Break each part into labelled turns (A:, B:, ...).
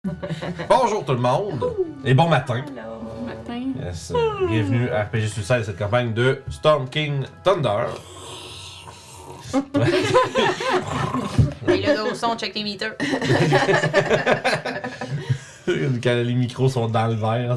A: Bonjour tout le monde et bon matin.
B: Hello.
C: Matin.
A: Yes. Bienvenue à RPG Suicide et cette campagne de Storm King Thunder.
B: Et le dos son, check les meters.
A: Quand les micros sont dans le verre.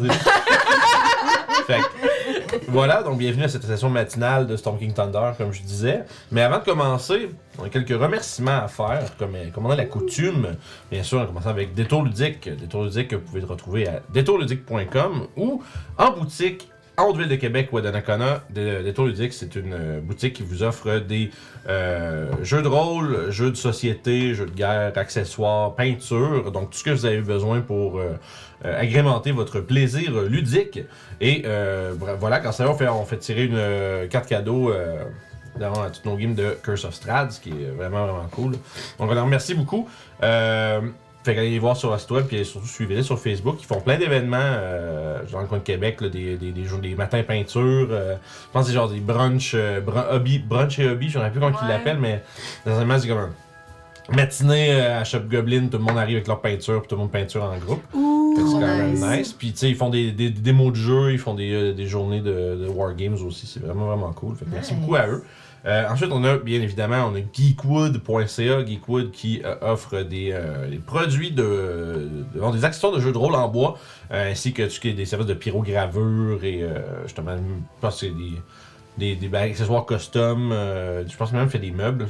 A: Fait que, voilà, donc bienvenue à cette session matinale de Storm King Thunder, comme je disais. Mais avant de commencer, on a quelques remerciements à faire, comme on a la coutume. Bien sûr, on commence avec Détour Ludique. Détour Ludique que vous pouvez retrouver à détourludique.com ou en boutique en Haute-Ville de Québec ou à Donnacona. Détour Ludique, c'est une boutique qui vous offre des jeux de rôle, jeux de société, jeux de guerre, accessoires, peinture, donc tout ce que vous avez besoin pour agrémenter votre plaisir ludique. Et voilà, quand ça va, on fait tirer une carte cadeau à toutes nos games de Curse of Strahd, ce qui est vraiment, vraiment cool. Donc on en remercie beaucoup. Fait qu'allez les voir sur leur site web, puis surtout suivez-les sur Facebook. Ils font plein d'événements dans le coin de Québec, là, des matins peinture. Je pense que c'est genre des brunch et hobby, je ne sais plus comment ils l'appellent, mais dans un c'est comme un matinée à Shop Goblin, tout le monde arrive avec leur peinture, puis tout le monde peinture en groupe. Fait que c'est quand même nice. Puis tu sais, ils font des démos de jeux, ils font des journées de Wargames aussi, c'est vraiment, vraiment cool. Fait que merci beaucoup à eux. Ensuite, on a bien évidemment geekwood.ca, Geekwood qui offre des produits des accessoires de jeux de rôle en bois, ainsi que des services de pyrogravure et justement, je pense que c'est des accessoires custom. Je pense même qu'il fait des meubles.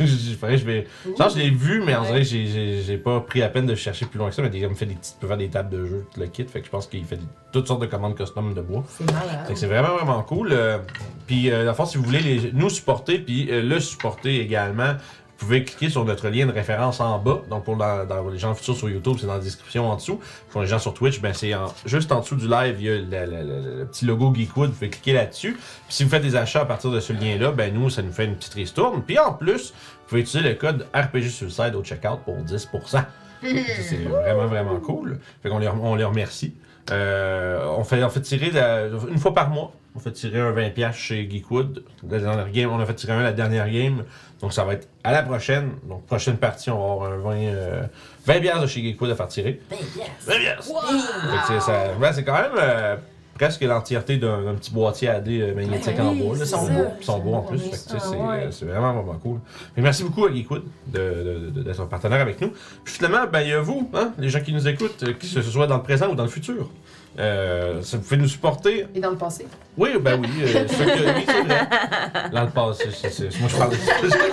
A: Je l'ai vu, mais en vrai, j'ai pas pris la peine de chercher plus loin que ça. Mais il peut faire des tables de jeu, tout le kit. Fait que je pense qu'il fait toutes sortes de commandes custom de bois.
C: C'est malade.
A: Fait que c'est vraiment, vraiment cool. Puis, dans le fond, si vous voulez nous supporter, puis le supporter également, vous pouvez cliquer sur notre lien de référence en bas. Donc, pour dans les gens futurs sur YouTube, c'est dans la description en dessous. Pour les gens sur Twitch, ben c'est juste en dessous du live, il y a le petit logo Geekwood. Vous pouvez cliquer là-dessus. Puis, si vous faites des achats à partir de ce lien-là, ben nous, ça nous fait une petite ristourne. Puis, en plus, vous pouvez utiliser le code RPG Suicide au checkout pour 10%. C'est vraiment, vraiment cool. Fait qu'on les remercie. On fait tirer une fois par mois. On fait tirer un 20$ chez Geekwood. La dernière game, on a fait tirer un la dernière game. Donc ça va être à la prochaine. Donc prochaine partie, on va avoir un 20$ de chez Geekwood à faire tirer. 20$! Wow! C'est quand même presque l'entièreté d'un petit boîtier AD magnétique en bois. Ils sont beaux en plus. C'est vraiment, vraiment cool. Mais merci beaucoup à Geekwood d'être un partenaire avec nous. Puis finalement, il y a vous, hein, les gens qui nous écoutent, que ce soit dans le présent ou dans le futur. Ça vous fait nous supporter.
C: Et dans le passé?
A: Oui, oui, c'est vrai. Dans le passé, moi je parle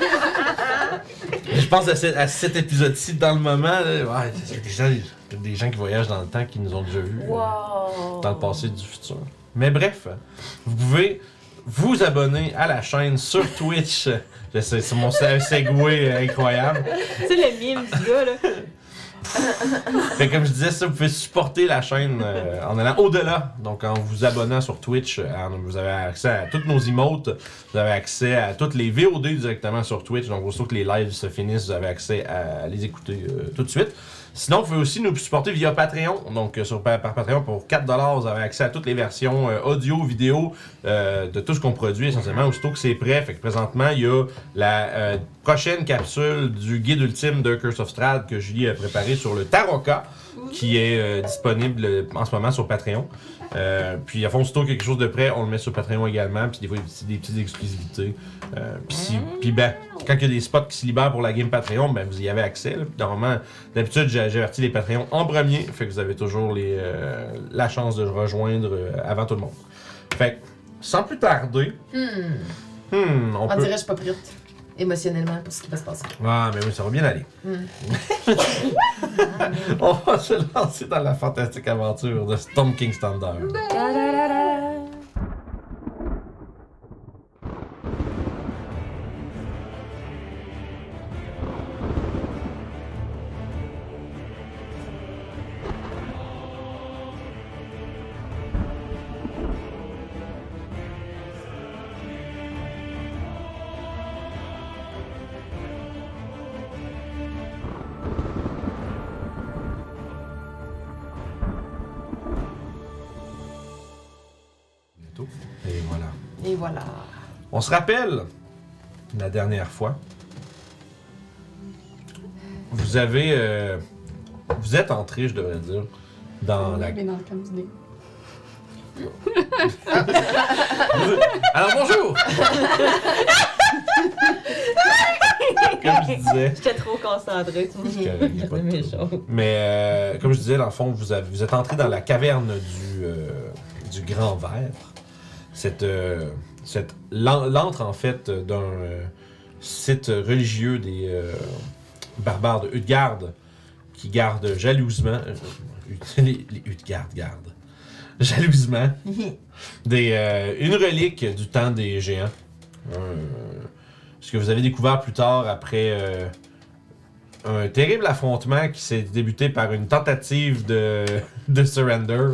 A: je pense à cet épisode-ci dans le moment. Il y a des gens qui voyagent dans le temps qui nous ont déjà vus dans le passé et du futur. Mais bref, vous pouvez vous abonner à la chaîne sur Twitch. Je sais, c'est mon segway incroyable.
B: Tu sais le mime du gars, là.
A: Fait comme je disais, ça, vous pouvez supporter la chaîne en allant au-delà. Donc, en vous abonnant sur Twitch, vous avez accès à toutes nos emotes, vous avez accès à toutes les VOD directement sur Twitch. Donc, aussitôt que les lives se finissent, vous avez accès à les écouter tout de suite. Sinon, vous pouvez aussi nous supporter via Patreon. Donc, par Patreon, pour 4$, vous avez accès à toutes les versions audio, vidéo de tout ce qu'on produit essentiellement. Aussitôt que c'est prêt, fait que présentement, il y a la prochaine capsule du guide ultime de Curse of Strahd que Julie a préparé sur le Tarokka, qui est disponible en ce moment sur Patreon. Puis à fond, aussitôt quelque chose de prêt, on le met sur Patreon également, puis des fois des petites exclusivités. Puis quand il y a des spots qui se libèrent pour la game Patreon, ben vous y avez accès. Là. Puis normalement, d'habitude, j'avertis les Patreons en premier, fait que vous avez toujours la chance de rejoindre avant tout le monde. Fait que, sans plus tarder, on peut...
C: dirait que je suis pas prête émotionnellement pour ce qui va se passer.
A: Ah, mais oui, ça va bien aller. On va se lancer dans la fantastique aventure de Storm King Thunder. Et voilà.
C: Et voilà.
A: On se rappelle la dernière fois. Vous avez vous êtes entré, je devrais dire, dans la...
D: Mais dans le camp du dé.
A: Alors bonjour! Comme je disais...
E: J'étais trop concentrée sur
A: C'est correct, y a pas de
E: mes
A: trouble.
E: choses.
A: Mais comme je disais, dans le fond, vous êtes entré dans la caverne du Grand Verre. L'antre, en fait, d'un site religieux des barbares de Utgarde qui gardent jalousement... les Utgarde gardent jalousement une relique du temps des géants. Ce que vous avez découvert plus tard après un terrible affrontement qui s'est débuté par une tentative de surrender.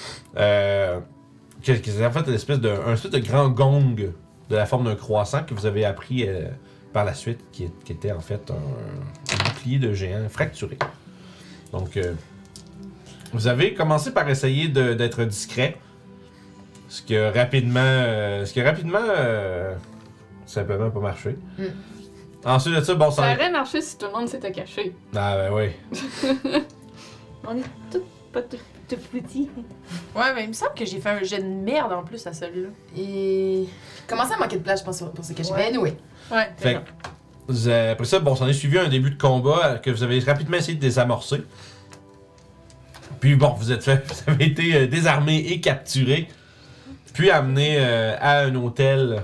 A: Qui est en fait une espèce de grand gong de la forme d'un croissant que vous avez appris par la suite, qui était en fait un bouclier de géant fracturé. Donc, vous avez commencé par essayer d'être discret, ce qui a rapidement simplement pas marché. Ensuite de ça, bon,
D: Ça aurait marché si tout le monde s'était caché.
A: Ah ben oui.
E: On est tous pas tout petits.
B: Ouais, mais il me semble que j'ai fait un jet de merde en plus à celui-là.
C: Et. Commencez à manquer de place, je pense, pour se cacher.
B: Ouais.
C: Mais anyway.
B: Ouais,
A: Fait que, après ça, bon, ça en est suivi un début de combat que vous avez rapidement essayé de désamorcer. Puis bon, vous avez été désarmé et capturé, puis amené à un hôtel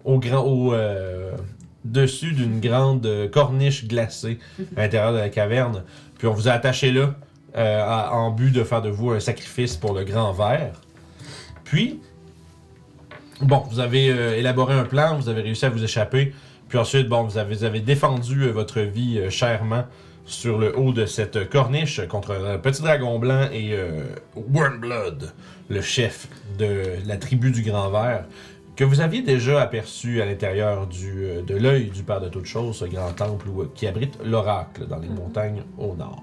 A: dessus d'une grande corniche glacée à l'intérieur de la caverne. Puis on vous a attaché là en but de faire de vous un sacrifice pour le Grand Verre. Puis, bon, vous avez élaboré un plan, vous avez réussi à vous échapper. Puis ensuite, bon, vous avez défendu votre vie chèrement sur le haut de cette corniche contre un petit dragon blanc et Wormblood, le chef de la tribu du Grand Verre, que vous aviez déjà aperçu à l'intérieur de l'œil du Père de toutes choses, ce grand temple qui abrite l'oracle dans les montagnes au nord.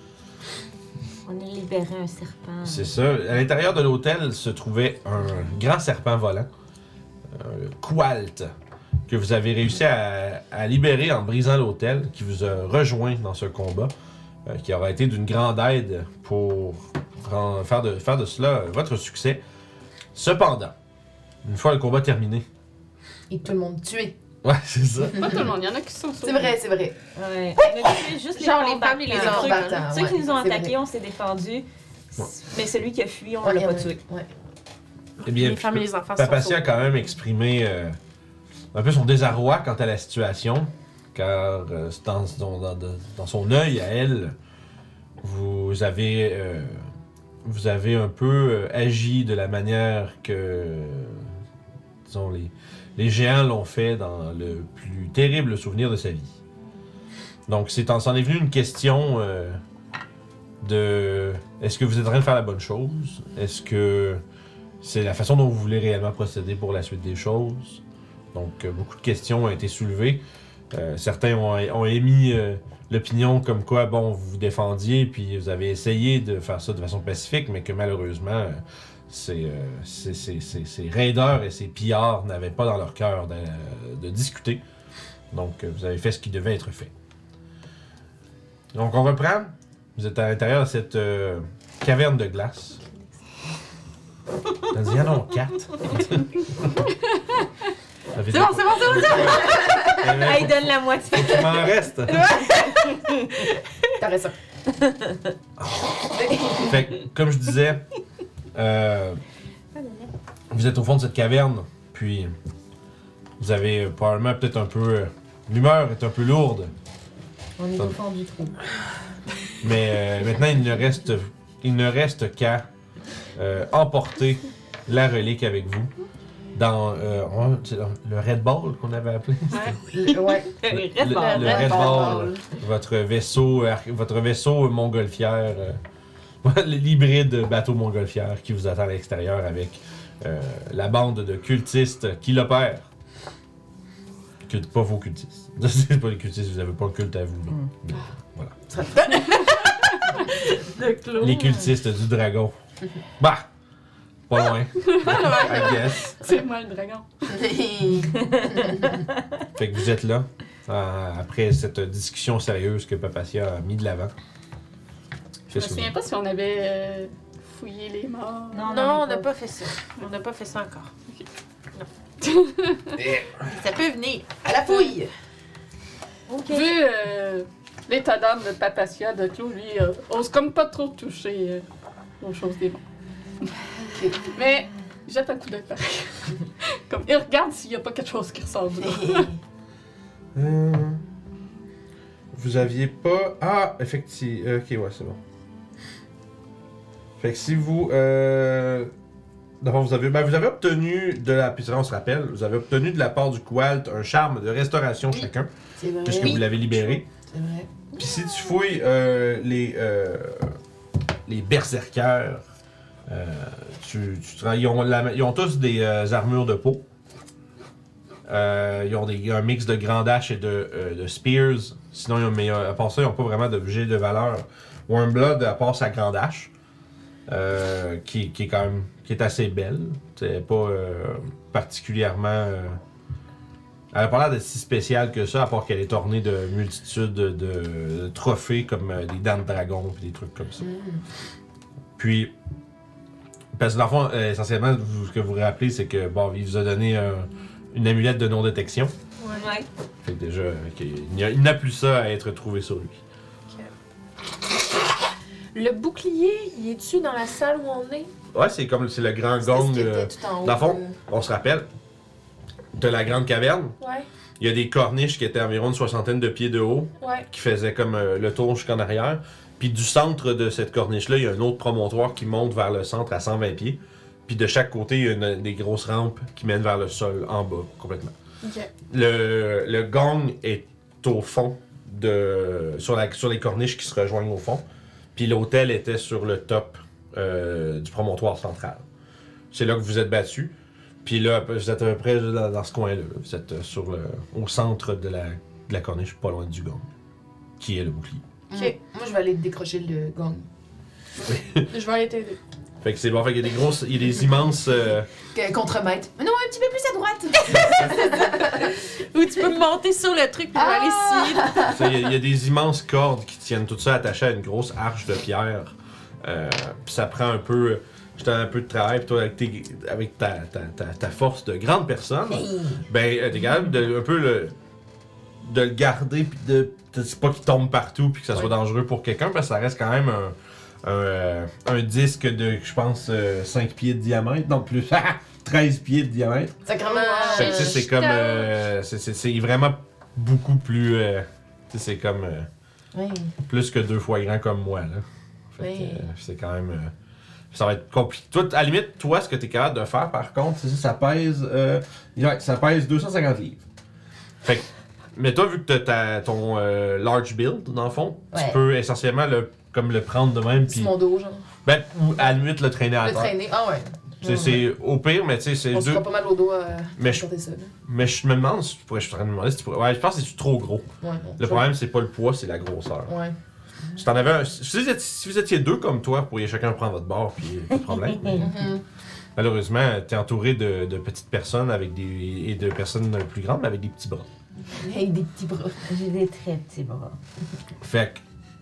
E: On a libéré un serpent.
A: C'est ça. À l'intérieur de l'hôtel se trouvait un grand serpent volant, Qualt, que vous avez réussi à libérer en brisant l'hôtel, qui vous a rejoint dans ce combat, qui aura été d'une grande aide pour faire de cela votre succès. Cependant, une fois le combat terminé...
C: Et tout le monde tué.
A: Ouais, c'est ça.
D: Pas tout le monde, il y en a qui sont
C: C'est vrai, c'est vrai.
E: Ouais. On a tué juste
B: Genre
E: les
B: les femmes et les
E: combattants.
C: enfants.
E: Ceux qui nous ont
C: Ouais, c'est
E: attaqués,
C: vrai.
E: on s'est défendus.
A: Ouais.
E: Mais celui qui a fui, on l'a pas tué.
C: Ouais.
A: Eh bien,
B: les femmes et les enfants sont
A: Papacia a
B: sauvés.
A: quand même exprimé un peu son désarroi quant à la situation, car dans son œil à elle, vous avez un peu agi de la manière que, disons, les géants l'ont fait dans le plus terrible souvenir de sa vie. Donc, c'en est venu une question de... Est-ce que vous êtes en train de faire la bonne chose? Est-ce que c'est la façon dont vous voulez réellement procéder pour la suite des choses? Donc, beaucoup de questions ont été soulevées. Certains ont émis l'opinion comme quoi, bon, vous vous défendiez, puis vous avez essayé de faire ça de façon pacifique, mais que malheureusement, ces raideurs et ces pillards n'avaient pas dans leur cœur de discuter. Donc, vous avez fait ce qui devait être fait. Donc, on reprend. Vous êtes à l'intérieur de cette caverne de glace. T'as dit, ah non, 4.
B: C'est bon.
E: Ah, il donne la moitié.
A: Faut qu'il m'en reste.
C: T'as raison.
A: Fait que, comme je disais, vous êtes au fond de cette caverne, puis vous avez probablement peut-être un peu... l'humeur est un peu lourde,
C: On est au fond du trou.
A: mais maintenant il ne reste qu'à emporter la relique avec vous dans c'est le Red Ball qu'on avait appelé.
C: Ouais.
A: Le Red Ball, votre vaisseau montgolfière, l'hybride bateau montgolfière qui vous attend à l'extérieur avec la bande de cultistes qui l'opèrent. Pas vos cultistes. C'est pas les cultistes, vous avez pas le culte à vous. Non. Voilà. Les cultistes du dragon. Bah! Pas loin. I guess.
D: C'est moi le dragon.
A: Fait que vous êtes là, après cette discussion sérieuse que Papacia a mis de l'avant.
D: Je me souviens pas si on avait fouillé les morts.
B: Non, on n'a pas fait ça. On n'a pas fait ça encore. Non. Ça peut venir.
C: À la fouille!
E: Ok.
D: Vu l'état d'âme de Papacia, de Clou, lui, ose comme pas trop toucher aux choses des morts. Mais jette un coup d'œil pareil. Comme, il regarde s'il y a pas quelque chose qui ressemble.
A: Vous aviez pas. Ah, effectivement. Ok, ouais, c'est bon. Fait que si vous. D'abord, vous avez obtenu de la. Puis on se rappelle, vous avez obtenu de la part du Qualt un charme de restauration chacun,
C: C'est vrai.
A: puisque vous l'avez libéré.
C: C'est vrai.
A: Puis si tu fouilles les berserkers, ils ont tous des armures de peau. Ils ont un mix de grand dash et de spears. Sinon, à part ça, ils n'ont pas vraiment d'objet de valeur. Wormblood, à part sa grande hache, qui est quand même qui est assez belle. C'est pas particulièrement. Elle a pas l'air d'être si spéciale que ça, à part qu'elle est ornée de multitudes de trophées comme des dents de dragon et des trucs comme ça. Puis, parce que dans le fond, essentiellement, ce que vous vous rappelez, c'est que bon, il vous a donné une amulette de non-détection.
E: Ouais.
A: Fait que déjà, il n'a plus ça à être trouvé sur lui.
C: Le bouclier, il est-tu dans la salle où on est?
A: Ouais, c'est le grand
C: C'était
A: gong.
C: ce qui était tout en haut.
A: Dans le fond, on se rappelle de la grande caverne.
C: Ouais,
A: Il y a des corniches qui étaient environ une soixantaine de pieds de haut,
C: ouais.
A: qui faisaient comme le tour jusqu'en arrière. Puis du centre de cette corniche-là, il y a un autre promontoire qui monte vers le centre à 120 pieds. Puis de chaque côté, il y a des grosses rampes qui mènent vers le sol, en bas, complètement.
C: Ok.
A: Le gong est au fond, sur les corniches qui se rejoignent au fond. Puis l'hôtel était sur le top du promontoire central. C'est là que vous êtes battus. Puis là, vous êtes à peu près dans ce coin-là. Là. Vous êtes au centre de la corniche, pas loin du gong, qui est le bouclier.
C: Ok. Moi, je vais aller décrocher le gong.
D: Je vais aller t'aider.
A: Fait que c'est bon, fait qu'il y a des immenses...
C: Contre-maître. Mais non, un petit peu plus à droite!
B: Ou tu peux monter sur le truc puis je vais aller ici.
A: Il y a des immenses cordes qui tiennent tout ça attaché à une grosse arche de pierre. Puis ça prend un peu de travail. Puis toi, avec ta force de grande personne, ben t'es capable de le garder puis c'est pas qu'il tombe partout puis que ça soit dangereux pour quelqu'un parce que ça reste quand même un disque de, je pense, 5 pieds de diamètre, non plus, 13 pieds de diamètre.
C: Sacrément.
A: Fait que, tu sais, c'est comme, c'est vraiment beaucoup plus, tu sais, c'est comme
C: Oui.
A: plus que 2 fois grand comme moi, là. Fait
C: Oui.
A: que c'est quand même, ça va être compliqué. Toi, à la limite, toi, ce que t'es capable de faire, par contre, c'est ça pèse, ça pèse 250 livres. Fait que, mais toi, vu que t'as ton large build, dans le fond, tu
C: Ouais.
A: peux essentiellement le prendre de même,
C: C'est
A: puis
C: mon dos, genre.
A: ben, ou à la limite le traîner à
C: Le
A: terre.
C: traîner. Ah ouais.
A: C'est au pire, mais tu sais, c'est
C: On se
A: deux.
C: fera pas mal au dos à
A: Mais je-
C: porter ça. Là.
A: Mais je me demande si tu pourrais. Je suis en train de me demander si tu pourrais. Ouais, je pense que c'est trop gros.
C: Ouais.
A: Le problème, c'est pas le poids, c'est la grosseur.
C: Ouais.
A: Si t'en avais un. Si vous étiez deux comme toi, vous pourriez chacun prendre votre bord, puis pas de problème. Mais
C: Mhm.
A: malheureusement, t'es entouré de petites personnes et de personnes plus grandes, mais avec des petits bras.
C: Avec des petits bras.
E: J'ai des très petits bras.
A: Fait que.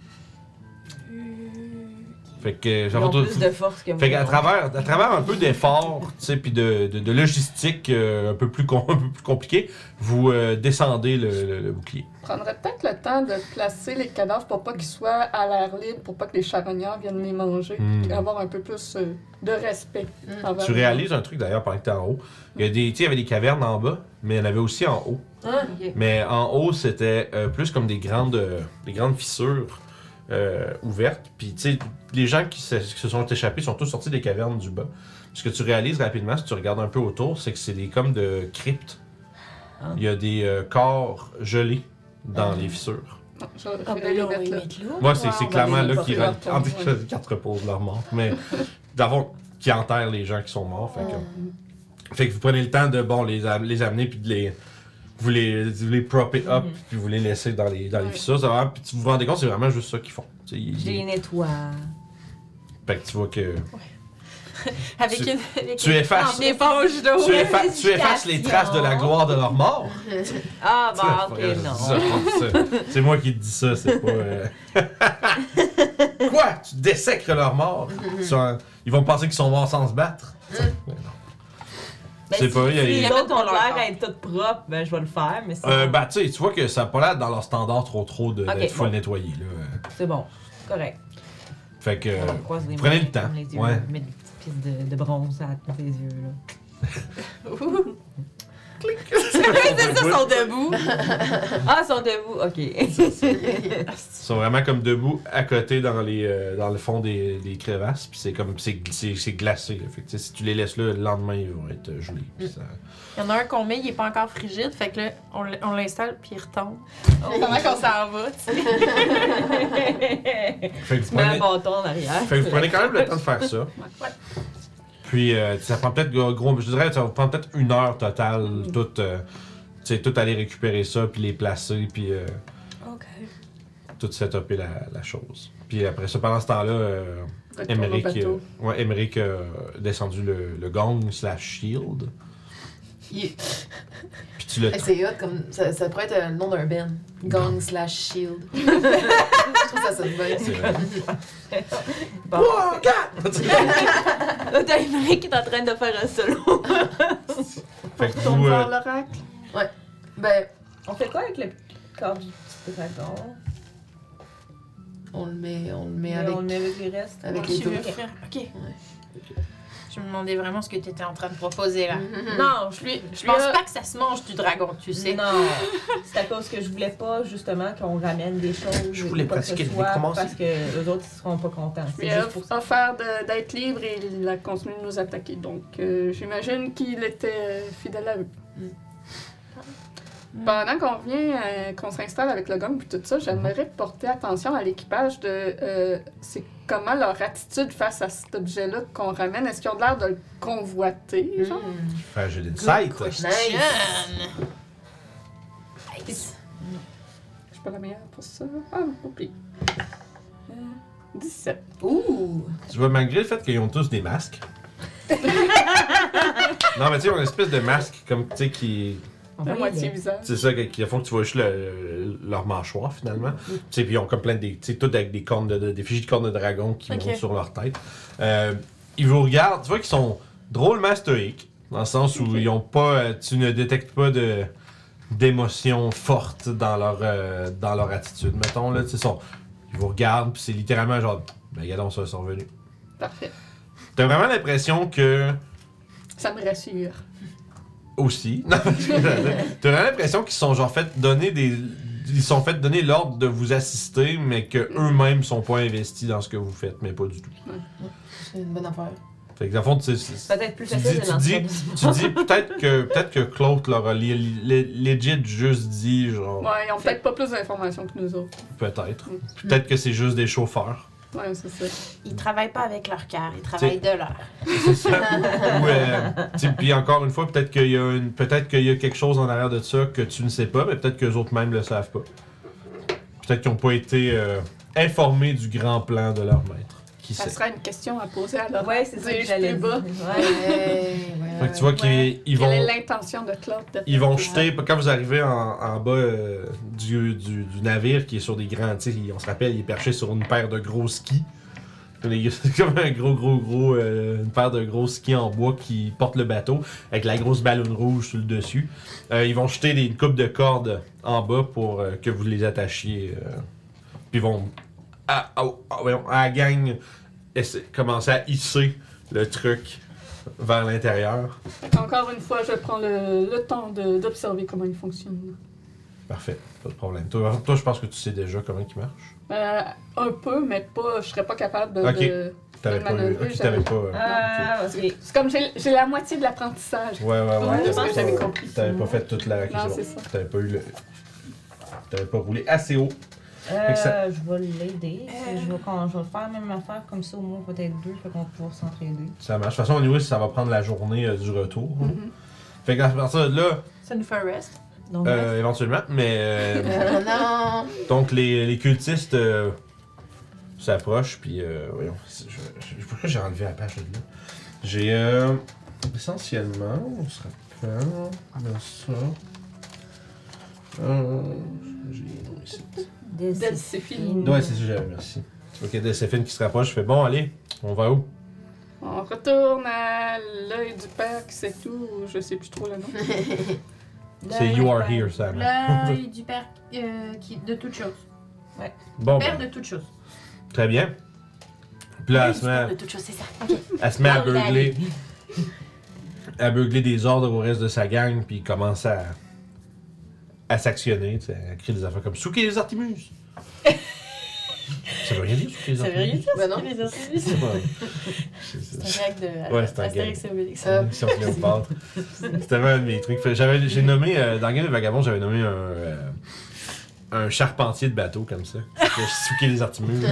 E: Ils
A: ça va
E: ont
A: tout-
E: plus de force que moi.
A: Fait qu'à travers un peu d'efforts, tu sais, puis de logistique un peu plus compliqué, vous descendez le bouclier.
D: Prendrait peut-être le temps de placer les cadavres pour pas qu'ils soient à l'air libre, pour pas que les charognards viennent les manger, puis avoir un peu plus de respect. envers
A: Tu
D: eux.
A: réalises un truc d'ailleurs pendant que t'es en haut. Il y avait des cavernes en bas, mais il y en avait aussi en haut.
E: Ah, ok.
A: Mais en haut, c'était plus comme des grandes fissures ouvertes. Puis tu sais, les gens qui se sont échappés sont tous sortis des cavernes du bas. Ce que tu réalises rapidement, si tu regardes un peu autour, c'est que c'est comme de cryptes.
E: Ah.
A: Il y a des corps gelés dans les fissures.
D: Non, je
C: Ah
D: vais
C: ben
D: les
C: là, on va
D: mettre
C: y
D: là.
C: mettre là.
A: Moi, c'est
E: on va
A: clairement
E: les
A: là
E: porter
A: qu'ils
D: leur tombe, ouais.
A: quand reposent leurs morts. Mais d'abord, qui enterrent les gens qui sont morts. Fait que vous prenez le temps de les amener puis de vous les propper up puis vous les laisser dans les fissures. Ça va, puis vous vous rendez compte, c'est vraiment juste ça qu'ils font. Tu sais,
E: Je les nettoie.
A: Fait que tu vois que
B: Avec
A: Tu-
B: une
A: tu effaces,
B: une éponge d'eau.
A: tu effaces les traces de la gloire de leur mort.
E: Ah, bah, ok,
A: C'est
E: non.
A: ça, c'est moi qui te dis ça, c'est pas. Quoi? Tu désècres leur mort? Ils vont penser qu'ils sont morts sans se battre. Mais non. C'est pas, il y a-
E: Si
A: il y
E: les
A: a-
E: autres ont l'air à être toutes propres, ben je vais le faire, mais
A: bah, tu sais, tu vois que ça a pas l'air dans leur standard trop
E: Ok,
A: d'être full
E: bon.
A: nettoyé, là.
E: c'est bon. Correct.
A: Fait que.
E: On croise les
A: prenez
E: mains,
A: le temps.
E: ferme les yeux,
A: Ouais.
E: mettre des petites pièces de bronze à tes yeux, là.
C: C'est ça, ils sont debout.
E: Ah, ils sont debout, ok.
A: Ils sont vraiment comme debout à côté dans le fond des crevasses, puis c'est comme c'est glacé. Là. Fait que, tu sais, si tu les laisses là, le lendemain ils vont être gelés. Puis ça...
B: Il y en a un qu'on met, il est pas encore frigide, fait que là, on l'installe puis il retombe. Comment qu'on s'en va, tu sais.
A: Fait que vous
E: Tu mets un
A: prenez,
E: bâton en arrière.
A: fait que vous prenez quand même le temps de faire ça.
B: Ouais.
A: Puis ça prend peut-être gros, je dirais que ça va prendre peut-être 1 heure totale, tout, tu sais, tout aller récupérer ça, puis les placer, puis
B: OK.
A: tout setuper la chose. Puis après ça, pendant ce temps-là,
D: Retourne au
A: Emmerich,
D: bateau.
A: Emmerich a descendu le gong / shield.
C: Il-
A: Puis tu le
C: C'est hot, comme ça pourrait être le nom d'un band. Gong / Shield. Je trouve ça sonne bien.
A: C'est vrai.
E: Bon.
A: Oh, God!
E: Là, t'as Emery qui est en train de faire un solo.
A: Fait que
D: Retourne
A: vous,
D: voir l'oracle.
C: Ben,
E: On fait quoi avec le corps du petit dragon?
C: on le met
E: Mais
C: avec.
E: on le met avec les restes.
C: avec
B: Ok,
C: les
B: tu veux
C: deux.
B: faire. OK. Je me demandais vraiment ce que tu étais en train de proposer là.
E: Non,
B: Je pense pas que ça se mange du dragon, tu sais.
E: Non, c'est à cause que je voulais pas justement qu'on ramène des choses.
A: Je voulais
E: ou quoi que
A: pratiquer
E: ce
A: le
E: soit,
A: nécromancie.
E: parce que les autres ils seront pas contents.
D: Je
E: C'est
D: lui ai
E: juste pour ça.
D: offert d'être libre et il a continué de nous attaquer. Donc, j'imagine qu'il était fidèle à eux. Pendant qu'on revient, qu'on s'installe avec le gong et tout ça, j'aimerais porter attention à l'équipage de... c'est comment leur attitude face à cet objet-là qu'on ramène. Est-ce qu'ils ont l'air de le convoiter, genre?
A: faire un jeu d'insight.
C: Nice.
B: Nice.
D: Je suis pas la meilleure pour ça. Ah, oublie. 17.
C: Ouh!
A: Tu vois, malgré le fait qu'ils ont tous des masques. Non, mais tu sais, ils ont une espèce de masque, comme, tu sais, qui.
D: La moitié visage.
A: C'est ça qui font que tu vois juste leur mâchoire, finalement. Tu sais, puis ils ont comme plein de. Tu sais, tout avec des cornes des fichiers de cornes de dragon qui
B: Ok.
A: montent sur leur tête. Ils vous regardent, tu vois qu'ils sont drôlement stoïques, dans le sens où ils ont pas. Tu ne détectes pas d'émotions fortes dans leur attitude. Mettons, là, tu sais, ils vous regardent, puis c'est littéralement genre. Ben, regardons ça, ils sont venus.
D: Parfait.
A: T'as vraiment l'impression que.
D: Ça me rassure.
A: Aussi. Non, t'as vraiment l'impression qu'ils sont genre fait donner ils sont fait donner l'ordre de vous assister, mais que eux-mêmes sont pas investis dans ce que vous faites, mais pas du tout.
C: C'est une bonne affaire.
A: Fait que dans le fond,
E: Peut-être plus
A: tu
E: facile
A: dis,
E: de lancer.
A: tu dis peut-être que Claude leur a legit juste dit genre
D: Ouais, ils ont peut-être pas plus d'informations que nous autres.
A: peut-être. Peut-être que c'est juste des chauffeurs.
D: Ouais, c'est ça.
B: Ils travaillent pas avec leur cœur, ils travaillent de leur.
A: C'est ça. Ou tu sais, puis encore une fois, peut-être qu'il y a quelque chose en arrière de ça que tu ne sais pas, mais peut-être que les autres même le savent pas. Peut-être qu'ils n'ont pas été informés du grand plan de leur maître. Qui
D: Ça
A: sait.
D: sera une question à poser à leur
E: Ouais, c'est ça que
D: Dis-je
E: j'allais
D: plus
E: dire.
D: bas.
E: Ouais.
A: Fait que tu vois qu'ils
D: Quelle
A: vont.
D: est l'intention de Claude de
A: Ils vont
D: faire?
A: jeter, quand vous arrivez en bas du navire qui est sur des grands, tu sais, on se rappelle, il est perché sur une paire de gros skis. C'est comme un gros, une paire de gros skis en bois qui porte le bateau avec la grosse ballonne rouge sur le dessus. Ils vont jeter une coupe de cordes en bas pour que vous les attachiez. Puis ils vont, à la gang, commencer à hisser le truc vers l'intérieur.
D: Encore une fois, je prends le temps d'observer comment il fonctionne.
A: Parfait, pas de problème. Toi, je pense que tu sais déjà comment il marche.
D: Un peu, mais pas. Je serais pas capable de.
A: Ok.
D: de-
A: T'avais pas eu. Ok, t'avais pas.
E: Ah, ok.
D: C'est comme j'ai la moitié de l'apprentissage.
A: Ouais.
D: Ouais,
E: je
D: ce
E: pense
D: que j'avais compris.
A: T'avais pas fait toute la. ok,
D: Non,
A: bon.
D: c'est ça.
A: T'avais pas eu le. T'avais pas roulé assez haut. Fait que ça-
E: Je vais l'aider. Je vais faire la même affaire comme ça, au moins peut-être deux, fait qu'on va pouvoir s'entraider.
A: Ça marche. De toute façon, anyway, ça va prendre la journée du retour. Hein.
D: Mhm.
A: Fait qu'à partir de là,
B: Ça nous fait un rest.
E: Donc,
A: éventuellement, mais.
C: Non!
A: Donc, les cultistes s'approchent, puis. Voyons. Pourquoi j'ai enlevé la page de là? J'ai. Essentiellement, on se rappelle de ça. J'ai ici.
D: Delphine.
A: Ouais, c'est ça que j'avais, merci. Ok, Delséphine qui se rapproche, fait bon, allez, on va où?
D: On retourne à l'œil du père qui sait tout, ou je sais plus trop le nom.
A: C'est You Are Here, Sam.
B: L'œil du père de toute chose.
A: Bon,
B: Père
A: ben,
B: de toute chose.
A: très bien. Puis là, elle se met,
C: De toute chose, c'est ça.
A: elle se met à beugler. À beugler des ordres au reste de sa gang, puis il commence à s'actionner, tu sais, à crier des affaires comme Souquez les Artimus! Ça veut rien dire, Souquez les
B: Ça veut rien
A: Artimus.
B: dire,
C: Ben non.
B: c'est les Artimus.
A: C'est pas-
B: C'est un gag de
A: Ouais, c'est un
B: Astérix
A: gag.
B: et Obélix.
A: C'est une émission Cléopâtre. C'était vraiment un de mes trucs. J'ai nommé, dans Game of Vagabond, j'avais nommé un charpentier de bateau comme ça. C'était Souquez les Artimus.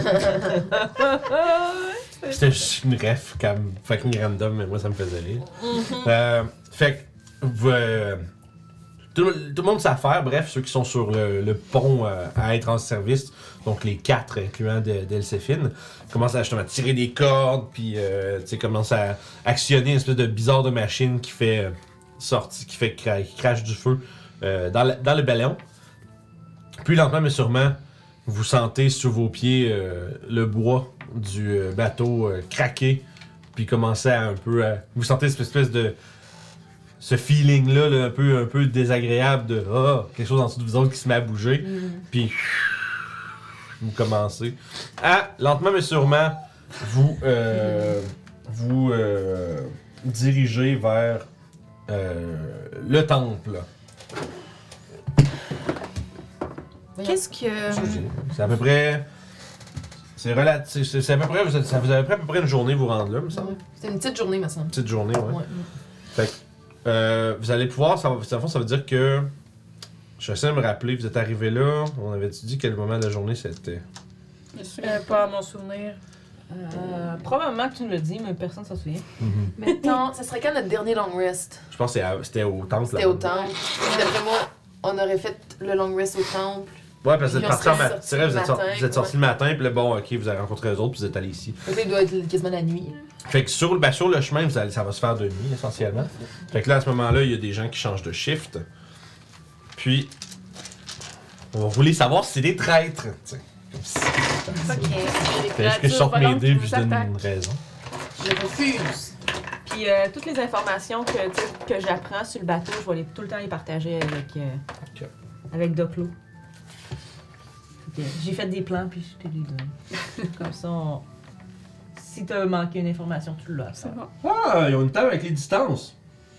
A: C'était juste une ref comme fucking random, mais moi ça me faisait rire. Fait que tout le monde sait faire, bref, ceux qui sont sur le pont à être en service, donc les 4 incluant Delséphine, commencent à justement tirer des cordes, puis tu sais, commencent à actionner une espèce de bizarre de machine qui fait qui crache du feu dans le ballon. Puis lentement mais sûrement, vous sentez sous vos pieds le bois du bateau craquer, puis commencer à un peu vous sentez cette espèce de ce feeling là, un peu désagréable de quelque chose en dessous de vous autres qui se met à bouger, puis vous commencez à lentement mais sûrement vous diriger vers le temple.
B: Qu'est-ce que.
A: C'est à peu près. C'est à peu près. Ça vous avez pris à peu près une journée vous rendre là, me semble.
C: C'est une petite journée, me semble.
A: Une petite journée, ouais.
C: Ouais.
A: Fait que, vous allez pouvoir. Ça veut dire que. Je vais essayer de me rappeler, vous êtes arrivé là. On avait dit quel moment de la journée c'était.
B: Pas à mon souvenir.
E: Probablement que tu me l'as dit, mais personne s'en souvient.
C: Maintenant, ça serait quand notre dernier long rest?
A: Je pense que c'était au temple.
C: C'était
A: là.
C: au temple. D'après moi, on aurait fait le long rest au temple.
A: Ouais, parce que vous
C: Puis
A: êtes
C: on
A: parti en
C: serait
A: matin.
C: sortis
A: C'est vrai,
C: le matin,
A: vous êtes sortis le matin, puis là, bon, ok, vous avez rencontré eux autres, puis vous êtes allés ici.
C: Donc là, il doit être quasiment la nuit.
A: Fait que sur le chemin, ça va se faire de nuit, essentiellement. Fait que là, à ce moment-là, il y a des gens qui changent de shift. Puis, on va vouloir savoir si c'est des traîtres, tu sais. Comme si- Est-ce que je sors mes dés, puis je donne une raison?
C: Je refuse.
E: Puis toutes les informations que j'apprends sur le bateau, je vais tout le temps les partager avec Doclo. J'ai fait des plans, puis je te les donne. Comme ça, si t'as manqué une information, tu l'as.
D: C'est bon.
A: Ah, ils ont une table avec les distances.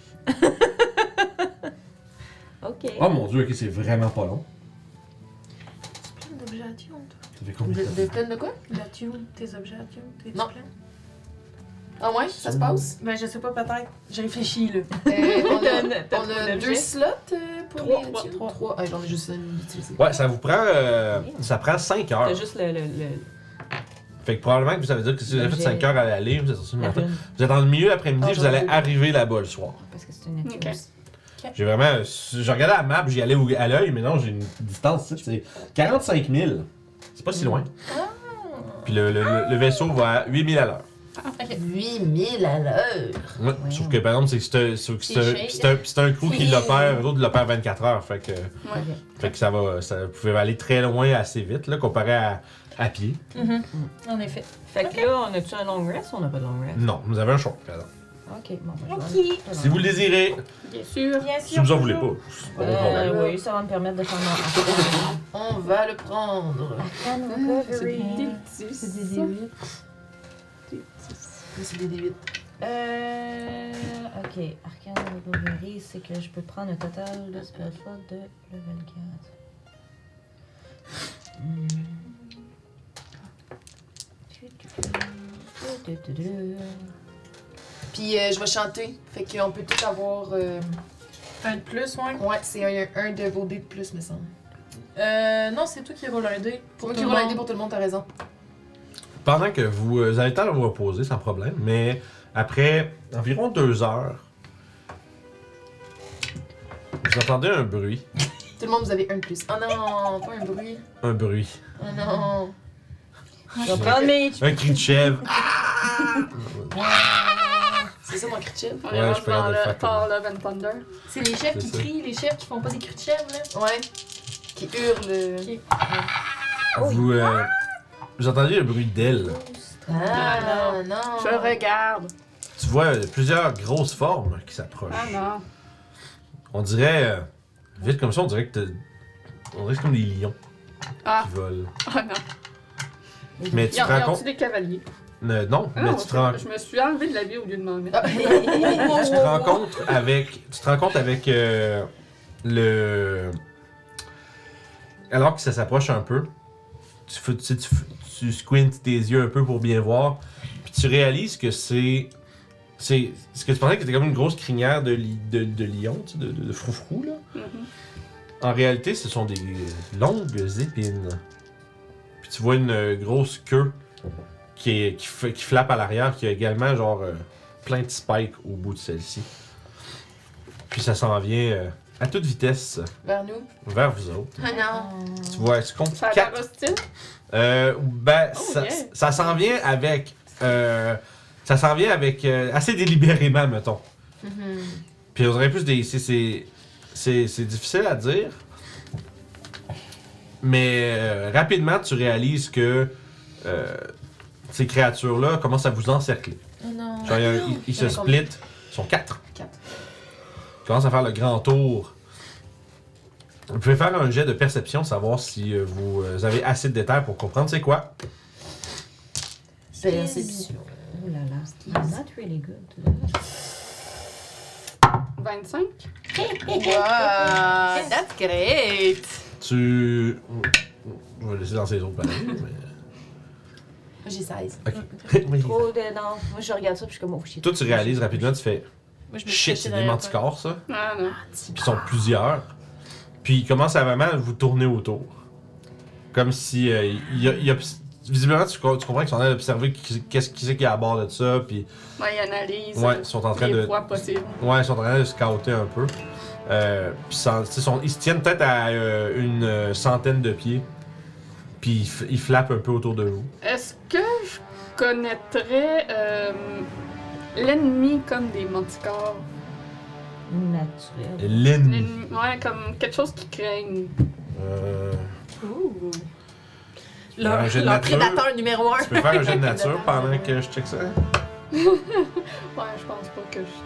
E: Ok.
A: Oh mon dieu, ok, c'est vraiment pas long.
B: Plein d'objets à tune, toi.
A: Ça fait combien de temps?
C: De plein de quoi?
B: La tune, tes objets à tune, t'es
C: Non.
B: plein?
C: Ah ouais, ça se passe?
B: Ben, je sais pas, peut-être. Je réfléchis, là.
C: On a 2 slots pour
D: Trois.
C: les tunes? 3. Ah, j'en ai juste une utilisée.
A: Ouais, ça vous prend. Ça prend 5 heures.
E: T'as juste le
A: Fait que probablement que ça veut dire que si vous avez fait 5 heures à l'aller, vous êtes sorti le
E: la
A: matin.
E: rune,
A: Vous êtes dans le milieu de l'après-midi,
C: Ah,
A: vous allez
C: j'avoue.
A: arriver là-bas le soir.
E: parce que c'est une nature.
D: Ok.
A: J'ai vraiment. Je regardais la map, j'y allais à l'œil, mais non, j'ai une distance ici, c'est 45 000. C'est pas si loin. Puis le vaisseau va à 8 000 à l'heure.
C: 8000 à l'heure.
A: Ouais, sauf que par exemple, c'est un crew qui l'opère, l'autre l'opère 24 heures. Fait que ça pouvait aller très loin assez vite, là, comparé à pied.
B: En effet.
E: Fait que là, on a-tu un long rest ou on n'a pas de long rest?
A: Non, vous avez un choix, par exemple.
E: Ok, bon, ben, je vais aller.
A: Si vous le désirez,
D: Bien sûr.
B: Bien
A: si vous en voulez pas. c'est pas mon problème.
E: Oui, ça va me permettre de faire mon
C: On va le prendre.
D: C'est des petits.
E: C'est des D8.
C: C'est des D8.
E: Ok, Arcane Recovery, c'est que je peux prendre un total de spell slot de level 4.
C: Puis je vais chanter. Fait qu'on peut tout avoir.
B: Un de plus, ouais.
C: Ouais, c'est un de vos dés de plus, me semble.
B: Non, c'est toi qui roule un dé.
C: Pour moi qui roule un dé pour tout le monde, t'as raison.
A: Pendant que vous avez le temps de vous reposer sans problème, mais après environ 2 heures, vous entendez un bruit.
C: Tout le monde, vous avez un de plus. Oh non, pas un bruit.
A: Un bruit.
C: Oh non.
E: Je vais prendre mes HP.
A: Un cri de chèvre.
C: C'est ça mon cri de chèvre?
D: On
A: Ouais,
D: est
A: je
D: rendu
A: peux
D: dans
A: regarder le
D: le
A: fact.
D: Hall of and Thunder.
B: C'est les chefs
A: C'est
B: qui
A: ça.
B: crient, les chefs qui font pas des cris de chèvre, là.
C: Ouais. Qui hurle.
B: Ok.
A: Vous, Vous entendez le bruit d'ailes.
C: Ah non.
D: Je regarde.
A: Tu vois plusieurs grosses formes qui s'approchent.
D: Ah non.
A: On dirait, vite comme ça, on dirait que c'est comme des lions
D: Ah.
A: qui volent.
D: Ah non.
A: Mais tu te rends compte...
D: des cavaliers?
A: Non,
D: Ah
A: mais
D: non,
A: tu te rends...
D: je me suis enlevé de la vie au lieu de m'en mettre.
A: Tu te rends compte avec le... Alors que ça s'approche un peu, tu squintes tes yeux un peu pour bien voir, puis tu réalises que c'est ce que tu pensais que c'était comme une grosse crinière de lion, tu sais, de froufrou, là.
D: Mhm.
A: En réalité, ce sont des longues épines. Puis tu vois une grosse queue qui flappe à l'arrière, qui a également genre plein de spikes au bout de celle-ci. Puis ça s'en vient à toute vitesse
C: Vers nous.
A: vers vous autres.
C: Ah non.
A: Tu vois, tu comptes
D: Ça a l'air
A: 4.
D: hostile?
A: Ben,
D: Oh,
A: ça,
D: yeah.
A: ça s'en vient avec... ça s'en vient avec assez délibérément, mettons. Puis on dirait plus des... C'est difficile à dire. Mais rapidement, tu réalises que ces créatures-là commencent à vous encercler.
C: Oh non.
A: Genre, ils se splitent. Ils sont 4.
C: 4.
A: Ils commencent à faire le grand tour. Vous pouvez faire un jet de perception, savoir si vous avez assez de détails pour comprendre c'est quoi.
C: Perception.
E: Oh là là, not really good.
D: 25?
C: Wow, that's great.
A: Tu... Je vais laisser lancer les autres pareil, mais...
C: J'ai 16.
A: Ok. Oui.
E: Trop de. Non, moi je regarde ça puis je suis comme, oh shit.
A: Toi, tu réalises rapidement, tu fais...
B: Moi, je me suis
A: Shit,
B: cachée
A: c'est des
B: derrière
A: manticores, ça.
D: Ah non.
A: Puis ils sont plusieurs. Puis ils commencent à vraiment vous tourner autour. Comme si... visiblement, tu comprends qu'ils sont en train d'observer qu'est-ce qui c'est qui est à bord de ça, puis...
D: Ouais, ils analysent
A: Ouais, ils sont en train
D: les
A: de...
D: poids possibles.
A: Ouais, ils sont en train de scouter un peu. Puis ils se tiennent peut-être à une centaine de pieds. Puis ils flappent un peu autour de vous.
D: Est-ce que je connaîtrais l'ennemi comme des manticores?
E: Naturel.
A: L'ennemi.
D: Ouais, comme quelque chose qui craigne.
E: Ouh.
A: Un jet de
B: Leur
A: nature.
B: prédateur numéro 1.
A: Tu peux faire un jet de nature pendant que je check ça?
D: Ouais, je pense pas que je cherche.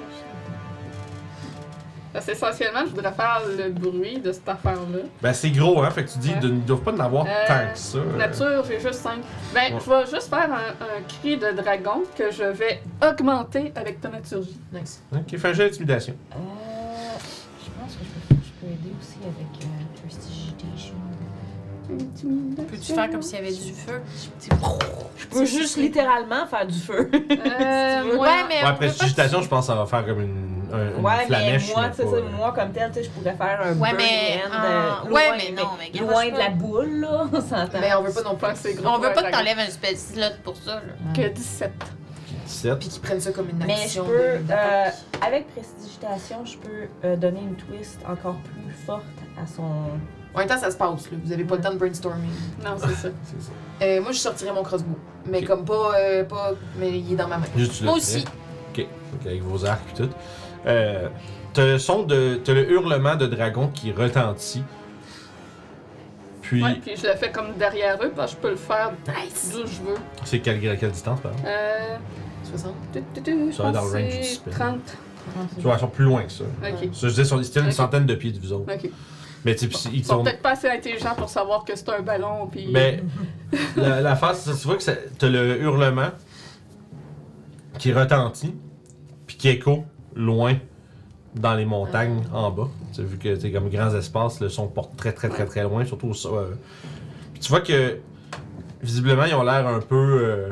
D: Parce qu'essentiellement, je voudrais faire le bruit de cette affaire-là.
A: Ben c'est gros, hein? Fait que tu dis
D: Ouais.
A: qu'ils ne doivent pas en avoir tant que ça.
D: Nature, j'ai juste 5. Ben,
A: Ouais.
D: je vais juste faire un cri de dragon que je vais augmenter avec thaumaturgie.
C: Nice.
A: Ok, fais un jet d'intimidation.
E: Je pense que je peux aider aussi avec Prestigitation.
B: Peux-tu faire comme s'il y avait du feu?
E: Je peux juste littéralement faire du feu.
B: Ouais, mais.
A: Ouais, prestigitation, je pense que ça va faire comme une
E: Ouais, mais
A: flamèche.
E: moi,
A: mais
E: tu sais,
A: pas,
E: ça, moi comme tel, tu sais, je pourrais faire un
B: Ouais,
E: burn
B: mais,
E: hand,
B: ouais,
E: loin,
B: mais non, mais
E: loin de la boule, là, on s'entend.
C: Mais on veut pas non plus
D: Pas assez gros.
B: On
D: pour
B: veut
D: un
B: pas que
D: dragon.
B: t'enlèves un spell slot pour ça, là.
D: Que 17.
A: 17.
C: puis qu'ils prennent ça comme une
E: Mais je
C: action.
E: peux,
C: d'attaque.
E: avec Prestigitation, je peux donner une twist encore plus forte à son...
C: En même temps, ça se passe, là. Vous avez pas le temps de brainstorming.
D: Non, c'est ça.
A: C'est ça.
C: Moi, je sortirais mon crossbow. Mais
A: Ok.
C: comme pas. Mais il est dans ma main.
A: Juste tu
B: Moi
A: le
B: aussi.
A: fais. Ok, avec vos arcs et tout. T'as le son t'as le hurlement de dragon qui retentit. Puis,
D: Ouais, puis je le fais comme derrière eux, parce que je peux le faire
C: Nice!
D: d'où je veux.
A: c'est quelle distance, par exemple?
C: 60.
A: Ça va dans le range du spell.
D: 30.
A: Tu vois, ils sont plus loin que ça.
D: Ok.
A: Ça, je dis, ils étaient une
D: Ok.
A: centaine de pieds de vous autres.
D: Ok.
A: Mais tu sais, ils
D: Ils sont
A: sont.
D: peut-être pas assez intelligents pour savoir que c'est un ballon, puis.
A: Mais la face, tu vois que t'as le hurlement qui retentit, puis qui écho loin dans les montagnes en bas. Tu sais, vu que c'est comme grands espaces, le son porte très très loin, surtout au sol. Puis tu vois que visiblement ils ont l'air un peu.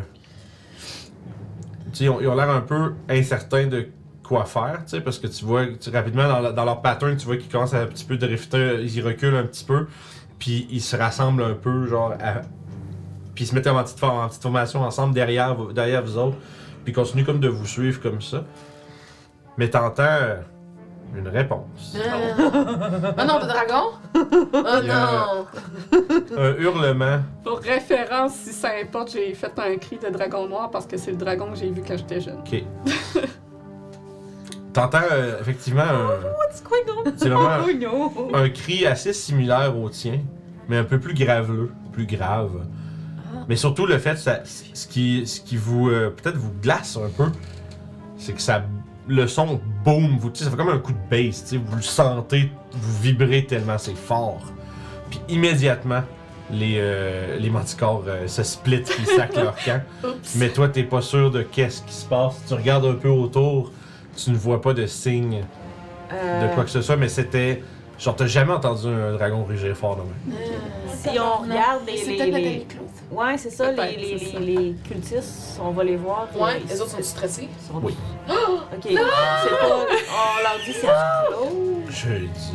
A: Tu sais, ils ont l'air un peu incertains de quoi faire, tu sais, parce que tu vois rapidement dans leur pattern, tu vois qu'ils commencent à un petit peu drifter, ils reculent un petit peu, puis ils se rassemblent un peu, genre, puis ils se mettent en petite formation ensemble derrière vous autres, puis ils continuent comme de vous suivre comme ça. Mais t'entends une réponse.
C: Oh non, de dragon? Oh
A: Il y a
C: non!
A: Un hurlement.
D: Pour référence, si ça importe, j'ai fait un cri de dragon noir parce que c'est le dragon que j'ai vu quand j'étais jeune.
A: Ok. T'entends effectivement
E: What's going on?
A: c'est vraiment
E: Oh no!
A: un cri assez similaire au tien, mais un peu plus graveleux, plus grave. Mais surtout le fait, ce qui vous peut-être vous glace un peu, c'est que le son boom, ça fait comme un coup de bass, vous le sentez, vous vibrez tellement c'est fort. Puis immédiatement, les manticores se splitent et sacent leur camp. Mais toi, t'es pas sûr de qu'est-ce qui se passe. Tu regardes un peu autour, tu ne vois pas de signe de quoi que ce soit, mais c'était... Genre, t'as jamais entendu un dragon rugir fort de même.
E: Si on regarde
C: C'est peut-être Nathalie
E: les...
C: Claude.
E: Ouais, c'est ça,
D: Peut-être, c'est ça.
E: les cultistes, on va les voir.
C: Ouais,
E: ils
C: les autres sont stressés.
E: sont-
A: Oui.
E: Ok, c'est pas... On leur dit c'est Claude.
A: Je dis,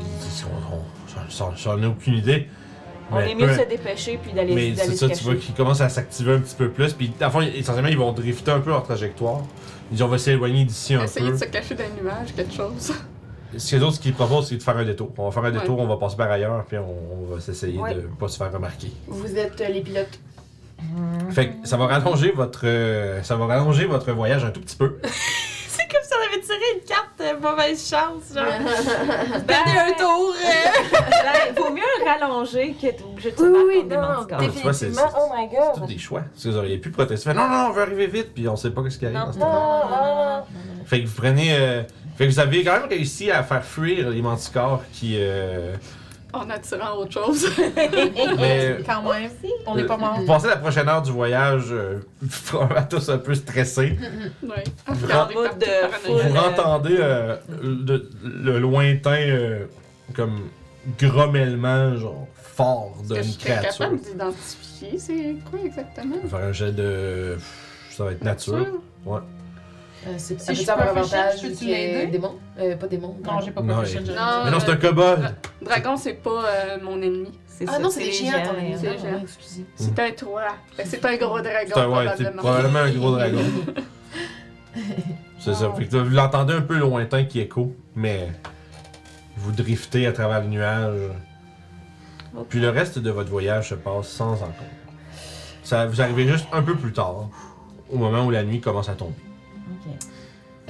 A: j'en ai aucune idée.
E: On
A: Mais
E: est mieux de
A: peu-
E: se dépêcher puis d'aller
A: Mais c'est
E: se
A: ça, tu
E: cacher.
A: vois qu'ils commencent à s'activer un petit peu plus. Puis, à fond, essentiellement, ils vont drifter un peu leur trajectoire. Ils disent, on va s'éloigner d'ici un
D: Essayer
A: peu.
D: de se cacher dans les nuages, quelque chose.
A: Ce qu'ils proposent, c'est de faire un détour. On va faire un détour, on va passer par ailleurs, puis on va s'essayer
E: Ouais.
A: de pas se faire remarquer.
C: Vous êtes les pilotes.
A: Fait que ça va rallonger votre voyage un tout petit peu.
B: C'est comme si on avait tiré une carte mauvaise chance, genre.
E: Ben,
B: Perdez un tour.
E: Il vaut mieux rallonger que obligé de se
B: Oui,
E: battre
B: oui,
E: contre des
B: non,
E: manticores.
A: Tu vois, c'est
B: définitivement. Oh my
A: c'est tous
B: god.
A: des choix. Parce que vous auriez pu protester. Non, on veut arriver vite, puis on sait pas ce qui arrive.
E: Non,
A: dans ce
E: non,
A: temps.
E: non.
A: Fait que vous prenez. Fait que vous avez quand même réussi à faire fuir les manticores qui.
D: En attirant autre chose.
A: Mais
B: Quand même, on n'est pas mort.
A: vous passez la prochaine heure du voyage, probablement tous un peu stressés.
D: Ouais.
A: Vous
D: Regardez
E: mode
D: partout,
E: de
D: paranoïaque.
A: Vous entendez le lointain comme grommellement genre fort
D: Est-ce que je
A: d'une
D: serais
A: créature.
D: capable d'identifier c'est quoi exactement?
A: Faire un jet de. Ça va être nature. Ouais.
C: C'est
B: Si je
C: peut-être avoir
B: peux
C: avantage
B: proficiat, peux-tu
C: vu qu'il y a
B: l'aider?
C: démon. Pas démon.
B: Non, j'ai pas
A: Non,
B: proficient,
A: il-
B: je
D: Non,
A: Mais non, c'est un kobold!
D: Dragon, c'est pas mon ennemi.
E: C'est
C: Ah
E: ça,
C: non, c'est des chiens, ton
E: géants.
C: ami.
D: C'est des géants.
C: Excusez.
D: C'est un 3. Fait que c'est un gros dragon,
A: C'est
D: probablement.
A: probablement un gros dragon. C'est ça. Fait que vous l'entendez un peu lointain qui écho, mais vous driftez à travers les nuages. Puis le reste de votre voyage se passe sans encombre. Vous arrivez juste un peu plus tard, au moment où la nuit commence à tomber.
E: Ok.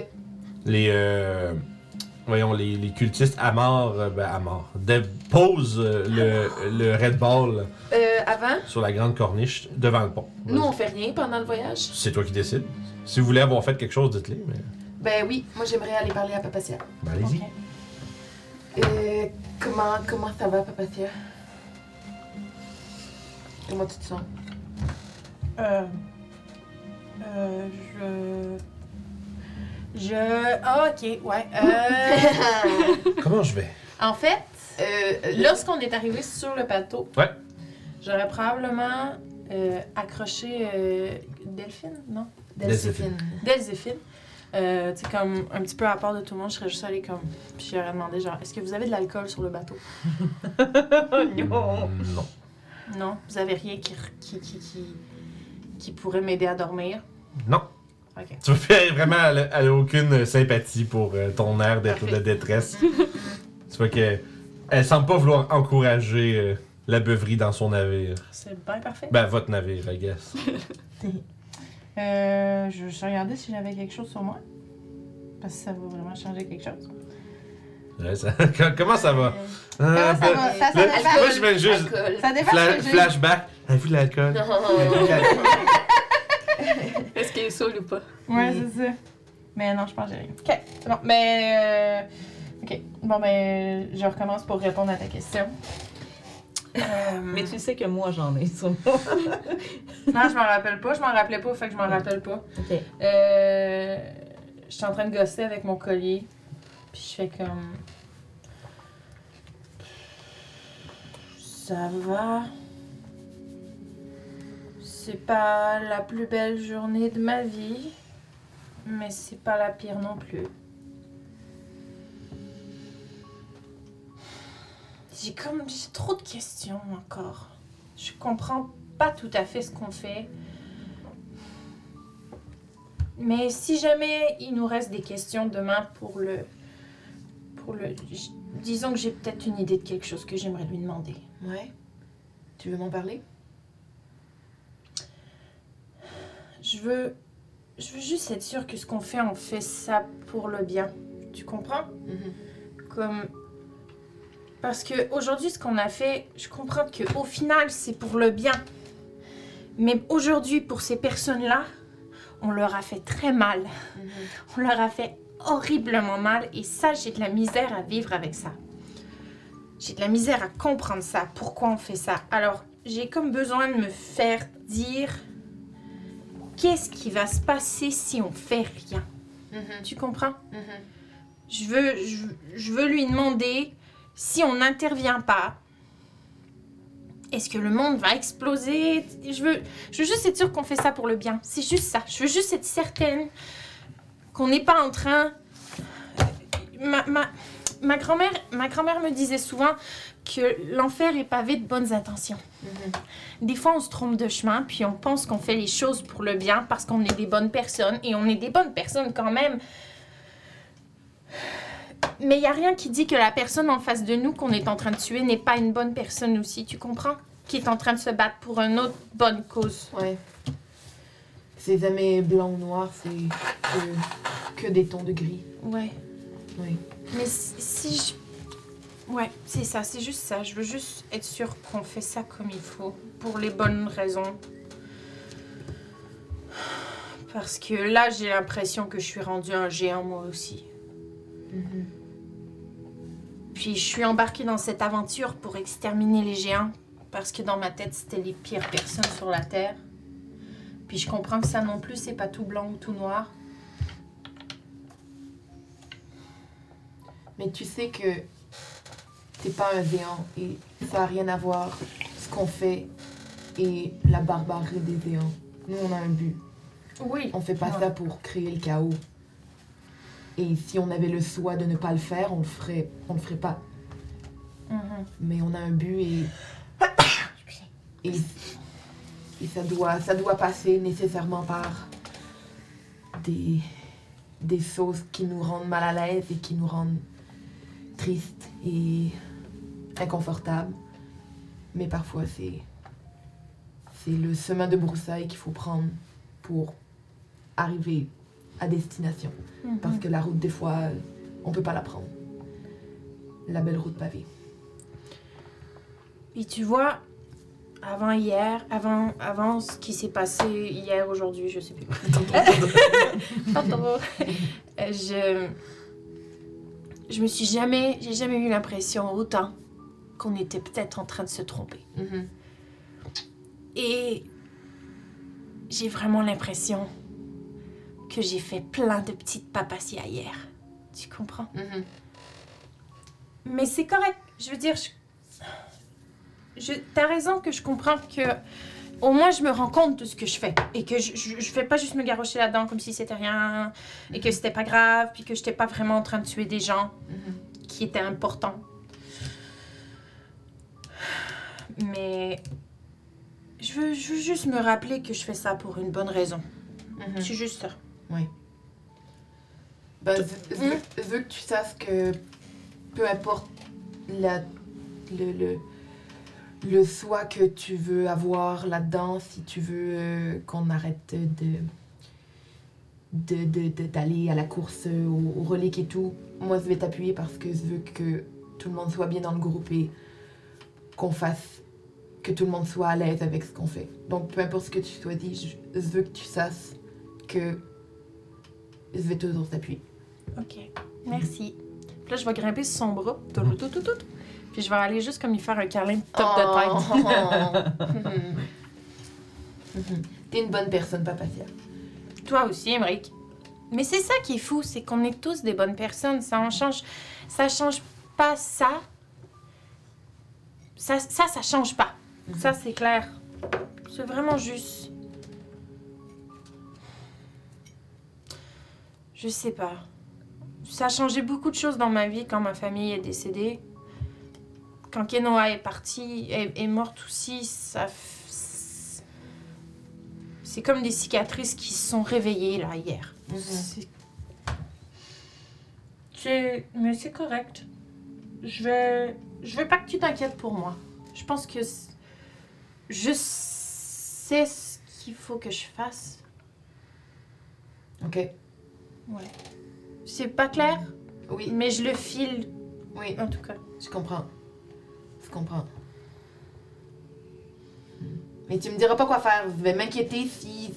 A: Les cultistes à mort, posent le Red Ball
C: Avant,
A: sur la grande corniche devant le pont.
C: nous on fait rien pendant le voyage.
A: C'est toi qui décides. Si vous voulez avoir fait quelque chose, dites-le. Mais...
C: Ben oui, moi j'aimerais aller parler à Papacia.
A: Ben, allez-y.
C: Comment ça va, Papacia? Comment tu te sens?
B: Ah, ok, ouais.
A: Comment je vais?
B: En fait, lorsqu'on est arrivé sur le bateau,
A: Ouais.
B: j'aurais probablement accroché Delphine, non?
C: Delphine.
B: Delphine. Tu sais, comme un petit peu à part de tout le monde, je serais juste allée comme. Puis j'aurais demandé, genre, est-ce que vous avez de l'alcool sur le bateau?
E: Non.
A: Non.
B: Non? Vous avez rien qui pourrait m'aider à dormir?
A: Non.
B: Ok.
A: Tu fais vraiment elle a aucune sympathie pour ton air d'être
B: Parfait.
A: de détresse. Tu vois qu'elle semble pas vouloir encourager la beuverie dans son navire.
B: C'est bien parfait.
A: Ben, votre navire, I guess.
B: Je regardais si j'avais quelque chose sur moi. Parce que ça va vraiment changer quelque chose.
A: Ouais, comment ça va?
B: Comment ça va? Ça
A: Là,
B: dépend.
A: moi, je viens juste.
C: Alcool.
B: Ça dépend ce que j'ai.
A: Flashback. Avez-vous de l'alcool? Avez-vous de l'alcool?
D: Est-ce qu'il est saoul ou pas?
B: Ouais, c'est ça. Mais non, je pense que j'ai rien. Ok, c'est bon. Mais. Ok. Bon, ben, je recommence pour répondre à ta question.
E: Mais tu sais que moi, j'en ai sur moi.
B: Non, je m'en rappelle pas. Je m'en rappelais pas, fait que je m'en rappelle pas.
E: Ok.
B: Je suis en train de gosser avec mon collier. Puis je fais comme. Ça va. C'est pas la plus belle journée de ma vie. Mais c'est pas la pire non plus. J'ai trop de questions encore. Je comprends pas tout à fait ce qu'on fait. Mais si jamais il nous reste des questions demain disons que j'ai peut-être une idée de quelque chose que j'aimerais lui demander.
C: Ouais. Tu veux m'en parler?
B: Je veux juste être sûre que ce qu'on fait, on fait ça pour le bien. Tu comprends? Comme... Parce que aujourd'hui, ce qu'on a fait, je comprends qu'au final, c'est pour le bien. Mais aujourd'hui, pour ces personnes-là, on leur a fait très mal. On leur a fait horriblement mal. Et ça, j'ai de la misère à vivre avec ça. J'ai de la misère à comprendre ça. Pourquoi on fait ça? Alors, j'ai comme besoin de me faire dire qu'est-ce qui va se passer si on fait rien. Tu comprends? Je veux lui demander si on n'intervient pas. Est-ce que le monde va exploser? Je veux juste être sûre qu'on fait ça pour le bien. C'est juste ça. Je veux juste être certaine qu'on n'est pas en train... Ma grand-mère me disait souvent que l'enfer est pavé de bonnes intentions. Des fois, on se trompe de chemin, puis on pense qu'on fait les choses pour le bien parce qu'on est des bonnes personnes, et on est des bonnes personnes quand même. Mais il n'y a rien qui dit que la personne en face de nous qu'on est en train de tuer n'est pas une bonne personne aussi, tu comprends? Qui est en train de se battre pour une autre bonne cause.
C: Ouais. C'est jamais blanc ou noir, c'est que des tons de gris.
B: Ouais.
C: Oui.
B: Mais si je... Ouais, c'est ça, c'est juste ça. Je veux juste être sûre qu'on fait ça comme il faut, pour les bonnes raisons. Parce que là, j'ai l'impression que je suis rendue un géant moi aussi. Puis je suis embarquée dans cette aventure pour exterminer les géants, parce que dans ma tête, c'était les pires personnes sur la Terre. Puis je comprends que ça non plus, c'est pas tout blanc ou tout noir.
C: Mais tu sais que t'es pas un géant et ça n'a rien à voir ce qu'on fait et la barbarie des géants. Nous, on a un but.
B: Oui.
C: On fait pas ça pour créer le chaos. Et si on avait le choix de ne pas le faire, on le ferait pas. Mais on a un but et ça doit passer nécessairement par des choses qui nous rendent mal à l'aise et qui nous rendent tristes et inconfortables. Mais parfois, c'est le chemin de broussailles qu'il faut prendre pour arriver à destination. Parce que la route, des fois, on peut pas la prendre. La belle route pavée.
B: Puis tu vois, avant ce qui s'est passé hier, aujourd'hui, je sais plus. Pas trop. J'ai jamais eu l'impression autant qu'on était peut-être en train de se tromper. Et j'ai vraiment l'impression que j'ai fait plein de petites papassias hier. Tu comprends? Mais c'est correct. Je veux dire, t'as raison que je comprends que au moins je me rends compte de ce que je fais et que je fais pas juste me garrocher là-dedans comme si c'était rien et que c'était pas grave puis que j'étais pas vraiment en train de tuer des gens qui étaient importants. Mais je veux juste me rappeler que je fais ça pour une bonne raison. C'est juste ça.
C: Oui. Ben, veux que tu saches que peu importe le soi que tu veux avoir là-dedans, si tu veux qu'on arrête d'aller à la course, au relique et tout, moi je vais t'appuyer parce que je veux que tout le monde soit bien dans le groupe et qu'on fasse, que tout le monde soit à l'aise avec ce qu'on fait. Donc peu importe ce que tu choisis, je veux que tu saches que je vais toujours t'appuyer.
B: Ok, merci. Puis là, je vais grimper sur son bras, puis je vais aller juste comme lui faire un câlin top de tête.
C: T'es une bonne personne, Papacia.
B: Toi aussi, Emmerich. Mais c'est ça qui est fou, c'est qu'on est tous des bonnes personnes. Ça change pas ça. Ça change pas. Ça, c'est clair. C'est vraiment juste... Je sais pas. Ça a changé beaucoup de choses dans ma vie quand ma famille est décédée. Quand Kenoa est partie, est morte aussi, c'est comme des cicatrices qui se sont réveillées là hier. Mais c'est correct. Je veux pas que tu t'inquiètes pour moi. Je pense que je sais ce qu'il faut que je fasse.
C: Ok.
B: Ouais. C'est pas clair,
C: Oui.
B: mais je le file
C: Oui.
B: en tout cas.
C: Je comprends. Mais tu me diras pas quoi faire. Je vais m'inquiéter si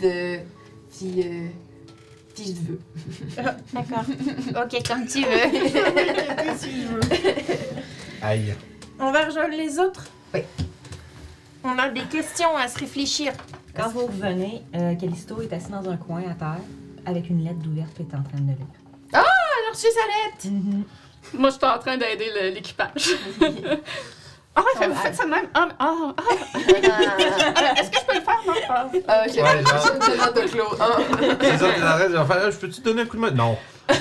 C: je veux.
B: D'accord. Ok, comme tu veux.
C: Si je veux.
A: Aïe.
B: On va rejoindre les autres?
C: Oui.
B: On a des questions à se réfléchir.
E: Quand vous revenez, Callisto est assis dans un coin à terre avec une lettre ouverte et est en train de lire.
C: Alors, je suis Salette!
D: Moi, je suis en train d'aider l'équipage. Ah, faites ça de même. Est-ce que je peux le faire, non?
C: Je me demande de Claude.
A: C'est ça, t'es en train de faire, je peux-tu te donner un coup de main? Non.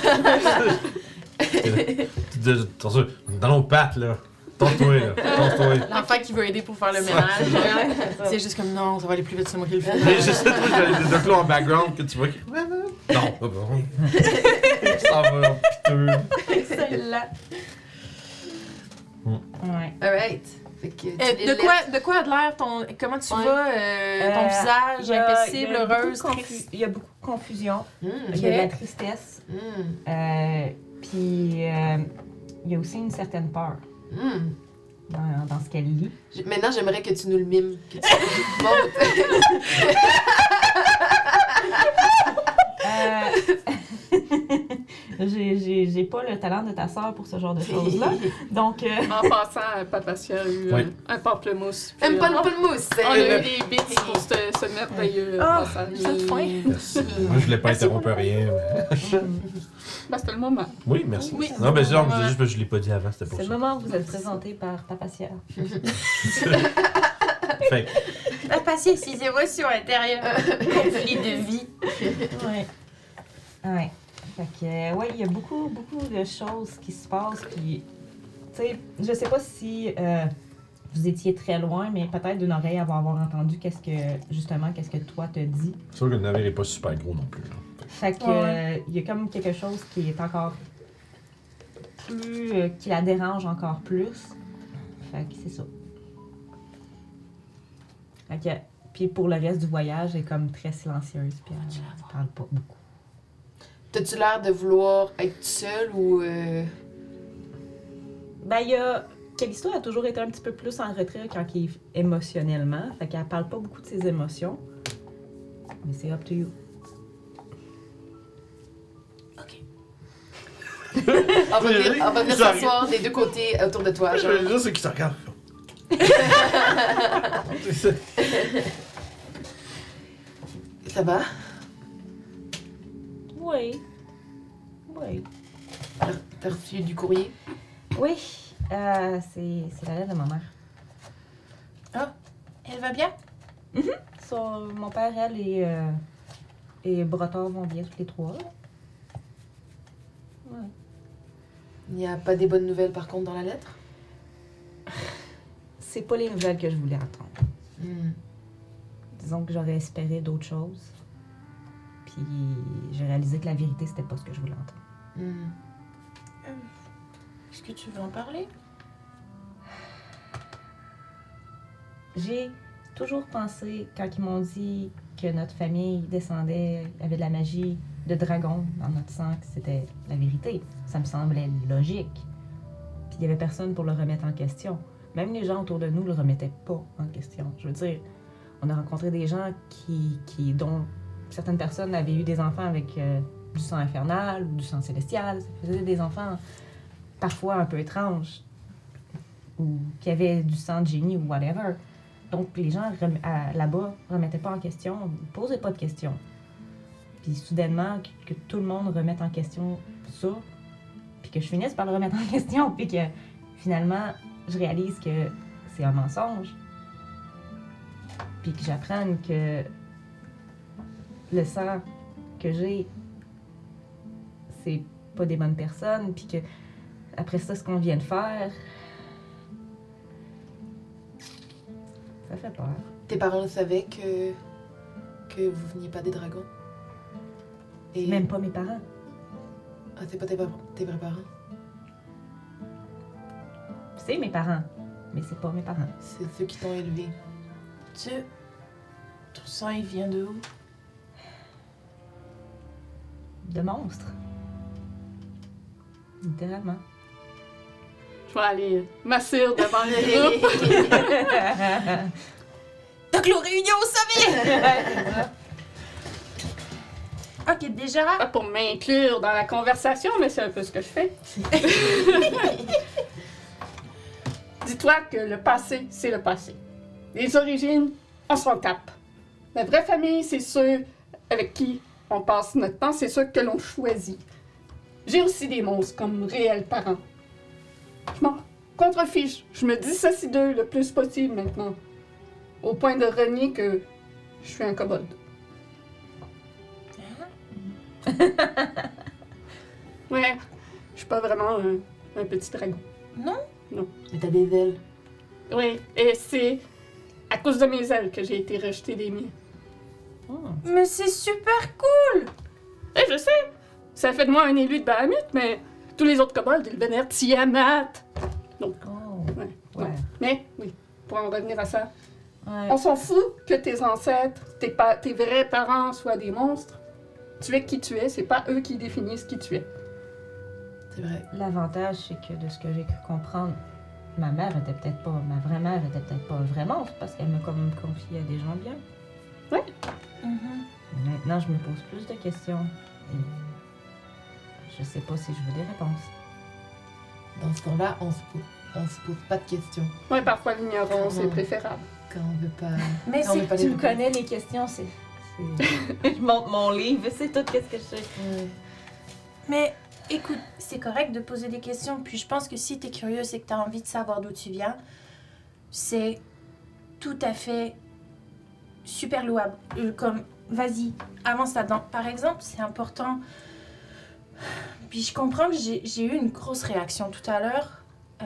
A: Attention, dans nos pattes, là. Tente-toi, là. Tente-toi.
B: L'enfant qui veut aider pour faire le ménage. C'est juste comme non, ça va aller plus vite, c'est moi qui le fais.
A: Mais je sais, toi, j'ai des doclos en background que tu vois. Non, pas bon. Ça va, piteux.
E: Celle-là. Ouais.
C: Alright. Fait que tu les
B: De quoi a de l'air ton. Comment tu
C: Ouais.
B: vas? Ton visage,
E: Il y a-
B: impassible,
E: il y a beaucoup
B: heureuse,
E: de confu-
B: triste.
E: Il y a beaucoup de confusion.
C: laisses.
E: Il y a de la tristesse. Puis il y a aussi une certaine peur dans ce qu'elle lit.
C: Maintenant, j'aimerais que tu nous le mimes. Que tu nous
E: J'ai pas le talent de ta sœur pour ce genre de choses-là. Donc,
D: En passant, Papacia a eu
A: Oui.
D: un pamplemousse. puis,
C: Un pamplemousse.
D: On a eu des bits pour ce merveilleux passage.
B: ça te fait.
A: Merci. Moi, je voulais pas interrompre rien. mais-
D: Ben, c'était le moment.
A: Oui, merci.
B: Oui.
A: Non, mais genre, c'est juste parce que je l'ai pas dit avant, c'était pour
E: c'est le
A: ça.
E: moment où vous êtes présenté par Papacia.
A: Fait que,
B: La patience, ses émotions intérieures. Conflit de vie.
E: Ouais. Ouais. Fait que, ouais, il y a beaucoup de choses qui se passent. Puis, tu sais, je sais pas si vous étiez très loin, mais peut-être d'une oreille avoir entendu qu'est-ce que toi te dit.
A: c'est sûr que le navire est pas super gros non plus. Là.
E: Fait que,
B: Ouais.
E: il y a comme quelque chose qui est encore plus. Qui la dérange encore plus. Fait que c'est ça. Fait que, puis pour le reste du voyage, elle est comme très silencieuse, puis elle parle pas beaucoup.
C: T'as-tu l'air de vouloir être seule ou.
E: Ben, il y a. Callisto a toujours été un petit peu plus en retrait quand il est émotionnellement. Fait qu'elle parle pas beaucoup de ses émotions. Mais c'est up to you.
C: On va venir
A: Ça
C: s'asseoir des deux côtés autour de toi.
A: Je
C: Genre.
A: veux dire, ceux qui se regardent.
C: Ça va?
E: Oui. Oui.
C: T'as reçu du courrier?
E: Oui. C'est la lettre de ma mère.
B: Elle va bien?
E: Mon père, elle et Brotor vont bien tous les trois. Ouais.
C: Il n'y a pas des bonnes nouvelles par contre dans la lettre?
E: C'est pas les nouvelles que je voulais entendre.
C: Hmm.
E: Disons que j'aurais espéré d'autres choses. Puis j'ai réalisé que la vérité, c'était pas ce que je voulais entendre.
C: Hmm.
B: Est-ce que tu veux en parler?
E: J'ai toujours pensé, quand ils m'ont dit que notre famille descendait, avait de la magie de dragon dans notre sang, que c'était la vérité. Ça me semblait logique. Puis il y avait personne pour le remettre en question. Même les gens autour de nous le remettaient pas en question. Je veux dire, on a rencontré des gens dont certaines personnes avaient eu des enfants avec du sang infernal ou du sang célestial. Ça faisait des enfants parfois un peu étranges ou qui avaient du sang de génie ou whatever. Donc les gens là-bas remettaient pas en question, ne posaient pas de questions. Puis soudainement, que tout le monde remette en question ça, puis que je finisse par le remettre en question, puis que finalement, je réalise que c'est un mensonge. Puis que j'apprenne que le sang que j'ai, c'est pas des bonnes personnes, puis que après ça, ce qu'on vient de faire, ça fait peur.
C: Tes parents savaient que vous veniez pas des dragons? Et...
E: Même pas mes parents.
C: Ah, c'est pas tes vrais parents?
E: C'est mes parents, mais c'est pas mes parents.
C: C'est ceux qui t'ont élevé.
B: Ton sang, il vient de où?
E: De monstres. Littéralement.
D: Je vais aller m'asseoir devant le groupe.
B: De Clo réunion au sommet! Ok, déjà.
D: Pas pour m'inclure dans la conversation, mais c'est un peu ce que je fais. Dis-toi que le passé, c'est le passé. Les origines, on s'en tape. La vraie famille, c'est ceux avec qui on passe notre temps, c'est ceux que l'on choisit. J'ai aussi des monstres comme réels parents. Je m'en contrefiche. Je me dissocie d'eux le plus possible maintenant. Au point de renier que je suis un kobold. Ouais, je suis pas vraiment un petit dragon.
B: Non?
C: Mais t'as des ailes.
D: Oui, et c'est à cause de mes ailes que j'ai été rejetée des miens.
B: Mais c'est super cool!
D: Eh, je sais! Ça fait de moi un élu de Bahamut, mais tous les autres kobolds, ils vénèrent Tiamat.
E: Oh.
D: Ouais.
E: Ouais.
D: Mais, oui, pour en revenir à ça,
E: Ouais.
D: on s'en fout que tes ancêtres, tes vrais parents soient des monstres. Tu es qui tu es, c'est pas eux qui définissent qui tu es.
C: C'est vrai.
E: L'avantage, c'est que de ce que j'ai pu comprendre, ma vraie mère était peut-être pas un vrai monstre parce qu'elle m'a comme confié à des gens bien. Maintenant, je me pose plus de questions. Et je sais pas si je veux des réponses.
C: Dans ce temps-là, on se pose pas de questions.
D: Ouais, parfois l'ignorance est préférable.
C: Quand on veut pas.
B: Mais
C: quand on veut
B: c'est.
C: pas
E: Tu
C: les
E: me
C: réponses.
E: connais, les questions, c'est... je monte mon livre, c'est tout ce que je sais.
C: Ouais.
B: Mais écoute, c'est correct de poser des questions. Puis je pense que si t'es curieuse et que t'as envie de savoir d'où tu viens, c'est tout à fait super louable. Comme, vas-y, avance là-dedans. Par exemple, c'est important. Puis je comprends que j'ai eu une grosse réaction tout à l'heure.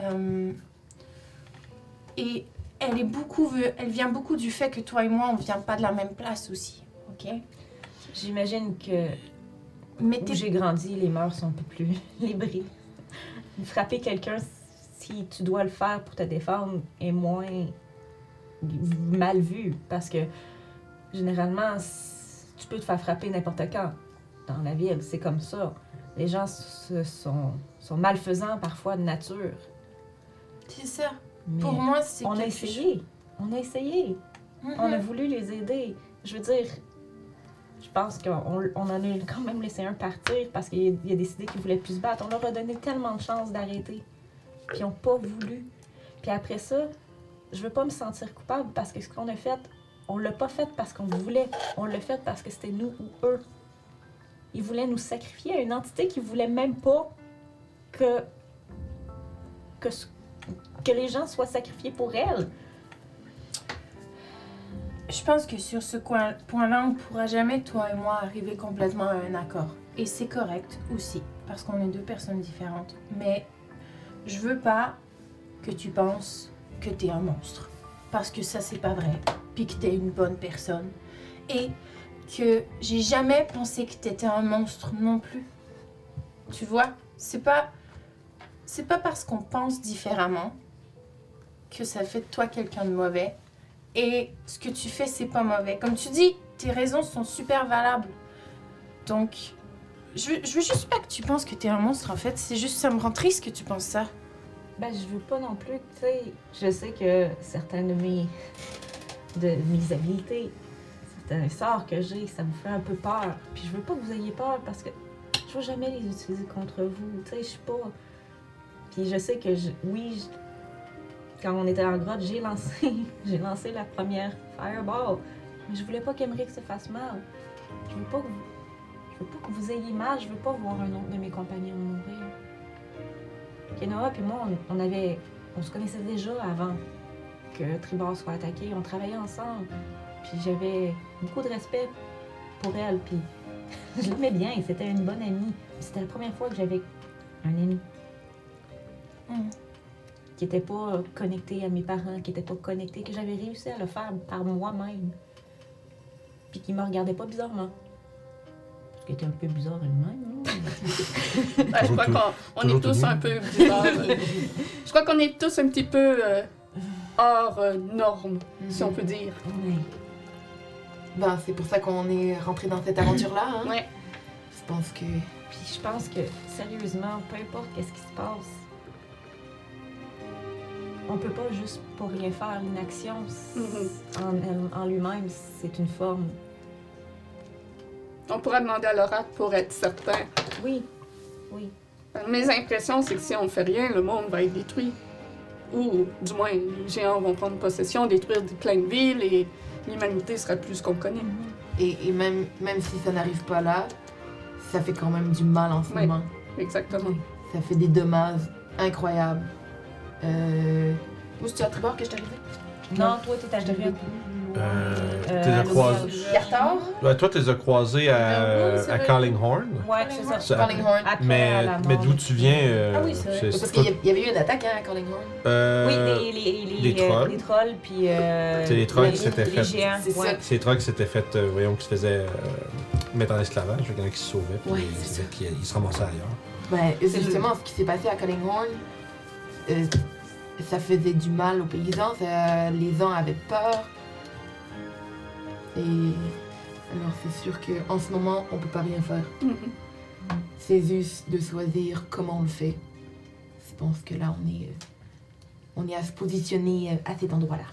B: Et elle vient beaucoup du fait que toi et moi, on vient pas de la même place aussi. Ok?
E: J'imagine que
B: Mais
E: où
B: t'es
E: j'ai grandi, les mœurs sont un peu plus libérées. Frapper quelqu'un, si tu dois le faire pour te défendre, est moins mal vu. Parce que, généralement, tu peux te faire frapper n'importe quand. Dans la ville, c'est comme ça. Les gens sont malfaisants parfois de nature.
B: c'est ça.
E: Mais
B: Pour moi, c'est
E: on a
B: quelque
E: essayé. On a essayé.
B: Mhm.
E: On a voulu les aider. Je veux dire, je pense qu'on en a quand même laissé un partir parce qu'il a décidé qu'il voulait plus se battre. On leur a donné tellement de chances d'arrêter. Puis ils n'ont pas voulu. Puis après ça, je veux pas me sentir coupable parce que ce qu'on a fait, on l'a pas fait parce qu'on voulait. On l'a fait parce que c'était nous ou eux. Ils voulaient nous sacrifier à une entité qui voulait même pas que les gens soient sacrifiés pour elle.
B: Je pense que sur ce point-là, on ne pourra jamais, toi et moi, arriver complètement à un accord. Et c'est correct aussi, parce qu'on est deux personnes différentes. Mais je veux pas que tu penses que t'es un monstre. Parce que ça, c'est pas vrai. Puis que t'es une bonne personne. Et que j'ai jamais pensé que t'étais un monstre non plus. Tu vois? C'est pas parce qu'on pense différemment que ça fait de toi quelqu'un de mauvais. Et ce que tu fais, c'est pas mauvais. Comme tu dis, tes raisons sont super valables. Donc, je veux juste pas que tu penses que t'es un monstre, en fait. C'est juste, ça me rend triste que tu penses ça.
E: Ben, je veux pas non plus, tu sais. Je sais que certaines de mes habiletés, certains sorts que j'ai, ça vous fait un peu peur. Puis je veux pas que vous ayez peur parce que je veux jamais les utiliser contre vous. Tu sais, je suis pas. Puis je sais que, quand on était en grotte, j'ai lancé la première fireball. Mais je voulais pas qu'Emeric se fasse mal. Je veux pas que vous ayez mal. Je veux pas voir un autre de mes compagnons mourir. Kenoa et moi, on se connaissait déjà avant que Tribord soit attaqué. On travaillait ensemble. Puis j'avais beaucoup de respect pour elle. Puis je l'aimais bien. C'était une bonne amie. C'était la première fois que j'avais un ami. Qui n'était pas connecté à mes parents, qui n'était pas connecté, que j'avais réussi à le faire par moi-même. Puis qui me regardait pas bizarrement. Ce qui était un peu bizarre elle-même.
D: Ouais, je crois qu'on est
A: toujours
D: tous
A: tenu.
D: un peu bizarres. Je crois qu'on est tous un petit peu hors norme, si on peut dire.
E: Ouais.
C: Ben, c'est pour ça qu'on est rentré dans cette aventure-là, hein?
D: Ouais.
C: Je pense que.
E: Puis je pense que, sérieusement, peu importe qu'est-ce qui se passe, on peut pas juste pour rien faire. L'inaction,
D: Mhm.
E: en lui-même, c'est une forme.
D: On pourra demander à l'oracle pour être certain.
E: Oui, oui.
D: Mes impressions, c'est que si on fait rien, le monde va être détruit. Ou, du moins, les géants vont prendre possession, détruire plein de villes et l'humanité sera plus ce qu'on connaît.
C: Et même si ça n'arrive pas là, ça fait quand même du mal en ce
D: Oui.
C: moment.
D: Exactement.
C: Ça fait des dommages incroyables. Où est-ce que tu as tribord que je suis arrivée?
E: Non, toi, t'es à Jérôme.
A: T'es as croisé.
C: Yartar?
A: Ouais, toi, t'es as croisé à Callinghorn.
E: Ouais, c'est ça.
A: Ça-
C: Callinghorn.
E: Après, à
A: Mais,
E: la mort.
A: mais d'où tu viens?
E: Ah oui, c'est vrai.
C: Parce qu'il y avait eu une attaque hein, à Callinghorn.
E: Oui,
A: les trolls.
E: Les trolls, puis...
A: C'est les trolls qui s'étaient
E: les
A: fait.
E: géants.
C: C'est
E: ouais.
C: ça.
A: C'est les trolls qui s'étaient fait, voyons, qui se faisaient mettre en esclavage. Il y en a qui se sauvaient, puis
C: Ouais, c'est ça.
A: ils se ramassaient ailleurs.
C: Ouais, c'est justement ce qui s'est passé à Callinghorn. Ça faisait du mal aux paysans, les gens avaient peur. Et alors c'est sûr qu'en ce moment, on peut pas rien faire.
D: Mhm.
C: C'est juste de choisir comment on le fait. Je pense que là, on est à se positionner à cet endroit-là.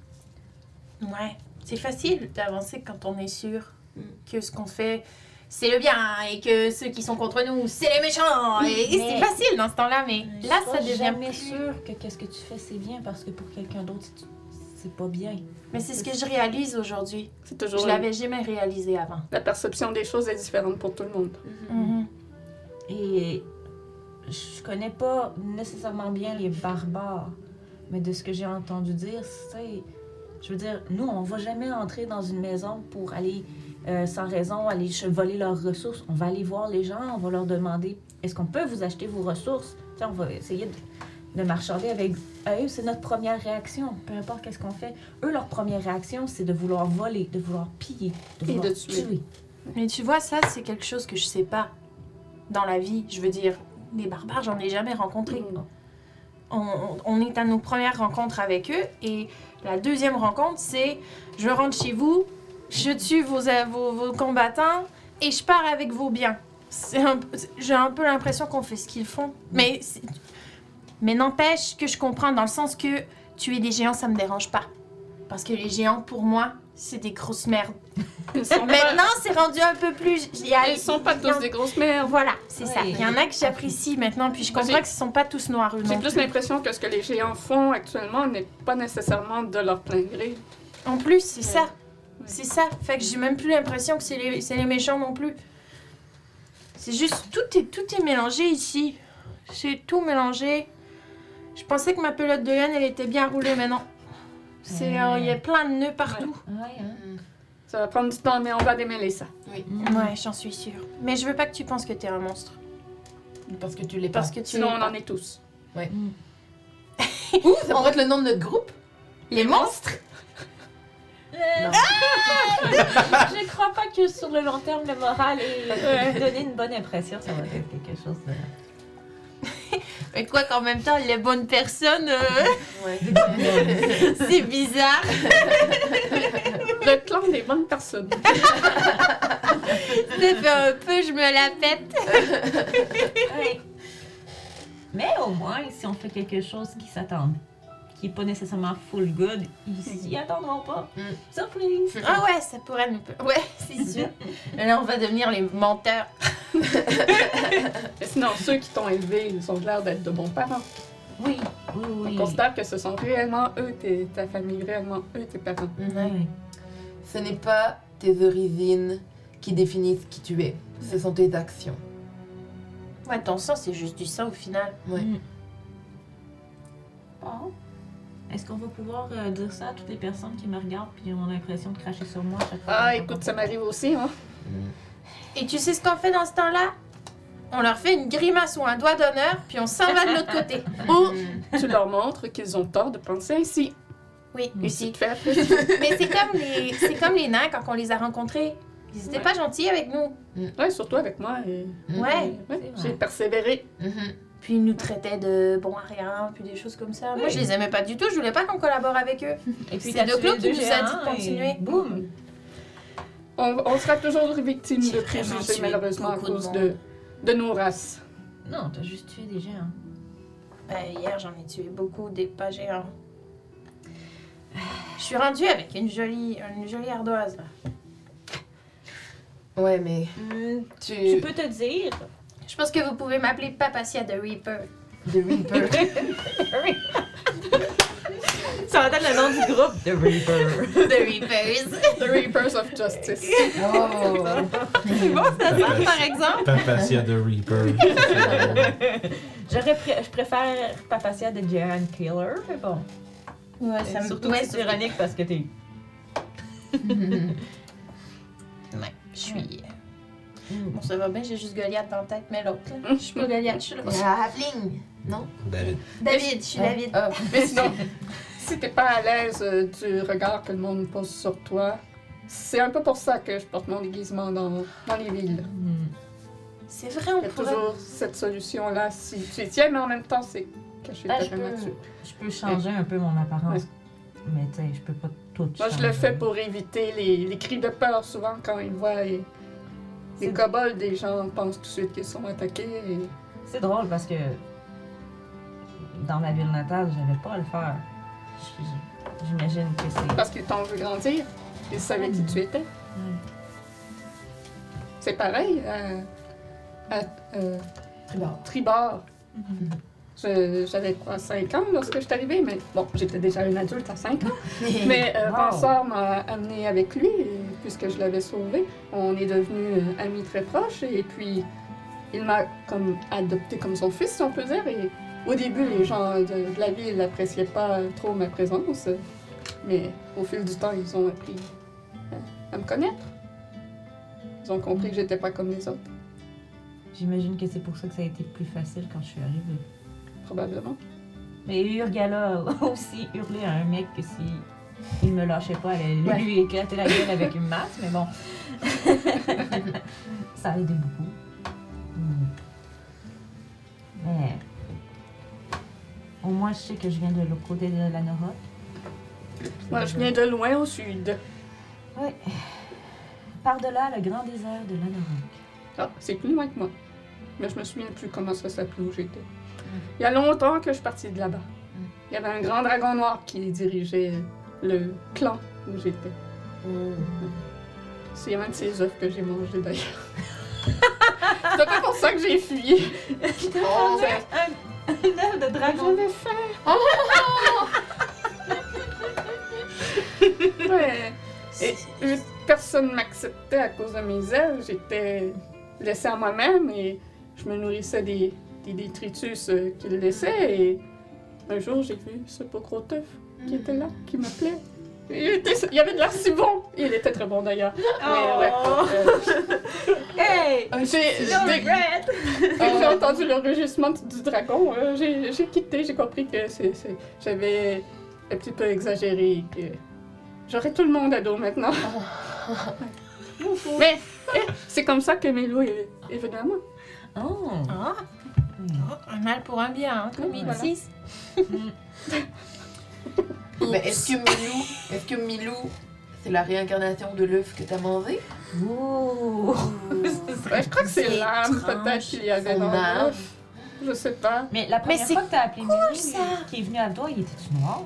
B: Ouais, c'est facile d'avancer quand on est sûr
C: Mm.
B: que ce qu'on fait, c'est le bien et que ceux qui sont contre nous, c'est les méchants. Et
E: Mais-
B: c'est facile dans ce temps-là, mais là, ça devient
E: jamais
B: plus...
E: sûr que qu'est-ce que tu fais, c'est bien, parce que pour quelqu'un d'autre, c'est pas bien.
B: Mais c'est ce que je réalise aujourd'hui.
D: C'est toujours
B: Je l'avais jamais réalisé avant.
D: la perception des choses est différente pour tout le monde.
B: Mhm.
E: Et je connais pas nécessairement bien les barbares, mais de ce que j'ai entendu dire, c'est... Je veux dire, nous, on va jamais entrer dans une maison pour aller, sans raison, aller voler leurs ressources. On va aller voir les gens, on va leur demander, est-ce qu'on peut vous acheter vos ressources? T'sais, on va essayer de marchander avec eux. C'est notre première réaction, peu importe qu'est-ce qu'on fait. Eux, leur première réaction, c'est de vouloir voler, de vouloir piller, de
D: Et
E: vouloir
D: de tuer.
B: Mais tu vois, ça, c'est quelque chose que je sais pas dans la vie. Je veux dire, les barbares, j'en ai jamais rencontré.
D: Mhm.
B: On est à nos premières rencontres avec eux et la deuxième rencontre, c'est je rentre chez vous, je tue vos combattants et je pars avec vos biens. J'ai un peu l'impression qu'on fait ce qu'ils font. Mais n'empêche que je comprends dans le sens que tuer des géants, ça me dérange pas. Parce que les géants, pour moi, c'est des grosses merdes.
D: Ils sont pas,
B: Maintenant, c'est rendu un peu plus...
D: ils sont pas tous des grosses merdes.
B: Voilà, c'est ça.
E: Oui.
B: Il y en a que j'apprécie maintenant, puis je
D: Moi,
B: comprends
D: j'ai-
B: que ce sont pas tous noirs, eux
D: J'ai
B: non
D: plus
B: plus.
D: l'impression que ce que les géants font actuellement n'est pas nécessairement de leur plein gré.
B: En plus, c'est ça.
D: Ouais.
B: C'est ça. Fait que j'ai même plus l'impression que c'est les méchants non plus. C'est juste, tout est mélangé ici. C'est tout mélangé. Je pensais que ma pelote de laine, elle était bien roulée, mais non. Il y a plein de nœuds partout.
E: Ouais, hein?
D: Ça va prendre du temps, mais on va démêler ça.
B: Ouais, j'en suis sûre. Mais je veux pas que tu penses que t'es un monstre.
C: Parce que tu l'es pas.
B: Parce que tu
D: Sinon,
B: l'es
D: on
B: pas.
D: en est tous.
C: Ouh, ça pourrait être le nom de notre groupe?
B: Les monstres?
E: Je crois pas que sur le long terme, le moral et donner une bonne impression, ça va être quelque chose de...
B: Mais quoi qu'en même temps, les bonnes personnes,
C: Ouais.
B: c'est bizarre.
D: Le clan des bonnes personnes.
B: Ça fait un peu, je me la pète.
E: Ouais. Mais au moins, si on fait quelque chose qui s'attend, qui est pas nécessairement full good, ils s'y attendront pas. Surprise!
B: Ah ouais, ça pourrait nous... Ouais, c'est sûr. Là, on va devenir les menteurs.
D: Mais sinon, ceux qui t'ont élevé, ils ont l'air d'être de bons parents.
E: Oui, oui,
D: On
E: oui.
D: considère que ce sont réellement eux, ta famille, réellement eux, tes parents.
E: Oui.
C: Ce n'est pas tes origines qui définissent qui tu es. Ce sont tes actions.
B: Ouais, ton sang, c'est juste du sang au final.
C: Ouais.
E: Bon. Est-ce qu'on va pouvoir dire ça à toutes les personnes qui me regardent puis ont l'impression de cracher sur moi chaque fois?
D: Ah, écoute, ça m'arrive aussi, hein.
B: Et tu sais ce qu'on fait dans ce temps-là? On leur fait une grimace ou un doigt d'honneur, puis on s'en va de l'autre côté.
D: Ou tu leur montres qu'ils ont tort de penser ainsi.
B: Oui,
D: Et
B: aussi.
D: tu te fais apprécier.
B: Mais c'est comme les nains quand on les a rencontrés. Ils étaient
D: Ouais.
B: pas gentils avec nous.
D: Ouais, surtout avec moi. Et...
B: Ouais.
E: C'est vrai.
D: J'ai persévéré.
B: Puis ils nous traitaient de bons à rien, puis des choses comme ça. Moi, je les aimais pas du tout. Je voulais pas qu'on collabore avec eux.
E: Et puis
B: C'est
E: t'as
B: de
E: tué
B: Claude qui
E: deux
B: nous a dit
E: géants
B: de continuer.
E: et Boum!
D: On sera toujours victime
B: J'ai
D: de
B: vraiment
D: préjugés,
B: tué
D: malheureusement, à
B: beaucoup de
D: cause
B: monde.
D: de nos races.
E: Non, t'as juste tué des géants.
B: Hier, j'en ai tué beaucoup, des pas géants. Je suis rendue avec une jolie ardoise. Là.
C: Ouais, mais
E: Je peux te dire.
B: Je pense que vous pouvez m'appeler Papacia the Reaper.
C: The Reaper.
E: Ça va être le nom du groupe, The Reaper.
B: The Reapers.
D: The Reapers of Justice.
C: Oh.
B: C'est bon, ça sonne, par exemple.
A: Papacia de Reaper.
E: Je préfère Papacia de Giant Killer, mais bon.
B: Ouais, ça me
E: Surtout que c'est ironique parce que t'es.
B: Ouais, je suis. Bon, ça va bien, j'ai juste Goliath dans la tête, mais l'autre, là. Je suis pas Goliath, je suis là.
C: Il y a Halfling, non?
A: David.
B: David, je suis David.
C: Ah.
D: Mais sinon, si t'es pas à l'aise du regard que le monde pose sur toi, c'est un peu pour ça que je porte mon déguisement dans les villes.
B: C'est vrai,
D: Il
B: on
D: y a
B: pourrait.
D: toujours cette solution-là si tu y tiens, mais en même temps, c'est caché
E: Ah,
D: ta
E: je peux-
D: nature.
E: Je peux changer un peu mon apparence.
D: Ouais.
E: Mais tu sais, je peux pas tout
D: Moi,
E: changer.
D: je le fais pour éviter les cris de peur souvent quand ils voient les
E: C'est-
D: kobolds, les gens pensent tout de suite qu'ils sont attaqués. Et...
E: C'est drôle parce que dans ma ville natale, j'avais pas à le faire. J'imagine que c'est.
D: Parce qu'ils t'ont vu grandir, ils savaient qui tu étais. C'est pareil à
C: Tribord.
D: Tribord. J'avais quoi, 5 ans lorsque je suis arrivée, mais bon, j'étais déjà une adulte à 5 ans. Mais
E: Wow.
D: Ransard m'a amenée avec lui, puisque je l'avais sauvé. On est devenus amis très proches, et puis il m'a comme adopté comme son fils, si on peut dire. Et au début, les gens de la ville n'appréciaient pas trop ma présence, mais au fil du temps, ils ont appris à me connaître. Ils ont compris que j'étais pas comme les autres,
E: J'imagine que c'est pour ça que ça a été plus facile quand je suis arrivée.
D: probablement.
E: Mais Urgala a aussi hurlé à un mec que si il me lâchait pas, elle allait lui éclater la gueule avec une masse, mais bon. Ça a aidé beaucoup. Mais au moins je sais que je viens de l'autre côté de la Nora.
D: Moi, je viens de loin au sud.
E: Oui. Par-delà le grand désert de l'Anorok.
D: Ah, c'est plus loin que moi. Mais je me souviens plus comment ça s'appelait où j'étais. Il y a longtemps que je suis partie de là-bas. Il y avait un grand dragon noir qui dirigeait le clan où j'étais. C'est un de ses œufs que j'ai mangé d'ailleurs. C'est pas pour ça que j'ai fui.
C: Oh,
E: Un œuf de dragon.
D: J'avais faim. Ouais. Et personne m'acceptait à cause de mes ailes. J'étais laissée à moi-même et je me nourrissais des détritus qu'il laissait. Et un jour, j'ai vu ce beau gros œuf qui était là, qui m'appelait. Il avait de l'air si bon. Il était très bon d'ailleurs. Mais ouais.
E: Hey!
D: J'ai
E: No
D: dès
E: regret!
D: que j'ai entendu le rugissement du dragon, j'ai quitté. J'ai compris que j'avais un petit peu exagéré et que j'aurais tout le monde à dos maintenant. Mais c'est comme ça que Mélou est venu à moi.
E: Oh!
B: Ah, un mal pour un bien, hein, comme ils
D: Voilà.
B: disent.
C: Mais est-ce que Milou, c'est la réincarnation de l'œuf que t'as mangé?
E: Ouh!
D: Ouais, je crois que c'est
B: C'est
D: l'âme
B: étrange.
D: peut-être qu'il y avait
C: Son
D: dans
C: âme.
D: l'œuf. Je sais pas.
E: Mais la première
B: c'est
E: fois que t'as appelé Milou,
B: ça!
E: qui est venu à toi, il était-tu noir?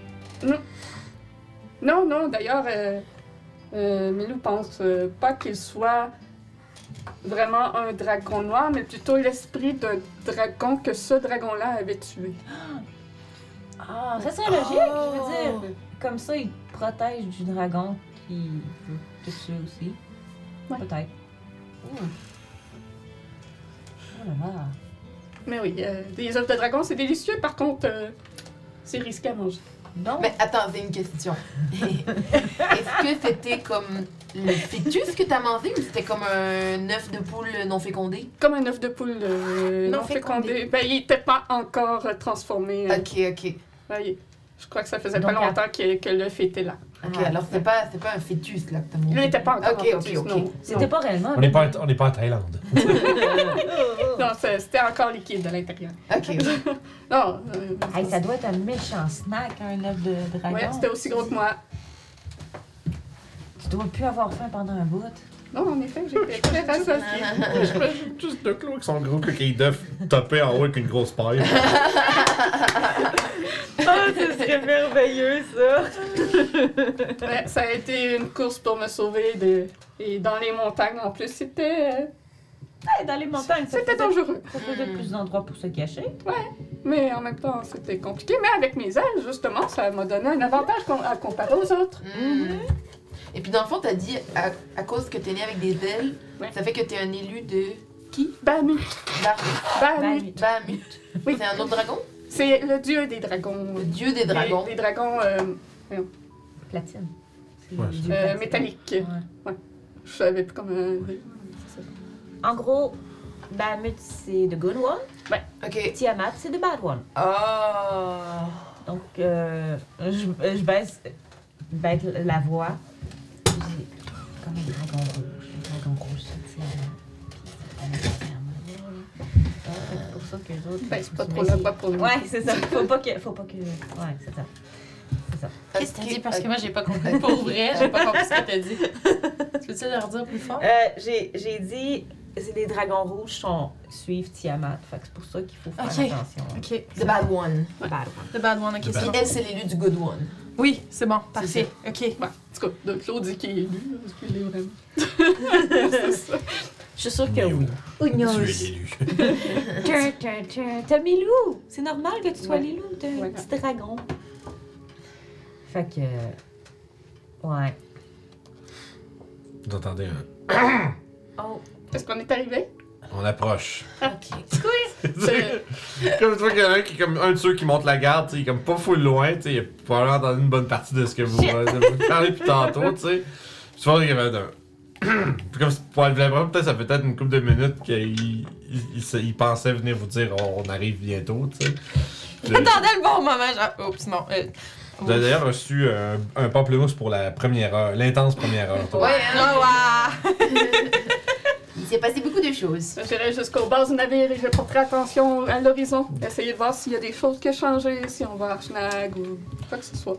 D: Non, d'ailleurs, Milou pense pas qu'il soit vraiment un dragon noir, mais plutôt l'esprit d'un dragon que ce dragon-là avait tué.
E: Ah, ça serait logique, je veux dire. Comme ça, il te protège du dragon qui veut te tuer aussi.
D: Ouais.
E: Peut-être. Ouh. Oh là là.
D: Mais oui, des œufs de dragon, c'est délicieux. Par contre, c'est risqué à manger.
E: Donc,
C: Mais attends, j'ai une question. Est-ce que c'était comme le fœtus que t'as mangé ou c'était comme un œuf de poule non fécondé?
D: Comme un œuf de poule
B: Non
D: non
B: fécondé.
D: fécondé. Ben, il n'était pas encore transformé.
C: Ok.
D: Ouais, je crois que ça faisait
E: Donc,
D: pas longtemps que l'œuf était là.
C: Ok,
E: Ah,
C: alors c'est pas un fœtus là que t'as mangé.
D: Il n'était pas encore
C: Ok,
D: en fœtus,
C: ok.
D: non.
E: c'était pas réellement.
A: On n'est pas en Thaïlande.
D: Non, c'était encore liquide à l'intérieur.
C: Ok.
D: Non,
E: Hey, ça doit être un méchant snack, un œuf de dragon.
D: ouais, c'était aussi gros que moi.
E: Tu dois plus avoir faim pendant un bout.
D: Non, en effet, j'étais très rassasiée.
A: Je imagine juste deux clous qui sont gros qu'ils doivent taper en haut avec une grosse paille.
E: Oh, ce serait merveilleux, ça!
D: Ouais, ça a été une course pour me sauver et dans les montagnes en plus, c'était
E: Dans les montagnes,
D: c'était dangereux.
E: Ça faisait plus d'endroits pour se cacher.
D: Mais en même temps, c'était compliqué. Mais avec mes ailes, justement, ça m'a donné un avantage à comparer aux autres.
C: Et puis dans le fond, t'as dit, à cause que t'es né avec des ailes,
D: Ouais.
C: ça fait que t'es un élu de qui?
D: Bahamut.
C: Bahamut. Bahamut.
D: Oui.
C: C'est un autre dragon?
D: C'est le dieu des dragons.
C: Le dieu des dragons.
D: Des dragons
E: Platine. C'est
A: Ouais,
E: du
A: c'est-
E: platine.
D: métalliques.
E: Ouais.
D: Je savais plus comment...
E: En gros, Bahamut, c'est the good one.
C: Ok.
E: Tiamat, c'est the bad one.
C: Ah.
E: Donc, je baisse la voix. Je dis, comme un dragon rouge. Un dragon rouge, c'est Tiamat. C'est pour ça que les autres...
D: Ben, c'est pas trop la voix pour nous.
E: Ouais, c'est ça. Faut pas que... Ouais, c'est ça. C'est ça.
B: Qu'est-ce que t'as dit? Parce que moi, j'ai pas compris. Pour vrai, j'ai pas compris ce que t'as dit. Tu peux-tu leur dire plus fort?
E: J'ai dit... C'est des dragons rouges suivent Tiamat. Fait que c'est pour ça qu'il faut faire
B: Ok.
E: attention.
B: Ok.
C: The bad one.
E: Bad one.
B: The bad one, ok.
A: The bad
C: Puis
A: one.
C: elle, c'est l'élu du good one.
B: Oui, c'est bon, parfait. Ok.
D: Ouais. En tout cas, de Claude dit qu'il est élu. Est-ce qu'il est vraiment? C'est ça.
E: Je suis sûre que oui.
A: Tu es l'élu.
E: T'as Milou! C'est normal que tu sois
D: Ouais.
E: Lilou, t'as un
D: Ouais.
E: petit dragon. Fait que... Ouais.
A: Vous entendez un...
E: Oh,
D: Est-ce qu'on est arrivé?
A: On approche.
C: Ok.
D: C'est-
A: Comme tu vois qu'il y en a un qui est comme un de ceux qui monte la garde, tu sais, il est comme pas full loin, tu sais, il a probablement entendu une bonne partie de ce que vous parlez depuis tantôt, tu sais. Puis tu vois qu'il y avait un... Puis comme pour être vraiment, peut-être ça fait peut-être une couple de minutes qu'il pensait venir vous dire on arrive bientôt, tu sais. Puis,
B: Attendez le bon moment, genre. Oups, non.
A: vous avez d'ailleurs reçu un pamplemousse pour la première heure, l'intense première heure. toi.
C: Ouais, hein?
B: Oh, wow.
C: Il s'est passé beaucoup de choses.
D: J'irai jusqu'au bas du navire et je porterai attention à l'horizon. Essayer de voir s'il y a des choses qui ont changé, si on va à Schnag ou quoi que ce soit.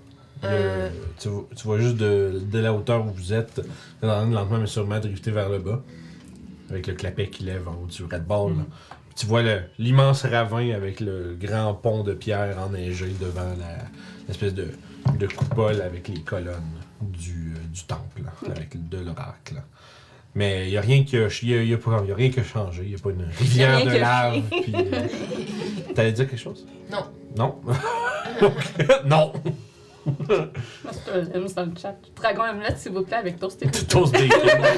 A: Tu vois juste de la hauteur où vous êtes, lentement mais sûrement drifter vers le bas, avec le clapet qui lève en haut du Red Ball. là. Tu vois l'immense ravin avec le grand pont de pierre enneigé devant l'espèce de coupole avec les colonnes du temple, là, avec de l'oracle. Mais il n'y a rien qui a rien qui a changé. Il n'y a pas une rivière
E: rien
A: de
E: qui a
A: lave. Puis, t'allais dire quelque chose?
C: Non.
A: Non? Non!
D: Master Lims dans le chat. Dragon omelette, s'il vous plaît, avec toast et
A: Tu toast bacon.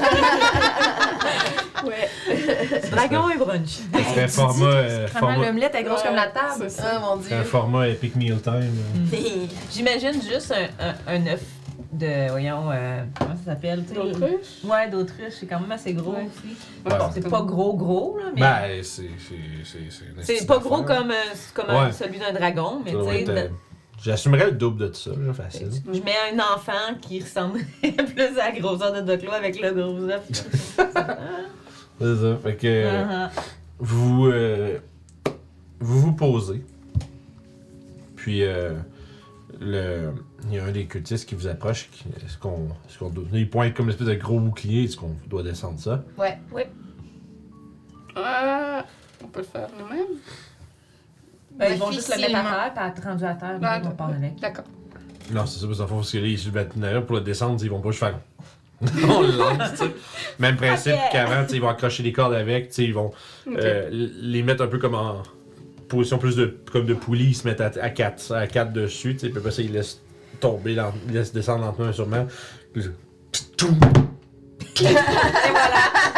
D: Ouais.
E: dragon et brunch.
A: Ce serait format,
B: Vraiment, l'omelette est grosse comme la table.
D: C'est ça.
C: Ah mon
A: c'est un
C: dieu.
A: format Epic Meal Time.
E: J'imagine juste un œuf de... Voyons, comment ça s'appelle? tu sais?
D: D'autruche?
E: Ouais, d'autruche. C'est quand même assez gros
D: Ouais.
E: aussi.
A: Ouais.
E: Bon, c'est pas gros, là, mais...
A: Ben, c'est
E: c'est pas gros comme
A: Ouais.
E: celui d'un dragon, mais
A: Ça
E: tu
A: doit
E: sais...
A: être, j'assumerais le double de ça, là, facile.
E: Je mets un enfant qui ressemble plus à la grosseur de Doclo avec le gros œuf.
A: C'est ça. Fait que vous vous posez. Puis il y a un des cultistes qui vous approche. Est-ce qu'on doit. Il pointe comme une espèce de gros bouclier. Est-ce qu'on doit descendre ça?
C: Ouais.
D: On peut le faire nous-mêmes.
E: Ils vont juste le mettre à terre, puis rendu à terre,
D: Ah,
E: on part avec.
D: D'accord.
A: Non, c'est ça, parce que là, ils sur le bâtiment, pour le descendre, ils vont pas juste faire. On le lance, tu sais. Même principe
E: Ok.
A: qu'avant, tu sais, ils vont accrocher les cordes avec, tu sais, ils vont
D: Ok.
A: les mettre un peu comme en position plus comme de poulie, ils se mettent à quatre dessus, tu sais, puis après ça, ils laissent tomber, ils laissent descendre lentement et sûrement. Puis là, toum.
E: Et voilà!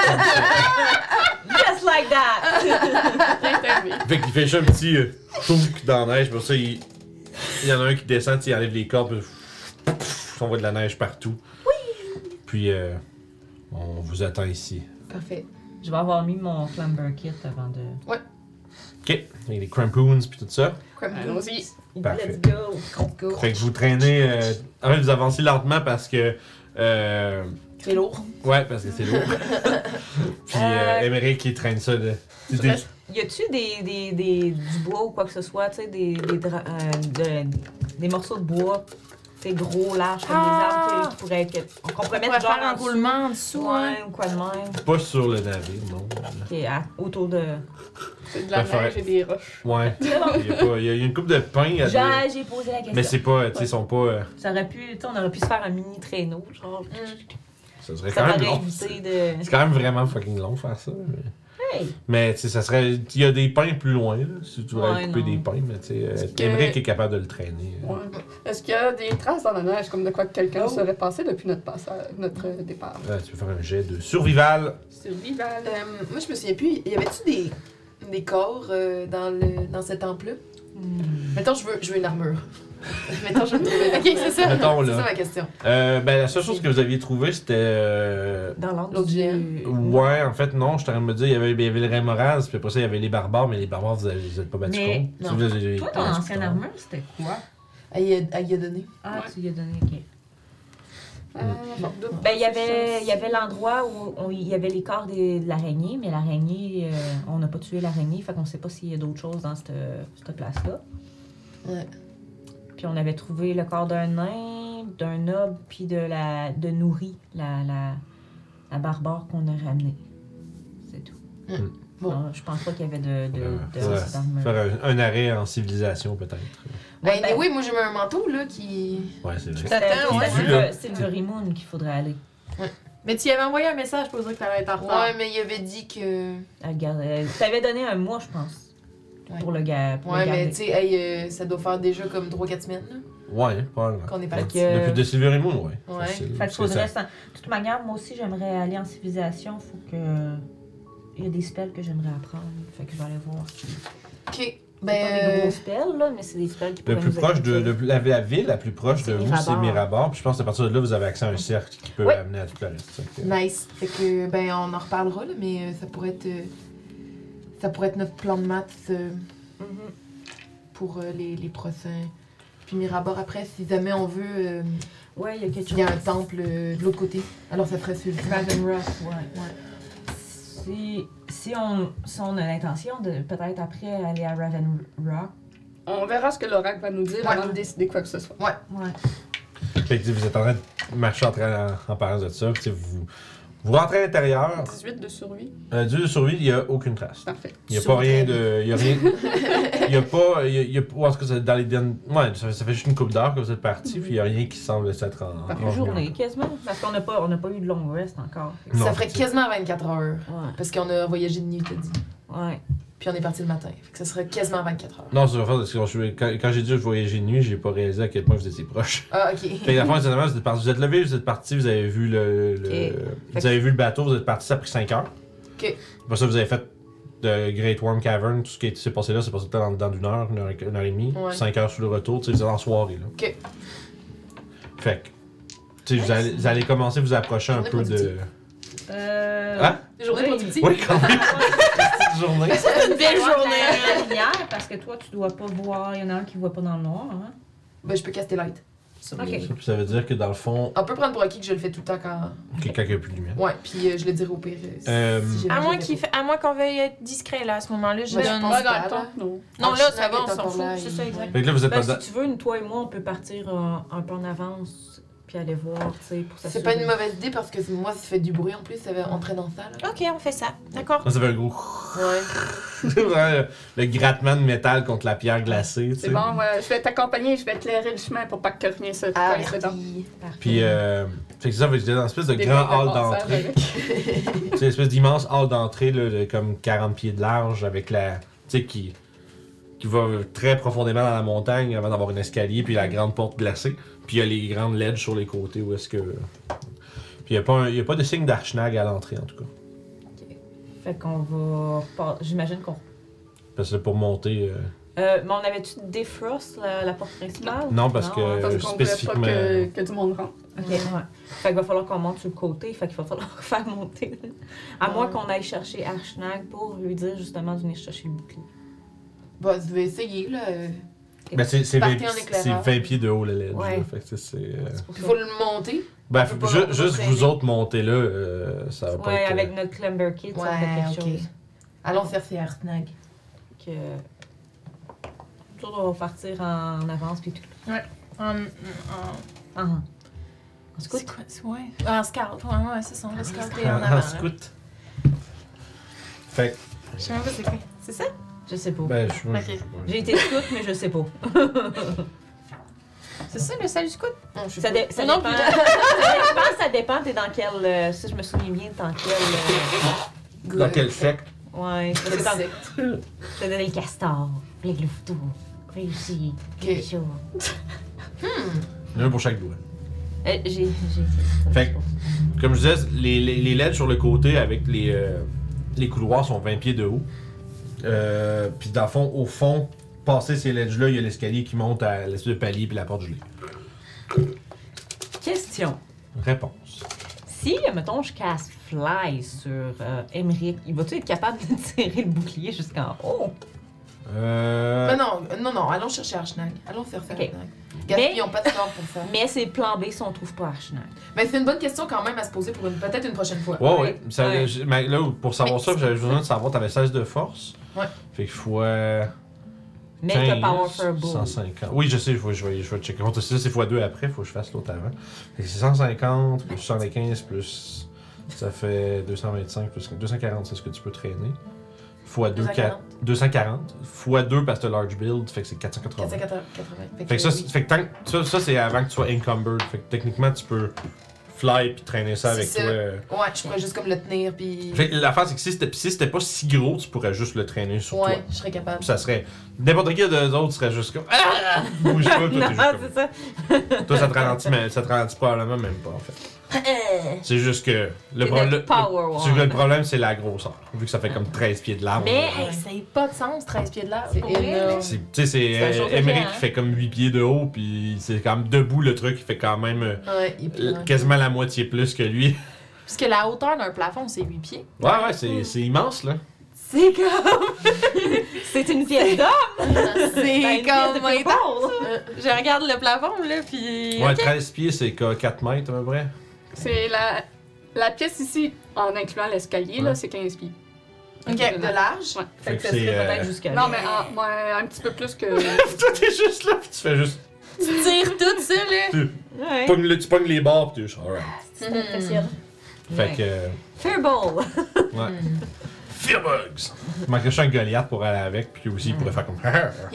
E: Just like that!
D: Bien servi.
A: Fait qu'il fait juste un petit chouk dans la neige, pour ça, il y en a un qui descend, tu sais, il enlève les cordes, puis on voit de la neige partout. Oui! Puis, on vous attend ici.
C: Parfait.
E: Je vais avoir mis mon clamber kit avant de...
A: Ok, avec les crampoons puis tout ça.
D: Allons-y.
A: Parfait.
E: Let's go!
C: Let's go.
A: Fait que vous traînez. En fait, vous avancez lentement parce que.
C: C'est lourd.
A: Ouais, parce que c'est lourd. Puis Émeric qui traîne ça de.
E: Y a-tu du bois ou quoi que ce soit, tu sais, des morceaux de bois c'est gros, large, comme des arbres qu'on pourrait
B: On
E: mettre
B: pourrait
E: genre
B: faire un
E: en dessous.
B: roulement en dessous. hein.
E: Ouais, ou quoi de même.
A: Pas sur le navire, non.
E: Autour de.
D: C'est de la
A: Ça ferait-
D: neige et des roches.
A: Ouais. Il y a une coupe de pain.
E: J'ai posé la question.
A: Mais c'est pas, tu sais, ils sont pas.
E: Ça aurait pu, tu sais, on aurait pu se faire un mini traîneau, genre.
A: Ça serait
E: Ça
A: quand même
E: m'aurait
A: long.
E: évité de.
A: C'est quand même vraiment fucking long faire ça.
E: Hey!
A: Mais tu sais, ça serait. Il y a des pains plus loin, là, si tu voudrais
E: Ouais,
A: couper
E: non.
A: des pains, mais tu sais,
D: que-
A: Emmerich est capable de le traîner.
D: Ouais. Est-ce qu'il y a des traces dans la neige, comme de quoi que quelqu'un serait passé depuis notre passage, notre départ?
A: Tu peux faire un jet de survival.
D: Survival.
C: Moi, je me souviens plus. Y avait-tu des corps dans ce temple-là? Mettons, je veux une armure. Mettons, je veux me trouver. Ok, c'est ça.
A: Mettons,
C: C'est
A: là.
C: ça ma question.
A: Ben, la seule chose que vous aviez trouvé, c'était.
E: Dans l'ordre
C: L'autre
E: du.
C: géant.
A: Ouais, en fait, non, je suis en train de me dire, il y avait le Rémoraz, puis après ça, il y avait les barbares, mais les barbares, vous êtes pas battus
E: Mais-
A: contre.
C: non.
A: Si vous avez-
E: Toi, ton
A: battus
E: ancienne
A: contre.
E: armure, c'était quoi?
C: Elle y a donné.
E: Ah,
D: Ouais.
E: tu lui as donné, ok.
C: Bon.
E: Ben, il y avait l'endroit où il y avait les corps de l'araignée, mais l'araignée, on n'a pas tué l'araignée, fait qu'on sait pas s'il y a d'autres choses dans cette place-là.
C: Ouais.
E: Puis on avait trouvé le corps d'un nain, d'un noble, puis de Nourri, la barbare qu'on a ramenée. C'est tout.
C: Bon.
E: Non, je pense pas qu'il y avait de
A: Ouais.
E: cette armure.
A: Faire un arrêt en civilisation, peut-être.
E: Ouais, ben-
C: oui, moi, j'ai mis un manteau, là, qui...
A: Ouais, c'est vrai.
B: T'attends, ouais.
E: C'est le Rimoun qu'il faudrait aller.
B: Mais tu y avais envoyé un message pour dire que t'allais être en retard.
C: Ouais, mais il avait dit que...
E: T'avais donné un mois, je pense,
C: Ouais.
E: pour le gars.
C: Ouais, mais tu sais, hey, ça doit faire déjà comme 3-4 semaines, là,
A: Ouais, probablement.
C: qu'on est
E: Fait
C: parti.
E: que-
A: Depuis de Silver Moon, ouais.
C: Ouais.
A: Facile.
E: Fait que
A: C'est
E: faudrait
A: ça.
E: De toute manière, moi aussi, j'aimerais aller en civilisation. Faut que. Il y a des spells que j'aimerais apprendre. Fait que je vais aller voir.
C: OK.
E: C'est pas des gros spells, là, mais c'est des spells qui
A: Le
E: pourraient
A: plus
E: nous
A: proche
E: aider.
A: la ville la plus proche de
E: C'est
A: vous, c'est
E: Mirabar.
A: Mirabar. Puis je pense qu'à partir de là, vous avez accès à un cercle qui peut
E: Oui.
A: amener à tout le reste. Fait que-
C: Nice. Fait que, ben, on en reparlera, là, mais ça pourrait être notre plan de maths
E: Mhm.
C: pour les prochains. Puis Mirabar, après, si jamais on veut,
E: Ouais, il y a quelque
C: il y a un
E: chose.
C: temple de l'autre côté. Alors, ça ferait celui
E: Ravenrock, ouais.
C: Ouais.
E: Si on a l'intention de peut-être après aller à Ravenrock.
D: On verra ce que l'oracle va nous dire
C: Ouais.
D: avant de décider quoi que ce soit.
E: Ouais.
A: Fait que vous êtes en train de marcher en parlant de ça. Puis vous rentrez à l'intérieur.
D: 18 de survie.
A: Dieu de survie, il n'y a aucune trace.
D: Parfait.
A: Il n'y a pas rien de. Il y a rien. Il y a pas. En tout cas, c'est dans les derniers. Ouais, ça fait juste une couple d'heures que vous êtes partis, puis il n'y a rien qui semble s'être en.
E: Une journée, quasiment. Parce qu'on n'a pas eu de long rest encore.
A: Non,
C: Ça ferait
A: c'est-
C: quasiment 24 heures.
E: Ouais.
C: Parce qu'on a voyagé de nuit, t'as dit.
E: Ouais.
C: Puis on est parti le matin. Fait que ça serait quasiment 24 heures.
A: Non, c'est vrai, parce que quand j'ai dit que je voyageais de nuit, j'ai pas réalisé à quel point vous étiez proche.
C: Ah, ok.
A: Fait que la fin, c'est vous êtes levé, vous êtes parti, vous avez vu vous avez vu le bateau, vous êtes parti, ça a pris 5 heures.
C: Ok.
A: Après ça, vous avez fait de Great Worm Cavern, tout ce qui s'est passé là, c'est passé peut-être dans une heure et demie,
C: Ouais.
A: 5 heures sur le retour, tu sais, vous êtes en soirée là.
C: Ok.
A: Fait que, tu sais, vous allez commencer à vous approcher un
C: Journée
A: peu de.
C: productive.
A: Hein?
C: Journée
E: Oui.
C: productive.
A: Oui, quand même! Petite journée.
B: C'est une belle journée.
E: La lumière, parce que toi, tu dois pas voir. Il y en a un qui voit pas dans le noir. Hein?
C: Ben, je peux caster light. Sur
E: Ok.
C: les-
A: Puis ça veut dire que dans le fond,
C: On peut prendre pour acquis que je le fais tout le temps quand.
A: quelqu'un qui a plus de lumière.
C: Ouais, puis je le dirai au pire. Si
B: À moins,
C: jamais
B: à moins qu'on veuille être discret là à ce moment-là, je
C: Ouais, je
B: donne.
C: pense
D: Pas dans
C: pas,
D: le temps,
C: là.
D: non.
B: Non, là, ça
C: Archnag
B: va, on
C: est
B: s'en
C: encore
B: fout.
C: là,
B: C'est ça, exact.
A: Fait que là, vous êtes
E: Ben,
A: dans.
E: si tu veux, toi et moi, on peut partir un peu en avance, puis aller voir, tu sais, pour
C: C'est
E: s'assurer.
C: pas une mauvaise idée parce que moi, ça fait du bruit en plus, ça va entrer dans ça. Là.
B: Ok, on fait ça. D'accord.
A: Ça fait un gros.
C: Ouais.
A: C'est vraiment le grattement de métal contre la pierre glacée, tu sais.
D: C'est bon, je vais t'accompagner, je vais éclairer le chemin pour pas que rien se
C: Ah,
D: colle dedans.
C: merci.
E: Parfait.
A: Puis, fait que c'est ça, fait que j'étais dans une espèce de
D: Des
A: grand
D: feuilles de
A: hall
D: passage
A: d'entrée.
D: avec.
A: C'est une espèce d'immense hall d'entrée, là, de comme 40 pieds de large, avec la. Tu sais, qui va très profondément dans la montagne avant d'avoir un escalier, puis la grande porte glacée. Puis il y a les grandes ledges sur les côtés où est-ce que. Puis il n'y a pas de signe d'Archnag à l'entrée, en tout cas.
E: Fait qu'on va. J'imagine qu'on.
A: Parce que pour monter.
E: Mais on avait-tu défrost la porte principale?
A: Non, parce
E: Non,
A: que
D: Parce qu'on voulait pas
A: spécifiquement.
D: que du monde rentre.
E: Ok, ouais. Fait qu'il va falloir qu'on monte sur le côté, fait qu'il va falloir faire monter. À moins qu'on aille chercher Archnag pour lui dire justement de venir chercher le bouclier.
C: Bah, je vais essayer, là.
A: Ben, c'est 20,
C: Partez en éclairage.
A: c'est 20 pieds de haut, le ledge.
E: Ouais.
A: là. Fait que c'est.
C: Il faut le monter.
A: Ben,
C: On peut pas
A: juste
C: l'entraîner.
A: vous autres monter là, ça va pas
E: Ouais,
A: être.
E: avec notre Climber Kit, ça va être quelque
C: ok.
E: chose.
C: Allons chercher Artnag.
E: Que... Nous autres, on va partir en avance puis tout. Ah. En scout?
B: C'est quoi? Ouais. En scout, ouais, c'est ça, on va scouter en
A: En
B: avant. là.
A: scout. Fait que,
B: Je sais même pas c'est quoi. C'est ça?
E: Je sais pas.
A: ben,
B: Ok.
E: J'ai été scout, mais je sais pas.
B: C'est ça le salut scout?
C: Non, je sais
E: Ça,
C: pas.
E: ça
B: Non,
E: dépend.
B: plutôt.
E: Je pense que ça dépend, t'es dans quel. Si je me souviens bien, dans quel.
A: dans quel secte?
E: Ouais, c'est
C: Quel
E: dans.
C: secte.
E: T'es dans les castors, les louveteaux, réussi,
C: Ok.
E: les choses.
A: Il y en a un pour chaque doigt.
E: J'ai.
A: Fait que, comme je disais, les LED sur le côté avec les couloirs sont 20 pieds de haut. Puis dans le fond, au fond, passé ces LEDs-là, il y a l'escalier qui monte à l'espèce de palier puis la porte gelée.
E: Question.
A: Réponse.
E: Si, mettons, je casse Fly sur Emmerich, il va-tu être capable de tirer le bouclier jusqu'en haut?
C: Mais non, allons chercher Archnag. Allons faire
E: Ok.
C: Archnag. Gaspillons pas de sort pour ça.
E: Mais c'est plan B si on trouve pas Archnag.
C: Mais c'est une bonne question quand même à se poser pour peut-être une prochaine fois.
A: Ouais, ouais.
E: Ouais.
A: Ça,
E: Ouais.
A: mais là, pour savoir
C: Mais-
A: ça, j'avais besoin de savoir, t'avais 16 de force.
C: Ouais.
A: Fait que fois.
E: Make a
A: 15,
E: powerful bull.
A: 150. Oui, je sais, je vais checker. Ça, c'est x2 après, faut que je fasse l'autre avant. Fait que c'est 150 plus 115 plus. Ça fait 225 plus 240, c'est ce que tu peux traîner. Fois 2, 240. Fois 2 parce que t'as large build, fait que c'est 480.
C: 480.
A: Fait que ça,
C: oui.
A: fait que ça c'est avant que tu sois encumbered. Fait que techniquement, tu peux fly puis traîner ça
C: C'est
A: avec
C: ça.
A: toi.
C: Ouais, je pourrais juste comme le tenir puis.
A: Fait que l'affaire, c'est que si c'était pas si gros, tu pourrais juste le traîner sur toi.
C: Ouais, je serais capable.
A: Puis ça serait. N'importe qui d'eux autres serait juste comme. Ah! Bouge pas, toi, t'es
E: Non,
A: juste comme.
E: c'est ça.
A: Toi, ça te ralentit, mais ça te ralentit probablement même pas, en fait. C'est juste que.
E: C'est notre power
A: c'est que le
E: one.
A: problème, c'est la grosseur. Vu que ça fait comme 13 pieds de large.
E: Mais-
B: Hey, ça n'a pas de sens, 13 pieds de large.
C: C'est
B: pour vrai,
C: énorme.
B: là.
A: Tu sais, c'est
E: C'est un chose de
A: Emmerich
E: géant,
A: qui fait comme 8 pieds de haut, puis c'est quand même debout le truc, il fait quand même
C: Ouais, et puis.
A: quasiment la moitié plus que lui.
B: Parce que la hauteur d'un plafond, c'est 8 pieds.
A: Ouais, c'est immense, là.
B: C'est comme.
E: C'est une pièce d'or.
B: C'est
E: Ben, une
B: comme.
E: pièce de football.
B: Je regarde le plafond, là, puis.
A: Ouais,
B: ok.
A: 13 pieds, c'est 4 mètres à peu près.
D: C'est la pièce ici, en incluant l'escalier,
A: Ouais.
D: là, c'est 15 pieds.
B: Ok.
C: De large.
D: Ouais.
E: Fait que ça
A: c'est,
E: serait peut-être jusqu'à
D: Non, mais un petit peu plus que.
A: Toi, t'es juste là, puis tu fais juste.
B: Tu tires tout ça, là.
E: Ouais.
A: Tu pognes les barres, puis tu es juste, alright.
E: C'est impressionnant.
A: Fait que.
E: Fairball.
A: Ouais. Fearbugs! Il manquerait juste un Goliath pour aller avec, puis aussi il pourrait faire comme.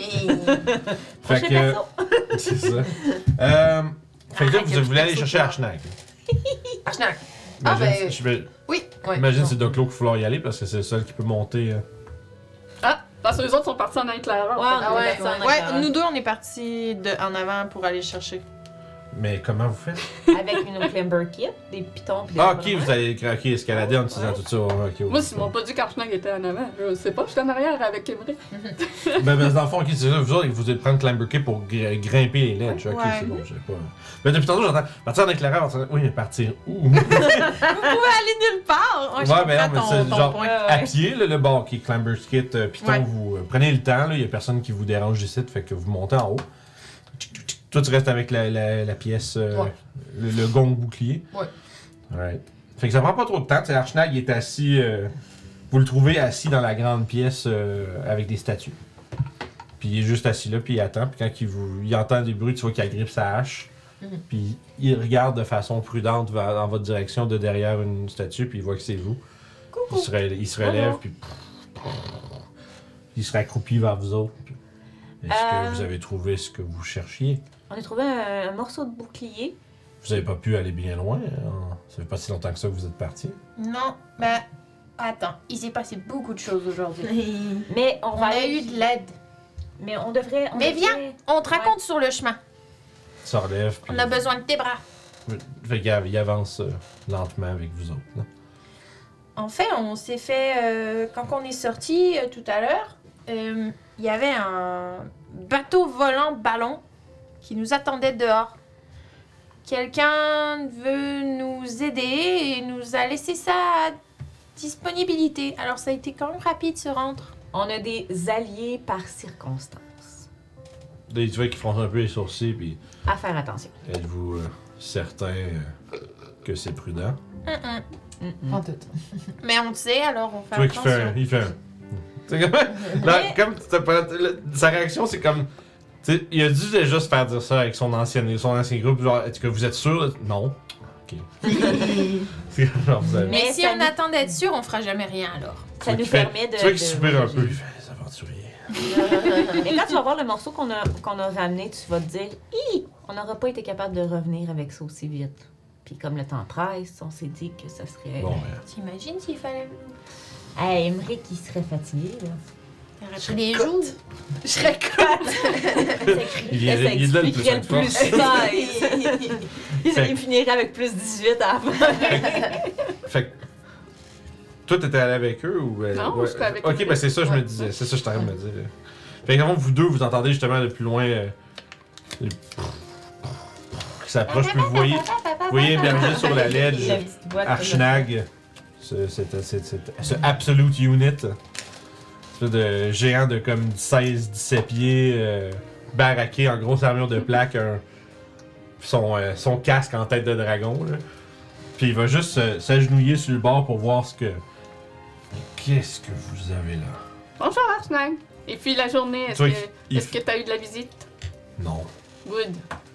A: Fait
E: Prochain
A: que.
E: perso.
A: C'est ça. Fait que là, vous voulez aller chercher Archnag.
C: Archnag. Ah,
A: Imagine,
C: ben. Oui. Ouais.
A: imagine
C: Non.
A: c'est Doclo qu'il faut falloir y aller parce que c'est le seul qui peut monter.
D: Ah! Parce que les autres sont partis en éclaireur.
E: Ouais,
C: Ah ouais,
E: on est d'accord.
B: Ouais, nous deux, on est partis en avant pour aller chercher.
A: Mais comment vous faites?
E: Avec une climber kit, des pitons pis des
A: Ah, ok, vous allez craquer, escalader en utilisant tout ça. Ok,
D: Moi, s'ils m'ont pas dit qu'Archnag était en avant, je sais pas, j'étais en arrière avec Emmerich.
A: Ben, dans le fond, ok, c'est ça. Vous autres, vous allez prendre Climber Key pour grimper les ledges. Ok,
B: Ouais.
A: c'est bon, je sais pas. Mais depuis tantôt, j'entends partir en éclaireur. Oui, mais partir où?
B: Vous pouvez aller nulle part!
A: Ouais,
B: je
A: mais non, mais
B: comprends
A: c'est
B: ton
A: genre
B: point.
A: à pied, là, le bord qui est Climber Kit, Python,
B: Ouais.
A: vous prenez le temps, il y a personne qui vous dérange ici, fait que vous montez en haut. Toi, tu restes avec la pièce,
C: Ouais.
A: le gong bouclier.
C: Ouais.
A: Alright. Fait que ça prend pas trop de temps. T'sais, Archnag, il est assis, vous le trouvez assis dans la grande pièce avec des statues. Puis il est juste assis là, puis il attend. Puis quand il entend des bruits, tu vois qu'il agrippe sa hache.
C: Mhm.
A: Puis il regarde de façon prudente dans votre direction de derrière une statue, puis il voit que c'est vous.
B: Coucou.
A: Il se relève, puis il se accroupit vers vous autres. Puis, est-ce que vous avez trouvé ce que vous cherchiez?
E: On a trouvé un morceau de bouclier.
A: Vous avez pas pu aller bien loin. Ça fait pas si longtemps que ça que vous êtes parti.
B: Non, mais attends, il s'est passé beaucoup de choses aujourd'hui.
E: Mais on
B: On
E: va
B: a
E: aller-
B: eu de l'aide.
E: Mais on devrait.
B: Mais viens! On te raconte sur le chemin.
A: Il se relève, puis
B: On a besoin de tes bras.
A: fait qu'il avance lentement avec vous autres. Là.
B: En fait, on s'est fait. Quand on est sorti tout à l'heure, il y avait un bateau volant ballon qui nous attendait dehors. Quelqu'un veut nous aider et nous a laissé ça à disponibilité. Alors ça a été quand même rapide se rendre.
E: On a des alliés par circonstance.
A: Là, tu vois qu'ils font un peu les sourcils, puis
E: À faire attention.
A: êtes-vous certain que c'est prudent?
C: En tout.
B: Mais on le sait, alors on fait
A: Tu vois qu'il
B: attention.
A: il fait un. C'est comme, là, comme sa réaction, c'est comme Tu sais, il a dû déjà se faire dire ça avec son ancien groupe. Genre, est-ce que vous êtes sûr? Non. Ok. Genre, vous avez...
B: Mais si
E: ça
B: on
E: nous-
B: attend d'être sûr, on fera jamais rien alors.
E: Ça nous
A: fait-
E: permet de.
A: Tu vois qu'il
E: de
A: soupire un
E: voyager.
A: peu. Il fait les aventuriers.
E: Mais quand tu vas voir le morceau qu'on a ramené, tu vas te dire, hi, on n'aura pas été capable de revenir avec ça aussi vite. Puis comme le temps presse, on s'est dit que ça serait.
A: Bon,
B: T'imagines s'il fallait.
E: Hey, Emmerich, il serait fatigué, là.
B: T'aurais pris des jours.
E: Je serais
A: il est là le plus
E: le plus 16.
A: Fait-
E: Il finirait avec plus 18 à la fin.
A: Fait que. Toi, t'étais allé avec eux ou.
D: Non, j'étais avec
A: Ok,
D: eux.
A: ben c'est ça, je me
C: Ouais.
A: disais. C'est ça, je t'arrête de me dire. Fait que, vous deux, vous entendez justement de plus loin. Qui s'approche, puis vous voyez émerger sur la ledge
E: La petite boîte,
A: Archnag, ce Absolute Unit, espèce de géant de comme 16-17 pieds, baraqué en grosse armure de plaque, son casque en tête de dragon. Là. Puis il va juste s'agenouiller sur le bord pour voir ce que. Qu'est-ce que vous avez là?
D: Bonjour, Arsnag. Et puis la journée,
A: Tu vois qu'il-
D: est-ce que t'as eu de la visite?
A: Non.
D: Good.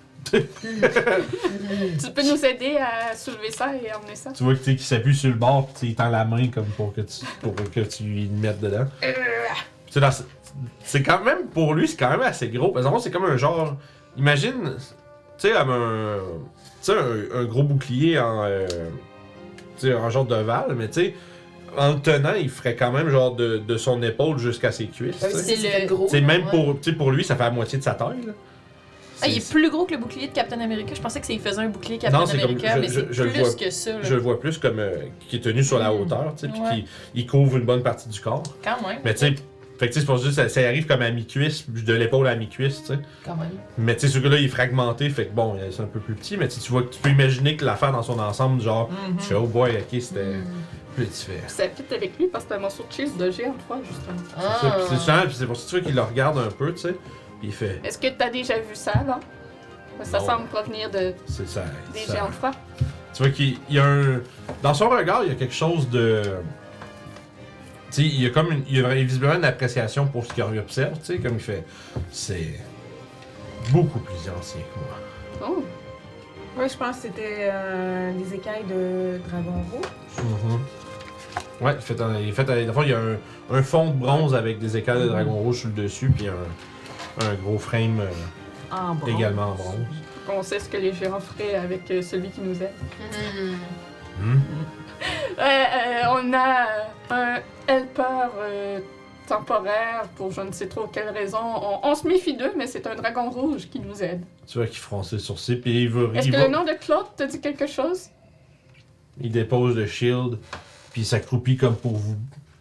D: Tu peux nous aider à soulever ça et emmener ça?
A: Tu vois que qu'il s'appuie sur le bord, puis il tend la main comme pour que tu lui mettes dedans. Tu sais, c'est quand même, pour lui, c'est quand même assez gros. Parce que c'est comme un genre. Imagine, tu sais, comme un gros bouclier en. Tu sais, en genre d'ovale, mais tu sais, en le tenant, il ferait quand même genre de son épaule jusqu'à ses cuisses. tu sais.
B: C'est le
C: gros.
A: C'est même
C: ouais.
A: pour lui, ça fait la moitié de sa taille. Là.
B: Ah, il est plus gros que le bouclier de Captain America. Je pensais que il faisait un bouclier Captain
A: Non, c'est comme-
B: America, mais c'est
A: je le
B: plus
A: vois-
B: que ça. Là.
A: Je le vois plus comme qui est tenu sur la hauteur, tu sais, puis
B: Ouais.
A: il couvre une bonne partie du corps.
B: Quand même.
A: Mais tu sais, fait que tu sais, c'est pour ça que ça arrive comme à mi-cuisse, de l'épaule à mi-cuisse, tu sais.
C: Quand même.
A: Mais tu sais, ce gars-là, il est fragmenté, fait que bon, c'est un peu plus petit, mais tu vois que tu peux imaginer que l'affaire dans son ensemble, genre, tu fais, oh boy, ok, c'était. Puis tu fais.
D: Ça fit avec lui parce que c'est un morceau de cheese de géant, fois, justement.
A: C'est ça, puis c'est ça, puis c'est pour ça que tu vois qu'il le regarde un peu, tu sais, puis il fait.
D: Est-ce que t'as déjà vu ça, là? Ça
A: Non.
D: semble provenir de
A: C'est ça.
D: des
A: ça-
D: géants de froid.
A: Tu vois qu'il y a un. Dans son regard, il y a quelque chose de. Tu sais, il y a comme il y a visiblement une appréciation pour ce qu'il observe, tu sais, comme il fait. C'est. Beaucoup plus ancien que moi.
D: Oh,
E: Oui, je pense que c'était des écailles de dragon rouge.
A: Ouais, dans le fond, il y a un fond de bronze avec des écailles de dragon rouge sur le dessus, puis un gros frame
E: En bronze.
A: également en bronze.
D: on sait ce que les géants feraient avec celui qui nous aide.
A: Hmm.
D: On a un helper temporaire pour je ne sais trop quelle raison. On se méfie d'eux, mais c'est un dragon rouge qui nous aide.
A: Tu vois qu'il fronce les sourcils, puis il veut.
D: Est-ce que le nom de Claude te dit quelque chose?
A: Il dépose le shield, puis il s'accroupit comme pour vous.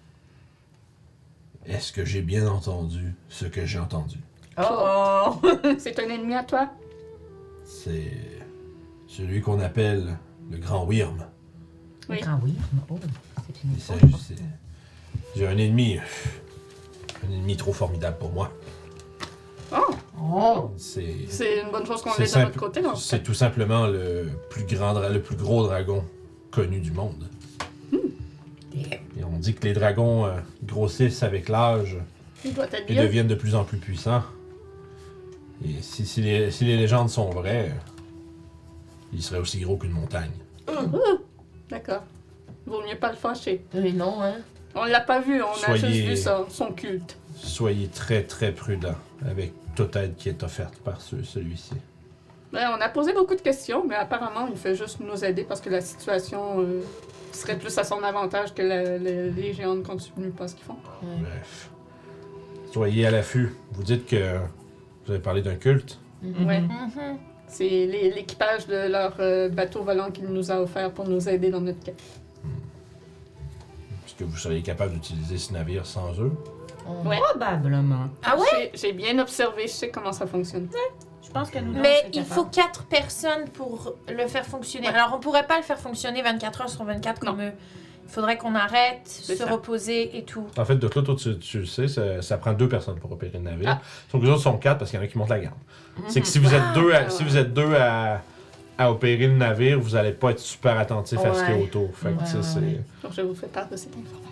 A: Est-ce que j'ai bien entendu ce que j'ai entendu?
E: Oh!
D: C'est un ennemi à toi?
A: C'est celui qu'on appelle le Grand Wyrm.
D: Oui.
E: Grand oui. Oh, c'est une
A: Il
E: épaule.
A: s'agit- c'est- J'ai un ennemi trop formidable pour moi.
D: Oh,
C: Oh!
D: c'est une bonne chose qu'on
A: c'est
D: l'ait de notre côté, dans ce
A: c'est
D: cas.
A: tout simplement le plus gros dragon connu du monde. Et on dit que les dragons grossissent avec l'âge
D: Il doit être
A: et
D: bien.
A: deviennent de plus en plus puissants. Et si les légendes sont vraies, il serait aussi gros qu'une montagne.
D: D'accord. Vaut mieux pas le fâcher.
C: Et non, hein?
D: On l'a pas vu, on a
A: Soyez-
D: juste vu son culte.
A: Soyez très très prudents avec toute aide qui est offerte par celui-ci.
D: Ouais, on a posé beaucoup de questions, mais apparemment, il fait juste nous aider parce que la situation serait plus à son avantage que les géants ne continuent pas ce qu'ils font.
A: Bref. Soyez à l'affût. Vous dites que vous avez parlé d'un culte.
D: Ouais.
B: Mhm.
D: C'est l'équipage de leur bateau volant qu'il nous a offert pour nous aider dans notre quête.
A: Est-ce que vous seriez capable d'utiliser ce navire sans eux?
D: Ouais.
E: Probablement.
B: Ah ouais?
D: J'ai bien observé, je sais comment ça fonctionne.
E: Je pense que nous deux, on
B: Mais
E: serait
B: il
E: capables.
B: faut 4 personnes pour le faire fonctionner. Alors, on pourrait pas le faire fonctionner 24 heures sur 24 comme eux. Il faudrait qu'on arrête, se
D: ça.
B: reposer et tout.
A: En fait, de là, toi, tu le sais, ça prend 2 personnes pour opérer le navire.
D: Ah.
A: Sauf que les autres sont 4 parce qu'il y en a qui montent la garde. C'est que si vous êtes deux à opérer le navire, vous allez pas être super attentif à ce qu'il y a
C: Ouais.
A: autour. Fait que,
C: Ouais,
A: tu sais,
C: ouais,
A: c'est...
C: ouais.
D: Donc je vous fais part de cette information.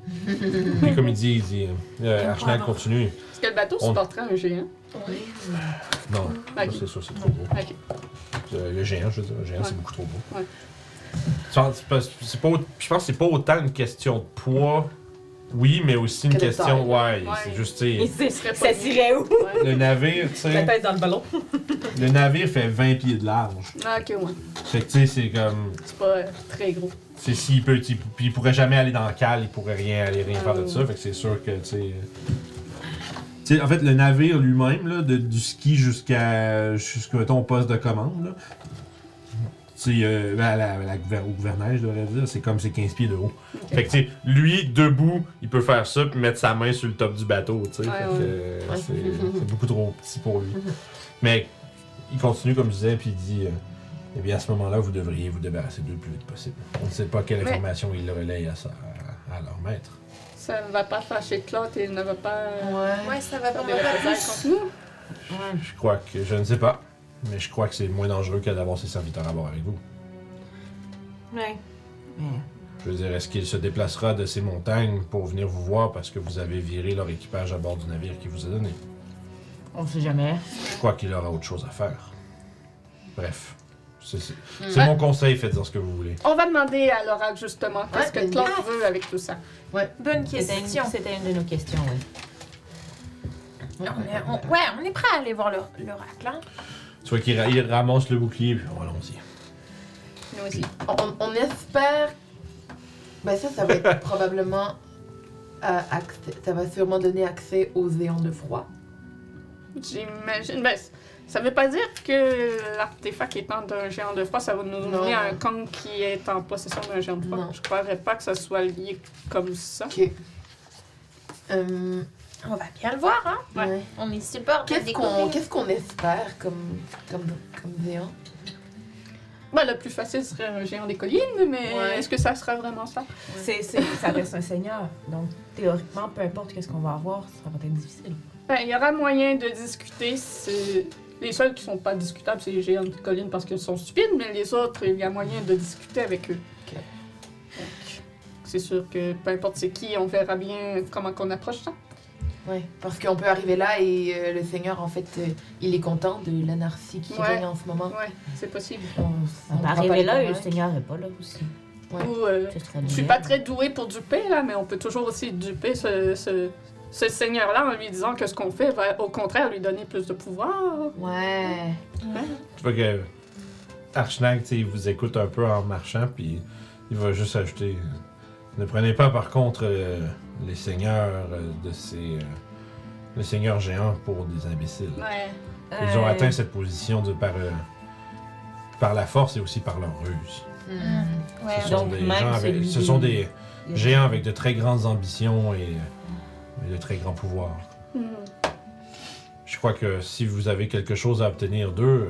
A: Puis comme il dit Archnag continue.
D: Est-ce que le bateau supporterait un géant?
A: Non, ça,
D: Ok.
A: c'est sûr, c'est trop gros.
D: Ok.
A: Le géant, je veux dire, le géant,
D: Ouais.
A: c'est beaucoup trop beau.
D: Ouais.
A: Je pense que c'est pas autant une question de poids, oui, mais aussi une
C: Que de
A: question,
C: taille.
A: ouais,
D: Ouais.
A: c'est juste, tu sais,
E: Et
D: serait pas
E: ça tirait où?
D: Ouais.
A: le navire, tu
E: La
A: sais,
E: tête dans le ballon.
A: le navire fait 20 pieds de large.
D: Ah, ok, ouais.
A: Fait que, tu sais, c'est comme,
D: C'est pas très gros.
A: c'est s'il peut, puis il pourrait jamais aller dans le cale, il pourrait rien faire de ça, fait que c'est sûr que, tu sais, en fait, le navire lui-même, là, du ski jusqu'à, mettons, au poste de commande, là, tu sais, au gouvernail, je devrais dire, c'est comme c'est 15 pieds de haut.
D: Ok.
A: Fait que, tu sais, lui, debout, il peut faire ça puis mettre sa main sur le top du bateau, tu sais.
D: Ouais,
A: Fait que,
C: ouais.
A: c'est beaucoup trop petit pour lui. Mais il continue, comme je disais, puis il dit eh bien, à ce moment-là, vous devriez vous débarrasser d'eux le plus vite possible. On ne sait pas quelle
D: Mais-
A: information il relaye à leur maître.
D: Ça ne va pas fâcher Claude et il ne va pas
B: Ouais, ça va
D: faire
B: pas
D: des
B: mal
D: représailles
B: plus.
D: contre nous.
A: Je crois que, je ne sais pas, mais je crois que c'est moins dangereux que d'avoir ses serviteurs à bord avec vous.
E: Ouais. Mais
A: Je veux dire, est-ce qu'il se déplacera de ces montagnes pour venir vous voir parce que vous avez viré leur équipage à bord du navire qu'il vous a donné?
E: on sait jamais.
A: Je crois qu'il aura autre chose à faire. Bref. C'est
D: Ouais.
A: mon conseil, faites-en ce que vous voulez.
D: On va demander à l'oracle justement qu'est-ce que
C: mais-
D: Claude veut avec tout ça.
B: Bonne question.
E: C'était une de nos questions, oui.
B: On est prêt à aller voir l'oracle, hein?
A: Tu vois qu'il il ramasse le bouclier, puis allons-y.
D: Nous aussi.
C: On espère. Ben ça va être probablement. Ça va sûrement donner accès aux géants de froid.
D: J'imagine. Ben, ça veut pas dire que l'artefact étant d'un géant de froid, ça va nous
C: Non.
D: donner un Kong qui est en possession d'un géant de froid.
C: Non.
D: Je croirais pas que ça soit lié comme ça.
C: Ok.
B: On va bien le voir, hein?
D: Ouais.
B: On est super de découvrir.
C: Qu'est-ce qu'on espère comme géant?
D: Ben, le plus facile serait un géant des collines, mais
C: Ouais.
D: est-ce que ça sera vraiment ça?
E: Ça reste un seigneur. Donc, théoriquement, peu importe qu'est-ce qu'on va avoir, ça va être difficile.
D: Ben, il y aura moyen de discuter. Les seuls qui sont pas discutables, c'est les géants de collines parce qu'ils sont stupides, mais les autres, il y a moyen de discuter avec eux.
C: Ok.
D: Donc, c'est sûr que peu importe c'est qui, on verra bien comment qu'on approche ça.
C: Ouais, parce qu'on peut arriver là et le Seigneur, en fait, il est content de l'anarchie qui
D: Ouais.
C: règne en ce moment.
D: Ouais, c'est possible.
E: On peut
C: pourra pas
E: arriver
C: les
E: là et le
C: convaincre.
E: seigneur n'est pas là aussi.
C: Ouais.
D: Ou,
E: Ce serait
D: je suis
E: bien.
D: pas très douée pour duper, là, mais on peut toujours aussi duper ce seigneur-là en lui disant que ce qu'on fait va au contraire lui donner plus de pouvoir.
C: Ouais.
A: Tu vois que Archnag, tu sais, il vous écoute un peu en marchant, puis il va juste ajouter ne prenez pas par contre les seigneurs de ces. Les seigneurs géants pour des imbéciles.
D: Ouais.
A: Ils ont atteint cette position par la force et aussi par leur ruse.
C: Hmm.
B: Ouais,
A: Ce sont
E: donc
A: des
E: même
A: gens avec,
E: celui
A: ce sont des
E: Il y a-
A: géants avec de très grandes ambitions et de très grands pouvoirs.
D: Mhm.
A: Je crois que si vous avez quelque chose à obtenir d'eux,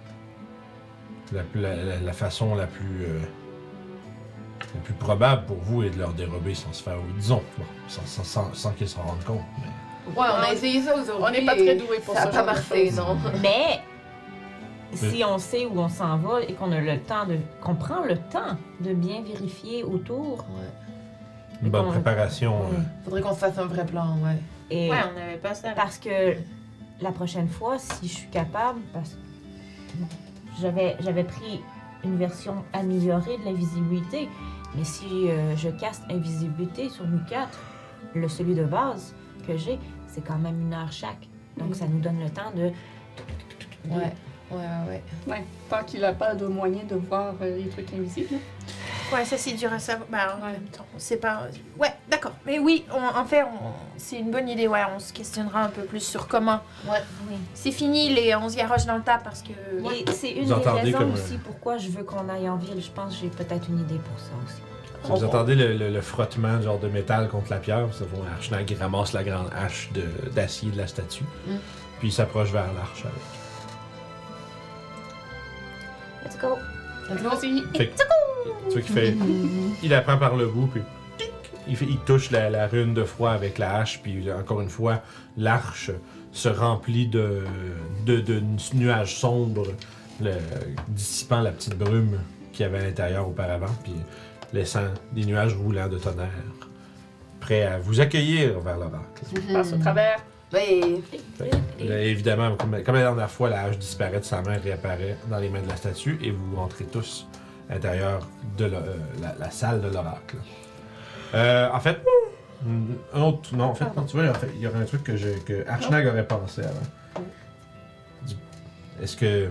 A: la façon la plus probable pour vous est de leur dérober sans se faire, disons, bon, sans qu'ils s'en rendent compte. Mais
C: Ouais, on a essayé ça aujourd'hui.
D: On n'est pas très doué pour
C: ça
D: ça.
C: n'a pas marché, non.
E: Mais si on sait où on s'en va et qu'on a le temps qu'on prend le temps de bien vérifier autour
C: Ouais.
A: une bonne
E: qu'on-
A: préparation.
E: Ouais.
C: Faudrait qu'on se fasse un vrai plan, ouais.
E: et
B: Ouais, on n'avait pas ça.
E: parce que la prochaine fois, si je suis capable, parce que bon, j'avais pris une version améliorée de l'invisibilité, mais si je caste invisibilité sur nous quatre, celui de base que j'ai, c'est quand même 1 heure chaque. Donc ça nous donne le temps de
C: Ouais. Ouais.
D: Ouais, tant qu'il n'a pas de moyen de voir les trucs invisibles.
B: Ouais, ça c'est dur à savoir. Bah, en
D: Ouais.
B: même temps, c'est pas. Ouais, d'accord. Mais oui, en fait, c'est une bonne idée. Ouais, on se questionnera un peu plus sur comment.
C: Ouais.
E: Oui.
B: C'est fini, on se garoche dans le tas parce que.
E: Et c'est une
A: Vous
E: des
A: entendez
E: raisons
A: comme,
E: aussi pourquoi je veux qu'on aille en ville. Je pense que j'ai peut-être une idée pour ça aussi.
A: Vous entendez le frottement genre de métal contre la pierre, ça va Archnag qui ramasse la grande hache d'acier de la statue, puis il s'approche vers l'arche avec.
E: Let's go!
D: Vas-y.
A: Fait que, tu vois qu'il fait. Il la prend par le bout, puis. tic, il touche la rune de froid avec la hache, puis encore une fois, l'arche se remplit de nuages sombres, dissipant la petite brume qu'il y avait à l'intérieur auparavant, puis laissant des nuages roulants de tonnerre prêt à vous accueillir vers l'oracle.
D: Je passe au travers.
C: Oui.
A: Là, évidemment, comme la dernière fois, la hache disparaît de sa main, réapparaît dans les mains de la statue et vous rentrez tous à l'intérieur de la salle de l'oracle. En fait, un autre. Non, en fait, non, tu vois, il y aurait un truc que Archnag aurait pensé avant. Est-ce que.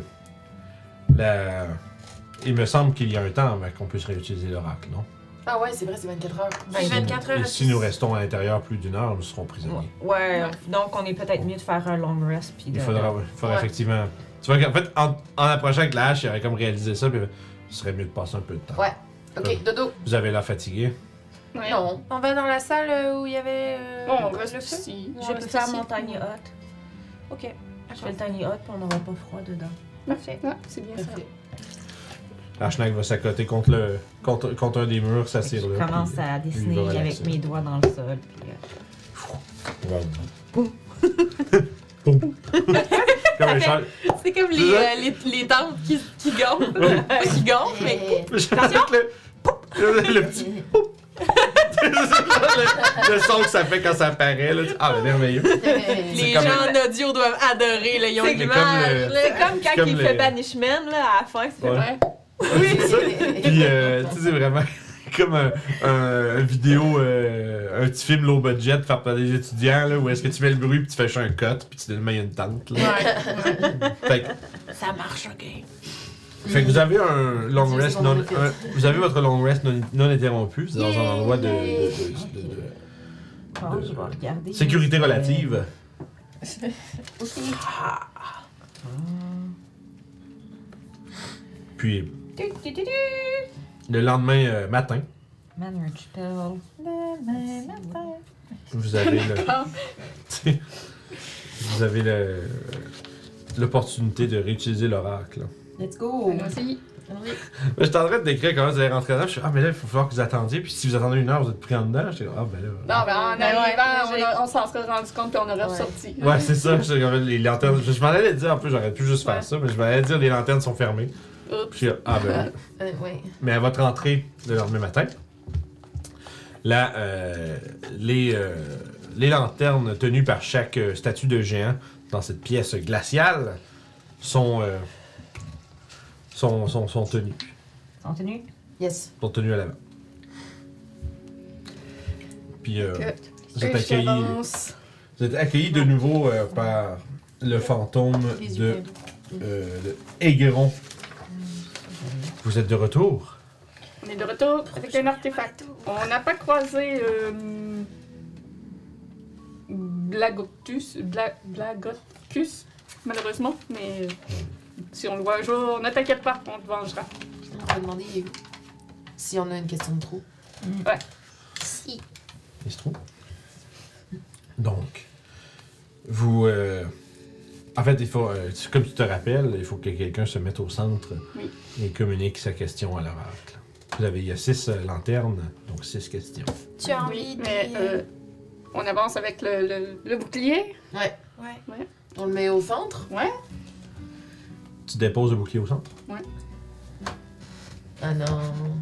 A: Il me semble qu'il y a un temps avant qu'on puisse réutiliser l'oracle, non?
C: Ah ouais, c'est vrai, c'est 24 heures.
B: Oui, 24 heures.
A: Et si nous restons à l'intérieur plus d'une heure, nous serons prisonniers.
E: Ouais, donc on est peut-être mieux de faire un long rest. Puis
A: Il faudra
C: Ouais.
A: effectivement. Tu vois qu'en fait, en approchant avec la hache, il aurait comme réalisé ça, puis ce serait mieux de passer un peu de temps.
C: Ouais. Ok, dodo.
A: Vous avez l'air fatigué.
D: Ouais.
C: Non.
B: On va dans la salle où il y avait.
D: Bon, on
B: le
D: reste
B: feu.
D: ici.
B: On
E: Je peux
B: reste
E: faire
B: ici.
E: mon tiny hut.
B: Ok.
E: Je fais le tiny hut, puis on n'aura pas froid dedans.
B: Parfait.
D: Ouais, c'est bien ça.
C: Parfait.
A: Archnag va s'accoter contre un des murs, s'assire
E: Je
A: là.
E: commence
A: puis
E: à
A: lui
E: dessiner
A: va relaxer.
E: avec mes doigts dans le sol. Puis,
A: Boum. Comme un char.
B: C'est comme les tentes qui gonflent. Pas qui gonflent, mais.
A: Le petit. le son que ça fait quand ça apparaît. Là. Ah, mais merveilleux.
B: Les
A: comme-
B: gens en audio doivent adorer, là, ils ont
E: C'est
B: l'image.
A: comme
E: C'est comme quand
A: comme
E: il
A: le-
E: fait Banishment, là, à la fin, c'est
A: Ouais.
D: Ouais.
A: Oui, c'est ça. Puis, tu sais, c'est vraiment comme un vidéo, un petit film low budget fait par des étudiants, là, où est-ce que tu mets le bruit, puis tu fais juste un cut, puis tu mets une tente. Là. Fait,
B: Ça marche, ok.
A: fait que vous avez un long
C: C'est
A: rest
C: bon,
A: non,
C: on
A: vous avez votre long rest non interrompu, c'est dans un endroit de
E: bon, je vais regarder.
A: sécurité relative. Puis le lendemain matin,
E: Manage spell.
A: vous avez vous avez l'opportunité de réutiliser l'oracle.
E: Let's go.
D: Vas-y.
A: Je suis en train de décrire comment vous allez rentrer dedans. Je suis mais là, il faut falloir que vous attendiez. Puis si vous attendez une heure, vous êtes pris en dedans. J'étais ben là.
D: Non, mais en
B: Ben ouais,
D: arrivant, on s'en serait rendu compte puis on aurait ressorti.
A: Ouais, c'est ça. J'étais comme, les lanternes. Je m'en allais dire, en plus, j'aurais pu juste faire ça, mais je m'en allais dire, les lanternes sont fermées.
D: Oups.
A: Puis, ben oui.
C: Ouais.
A: Mais à votre entrée le lendemain matin, là, les lanternes tenues par chaque statue de géant dans cette pièce glaciale sont tenues.
E: En tenue?
C: Yes.
A: Sont tenues à l'avant. Puis,
D: Que-
A: vous êtes accueillis.
D: Échéance.
A: Vous êtes accueillis de nouveau par le fantôme de Aigueron. Vous êtes de retour?
D: On est de retour avec un artefact. On n'a pas croisé Blagotus, malheureusement, mais si on le voit un jour, ne t'inquiète pas, on te vengera.
C: On va demander si on a une question de trop.
B: Si.
A: Il se trouve. Donc, vous... en fait, il faut, comme tu te rappelles, il faut que quelqu'un se mette au centre
D: Oui.
A: et communique sa question à l'oracle. Il y a 6 lanternes, donc 6 questions.
B: Tu as envie
D: Oui,
B: de.
D: mais on avance avec le bouclier.
C: Ouais.
B: Ouais.
C: On le met au centre.
D: Ouais.
A: Tu déposes le bouclier au centre?
C: Ah non.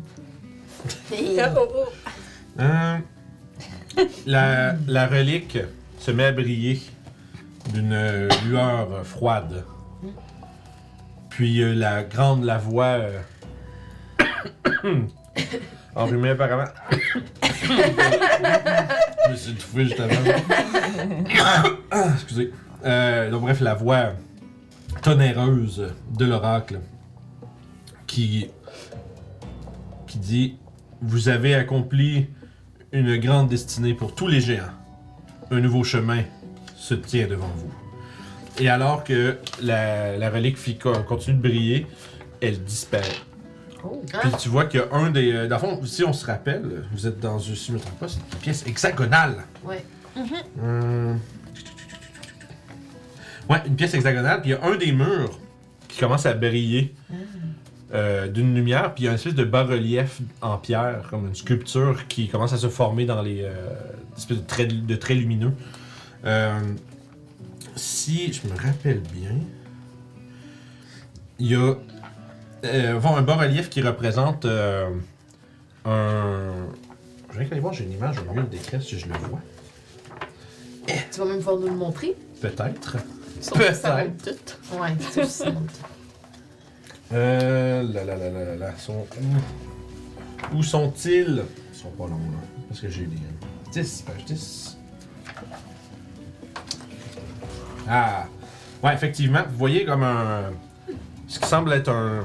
A: La relique se met à briller d'une lueur froide. Puis la voix enrhumée apparemment. Je me suis étouffé juste avant. Excusez. Donc bref, la voix tonnerreuse de l'oracle qui dit: vous avez accompli une grande destinée pour tous les géants. Un nouveau chemin se tient devant vous. Et alors que la relique continue de briller, elle disparaît.
C: Oh.
A: Puis tu vois qu'il y a un des... dans le fond, si on se rappelle, vous êtes dans une, si je me trompe pas, c'est une pièce hexagonale.
C: Ouais.
A: Ouais, une pièce hexagonale, puis il y a un des murs qui commence à briller d'une lumière, puis il y a une espèce de bas-relief en pierre, comme une sculpture qui commence à se former dans les espèces de traits lumineux. Si je me rappelle bien, il y a un bas-relief qui représente un Je viens d'aller voir, j'ai une image, je vais mieux le décrire si je le vois.
C: Tu vas même pouvoir nous le montrer?
A: Peut-être.
D: Sauf que ça va être tout.
C: Ouais, c'est aussi.
A: Là. Où sont-ils? Ils sont pas longs, là. Parce que j'ai des. 10, page 10. Ah! Ouais, effectivement, vous voyez comme un. Ce qui semble être un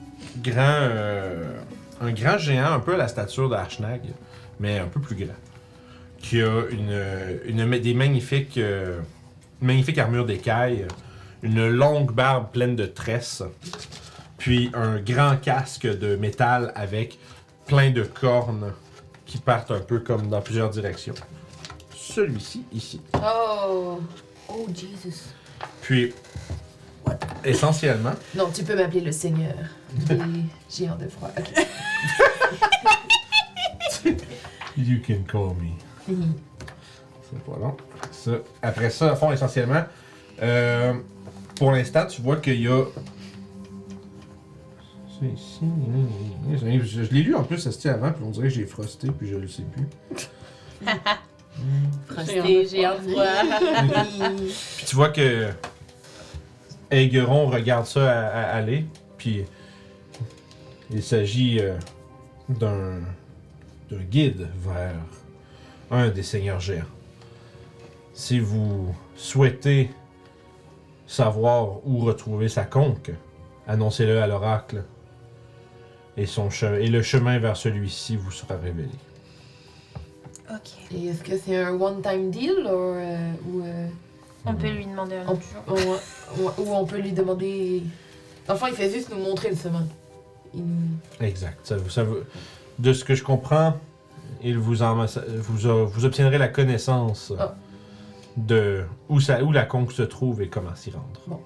A: grand géant, un peu à la stature d'Archnag, mais un peu plus grand. Qui a des magnifiques armures d'écailles, une longue barbe pleine de tresses, puis un grand casque de métal avec plein de cornes qui partent un peu comme dans plusieurs directions. Celui-ci, ici.
C: Oh! Oh, Jesus.
A: Puis, essentiellement,
C: Non, tu peux m'appeler le seigneur des géants de froid. Ok.
A: you can call me. C'est pas long. Ça. Après ça, à fond, essentiellement, pour l'instant, tu vois qu'il y a. C'est ici. Je l'ai lu en plus, ça se tient avant, puis on dirait que j'ai frosté, puis je le sais plus.
C: Frosté, géant de froid.
A: Puis tu vois que. Aigueron regarde ça aller, puis. Il s'agit d'un guide vers un des seigneurs géants. Si vous souhaitez savoir où retrouver sa conque, annoncez-le à l'oracle et le chemin vers celui-ci vous sera révélé.
B: Ok.
C: Et est-ce que c'est un one-time deal ou
B: On peut lui demander un
C: on,
B: autre jour.
C: ou on peut lui demander. Enfin, il fait juste nous montrer le chemin.
A: Exact. De ce que je comprends, vous obtiendrez la connaissance
C: Ah.
A: de où la conque se trouve et comment s'y rendre.
C: Bon,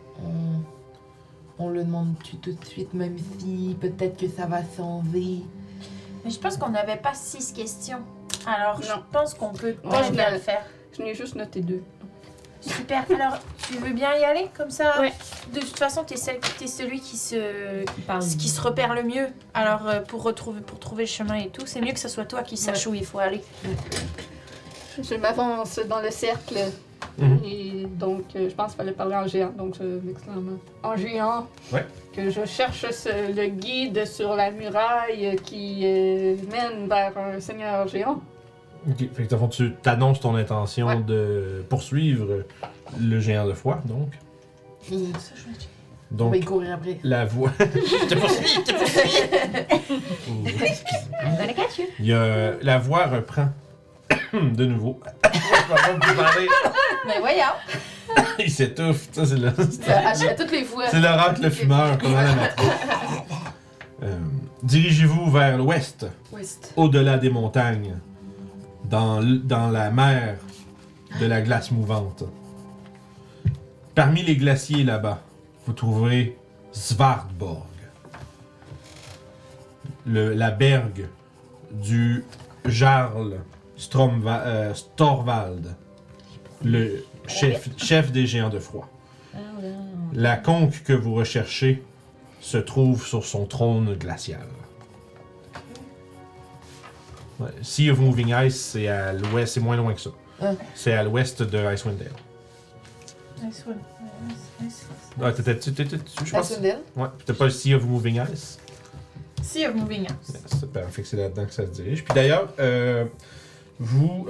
C: on le demande tout de suite, même si peut-être que ça va s'enlever.
B: Mais je pense qu'on n'avait pas 6 questions. Alors, je
D: Non.
B: pense qu'on peut
D: Ouais,
B: très
D: je
B: bien
D: l'ai-
B: le faire.
D: Je n'ai juste noté 2.
B: Super. Alors, tu veux bien y aller comme ça?
D: Ouais.
B: De toute façon, t'es celui qui se
E: Parle.
B: repère le mieux. Alors, pour trouver le chemin et tout, c'est mieux que ce soit toi qui sache où il faut aller.
D: Je m'avance dans le cercle.
A: Mhm.
D: Et donc, je pense qu'il fallait parler en géant. Donc, je m'exclame en géant.
A: Ouais.
D: Que je cherche le guide sur la muraille qui mène vers un seigneur géant.
A: Ok. Fait que dans le fond, tu t'annonces ton intention
D: Ouais.
A: de poursuivre le géant de foi, donc.
C: On
A: Donc,
C: va y courir après.
A: la voix. Je te poursuis, je te poursuis! Oh, excusez.
E: I'm gonna catch you.
A: Il y a, la voix reprend de nouveau. Je vais pas vous parler.
C: Mais voyons!
A: Il s'étouffe. Ça, c'est le.
C: À toutes les fois.
A: C'est l'oracle fumeur, comment la matrice. Dirigez-vous vers l'ouest,
C: Ouest.
A: au-delà des montagnes, dans la mer de la glace mouvante. Parmi les glaciers là-bas, vous trouverez Svardborg, la berge du Jarl Storvald, le chef des géants de froid. La conque que vous recherchez se trouve sur son trône glacial. Ouais, Sea of Moving Ice, c'est à l'ouest, c'est moins loin que ça.
C: Ah.
A: C'est à l'ouest de Icewind Dale. Ah, je pense.
C: Icewind
A: Ouais, t'as pas le Sea of Moving Ice?
B: Si, moving on.
A: C'est parfait, c'est là-dedans que ça se dirige. Puis d'ailleurs, vous.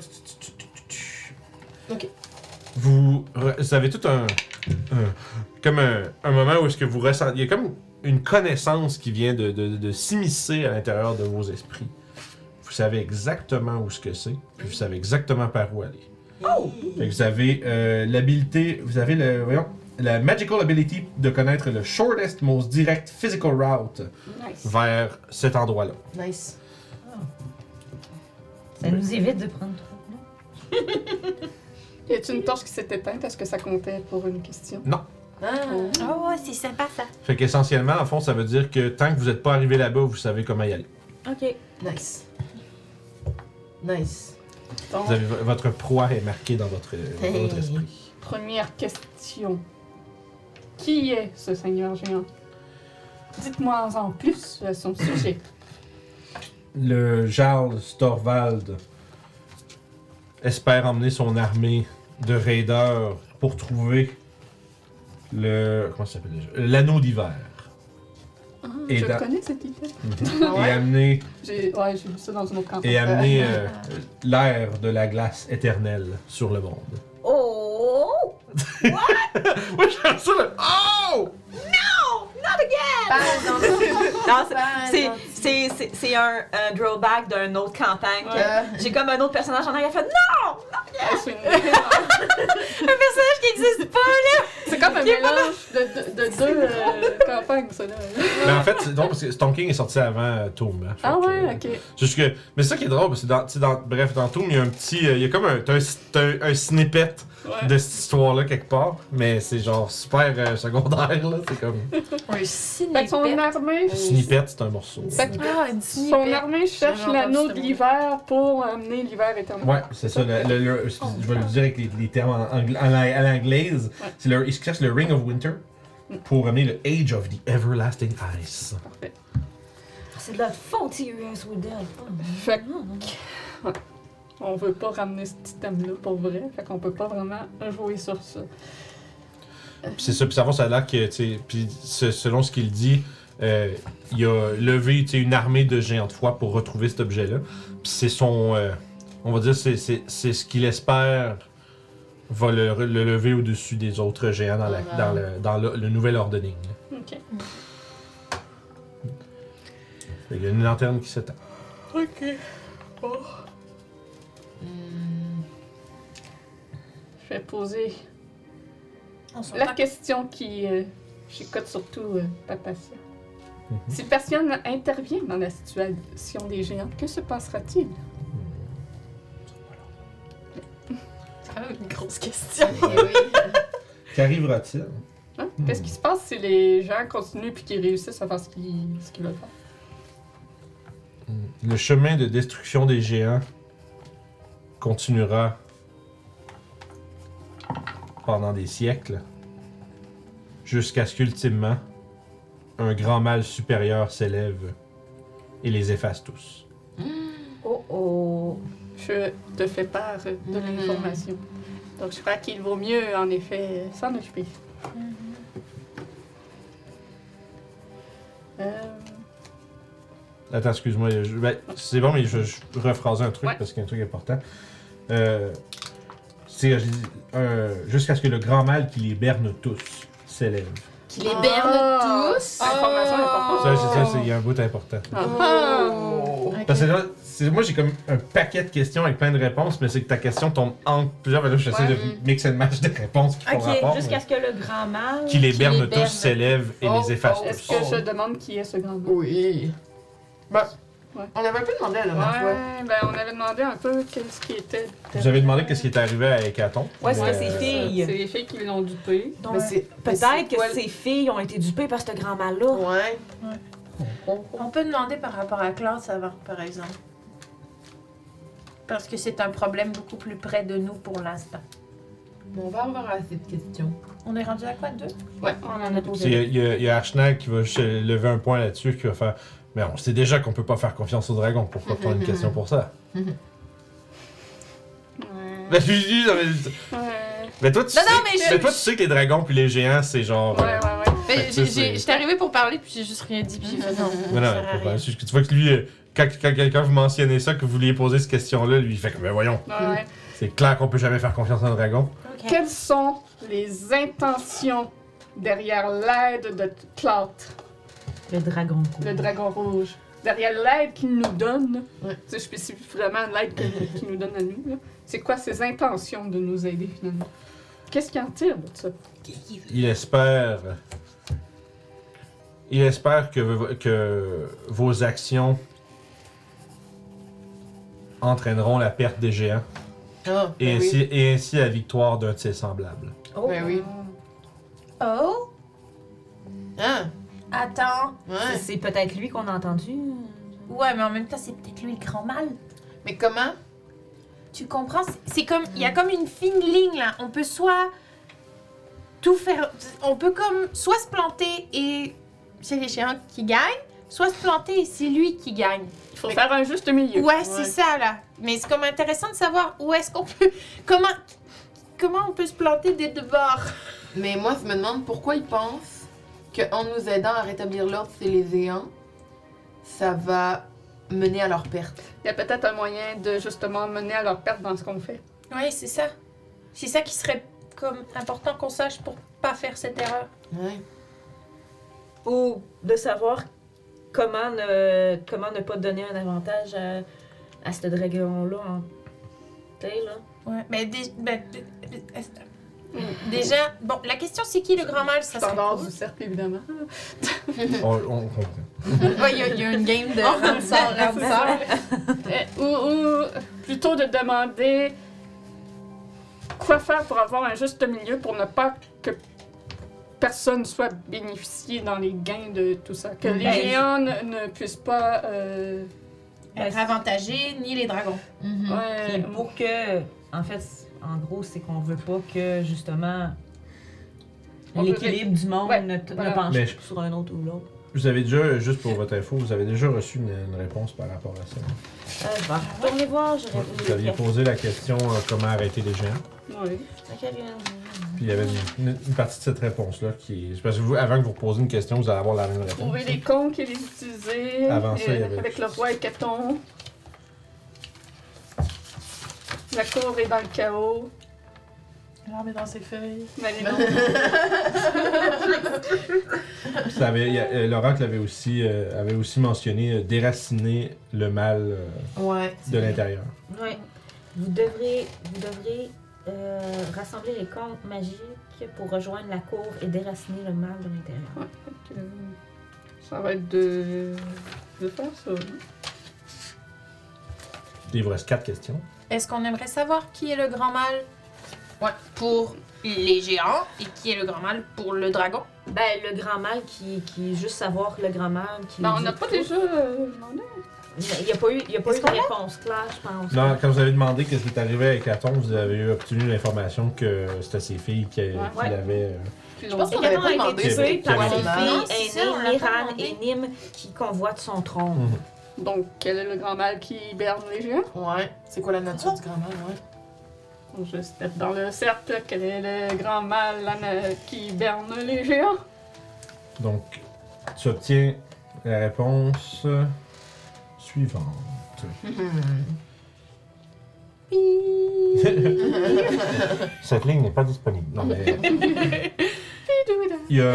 C: Ok.
A: Vous avez tout comme un moment où est-ce que vous ressentez. Il y a comme une connaissance qui vient de s'immiscer à l'intérieur de vos esprits. Vous savez exactement où ce que c'est, puis vous savez exactement par où aller.
C: Oh!
A: Fait que vous avez l'habilité, vous avez la magical ability de connaître le shortest, most direct physical route
D: Nice.
A: vers cet endroit-là.
C: Nice.
E: Ça nous évite de prendre trop.
D: Y a-t-il une torche qui s'est éteinte? Est-ce que ça comptait pour une question?
C: Ah!
B: Oh, ouais, c'est sympa ça.
A: Fait qu'essentiellement, en fond, ça veut dire que tant que vous n'êtes pas arrivé là-bas, vous savez comment y aller.
E: Ok.
C: Nice. Nice.
D: Donc,
A: Vous avez, votre proie est marquée dans votre esprit.
D: première question. Qui est ce seigneur géant? Dites-moi en plus à son sujet.
A: le Jarl Storvald espère emmener son armée de raiders pour trouver le... Comment ça s'appelle déjà? L'anneau d'hiver. Et
D: Je
A: dans-
D: connais cette idée.
A: Et amener,
D: J'ai vu ça dans une autre campagne.
A: et amener l'ère de la glace éternelle sur le monde.
E: Oh!
A: Moi j'aime ça le... Oh!
E: Non, c'est un drawback d'une autre campagne. que J'ai comme un autre personnage en arrière qui fait non!
D: C'est une-
E: Un personnage qui n'existe pas, là!
D: c'est comme un mélange de deux campagnes, ça là.
A: Mais en fait, c'est drôle parce que Storm King est sorti avant Tomb. Hein,
D: Ah
A: Fait
D: ouais,
A: que,
D: ok.
A: juste que, mais c'est ça qui est drôle, parce que bref, dans Tomb, il y a un petit. Il y a comme un snippet
D: Ouais.
A: de cette histoire-là quelque part, mais c'est genre super secondaire, là. C'est comme.
B: Un
D: Fait que
B: snippet.
D: son armée.
A: Snippet, c'est un morceau.
D: Fait que
B: Ah, une
D: son
B: snippet.
D: armée cherche
B: J'avais
D: l'anneau
B: entendu
D: de
B: ce
D: l'hiver pour amener l'hiver éternel.
A: Ouais, c'est ça. Je vais le dire avec les termes à l'anglaise.
D: Ouais.
A: C'est ils cherchent le Ring of Winter pour amener le Age of the Everlasting Ice.
D: Parfait.
E: C'est de la faute, Sirius Woodell.
D: Fait que, on veut pas ramener ce système-là pour vrai. Fait qu'on peut pas vraiment jouer sur ça.
A: Puis c'est ça, puis ça a l'air que, tu sais, puis selon ce qu'il dit, il a levé, tu sais, une armée de géants de foi pour retrouver cet objet-là. Puis c'est son, on va dire, c'est ce qu'il espère va le lever au-dessus des autres géants dans le nouvel ordering.
D: Ok.
A: Il y a une lanterne qui s'éteint.
D: Ok. Bon. Je vais poser
B: On s'entend
D: la
B: que-
D: question qui chicote surtout Papacia.
A: Mhm.
D: Si personne intervient dans la situation des géants, que se passera-t-il?
B: C'est quand même une grosse question.
A: Qu'arrivera-t-il?
D: Hein? Qu'est-ce qui se passe si les gens continuent puis qu'ils réussissent à faire ce qu'ils veulent faire?
A: Le chemin de destruction des géants continuera pendant des siècles, jusqu'à ce qu'ultimement, un grand mal supérieur s'élève et les efface tous.
E: Oh oh!
D: Je te fais part de l'information. Donc je crois qu'il vaut mieux, en effet, s'en occuper.
A: Attends, excuse-moi, c'est bon, mais je rephraser un truc
D: Ouais.
A: parce qu'il y a un truc important. Jusqu'à ce que le grand mal qui les berne tous s'élève.
B: Qui les berne tous.
D: Information importante.
A: Il y a un bout important.
C: Oh!
A: Parce que là, moi j'ai comme un paquet de questions avec plein de réponses, mais c'est que ta question tombe entre plusieurs. Là, j'essaie de mix and match de réponses qui font rapport.
E: Ok, jusqu'à ce que le grand mal.
A: Qui les berne
B: les berne.
A: tous s'élève et les efface
D: Est-ce
A: tous.
D: que je demande qui est ce grand gars?
C: Oui. Ben,
D: Ouais.
C: on avait un peu demandé la dernière fois.
D: Ouais, ben on avait demandé un peu qu'est-ce qui était.
A: Vous avez demandé qu'est-ce qui est arrivé à Hécaton.
E: Ouais, c'était
A: Mais,
E: ses filles.
D: C'est les filles qui l'ont dupé.
E: Donc,
C: Mais c'est
E: peut-être que
C: quoi
E: ces filles ont été dupées par ce grand mal-là.
C: Ouais.
B: On peut demander par rapport à Klaus avant, par exemple. Parce que c'est un problème beaucoup plus près de nous pour l'instant.
C: Bon, on va revoir à cette question.
B: On est rendu à quoi, 2?
E: Ouais, on en a
A: c'est-
E: posé.
A: il y a Archnag qui va juste lever un point là-dessus, qui va faire. Mais on sait déjà qu'on peut pas faire confiance aux dragons. Pourquoi prendre une question pour ça?
D: Ouais.
A: Ben, je dis, non, mais-
D: Ouais.
A: mais toi, tu
B: Non,
A: sais,
B: non, mais
A: toi, tu sais que les dragons puis les géants, c'est genre.
D: Ouais, ouais, ouais.
A: Fait que ça, c'est-
B: J'étais arrivée pour parler, puis j'ai juste rien dit, puis j'ai fait non.
A: Mais non,
B: ça sert à
A: faut pas.
B: rien.
A: Tu vois que lui, quand quelqu'un vous mentionnez ça, que vous vouliez poser cette question-là, lui, il fait que, ben voyons,
D: Ouais.
A: c'est clair qu'on peut jamais faire confiance à un dragon.
B: Ok.
D: Quelles sont les intentions derrière l'aide de Clout,
E: Le dragon.
D: le dragon rouge? Derrière l'aide qu'il nous donne,
C: Ouais.
D: tu sais, je spécifie vraiment l'aide qu'il nous donne à nous, là. C'est quoi ses intentions de nous aider finalement? Qu'est-ce qu'il en tire de ça?
A: Il espère que vos actions entraîneront la perte des géants
C: Ah,
A: et
C: ben
A: ainsi la victoire d'un de ses semblables.
E: Oh!
C: Ben oui.
B: Oh,
C: Ah,
B: attends.
C: ouais.
E: C'est peut-être lui qu'on a entendu.
B: Ouais, mais en même temps, c'est peut-être lui le grand mal.
C: Mais comment?
B: Tu comprends? C'est comme, il y a comme une fine ligne là. On peut soit tout faire, on peut comme soit se planter et c'est les géants qui gagnent, soit se planter et c'est lui qui gagne.
D: faut faire un juste milieu.
B: Ouais, c'est ça, là. Mais c'est comme intéressant de savoir où est-ce qu'on peut... Comment on peut se planter des deux bords?
C: Mais moi, je me demande pourquoi ils pensent qu'en nous aidant à rétablir l'ordre chez les géants, ça va mener à leur perte.
D: Il y a peut-être un moyen de justement mener à leur perte dans ce qu'on fait.
B: Ouais, c'est ça. C'est ça qui serait comme important qu'on sache pour pas faire cette erreur.
C: Ouais.
E: Ou de savoir comment ne pas donner un avantage à ce dragon-là en tête, là.
B: Ouais. Mais déjà, bon, la question c'est qui le grand mal, ça serait
D: Standard
B: cool.
D: du cercle, évidemment.
A: On comprend.
B: Ouais, il y a une game de Ramsar.
D: Ou plutôt de demander quoi faire pour avoir un juste milieu pour ne pas que personne soit bénéficié dans les gains de tout ça. Que les géants ne puissent pas...
B: Être avantagé, ni les dragons.
E: Puis pour que, en fait, en gros, c'est qu'on veut pas que, justement,
D: On veut
E: l'équilibre du monde
D: Ouais,
E: ne
D: voilà.
E: penche
A: Mais
E: sur un autre ou l'autre.
A: Vous avez déjà, juste pour votre info, vous avez déjà reçu une réponse par rapport à ça.
E: Je vais retourner voir, j'aurais
A: Vous aviez posé la question comment arrêter les géants.
D: Oui.
A: Puis il y avait une partie de cette réponse-là qui est. Parce que vous, avant que vous reposiez une question, vous allez avoir la même réponse.
D: Trouver les cons et les utiliser.
A: Avant ça, il y avait-
D: Avec le roi et Caton. La cour est dans le chaos.
B: L'arbre est dans ses feuilles.
D: Mais les noms.
A: Ça avait, l'oracle avait aussi mentionné déraciner le mal
C: Ouais.
A: de l'intérieur.
E: Oui. Vous devrez rassembler les comptes magiques pour rejoindre la cour et déraciner le mal de l'intérieur.
D: Ça va être de faire ça.
A: Il vous reste 4 questions.
B: Est-ce qu'on aimerait savoir qui est le grand mal pour les géants et qui est le grand mal pour le dragon?
E: Ben, le grand mal qui juste savoir le grand mal qui.
D: Ben, on n'a pas déjà demandé.
E: Il n'y a pas eu de réponse claire, je pense.
A: Non, quand vous avez demandé qu'est-ce qui est arrivé avec Aton, vous avez obtenu l'information que c'était ses filles qui l'avaient.
D: Puis
C: Je pense
D: l'autre.
C: qu'on avait pas
E: Hécaton a
C: demandé
E: été tué
A: c'est
E: par
A: qui
E: ses
A: avait-
B: Non, c'est
E: filles
B: ça, on
E: aînées,
B: l'a pas
E: Miran et
B: demandé.
E: Nim, qui convoitent son trône.
D: Donc, quel est le grand mal qui hiberne les géants?
C: Ouais. C'est quoi la nature du grand mal, ouais?
D: On va juste être dans le cercle. Quel est le grand mal qui hiberne les géants?
A: Donc, tu obtiens la réponse suivante. Cette ligne n'est pas disponible. Non, mais. Il y a.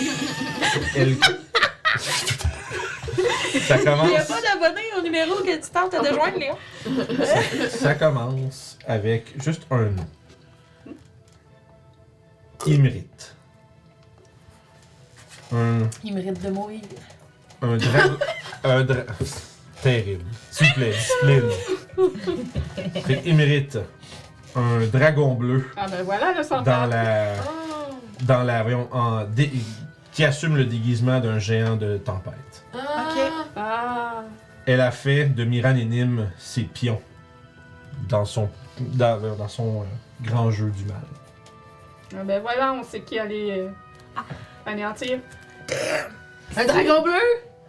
A: Ça
B: Il
A: commence.
B: n'y a pas d'abonnés au numéro que tu tentes de joindre, Léon.
A: Ça commence avec juste un nom. Imrite.
B: Il mérite de mourir.
A: Un dragon. Terrible. S'il vous plaît, discipline. Fait Imrite. Un dragon bleu
D: Ah ben voilà le
A: dans
D: centaure.
A: voyons, qui assume le déguisement d'un géant de tempête.
D: Ah.
A: Elle a fait de Miran et Nim ses pions dans son grand jeu du mal.
D: Ah ben voilà, on sait qui allait anéantir.
C: Un dragon bleu?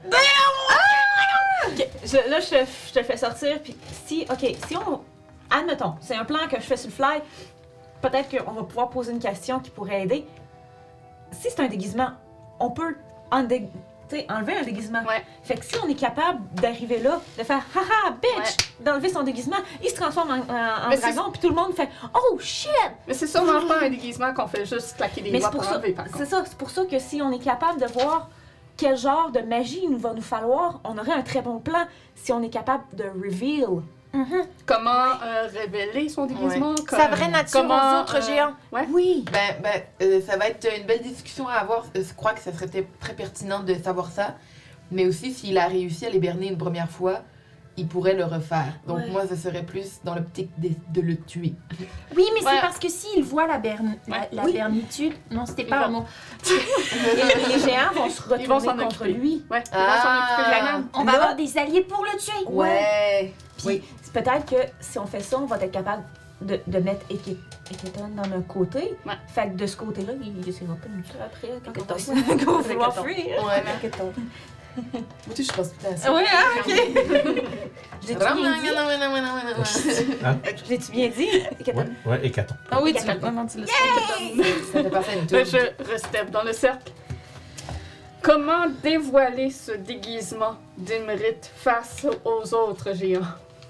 E: Ok, là, je te fais sortir, puis si on... Admettons, c'est un plan que je fais sur le fly, peut-être qu'on va pouvoir poser une question qui pourrait aider. Si c'est un déguisement, on peut enlever un déguisement.
D: Ouais.
E: Fait que si on est capable d'arriver là, de faire « haha, bitch!
D: Ouais.
E: D'enlever son déguisement, il se transforme en
D: Mais c'est-
E: dragon, puis tout le monde fait « Oh, shit! »
D: Mais c'est sûrement pas un déguisement qu'on fait juste claquer des
E: Mais
D: doigts
E: c'est pour
D: pour
E: ça,
D: enlever, par contre.
E: c'est pour ça que si on est capable de voir quel genre de magie il va nous falloir, on aurait un très bon plan si on est capable de reveal.
D: Comment révéler son déguisement?
B: Sa vraie nature aux autres géants.
D: Ouais.
E: Oui!
C: Ça va être une belle discussion à avoir. Je crois que ça serait très pertinent de savoir ça. Mais aussi, s'il a réussi à l'héberner une première fois, il pourrait le refaire. Donc
E: Ouais.
C: moi, ça serait plus dans l'optique de le tuer.
B: Oui, mais
D: Ouais.
B: c'est parce que s'il voit la
E: Oui.
B: bernitude... Non, c'était
D: Il
B: pas
D: va-
B: un mot.
E: Et les géants vont se
D: Ils vont s'en
E: retourner contre
D: occuper.
E: lui.
D: Ouais, il va s'en occuper vraiment.
B: On va
E: Là-
B: avoir des alliés pour le tuer.
C: Ouais.
E: Puis c'est peut-être que si on fait ça, on va être capable de mettre Eketon dans notre côté.
D: Ouais.
E: Fait que de ce côté-là, il essaiera pas de nous tuer après quand on va
B: Eketon.
E: vouloir fuir.
C: Ouais. Moi aussi, je pense tout à ça.
B: Ouais, ah, ok.
E: J'ai-tu bien dit?
A: Hein?
E: J'ai-tu bien dit?
A: Ouais, hécatombe.
B: Ah oui, tu
E: Hécatombe.
B: l'as. Non, tu l'as.
C: Ça fait passer une
D: Ben,
C: tour.
D: je reste dans le cercle. Comment dévoiler ce déguisement d'Imrit face aux autres géants?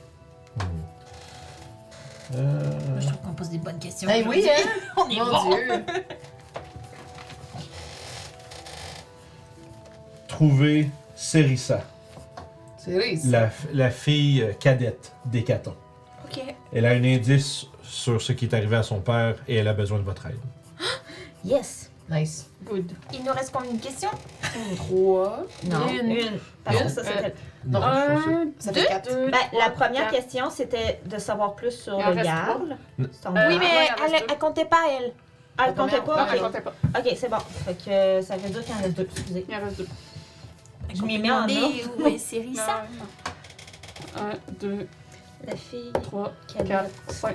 B: Je trouve qu'on pose des bonnes questions.
C: Eh oui,
B: aujourd'hui.
C: hein?
B: On est
C: Mon
B: bon.
C: Dieu!
A: Trouver Serissa,
C: C'est réussi.
A: la fille cadette d'Hécaton.
B: Ok.
A: Elle a un indice sur ce qui est arrivé à son père et elle a besoin de votre aide.
E: Yes!
C: Nice.
D: Good.
B: Il nous reste combien de questions?
C: 3.
E: Non,
B: Une.
E: une. Parce que ça, c'était...
C: Non, ça fait 4.
B: deux.
E: Ben, la première question, c'était de savoir plus sur
D: Il en
E: le
D: reste
E: Jarl. C'est en
D: Euh,
B: Oui,
E: bas.
B: mais
D: ouais, il en reste deux.
B: elle comptait pas, elle.
E: Ah, elle comptait
D: Non,
E: pas?
D: elle
E: Ok,
D: comptait pas.
E: ok, c'est bon. Fait que ça veut dire qu'il en reste deux. Excusez.
D: Il en reste 2.
E: Je m'y mets en
B: Demandez
E: ordre.
B: où est Serissa.
D: 1, 2,
E: La fille
D: 3,
E: cadette.
D: 4, 5.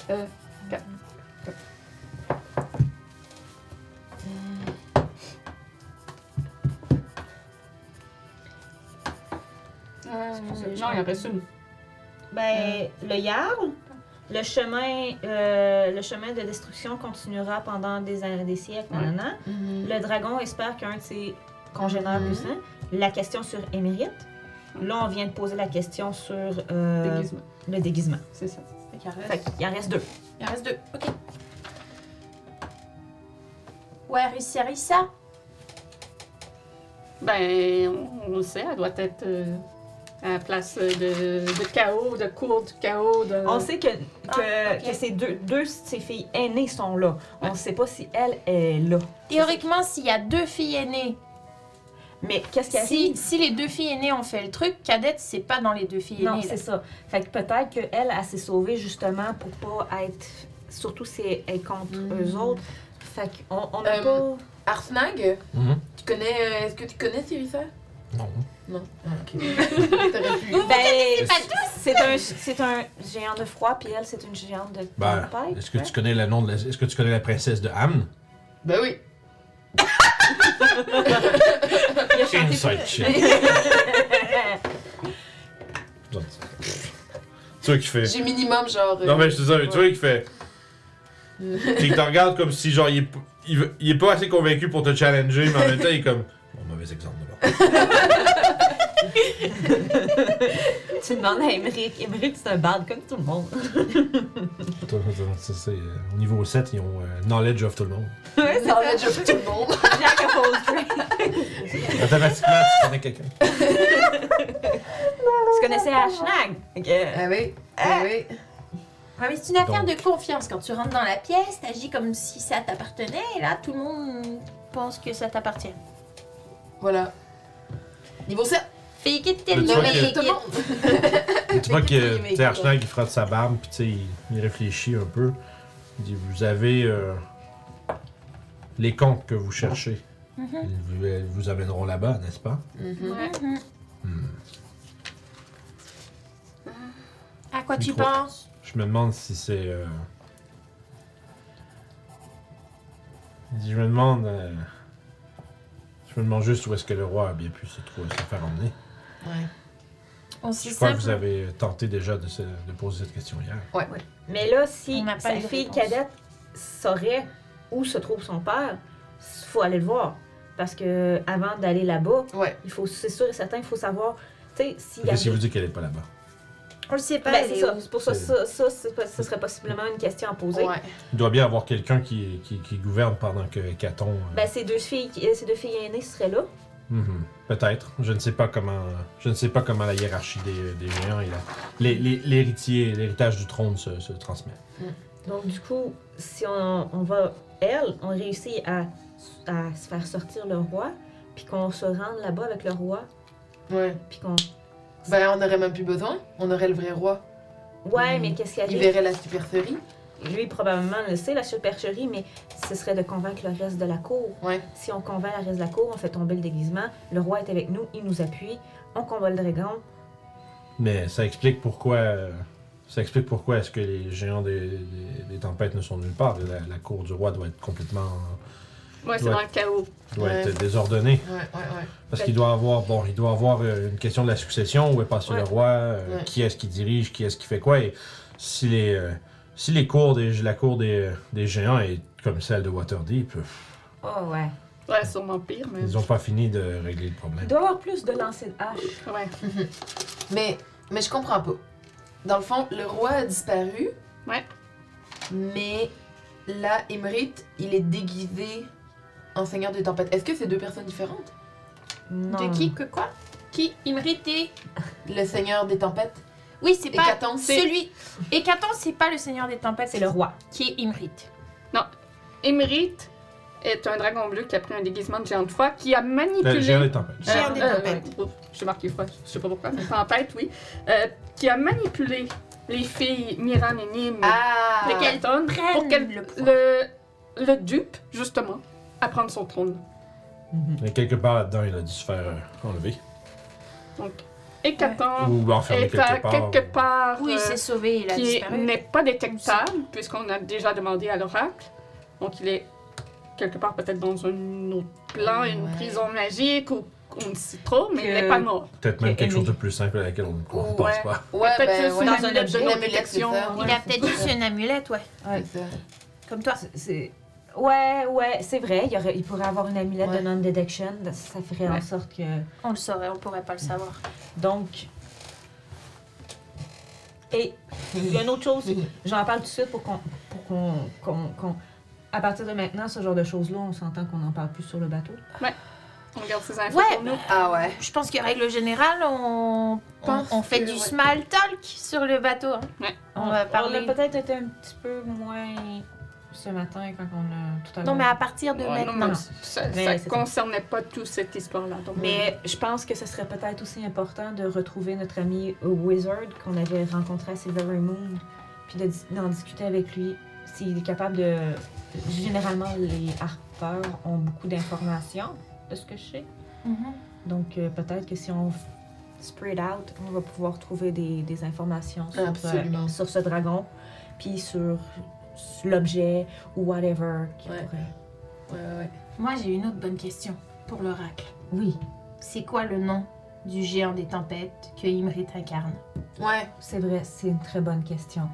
D: Non, il en reste une.
E: Ben, le Jarl, le chemin de destruction continuera pendant des siècles.
D: Ouais.
E: Nanana. Le dragon espère qu'un de ses congénères puissants. La question sur Émérite. Là, on vient de poser la question sur
D: Déguisement.
E: le déguisement.
D: C'est ça.
E: Fait qu'il en reste deux.
B: Il en reste deux. Ok. Where is Serissa?
D: Ben, on le sait, elle doit être à la place de chaos, de cour du chaos. De...
E: On sait que
B: ok.
E: que ces deux de ses filles aînées sont là. On ne sait pas si elle est là.
B: Théoriquement, s'il y a deux filles aînées,
E: Mais qu'est-ce qui arrive?
B: si les deux filles aînées ont fait le truc, Cadette, c'est pas dans les deux filles
E: Non,
B: aînées.
E: c'est
B: là.
E: ça. Fait que peut-être qu'elle, elle s'est sauvée justement pour pas être... Surtout si elle est contre eux autres. Fait qu'on n'a pas...
C: Arsnag,
A: Mhm.
C: tu connais. Est-ce que tu connais Serissa?
A: Non.
C: Non. Ah, ok. T'aurais pu.
E: Ben, c'est un géant de froid, puis elle, c'est une géante de
A: Ben,
E: tempête.
A: est-ce que tu connais le nom de est-ce que tu connais la princesse de Hamn?
C: Ben oui.
E: Il a chanté
A: Inside
E: plus.
A: shit. Tu vois qui fait.
C: J'ai minimum genre.
A: Non mais je te dis, tu vois qui fait. Puis il te regarde comme si genre il est pas assez convaincu pour te challenger, mais en même temps il est comme. Bon, mauvais exemple d'abord.
E: Tu demandes à Émeric. Émeric, c'est un bad comme tout le monde.
A: Au niveau 7, ils ont knowledge of tout le monde.
E: Ouais, c'est
C: Ça
E: ça.
C: va déjà tout le monde.
E: Jack of all trades.
A: Automatiquement, tu connais quelqu'un.
E: Tu connaissais Ashnag.
C: Ah oui. Ah oui.
B: Ouais, mais c'est une affaire
A: Donc.
B: de confiance. Quand tu rentres dans la pièce, t'agis comme si ça t'appartenait, et là, tout le monde pense que ça t'appartient.
C: Voilà. Niveau 7.
B: Fake it till
A: Tu
B: you
A: vois
B: make
A: que-
B: it.
C: Tout le monde.
A: Et tu vois
C: Fait
A: que
C: qu'il
A: tu sais, Archnag, il frotte sa barbe, puis tu sais, il réfléchit un peu. Il dit, vous avez les contes que vous cherchez. Ils vous amèneront là-bas, n'est-ce pas?
D: Ouais.
B: À quoi tu
A: Micro.
B: penses?
A: Je me demande si c'est... Il dit, je me demande juste où est-ce que le roi a bien pu se faire emmener.
C: Ouais.
B: Aussi
A: Je crois que
B: simple.
A: vous avez tenté déjà de poser cette question hier.
E: Mais là, si
B: On n'a pas
E: sa
B: eu de
E: fille
B: réponse.
E: cadette saurait où se trouve son père, faut aller le voir. Parce que avant d'aller là-bas,
C: Ouais.
E: il faut, c'est sûr et certain, il faut savoir, tu sais, s'il y a...
A: Qu'est-ce qui vous dit qu'elle n'est pas là-bas?
B: On le sait pas.
E: Ben,
B: elle
E: c'est
B: est
E: ça.
B: où?
E: C'est pour ça, ce serait possiblement une question à poser.
C: Ouais.
A: Il doit bien avoir quelqu'un qui gouverne pendant que Caton...
E: Ben, ces deux filles aînées seraient là.
A: Peut-être. Je ne sais pas comment la hiérarchie des géants et l'héritage du trône se transmet.
E: Donc, du coup, si on va, on réussit à se faire sortir le roi, puis qu'on se rende là-bas avec le roi,
C: Ouais.
E: puis qu'on...
C: Ben, on aurait même plus besoin. On aurait le vrai roi.
E: Ouais, mais qu'est-ce qu'il
C: Il
E: arrive?
C: verrait la supercherie.
E: Lui, probablement, le sait, la supercherie, mais ce serait de convaincre le reste de la cour.
C: Ouais.
E: Si on convainc le reste de la cour, on fait tomber le déguisement, le roi est avec nous, il nous appuie, on combat le dragon.
A: Mais ça explique pourquoi est-ce que les géants des tempêtes ne sont nulle part. La cour du roi doit être complètement
D: Ouais, c'est
A: Ouais.
D: dans le chaos.
A: doit
C: Ouais.
A: être désordonné.
C: Ouais.
A: Parce qu'il doit avoir, une question de la succession, où est passé
C: Ouais.
A: le roi,
C: Ouais.
A: qui est-ce qui dirige, qui est-ce qui fait quoi, et si la cour des géants est comme celle de Waterdeep,
E: Oh, ouais.
D: Ouais, sûrement pire, mais.
A: ils n'ont pas fini de régler le
E: Il
A: problème.
E: doit y avoir plus de lancers de hache.
D: Ouais.
C: Mais je comprends pas. Dans le fond, le roi a disparu.
D: Ouais.
C: Mais là, Imrit, il est déguisé en seigneur des tempêtes. Est-ce que c'est deux personnes différentes?
E: Non.
B: De qui, que quoi? Qui? Imrité?
C: Le seigneur des tempêtes?
B: Oui, c'est pas
C: Hécaton, c'est...
B: celui... Hécaton, c'est pas le seigneur des tempêtes,
E: C'est le roi.
B: qui est Imrit.
D: Émérite est un dragon bleu qui a pris un déguisement de géant de froid qui a manipulé.
A: Le géant des tempêtes.
B: Géant des tempêtes.
D: J'ai marqué froid, je sais pas pourquoi, mais tempête, oui. Qui a manipulé les filles Miran et Nim
C: Ah!
D: de Kelton
B: prennent
D: pour qu'elles
B: le pouvoir.
D: le dupe, justement, à prendre son trône.
A: Mais quelque part là-dedans, il a dû se faire enlever.
D: Donc, Hécaton
A: Ou enfermer
D: est à
A: quelque part.
D: quelque part
B: Oui, il s'est sauvé, il a
D: qui
B: disparu.
D: n'est pas détectable, puisqu'on a déjà demandé à l'oracle. Donc, il est quelque part peut-être dans un autre plan, une
C: Ouais.
D: prison magique, ou on ne sait trop, mais il
E: Que-
D: n'est pas mort.
A: Peut-être même
E: Ok,
A: quelque chose
E: Amy.
A: de plus simple à laquelle on ne pense
D: Ouais.
A: pas.
C: Ouais,
D: Peut-être
C: ben,
D: juste
C: ouais.
D: une
E: Dans un
D: amulette
E: objet.
D: de
C: Une amulette,
D: protection.
C: c'est ça.
B: Il a peut-être juste une amulette, ouais.
E: Ouais.
C: C'est ça.
B: Comme toi.
E: C'est... Ouais, c'est vrai. Il pourrait avoir une amulette
C: Ouais.
E: de non-detection. Ça ferait en
D: Ouais.
E: sorte que...
B: On le saurait, on pourrait pas le savoir.
E: Donc... Et il y a une autre chose, j'en parle tout de suite pour qu'on... À partir de maintenant, ce genre de choses-là, on s'entend qu'on n'en parle plus sur le bateau.
D: On garde ces infos
B: Ouais.
D: pour nous.
C: Ah ouais.
B: Je pense qu'en règle générale, on fait
C: que,
B: du
C: ouais.
B: small talk sur le bateau. hein. On va parler.
E: On a peut-être été un petit peu moins ce matin quand on a tout à l'heure.
B: Non, mais à partir de
D: Ouais, non,
B: maintenant.
D: mais ça
E: Mais
D: ne
E: c'est ça.
D: concernait pas toute cette histoire-là. donc-
E: Mais je pense que ce serait peut-être aussi important de retrouver notre ami Wizard qu'on avait rencontré à Silvery Moon, puis d'en discuter avec lui s'il est capable de... Généralement, les harpeurs ont beaucoup d'informations, de ce que je sais.
B: Mhm.
E: Donc peut-être que si on spread out, on va pouvoir trouver des informations
C: Absolument.
E: sur ce dragon, puis sur l'objet ou whatever qui
C: Ouais.
E: pourrait...
C: Ouais.
B: Moi, j'ai une autre bonne question pour l'oracle.
E: Oui,
B: C'est quoi le nom du géant des tempêtes que Imrit incarne?
C: Ouais.
E: c'est vrai, c'est une très bonne question.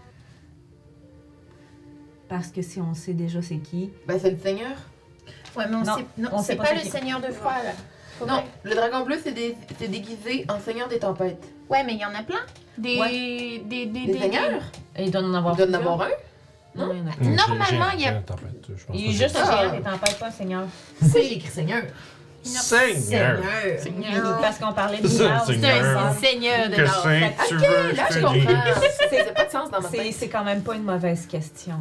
E: Parce que si on sait déjà c'est qui...
C: Ben, c'est le seigneur.
B: Ouais, mais
E: Non, on sait
B: c'est
E: pas
B: pas
E: c'est
B: le
E: qui.
B: seigneur de froid, là. Faut
C: Non,
B: vrai.
C: le dragon bleu, c'est déguisé en seigneur des tempêtes.
B: Ouais, mais il y en a plein. Des
C: Des seigneurs?
E: Et il doit en avoir
C: Il doit en
E: plusieurs.
C: avoir un.
E: Non, il y en a plus.
B: Normalement, il y a-
E: Il est juste un
C: Ah.
E: géant des tempêtes, pas un seigneur.
C: C'est écrit seigneur.
A: Seigneur!
D: Seigneur.
E: Parce qu'on parlait de
A: C'est un
E: Miao,
B: C'est
A: Seigneur.
B: un seigneur de
A: Que
B: l'or.
A: c'est tu veux,
C: Là, je
A: te
C: comprends.
A: dis.
C: Ça n'a pas de sens dans ma
E: C'est
C: tête.
E: c'est quand même pas une mauvaise question.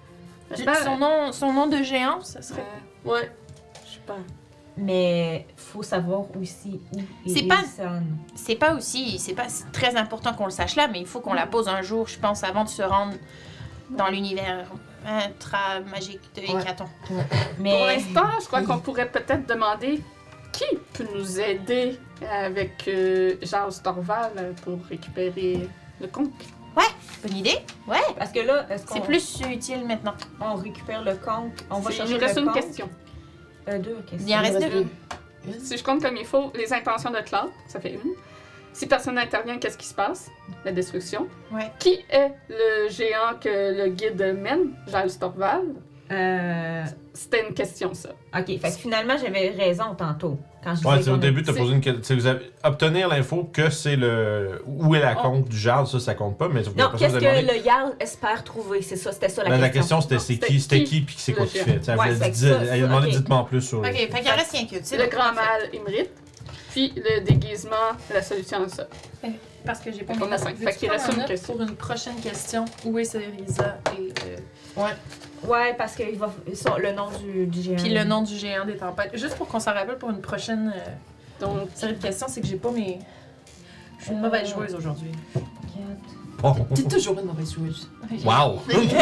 B: Son nom de géant, ça serait...
C: Ouais.
D: Je sais pas.
E: Mais faut savoir aussi où
B: C'est
E: il
B: pas-
E: sonne.
B: C'est pas c'est très important qu'on le sache là, mais il faut qu'on la pose un jour, je pense, avant de se rendre dans l'univers intra-magique de
C: Ouais.
B: Hécaton.
E: Mais
D: Pour l'instant, je crois qu'on pourrait peut-être demander qui peut nous aider avec Charles Torval pour récupérer le conque.
B: Bonne idée? Ouais,
E: parce que là, est-ce
B: c'est
E: qu'on
B: plus utile maintenant.
E: on récupère le conque, on va
D: Il
E: chercher
D: nous reste
E: le
D: une
E: conque?
D: question.
E: Deux questions.
B: Il en reste deux.
D: Si je compte comme il faut, les intentions de Claude, ça fait une. Si personne n'intervient, qu'est-ce qui se passe? La destruction.
B: Ouais.
D: Qui est le géant que le guide mène? Giles Torval. C'était une question, ça.
E: Ok, fait que finalement, j'avais raison tantôt. Quand je disais
A: Ouais, c'est au
E: qu'on a-
A: début, tu as posé une question. Vous avez obtenir l'info que c'est le. Où est la compte du Jarl, ça compte pas, mais
E: Non,
A: après ça,
E: qu'est-ce
A: vous
E: que
A: avez demandé-
E: le Jarl espère trouver? C'est ça, c'était ça la
A: Ben, la
E: question.
A: question, c'était
D: Non,
A: c'était qui, puis c'est quoi
D: le
A: qu'il
D: géant.
A: fait. Tu sais,
E: Ouais,
A: elle
E: fait que
A: dit-
E: ça,
A: elle a demandé
E: ok.
A: dites-moi en plus sur
B: Ok,
A: les.
B: fait qu'il en reste rien qu'une. C'est
D: Le
B: bon,
D: grand
B: parfait.
D: mâle Imrit. Puis le déguisement, la solution à ça.
B: Parce que j'ai pas
D: Fait qu'on a cinq. Fait qu'il reste une question.
B: Pour une prochaine question, où est Cérisa et...
E: Ouais, parce que le nom du géant.
B: Puis le nom du géant des tempêtes. Juste pour qu'on s'en rappelle pour une prochaine
D: Donc,
B: série de questions, c'est que j'ai pas mes... Je suis une mauvaise joueuse aujourd'hui.
A: Oh.
C: T'es toujours une mauvaise joueuse.
A: Wow!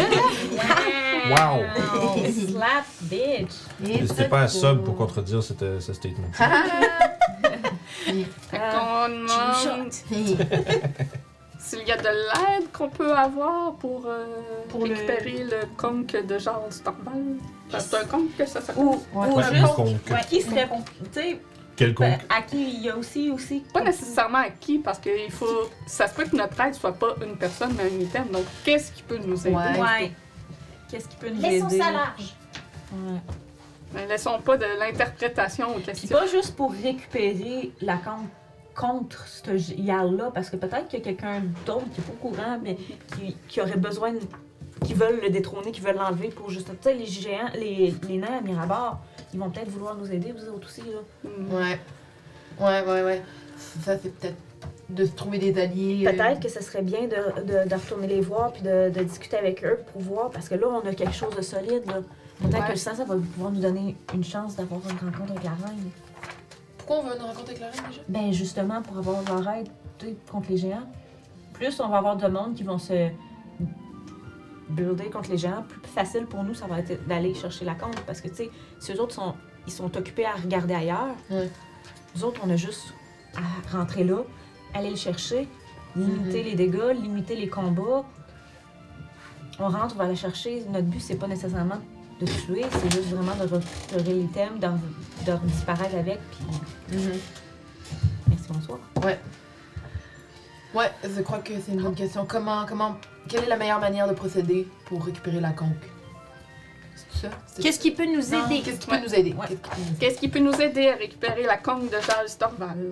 A: Wow!
E: Slap, bitch!
A: N'hésitez pas à sub pour contredire ce statement.
D: fait qu'on demande s'il y a de l'aide qu'on peut avoir pour
E: Pour le-
D: récupérer le conque de Charles Storval. Parce que c'est un conque que ça s'appelle.
E: Ou
A: Ouais,
E: juste,
A: quelconque.
E: qui serait, tu sais,
A: Quelconque.
E: à qui il y a aussi.
D: Pas nécessairement à qui, parce que il faut. Ça se peut que notre aide soit pas une personne, mais un item. Donc, qu'est-ce qui peut nous aider?
C: Ouais.
E: Ouais. Qu'est-ce qui peut nous
B: Laissons
E: aider?
B: ça large.
E: Ouais.
D: Mais laissons pas de l'interprétation aux
E: Puis
D: questions.
E: pas juste pour récupérer la compte contre ce Jarl-là, parce que peut-être qu'il y a quelqu'un d'autre qui est pas au courant, mais qui aurait besoin, qui veulent le détrôner, qui veulent l'enlever pour juste. Tu sais, les géants, les nains à Mirabar, ils vont peut-être vouloir nous aider, vous autres aussi, là.
C: Ouais. Ouais. Ça, c'est peut-être de se trouver des alliés.
E: Peut-être que ce serait bien de retourner les voir puis de discuter avec eux pour voir, parce que là, on a quelque chose de solide, là. Peut-être
C: Ouais.
E: que ça va pouvoir nous donner une chance d'avoir une rencontre avec la reine.
C: Pourquoi on veut une rencontre avec la reine déjà?
E: Ben justement, pour avoir leur aide tu sais, contre les géants. Plus on va avoir de monde qui vont se builder contre les géants, plus facile pour nous, ça va être d'aller chercher la compte. Parce que, tu sais, si eux autres ils sont occupés à regarder ailleurs,
C: Ouais.
E: nous autres, on a juste à rentrer là, aller le chercher, limiter les dégâts, limiter les combats. On rentre, on va aller chercher. Notre but, c'est pas nécessairement de tuer, c'est juste vraiment de récupérer l'item, de disparaître avec, puis merci, bonsoir.
C: Ouais, je crois que c'est une bonne question. Quelle est la meilleure manière de procéder pour récupérer la conque? C'est ça?
B: Qu'est-ce qui peut nous
C: Non,
B: aider?
C: Qu'est-ce qui peut nous aider?
E: Ouais.
C: Qu'est-ce qui peut nous aider?
D: Qu'est-ce qui peut nous aider à récupérer la conque de Charles Storval?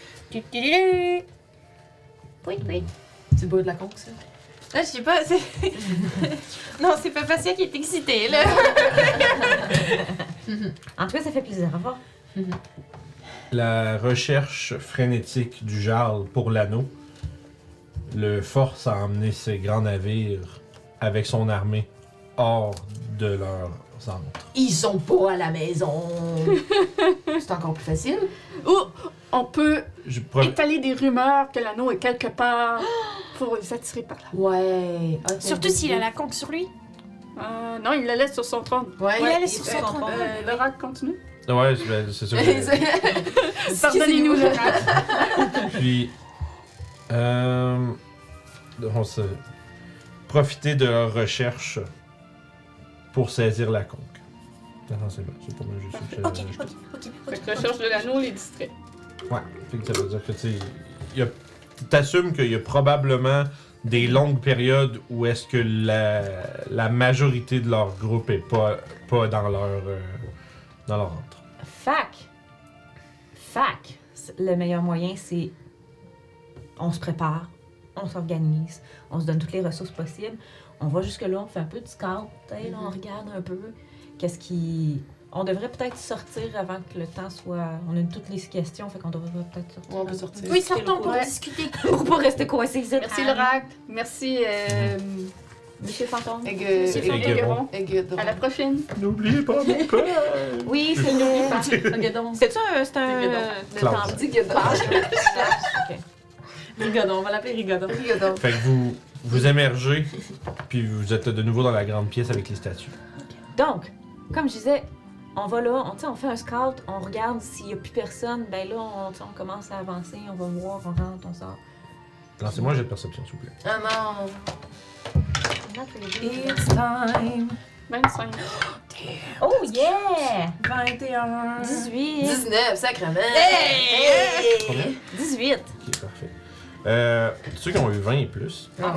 B: Oui.
C: C'est beau de la conque, ça?
B: Là, je sais pas, c'est... Non, c'est pas Passia qui est excitée, là.
E: En tout cas, ça fait plaisir à voir.
A: La recherche frénétique du Jarl pour l'anneau le force à emmener ses grands navires avec son armée hors de leurs antres.
C: Ils sont pas à la maison! C'est encore plus facile.
D: Ou on peut
A: Je pro-
D: étaler des rumeurs que l'anneau est quelque part pour les attirer par là.
C: Ouais. Ah, c'est
B: Surtout
C: une
B: s'il a
C: bonne
B: la conque sur lui.
D: Non, il la laisse sur son trône.
C: idée. Ouais.
B: Il a laissé
E: il
B: sur
E: fait
B: son trône.
E: comprendre.
D: L'oracle continue.
A: Ouais, c'est sûr. que-
D: Pardonnez-nous, l'oracle.
A: Puis, on se profiter de leur recherche pour saisir la conque. C'est bon, c'est pas mal juste ça que
B: Ok.
D: Fait que recherche de l'anneau les distrait.
A: Ouais, fait que ça veut dire que tu sais, t'assumes qu'il y a probablement des longues périodes où est-ce que la majorité de leur groupe est pas dans leur entre.
E: Le meilleur moyen, c'est on se prépare, on s'organise, on se donne toutes les ressources possibles. On va jusque-là, on fait un peu de scout, là, on regarde un peu qu'est-ce qui... On devrait peut-être sortir avant que le temps soit... On a toutes les questions, fait qu'on devrait peut-être sortir.
C: Ouais, on peut sortir.
B: Oui, sortons pour
E: Ouais.
B: discuter.
E: Pour pas rester coincé ici.
D: Merci, l'oracle. Merci,
E: Monsieur Fantôme.
B: Monsieur
D: Aigueron. À la prochaine.
A: N'oubliez pas mon père!
E: Oui, c'est le... Rigodon. C'est-tu un... C'est un...
A: Klaus.
E: le temps-
C: Dis Guédon.
E: Ok. Rigodon, on va l'appeler Rigodon.
C: Guédon.
A: Fait que vous émergez, puis vous êtes de nouveau dans la grande pièce avec les statues.
E: Donc, comme je disais, on va là, on fait un scout, on regarde s'il n'y a plus personne, ben là, on commence à avancer, on va voir, on rentre, on sort.
A: Lancez-moi un jet de perception, s'il vous plaît.
C: Ah non.
B: It's time.
D: 25.
E: Oh yeah!
B: 21.
E: 18!
C: 19, sacrément.
A: Combien?
E: 18!
A: Ok, parfait. Ceux qui ont eu 20 et plus,
C: Oh.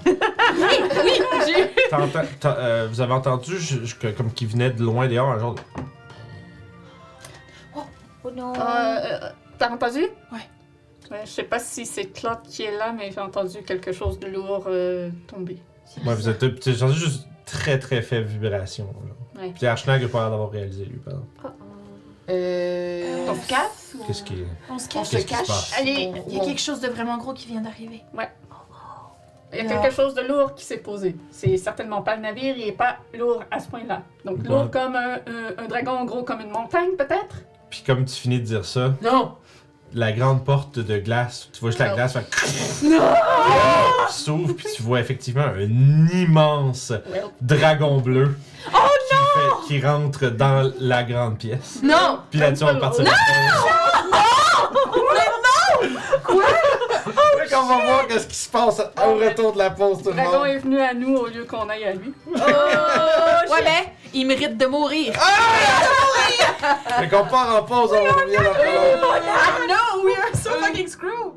A: vous avez entendu comme qu'ils venaient de loin dehors, un genre de...
E: Oh non!
D: T'as entendu?
B: Ouais.
D: Je sais pas si c'est Claude qui est là, mais j'ai entendu quelque chose de lourd tomber.
A: Ouais, vous êtes... J'ai entendu juste très très faible vibration. Genre.
D: Ouais.
A: Puis Archnag a pas l'air d'avoir réalisé, lui, pardon.
C: On se casse? ou
A: Qu'est-ce qui est...
B: On se
C: On
B: cache.
C: se
A: Qu'est-ce qui se
C: cache?
A: passe?
B: Allez,
C: On-
B: il y a
C: on-
B: quelque chose de vraiment gros qui vient d'arriver.
D: Il y a quelque chose de lourd qui s'est posé. C'est certainement pas le navire, il est pas lourd à ce point-là. Donc
A: Ouais.
D: lourd comme un dragon, gros comme une montagne peut-être?
A: Puis comme tu finis de dire ça,
C: Non!
A: la grande porte de glace, tu vois juste la
D: Non.
A: glace qui s'ouvre, puis tu vois effectivement un immense
D: Well.
A: dragon bleu qui rentre dans la grande pièce.
C: Non!
A: Puis là-dessus, on va partir. qu'on va voir qu'est-ce qui se passe au retour de la pause, tout
D: Le
A: le
D: dragon
A: monde.
D: est venu à nous au lieu qu'on aille à lui.
B: Ouais, mais il mérite de mourir.
A: Fait qu'on part en pause, on revient après.
B: No, we are so fucking screwed.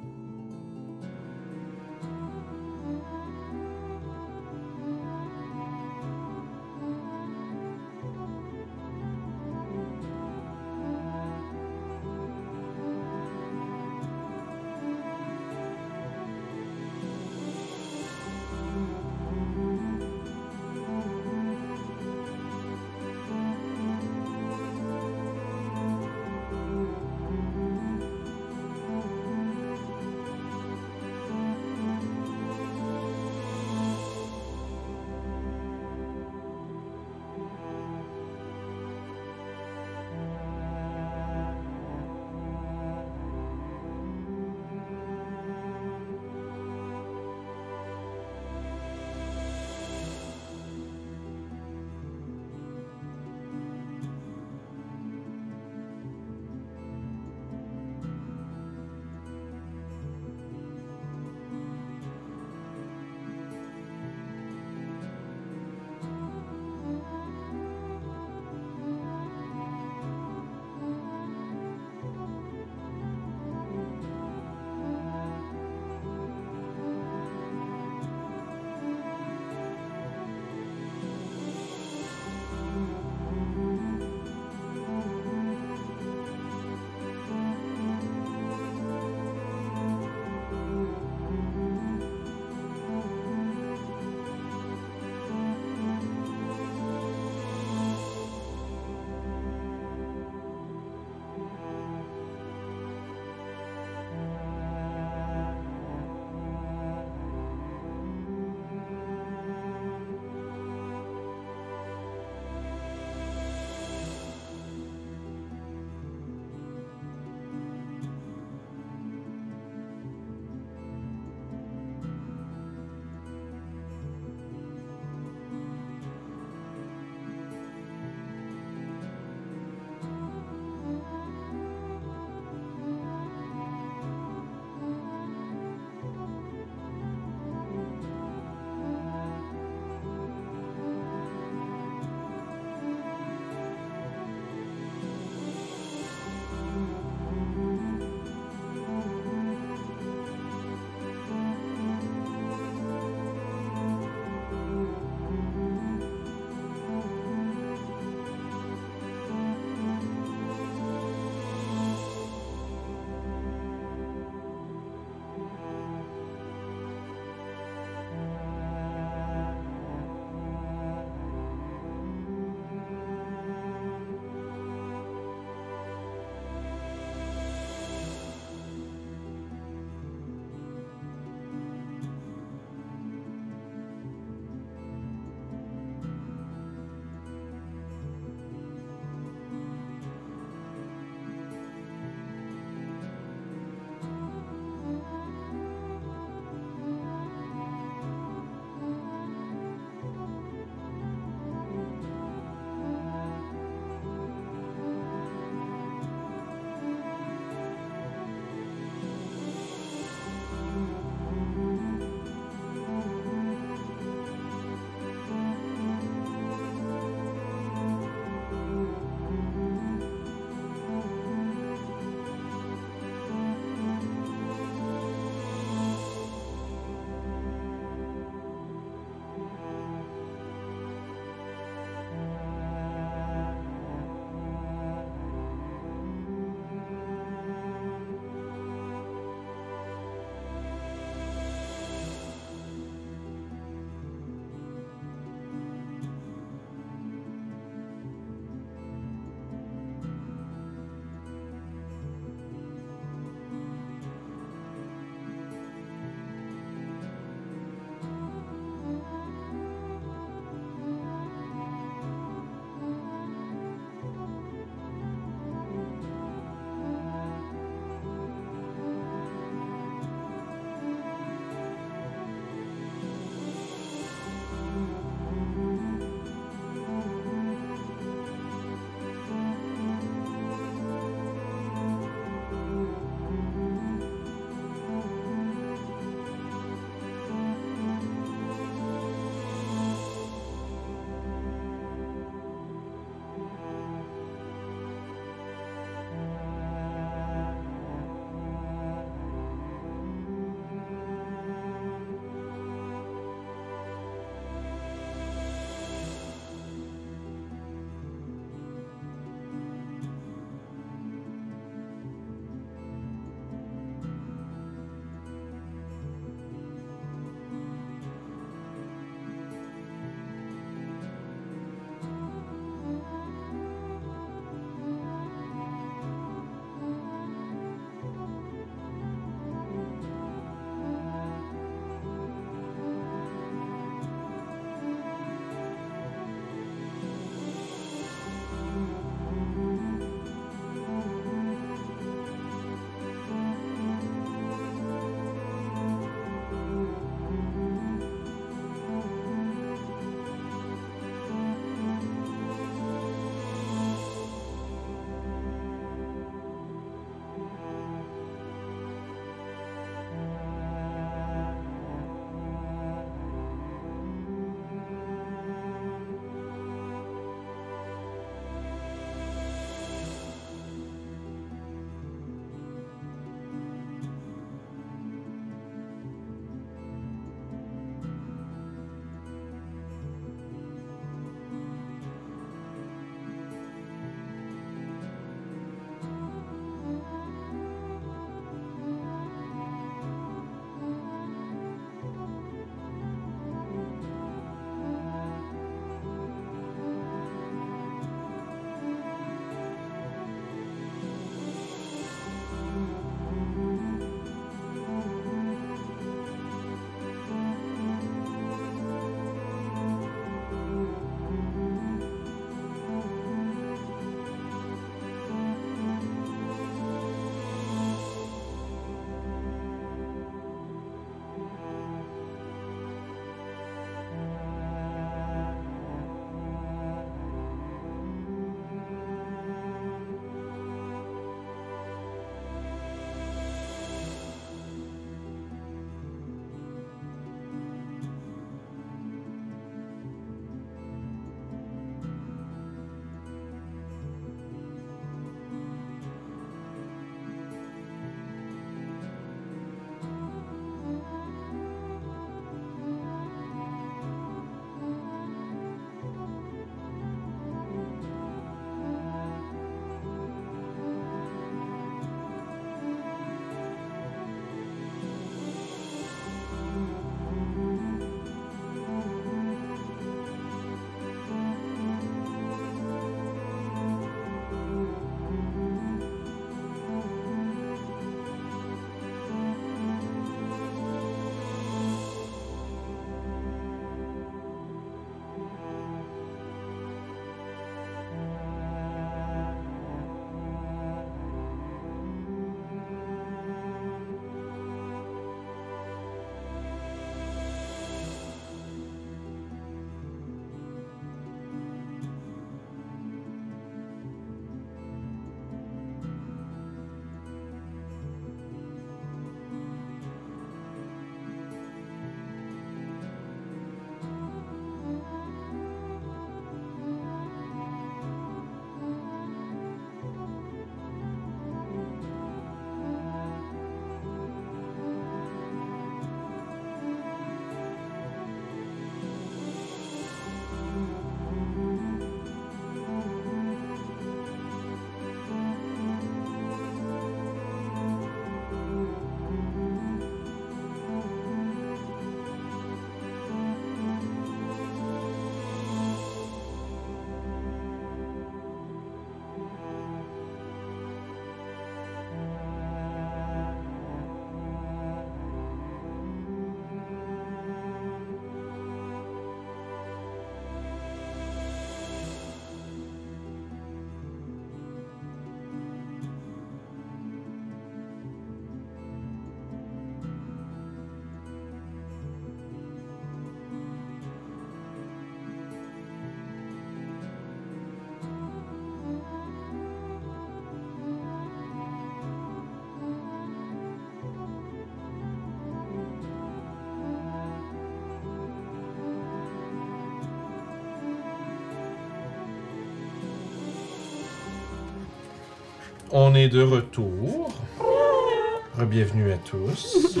A: On est de retour. Bienvenue à tous.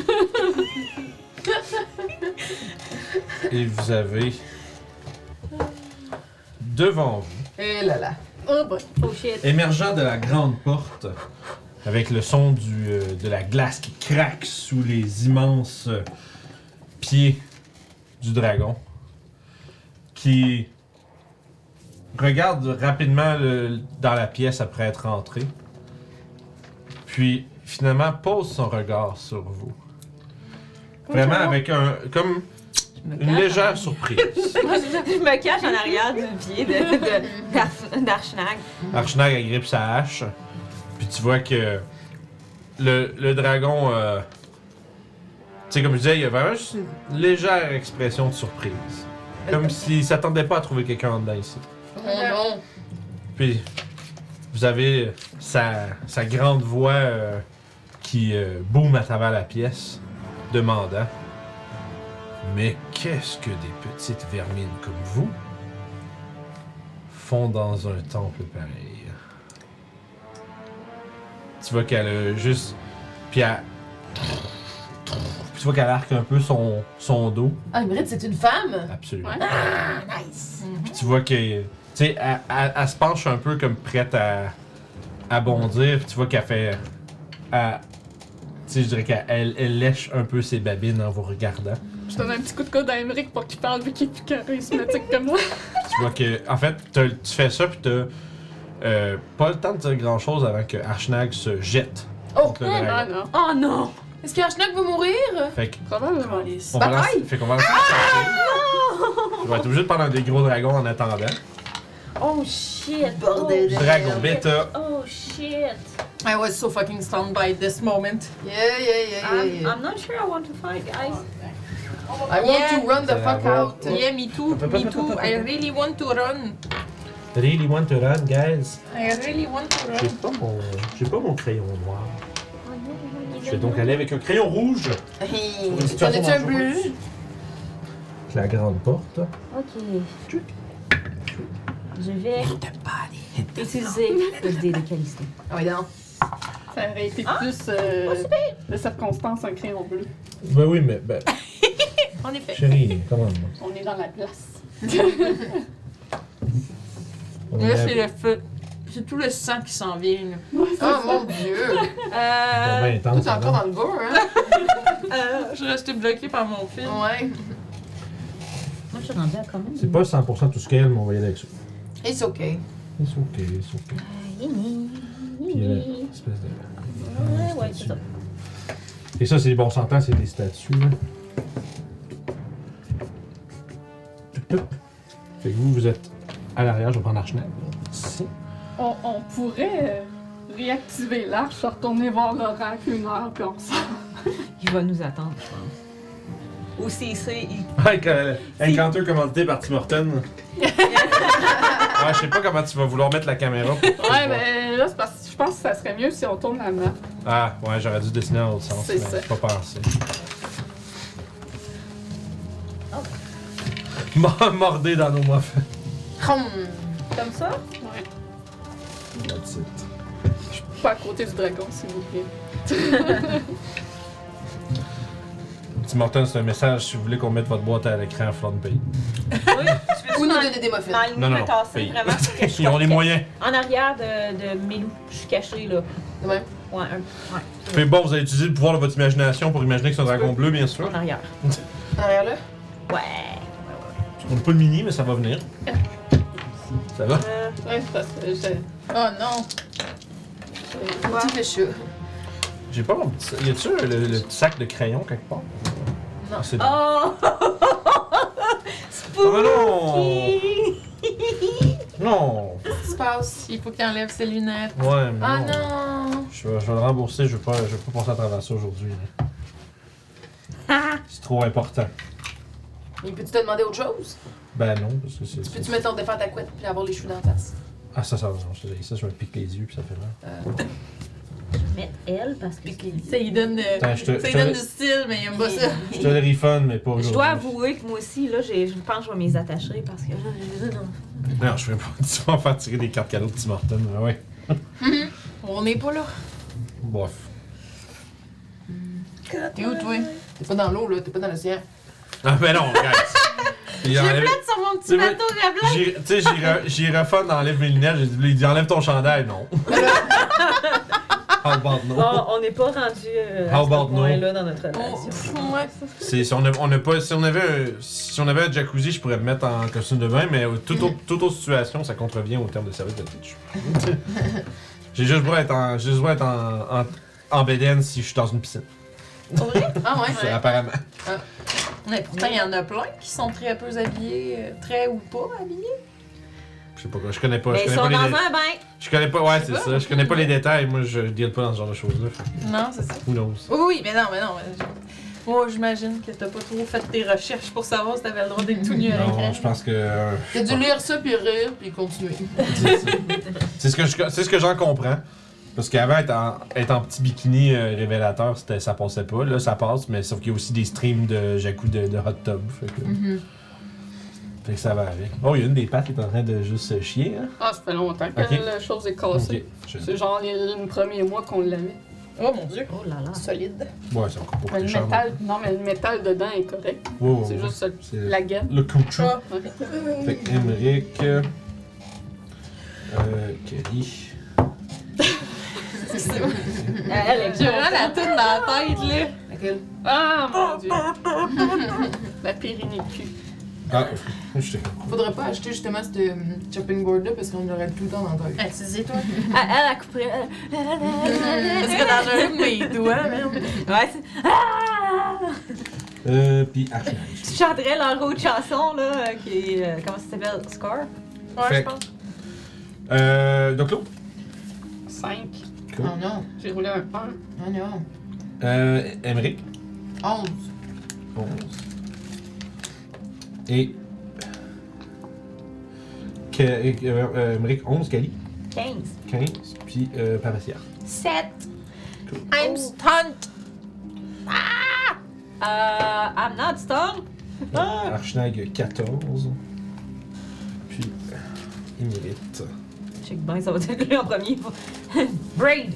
A: Et vous avez devant vous,
C: Et là là.
D: Oh boy.
E: Oh shit.
A: émergeant de la grande porte, avec le son de la glace qui craque sous les immenses pieds du dragon, qui regarde rapidement dans la pièce après être entré, puis finalement pose son regard sur vous. Vraiment avec comme une légère surprise.
E: Je me cache en arrière du pied d'Archnag.
A: Archnag agrippe sa hache, puis tu vois que le dragon, tu sais, comme je disais, il y a vraiment juste une légère expression de surprise. Comme s'il s'attendait pas à trouver quelqu'un en dedans ici.
C: Oh non.
A: Puis, vous avez sa grande voix qui boom à travers la pièce, demandant « Mais qu'est-ce que des petites vermines comme vous font dans un temple pareil? » Tu vois qu'elle a juste... Puis elle... Tu vois qu'elle arque un peu son dos.
C: Ah, Ymrith, c'est une femme?
A: Absolument.
D: Ouais.
C: Ah, nice.
A: Puis tu vois que, tu sais, elle se penche un peu comme prête à bondir. Puis tu vois qu'elle fait, tu sais, je dirais qu'elle lèche un peu ses babines en vous regardant.
D: Je donne un petit coup de coude à Emmerich pour qu'il parle vu qu'il est plus charismatique que moi.
A: Tu vois que, en fait, tu fais ça puis t'as pas le temps de dire grand chose avant que Archnag se jette
C: Oh,
A: contre le
D: Ah
A: dragon.
D: non.
E: Oh non!
C: est-ce qu'Archnag veut mourir?
A: Fait que
D: Probablement.
A: on va
C: Bataille!
A: lancer, fait qu'on va lancer le sortir. Tu vas être obligé de prendre un des gros dragons en attendant.
E: Oh shit!
C: Bordel de
A: Dragon
C: merde.
A: bêta.
E: Oh shit!
B: I was so fucking stunned by this moment.
C: Yeah.
E: I'm not sure I want to fight, guys.
C: I want to run the
A: Ça
C: fuck
A: va.
C: out.
B: Yeah, me too. Me too. I really want to run.
A: Really want to run, guys?
B: I really want to run.
A: J'ai pas mon crayon noir. Je vais donc aller avec un crayon rouge.
C: Hey,
A: Une
C: t'en
A: situation
C: es-tu un
A: dangereuse.
C: bleu?
A: La grande porte.
E: Ok. Je vais utiliser le dé de qualité.
C: Ah oui, non.
D: Ça aurait été plus de circonstances un crayon bleu.
A: Ben oui, mais ben,
B: En effet.
A: chérie, comment
D: On est dans la place.
B: Là, c'est le feu. C'est tout le sang qui s'en vient. là.
C: Oh mon dieu. Tout est encore dans le gore, hein?
B: Je suis restée bloquée par mon film.
C: Ouais.
E: Moi, je suis rendue à combien?
A: C'est pas 100% tout scale, mais on va y aller avec ça.
C: It's okay.
A: It's okay, it's okay. Puis espèce de.
E: Ouais, c'est ça.
A: Et ça, c'est bon, on s'entend, c'est des statues, là. Tup, tup. Fait que vous êtes à l'arrière, je vais prendre Archnag. Ici.
D: On pourrait réactiver l'arche, retourner voir l'oracle 1 heure, puis on sort.
E: Il va nous attendre, je pense. Ou si c'est.
A: Encounter commandité par Tim Horton. Ouais, je sais pas comment tu vas vouloir mettre la caméra. Pour
D: Ouais, mais là, c'est parce que je pense que ça serait mieux si on tourne la map.
A: Ah, ouais, j'aurais dû dessiner dans l'autre sens.
D: C'est
A: mais
D: ça.
A: j'ai pas pensé. Mordez dans nos muffins.
E: Comme ça?
D: Ouais.
A: That's it.
D: Pas à côté du dragon, s'il vous plaît.
A: Tim Horton, c'est un message si vous voulez qu'on mette votre boîte à l'écran à flanc de pays.
E: Oui,
C: Ou nous donner des muffins.
A: Non, non,
E: me tasser
A: pays.
E: vraiment. pour que je
A: Ils ont les
E: sois
A: moyens.
E: En arrière de Mélou. Je suis cachée, là.
C: De même.
E: Ouais, ouais.
A: Fait bon, vous allez utiliser le pouvoir de votre imagination pour imaginer que c'est un dragon bleu, bien sûr.
E: En arrière.
C: En arrière là?
E: Ouais.
A: On n'a pas le mini, mais ça va venir. Ça va?
D: Ouais, c'est parce que j'ai.
B: Oh non.
C: Petit fait chaud.
A: J'ai pas mon petit. Y a-tu le petit sac de crayon quelque part?
C: Non.
A: Ah, c'est
E: Oh!
A: Ah, mais non! Non!
B: Qu'est-ce qui se passe? Il faut qu'il enlève ses lunettes.
A: Ouais, mais
B: Ah
A: non.
B: non.
A: Je vais le rembourser, je vais pas passer à travers ça aujourd'hui. là. C'est trop important.
C: Mais peux-tu te demander autre chose?
A: Ben non, parce que c'est.
C: Peux-tu mettre ton défaire ta couette puis avoir les cheveux dans la face?
A: Ah, ça, non, ça, je me pique les yeux puis ça fait mal.
E: Mais elle, parce que.
B: Ça lui donne,
A: Attends, je te-
B: ça lui
A: je te-
B: donne du style, mais il aime pas ça.
A: Je te le refund, mais pas aujourd'hui.
E: Je dois avouer que moi aussi, là, je pense que je vais m'y attacher parce que.
A: Non, je vais pas. Tu vas me faire tirer des cartes cadeaux de Tim Horton, mais ouais.
B: Oh On n'est pas là.
A: Bof.
C: T'es où, toi? T'es pas dans l'eau, là. T'es pas dans l'océan.
A: Ah, ben non, regarde.
B: Je flotte sur mon petit bateau Rabelais.
A: Tu sais, j'irais fun d'enlève mes lunettes. J'ai dit, enlève ton chandail. Non. How about no?
E: Bon, on n'est pas rendu
A: How
E: à ce
A: about no?
E: point-là dans notre relation.
B: Ouais.
A: Si on avait un jacuzzi, je pourrais me mettre en costume de bain, mais toute autre situation, ça contrevient au terme de service de Twitch. J'ai juste besoin d'être en bédaine si je suis dans une piscine.
C: Ah ouais?
A: C'est apparemment.
B: Mais pourtant, il y en a plein qui sont très peu habillés, très ou pas habillés.
A: Je sais pas quoi, je connais pas.
E: Mais ils sont dans
A: les
E: un bain.
A: Je connais pas, ouais, c'est ça. Je connais pas les détails. Moi, je deal pas dans ce genre de choses-là.
B: Non, c'est ça.
A: Who knows?
B: Oui, mais non. Moi, j'imagine que t'as pas trop fait tes recherches pour savoir si t'avais le droit d'être tout nu à
A: Non,
B: l'écran.
A: je pense que.
C: T'as dû lire ça, puis rire, puis continuer.
A: C'est ce que j'en comprends. Parce qu'avant, être en petit bikini révélateur, ça passait pas. Là, ça passe, mais sauf qu'il y a aussi des streams de jacuzzi de hot tub. Fait que ça va avec. Oh, il y a une des pattes qui est en train de juste chier, hein?
D: Ah, ça fait longtemps que
A: Ok.
D: la chose est cassée.
A: Ok.
D: C'est genre le premier mois qu'on l'avait.
B: Oh mon dieu.
E: Oh là là.
B: Solide.
A: Ouais, c'est encore pas
D: Mais le
A: plus cher.
D: métal, non, mais le métal dedans est correct.
A: Ouais, ouais,
D: C'est
A: ouais.
D: juste ça,
A: C'est
D: la gaine.
A: le caoutchouc.
B: Ah.
D: Ouais.
A: Fait que Emmerich. Kelly.
B: J'ai vraiment la toune dans la tête, là.
C: Laquelle?
D: Ah, mon dieu. La périnée-cul.
A: Ah, je sais.
C: Faudrait pas acheter justement ce chopping board-là parce qu'on l'aurait tout le temps dans la tête.
B: C'est toi.
E: Elle a coupé.
B: Parce que dans un de mes doigts, même.
E: Ouais, c'est. Ah!
A: Puis Archnage.
E: Tu chanterais leur autre chanson, là, qui est. Comment ça s'appelle? Score?
B: Ouais,
A: Fait
B: je
A: que-
B: pense.
A: Doclo?
D: 5.
A: Cool.
C: Oh non.
D: J'ai roulé un 1.
C: Oh non.
A: Emmerich.
C: 11.
A: 11. Et. Emmerich 11, Kali.
E: 15.
A: 15. Puis Papacia.
B: 7.
A: Cool.
B: I'm stunned.
E: I'm not stoned.
A: Archnag 14. Puis. Émérite.
E: Je sais que ben, ça va être lui en premier. Braid.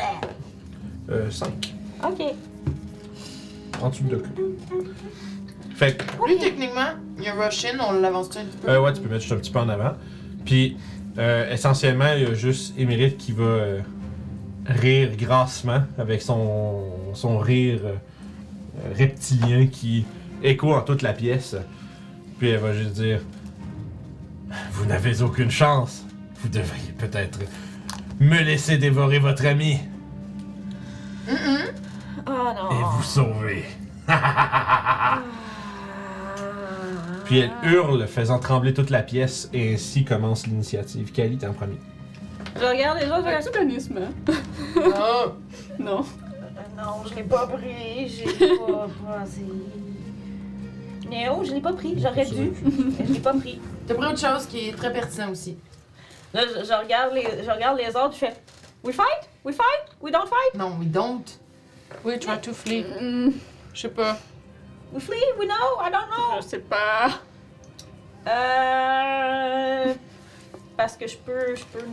A: 5.
E: Ok.
A: En dessous de Doclo. Fait que.
C: Lui, techniquement, il y a Russian, on l'avance un petit peu.
A: Ouais, tu peux mettre juste un petit peu en avant. Puis, essentiellement, il y a juste Émérite qui va rire grassement avec son rire reptilien qui écho en toute la pièce. Puis elle va juste dire: vous n'avez aucune chance. Vous devriez peut-être me laisser dévorer votre ami
E: Oh non.
A: et vous sauver. Puis elle hurle, faisant trembler toute la pièce, et ainsi commence l'initiative. Kali, t'es en premier.
E: Je regarde les autres, je regarde.
D: As-tu connais hein?
C: Oh!
D: Non.
E: Non, je l'ai pas pris. J'ai pas pensé. Néo, je l'ai pas pris. J'aurais dû. Mais je l'ai pas pris.
C: T'as pris autre chose qui est très pertinent aussi.
E: Là, je regarde les autres, je fais We fight? We fight? We don't fight?
C: Non, we don't.
B: We try to flee.
C: Je sais pas.
E: We flee? We know? I don't know.
D: Je sais pas.
E: Parce que je peux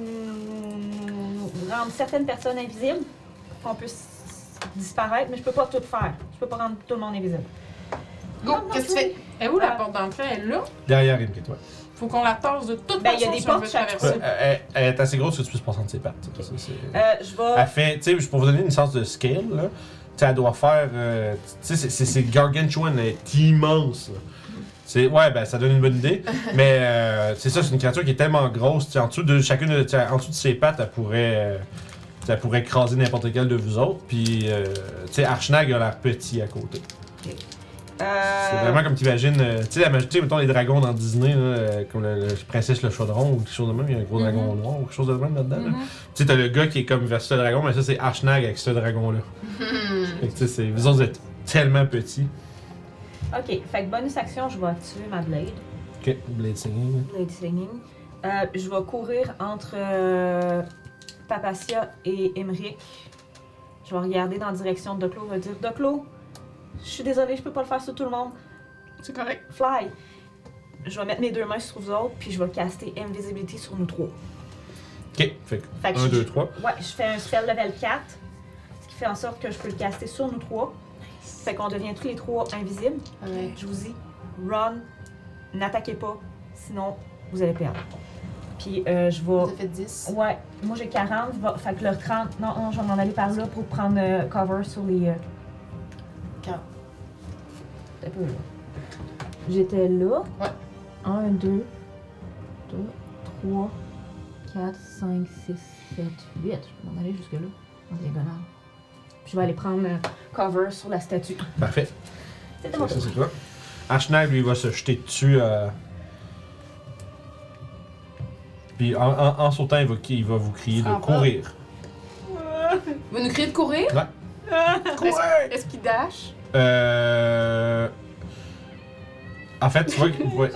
E: rendre certaines personnes invisibles, qu'on puisse disparaître, mais je peux pas tout faire. Je peux pas rendre tout le monde invisible.
C: Go, qu'est-ce que tu fais?
B: Et où la porte d'entrée? Elle est là?
A: Derrière Imrit, ouais.
B: Faut qu'on la tasse de toute
E: Ben, il y a
B: façon
E: des
B: si on
E: portes
B: veut
E: chaque
B: traverser.
A: Elle est assez grosse que tu puisses passer entre ses pattes. Ça,
E: Je vais.
A: Elle fait, tu sais, pour vous donner une sens de scale, là, tu sais, elle doit faire, tu sais, c'est gargantuan, elle est immense. Là. Ouais, ben ça donne une bonne idée, mais c'est ça, c'est une créature qui est tellement grosse, tu sais, en dessous de chacune, en dessous de ses pattes, elle pourrait écraser n'importe quel de vous autres, puis, tu sais, Archnag a l'air petit à côté. C'est vraiment comme tu imagines, tu sais, mettons les dragons dans Disney, là, comme le princesse le chaudron ou quelque chose de même, il y a un gros dragon noir ou quelque chose de même là-dedans. Là. Tu sais, t'as le gars qui est comme versus le dragon, mais ça c'est Archnag avec ce dragon-là. Fait que tu sais, vous autres êtes tellement petits.
E: Ok, fait que bonus action, je vais tuer ma blade.
A: Ok, Blade Singing.
E: Blade Singing. Je vais courir entre Papacia et Emmerich. Je vais regarder dans la direction de Doclo. Je vais dire Doclo, je suis désolée, je peux pas le faire sur tout le monde.
D: C'est correct.
E: Fly. Je vais mettre mes deux mains sur vous autres, puis je vais caster Invisibility sur nous trois.
A: Ok, fait que
E: Fait que
A: 1, 2, 3.
E: Ouais, je fais un spell level 4, ce qui fait en sorte que je peux le caster sur nous trois. Fait qu'on devient tous les trois invisibles.
C: Ouais.
E: Je vous dis, run, n'attaquez pas, sinon vous allez perdre. Puis je vais...
C: Ça fait 10.
E: Ouais, moi j'ai 40, fait que le 30... Non, je vais m'en aller par là pour prendre cover sur les...
C: 40.
E: Un peu là. J'étais là.
C: Ouais.
E: 1, 2, 3, 4, 5, 6, 7, 8. Je peux m'en aller jusque-là, en diagonale. Puis je vais aller prendre cover sur la statue.
A: Parfait.
E: C'était mon
A: Ça,
E: tour.
A: c'est toi. Ashnag, lui, va se jeter dessus. Puis en sautant, il va vous crier de
D: En bas.
A: courir.
C: Vous nous criez de courir?
A: Courir!
D: Est-ce qu'il dash?
A: En fait, tu vois que. Ouais.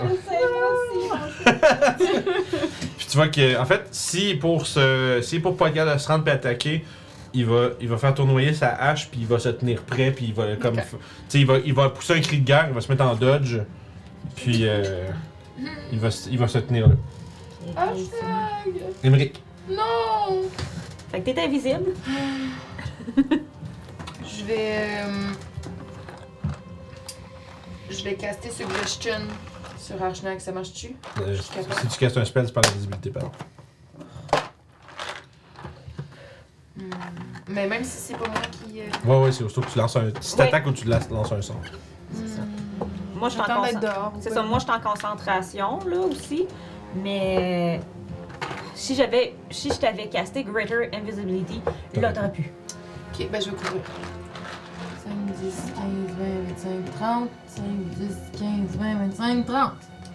A: Puis tu vois que, en fait, si pour pas être capable de se rendre et attaquer, il va faire tournoyer sa hache puis il va se tenir prêt puis il va comme,
D: Ok.
A: tu sais, il va pousser un cri de guerre, il va se mettre en dodge, puis il va se tenir là.
C: Hashtag!
A: Émeric.
C: Non!
E: Fait que t'es invisible.
C: Je vais. Je vais caster Suggestion sur Archnag, ça marche-tu?
A: Si tu castes un spell, c'est pas l'invisibilité, pardon.
C: Mais même si c'est pas moi qui.
A: Ouais, c'est aussitôt que tu lances un. Si t'attaques ou tu lances un son.
E: Moi, je suis en
C: J'attends d'être
E: concentration.
C: dehors.
E: C'est ça, moi, je suis en concentration, là, aussi. Mais si je t'avais casté Greater Invisibility, là, t'aurais pu.
C: Ok, ben je vais courir. 5, 10, 15, 20, 25, 30. 5, 10, 15, 20, 25, 30.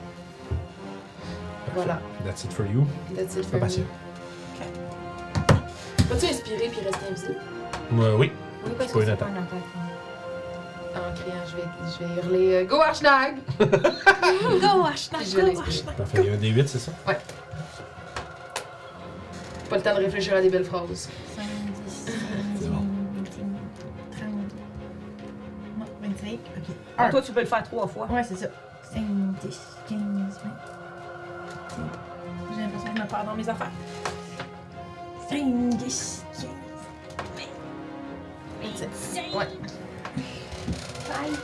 C: Voilà.
A: That's it for you.
C: That's it
A: Pas
C: for
A: patient.
C: me. Peux-tu inspirer puis rester invisible?
A: Oui.
E: Oui, parce
A: Pas
E: que
A: une
E: c'est
A: attaque.
E: pas une attaque.
C: En criant, je vais hurler Go Archnag!
B: Go, Ashna,
C: Puis je vais
B: go,
C: l'inspirer.
B: Ashna.
A: Parfait. Il y a un D8, c'est ça?
C: Pas le temps de réfléchir à des belles phrases.
B: 5, 10, 15,
A: C'est bon.
B: 20, 30. Non, 25. Ok.
E: Ah, toi, tu peux le faire 3 fois.
B: Ouais, c'est ça. 5, 10, 15, 20. J'ai l'impression que je me perds dans mes affaires. 5, 10, 15,
C: 27. Ouais.
B: 5.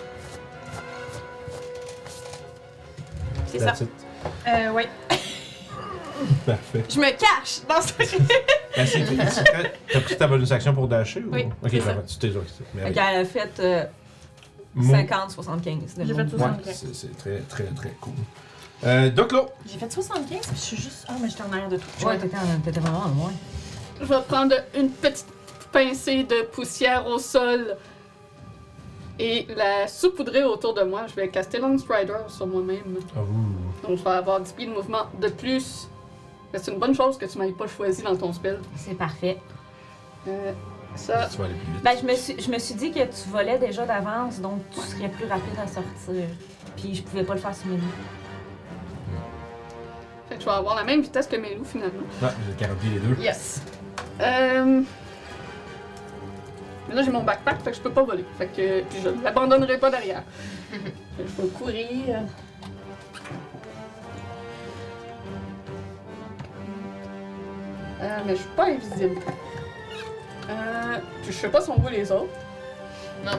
B: C'est ça.
A: That's it.
B: Ouais.
A: Parfait.
B: Je me cache dans ce.
A: T'as pris ta bonus action pour dasher ou?
B: Oui,
A: Ok,
B: c'est ça.
A: parfait. Tu t'es occupé.
E: Fait qu'elle a fait
A: Mou-
E: 50-75.
B: J'ai fait
A: Ouais,
B: 75.
A: c'est très, très, très cool. Donc là,
B: J'ai fait 75, puis je suis juste. Ah, mais j'étais en arrière de tout.
E: Ouais, t'étais vraiment loin.
D: Je vais prendre une petite pincée de poussière au sol et la saupoudrer autour de moi. Je vais caster Longstrider sur moi-même. Donc je vais avoir 10 pieds de mouvement de plus. Mais c'est une bonne chose que tu m'aies pas choisi dans ton spell.
E: C'est parfait.
D: Ça,
A: tu vas aller plus vite.
E: Ben, je me suis dit que tu volais déjà d'avance, donc tu serais plus rapide à sortir. Puis je pouvais pas le faire sur mes loups.
D: fait que je vais avoir la même vitesse que mes loups finalement.
A: Ouais, j'ai 40 pieds les deux.
C: Yes.
D: Mais là j'ai mon backpack, fait que je peux pas voler. Fait que puis je l'abandonnerai pas derrière. Fait que je vais courir. Mais je suis pas invisible. Puis je sais pas sont où les autres.
C: Non.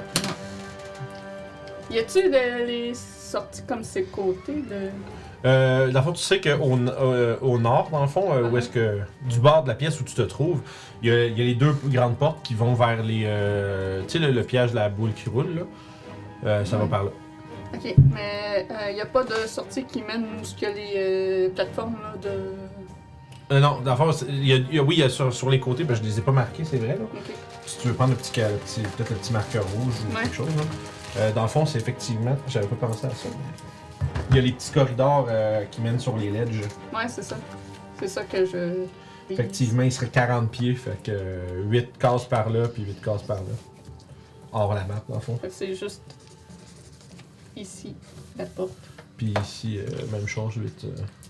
D: Y a-tu les sorties comme ces côtés de.
A: Dans le fond, tu sais qu'au nord, dans le fond, où est-ce que. Du bord de la pièce où tu te trouves, il y a les deux grandes portes qui vont vers les. Tu sais, le piège de la boule qui roule, là. Ça va par là.
D: Ok, mais y a pas de sortie qui mène où il y a les plateformes là, de.
A: Non, dans le fond, oui, il y a sur les côtés, ben, je les ai pas marqués, c'est vrai, là.
D: Ok.
A: Si tu veux prendre peut-être le petit marqueur rouge ou
D: Ouais.
A: quelque chose, là. Dans le fond, c'est effectivement. J'avais pas pensé à ça. Mais il y a les petits corridors qui mènent sur les ledges.
D: Ouais, c'est ça. C'est ça que je.
A: Effectivement, il serait 40 pieds, fait que 8 cases par là, puis 8 cases par là. Hors la map, dans le fond.
D: Fait que c'est juste. Ici, la porte.
A: Puis ici, même chose, 8.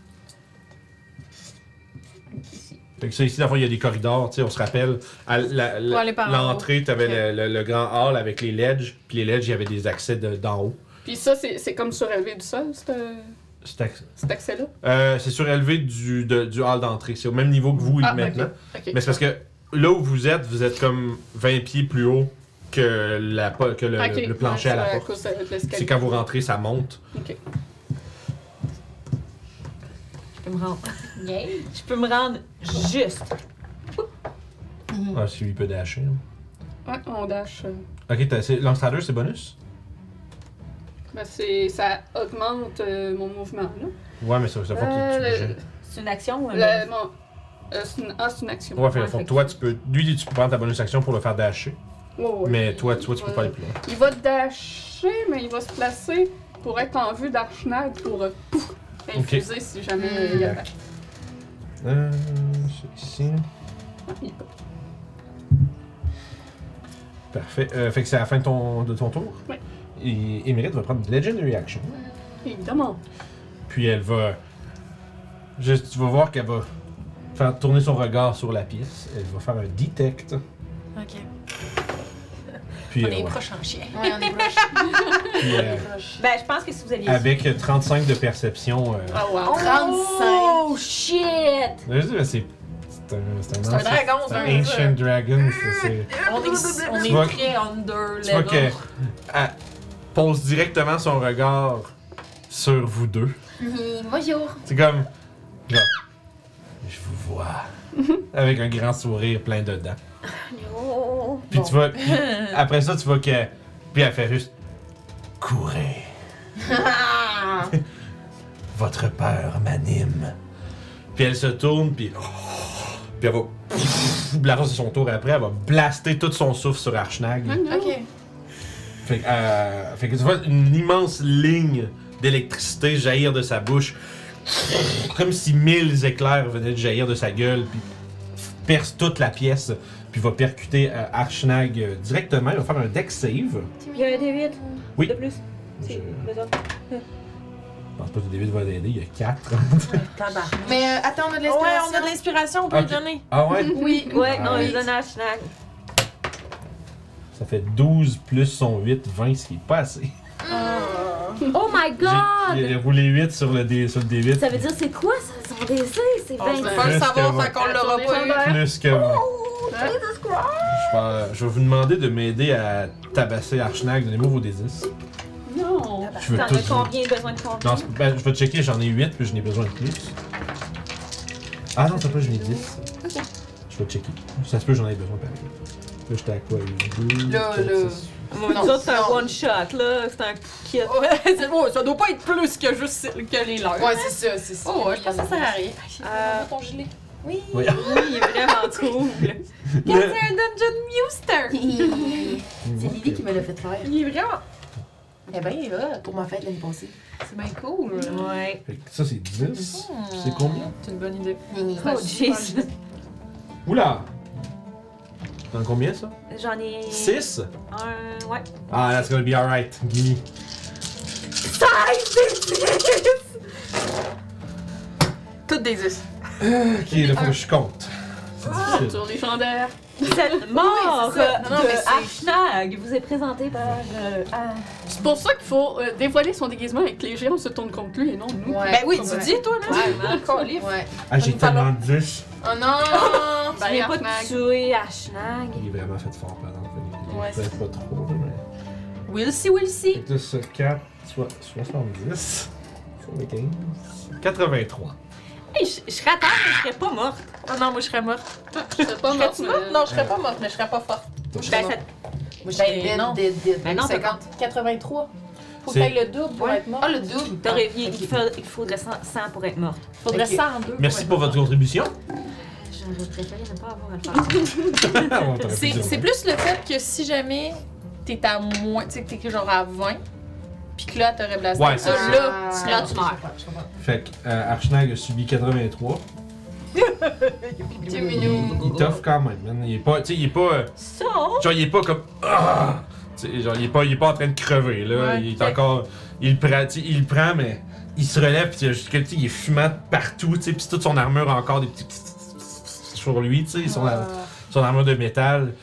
D: Ici.
A: Fait que ça, ici, dans le fond, il y a des corridors, tu sais, on se rappelle. À
B: Pour aller par en
A: l'entrée, tu avais le grand hall avec les ledges, puis les ledges, il y avait des accès d'en haut.
D: Puis ça, c'est comme surélevé du sol, cette. cet accès-là?
A: C'est surélevé du hall d'entrée. C'est au même niveau que vous maintenant.
D: Ok.
A: Mais c'est parce que là où vous êtes comme 20 pieds plus haut que, le plancher à la
D: à
A: porte.
D: cause de l'escalier.
A: C'est quand vous rentrez, ça monte.
D: Ok.
E: Je peux me rendre. Je peux me rendre juste.
A: Ah, si lui peut dasher. Là.
D: Ouais, on dash.
A: Ok, Longstrider, c'est bonus?
D: Ben ça augmente mon mouvement, là.
A: Ouais, mais ça faut que tu bouges.
E: C'est une action ou un
D: C'est une action.
A: Ouais, fait, faut que toi, tu peux prendre ta bonus action pour le faire dasher.
D: Ouais.
A: Mais toi, tu peux pas aller plus loin.
D: Il va dasher, mais il va se placer pour être en vue d'Archnag pour infuser si jamais il y a pas.
A: C'est ici. Parfait. Fait que c'est à la fin de ton tour.
D: Oui.
A: Et Emerald va prendre Legendary Action.
D: Évidemment.
A: Puis elle va. Tu vas voir qu'elle va faire tourner son regard sur la pièce. Elle va faire un detect.
B: Ok.
A: Puis,
B: On est
A: ouais.
B: proche en chien.
C: Ouais, on est proche.
A: Puis,
E: Ben, je pense que si vous aviez.
A: avec 35 de perception.
D: Ah wow.
C: 35.
E: Oh shit!
A: Je dis, mais c'est
B: C'est un dragon,
A: c'est
B: ça.
A: un Ancient Dragon.
B: On est
A: Tu vois-
B: très under
A: Tu vois
B: level.
A: qu'elle pose directement son regard sur vous deux.
C: Bonjour.
A: C'est comme. Genre, je vous vois. Avec un grand sourire plein de dents.
E: Oh.
A: Puis tu vois. Puis après ça, tu vois que. Puis elle fait juste. Courez. Votre peur m'anime. Puis elle se tourne, puis. Puis elle va. Blaster son tour après, elle va blaster tout son souffle sur Archnag.
B: Ok.
A: Fait que tu vois une immense ligne d'électricité jaillir de sa bouche. Comme si 1000 éclairs venaient de jaillir de sa gueule, puis perce toute la pièce, puis va percuter Archnag directement. Il va faire un dex save.
E: Il y a un D8
A: Oui.
E: de plus.
A: Je
E: C'est besoin.
A: pense pas que David va l'aider, il y a 4.
B: Tabarnak.
C: Mais attends, on a de
B: Ouais,
C: l'inspiration.
B: on a de l'inspiration, on peut
A: Ok.
B: lui donner.
A: Ah ouais?
C: Oui.
E: Ouais,
A: Ah
E: on
A: oui.
E: lui donne un snack.
A: Ça fait 12 plus son 8, 20, ce qui est pas assez.
E: Oh my god!
A: J'ai roulé 8 sur le D8.
E: Ça veut dire c'est quoi ça? Son DC? C'est
B: On
E: 20.
B: peut pas le
A: Plus
B: savoir
A: que
B: tant qu'on l'aura pas eu.
A: Plus que moi.
E: Oh, Jesus Christ!
A: Je vais vous demander de m'aider à tabasser Archnag. Donnez-moi vos D10.
D: Non.
A: Je veux
E: T'en
A: tout.
E: as combien? Besoin de combien?
A: Non, ben, je vais checker, j'en ai 8, puis j'en ai besoin de plus. Ah non, ça peut, j'en ai 10. Je vais checker. Ça se peut, j'en ai besoin pareil. Là, j'étais à quoi? 2,
C: Là,
A: 4,
C: là.
A: 6.
E: Moi,
C: Non,
E: nous autres, c'est un
C: non.
E: one shot, là. C'est un kit.
B: Ouais, c'est bon, ça doit pas être plus que juste que les leurs.
C: Ouais, c'est ça, c'est ça.
B: Oh, ouais, je pense que ça sert à rien.
E: Euh,
B: Ton gilet.
A: Oui.
E: Oui, il est vraiment cool.
B: C'est un dungeon muster.
C: C'est Lily qui me l'a fait faire.
B: Il est vraiment.
C: Eh ben, là, pour ma fête l'année passée.
B: C'est bien cool.
E: Ouais.
A: Fait que ça, c'est 10. C'est combien?
B: C'est une bonne idée.
E: Oh, jeez.
A: Oula! T'en combien, ça?
E: J'en ai.
A: 6?
E: Ouais.
A: Ah, that's gonna be alright. Gimme.
B: Toutes des 10.
A: Ok, là, faut que je compte. C'est difficile.
D: Tour légendaire.
E: Cette mort
B: c'est ça. Non, non,
E: de
B: mais c'est-
E: Archnag vous est présentée par.
D: C'est pour ça qu'il faut dévoiler son déguisement et que les géants se tournent contre lui et non nous.
C: Ouais.
B: Ben oui,
C: Comme
B: tu
C: vrai.
B: dis, toi, là.
C: Ouais. Ouais.
A: Ah, j'ai
B: Il va
A: tellement 10.
C: Oh non!
E: Tu viens pas de tuer Archnag.
A: Il est vraiment fait fort, par exemple.
B: Ouais,
A: Peut-être pas trop, là, mais.
B: We'll see, we'll see.
A: Fait que là, ça, 4, soit 70. 75. 83.
E: Hey, je serais à terre, mais je serais pas morte.
B: Oh non, moi, je serais morte.
D: Je serais pas morte.
B: Serais-tu morte? Non, je serais pas morte, mais je serais pas forte.
E: Ben, ça-
C: Moi, je serais
B: Ben, non.
C: dead.
E: Ben non,
C: 50.
B: 83. Faut que
A: C'est-
B: t'ailles le double pour être morte.
C: Ah, le double.
E: T'aurais bien, il faudrait 100 pour être morte.
B: Faudrait
C: Ok.
B: 102.
A: Merci pour votre contribution.
E: J'aurais préféré ne pas avoir à le faire.
A: On t'aurait pu
B: C'est
A: dire,
B: c'est
A: ouais.
B: plus le fait que si jamais t'es à moins, tu sais, que t'es genre à 20, pis que là, t'aurais blasté.
A: Ouais,
B: ça,
A: c'est
B: là,
C: Ah,
B: là, tu meurs.
C: je comprends.
A: Fait que Archnag a subi 83.
C: C'est mignon.
A: Il tough quand même, man. Il est pas. Tu sais, il est pas.
E: Ça?
A: Genre, il est pas comme. Ah! Tu sais, genre, il est pas en train de crever, là.
B: Ouais.
A: Il est encore. Il le prend, tu sais, il le prend, mais. Il se relève, pis tu sais, il est fumant de partout, tu sais, pis toute son armure a encore des petits. Sur lui, tu sais, son armure de métal.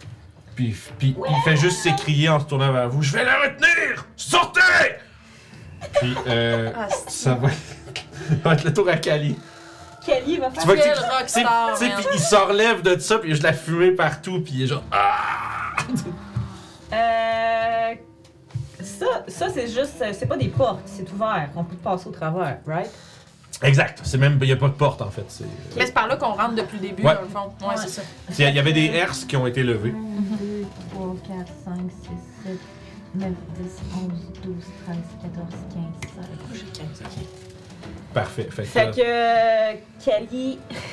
A: Puis il fait juste s'écrier en se tournant vers vous. Je vais la retenir! Sortez! Puis,
B: c'est
A: ça va être le tour à Kali.
E: Kelly va faire
A: Tu vois que
B: Quel
A: tu
B: rockstar,
A: sais,
B: man.
A: puis il se relève de ça, puis il y a de la fumée partout, puis il est genre. Ah!
E: Ça c'est juste, c'est pas des portes, c'est ouvert, on peut passer au travers, right?
A: Exact. C'est même. Il n'y a pas de porte, en fait.
B: Mais c'est par là qu'on rentre depuis le début,
A: Ouais.
B: dans le fond. Ouais, c'est ça.
A: Il y avait des herses qui ont été levées.
E: 1, 2, 3, 4, 5, 6, 7, 9, 10, 11, 12, 13, 14, 15, 16.
B: J'ai 15, ok.
A: Parfait.
E: Fait que Kelly.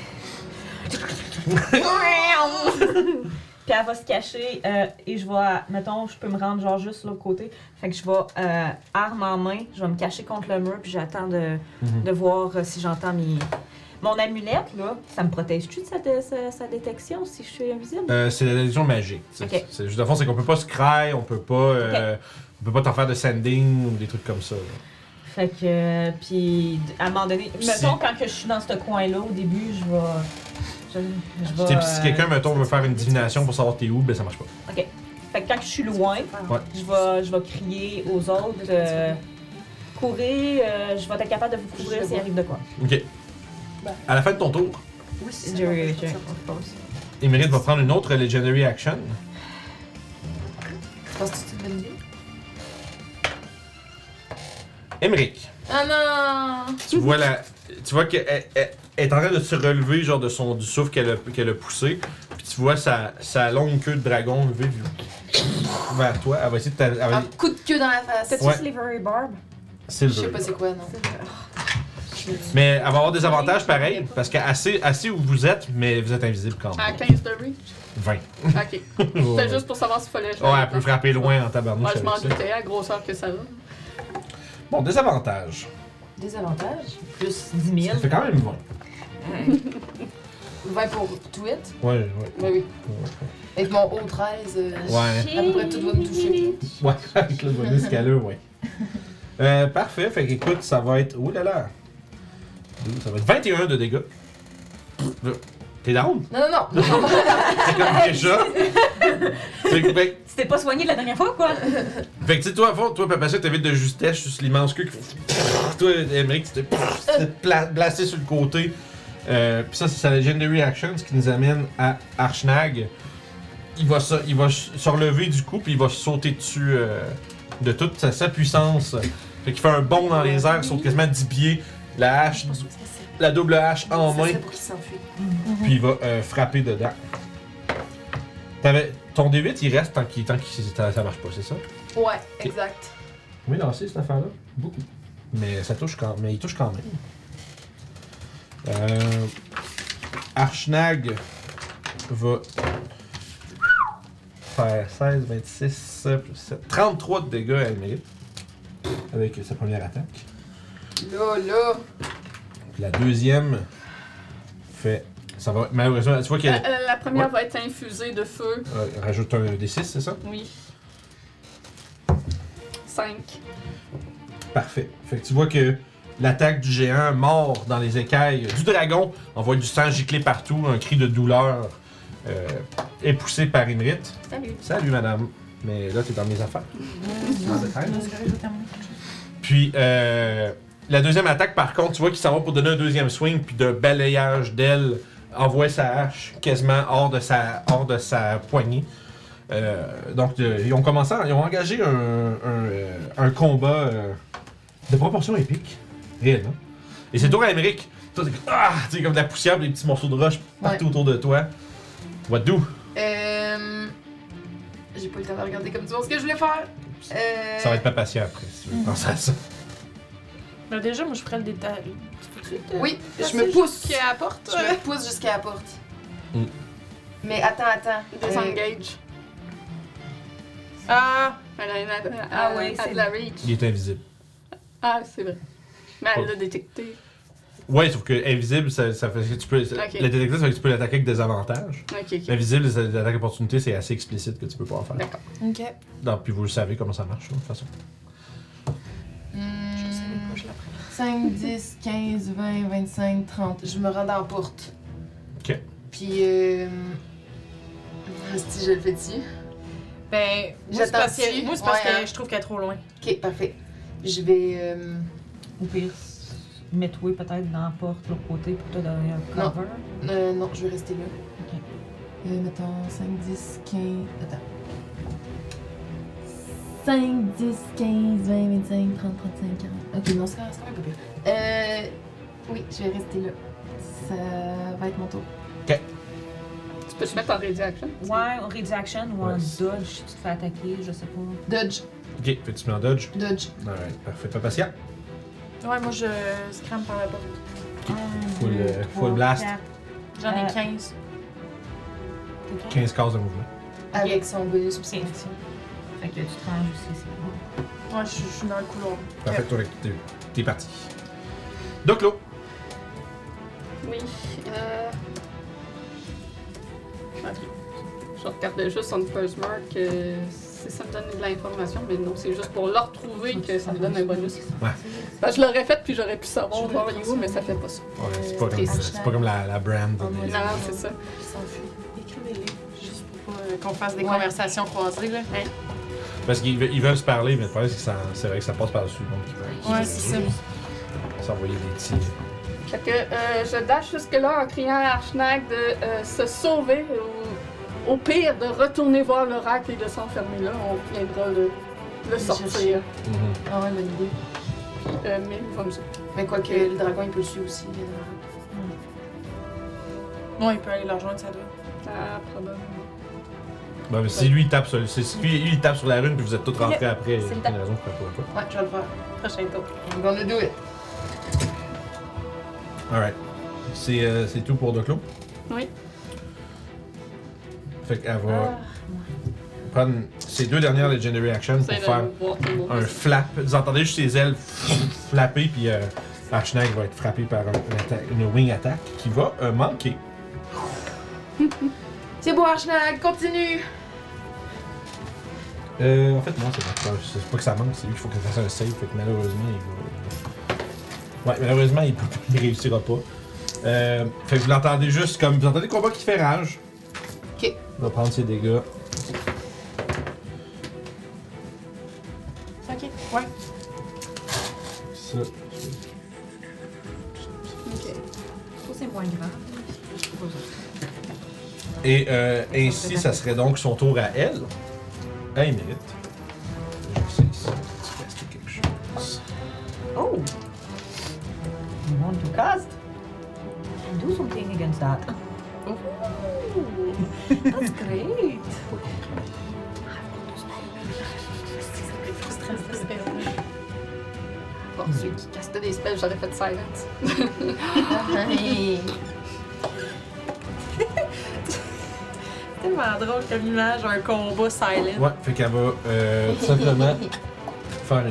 E: Puis elle va se cacher et je vais, mettons, je peux me rendre genre juste de l'autre côté. Fait que je vais, arme en main, je vais me cacher contre le mur puis j'attends de voir si j'entends mon amulette, là, ça me protège-tu de sa détection si je suis invisible?
A: C'est la détection magique.
E: Ok.
A: C'est juste, à fond, c'est qu'on peut pas se cry, on peut pas t'en faire de sending ou des trucs comme ça. Là.
E: Fait que, puis à un moment donné,
A: Puis
E: mettons quand que je suis dans ce coin-là, au début, je vais...
A: Tu sais, puis si quelqu'un, mettons, veut faire une divination pour savoir t'es où, ben ça marche pas.
E: OK. Fait que quand je suis loin,
A: Ouais.
E: je vais crier aux autres, courir, je vais être capable de vous couvrir s'il arrive de quoi.
A: Ok. À la fin de ton tour,
B: Oui, c'est
E: Je
B: ça.
E: pense.
A: Émérite va prendre une autre Legendary Action.
C: Je pense que c'est une bonne idée.
A: Émeric,
B: Ah non!
A: tu vois qu'elle est en train de se relever genre du souffle qu'elle a poussé. Puis tu vois sa longue queue de dragon lever vers toi. Elle va essayer de
C: Un coup de queue dans la face.
E: T'as-tu
A: Ouais.
E: Slivery Barb?
C: Je sais
A: Silver.
C: pas c'est quoi, non.
A: Mais elle va avoir des avantages pareils, parce qu'assez où vous êtes, mais vous êtes invisible quand
D: À
A: même.
D: 15 de reach.
A: 20.
D: Ok. C'était
A: Ouais.
D: juste pour savoir s'il fallait jouer.
A: Ouais, elle peut frapper loin en tabarnouche
D: Moi, je m'en
A: avec ça.
D: doutais, à la grosseur que ça a.
A: Bon, désavantages.
C: Des avantages.
E: Plus 10 000.
A: Ça fait quand même 20.
C: 20 pour tweet.
A: Ouais.
C: Ben oui. Avec mon haut 13,
A: Ouais.
C: à peu près tout va me toucher.
A: Ouais, avec le bonus qu'elle a, ouais. Parfait, fait qu'écoute, ça va être. Oh là là! Ça va être 21 de dégâts. T'es down?
C: Non, non, non.
A: C'est comme déjà. Fait
E: Tu t'es pas soigné la dernière fois, quoi?
A: que tu sais, toi, à fond, toi, Papa, t'as vite de justesse sur l'immense queue qui fait. Toi, Emmerich, tu t'es blasté sur le côté. Puis ça, c'est sa Legendary Action, ce qui nous amène à Archnag. Il va se relever du coup, puis il va sauter dessus de toute sa puissance. Fait qu'il fait un bond dans les airs, saute quasiment 10 pieds. La hache, la double hache en main,
C: C'est pour qu'il s'enfuit.
A: puis il va frapper dedans. Ton D8, il reste tant que ça marche pas, c'est ça?
C: Ouais, exact.
A: Oui, non, c'est cette affaire-là. Beaucoup. Mais ça touche mais il touche quand même. Archnag va faire 16, 26, plus 7, 33 de dégâts à Elmerith avec sa première attaque.
C: Là.
A: Puis la deuxième fait. Ça va. Malheureusement, tu vois qu'elle
D: La première
A: Ouais.
D: va être infusée de feu.
A: rajoute un D6, c'est ça?
D: Oui. 5.
A: Parfait. Fait que tu vois que l'attaque du géant mort dans les écailles du dragon envoie du sang gicler partout, un cri de douleur est poussé par Imrit.
D: Salut.
A: Salut madame. Mais là, t'es dans mes affaires. En détail.
B: Non, c'est correct, je vais terminer.
A: Puis la deuxième attaque, par contre, tu vois qu'il s'en va pour donner un deuxième swing, puis d'un balayage d'aile, envoie sa hache quasiment hors de sa poignée. Donc, ils ont engagé un combat de proportion épique, réellement. Et c'est tour à Emmerich. Toi, t'es comme de la poussière, des petits morceaux de roche partout autour de toi. What do?
C: J'ai pas le temps de regarder comme tu vois ce que je voulais faire.
A: Ça va être pas patient après, si tu veux penser à ça.
B: Ben déjà, moi, je ferais le détail.
C: Oui, je me pousse.
B: Jusqu'à la porte.
C: Je me pousse jusqu'à la porte.
A: Mm.
C: Mais attends.
D: Désengage.
B: Ah!
E: Ah oui,
D: elle a
E: c'est-
D: de la reach.
A: Il est invisible.
D: Ah, c'est vrai. Mais elle l'a détecté.
A: Ouais, sauf que invisible, ça fait que tu peux.
D: Ok.
A: Le détective, ça fait que tu peux l'attaquer avec des avantages.
D: Ok.
A: Invisible, l'attaque d'opportunité, c'est assez explicite que tu peux pas en faire.
D: D'accord.
B: Ok.
A: Donc, puis vous le savez comment ça marche, de toute façon.
B: Je sais même pas, je la
C: 5, 10, 15, 20, 25, 30. Je me rends dans la porte.
A: Ok.
C: Puis, si je le fais dessus.
B: Ben, moi, c'est
C: J'attends
B: parce que,
C: dessus.
B: moi, c'est parce
C: Ouais,
B: que
C: hein.
B: je trouve qu'elle est trop loin.
C: Ok, parfait. Je vais.
E: Au pire, mets-toi peut-être dans la porte de l'autre côté pour te donner un
C: Non.
E: cover.
C: Non, je vais rester là.
E: Ok.
C: Mettons 5, 10, 15. Attends. 5, 10, 15, 20, 25, 30, 35, 40. Ok, non, c'est quand même pas pire. Oui, je vais rester là. Ça va être mon tour.
D: Tu peux te mettre en ready action?
E: Ouais, en ready action ou en
A: Ouais.
E: dodge si tu te fais attaquer, je sais pas.
C: Dodge.
A: Ok, fait que tu mets en dodge.
C: Dodge.
A: Alright, parfait. Papatia.
B: Ouais, moi je scram par la porte.
A: Full blast.
B: J'en ai 15.
A: 15 cases de mouvement.
C: Avec son bonus pis son
E: Ok.
C: action.
E: Fait que tu te ranges aussi, c'est bon.
B: Ouais, je suis dans le couloir.
A: Parfait, toi, t'es parti. Doclo.
D: Oui. Ok. Je regardais juste on first mark. Si ça me donne de l'information, mais non, c'est juste pour le retrouver que ça me donne un bonus.
A: Ouais.
D: Ben, je l'aurais fait puis j'aurais pu savoir voir il est où, mais ça fait pas ça.
A: Ouais, c'est pas comme la brand.
C: Oh,
A: des-
D: Non, c'est ça.
C: Il s'enfuit.
B: Écrivez-les. Juste pour pas qu'on fasse des conversations croisées, là. Hein?
A: Parce qu'ils veulent se parler, mais le problème, c'est que c'est vrai que ça passe par-dessus. Donc, ils
B: Ouais,
A: veulent
B: c'est ça.
A: s'envoyer des petits.
D: Fait que je dash jusque-là en criant à Archnag de se sauver ou au pire de retourner voir l'oracle et de s'enfermer là. On viendra le sortir.
C: Ah ouais, bonne idée.
D: Mais il va me
C: Mais quoi que le dragon, il peut le suivre aussi. le dragon.
B: Ouais, il peut aller la rejoindre, ça doit.
D: Ah, probablement.
A: Bon, mais si lui, il tape sur, si lui, il tape sur la rune, puis vous êtes tous rentrés après, il y a
E: c'est le
A: aucune
E: temps.
A: raison pour ne pas.
C: Ouais, je vais le faire.
B: Prochain tour.
C: I'm gonna do it.
A: Alright. C'est tout pour Doclo?
D: Oui.
A: Fait qu'elle va prendre ses deux dernières Legendary Actions pour
D: C'est
A: faire
D: de voir tout le monde.
A: un flap. Vous entendez juste ses ailes flapper, puis Archnag va être frappé par une wing attack qui va manquer.
C: C'est beau, Archnag, continue!
A: En fait, non, c'est pas que ça manque, c'est lui qu'il faut qu'il fasse un save, fait que malheureusement, il va. Ouais, malheureusement, il réussira pas. Fait que vous l'entendez juste comme. Vous entendez le combat qui fait rage.
C: Ok.
A: Il va prendre ses dégâts.
B: Ok, ouais.
A: Ça.
D: Ok.
E: Ça, c'est moins grave.
A: Et ainsi, ça serait donc son tour à elle. À Émérite. Je sais ici, tu castes quelque chose.
E: Oh! You want to cast? Do something against that. That's great!
D: Bon, ceux qui castaient des spells, j'aurais fait silence.
C: Hey.
B: C'est tellement drôle comme image, un combat silent.
A: Ouais, fait qu'elle va tout simplement faire une.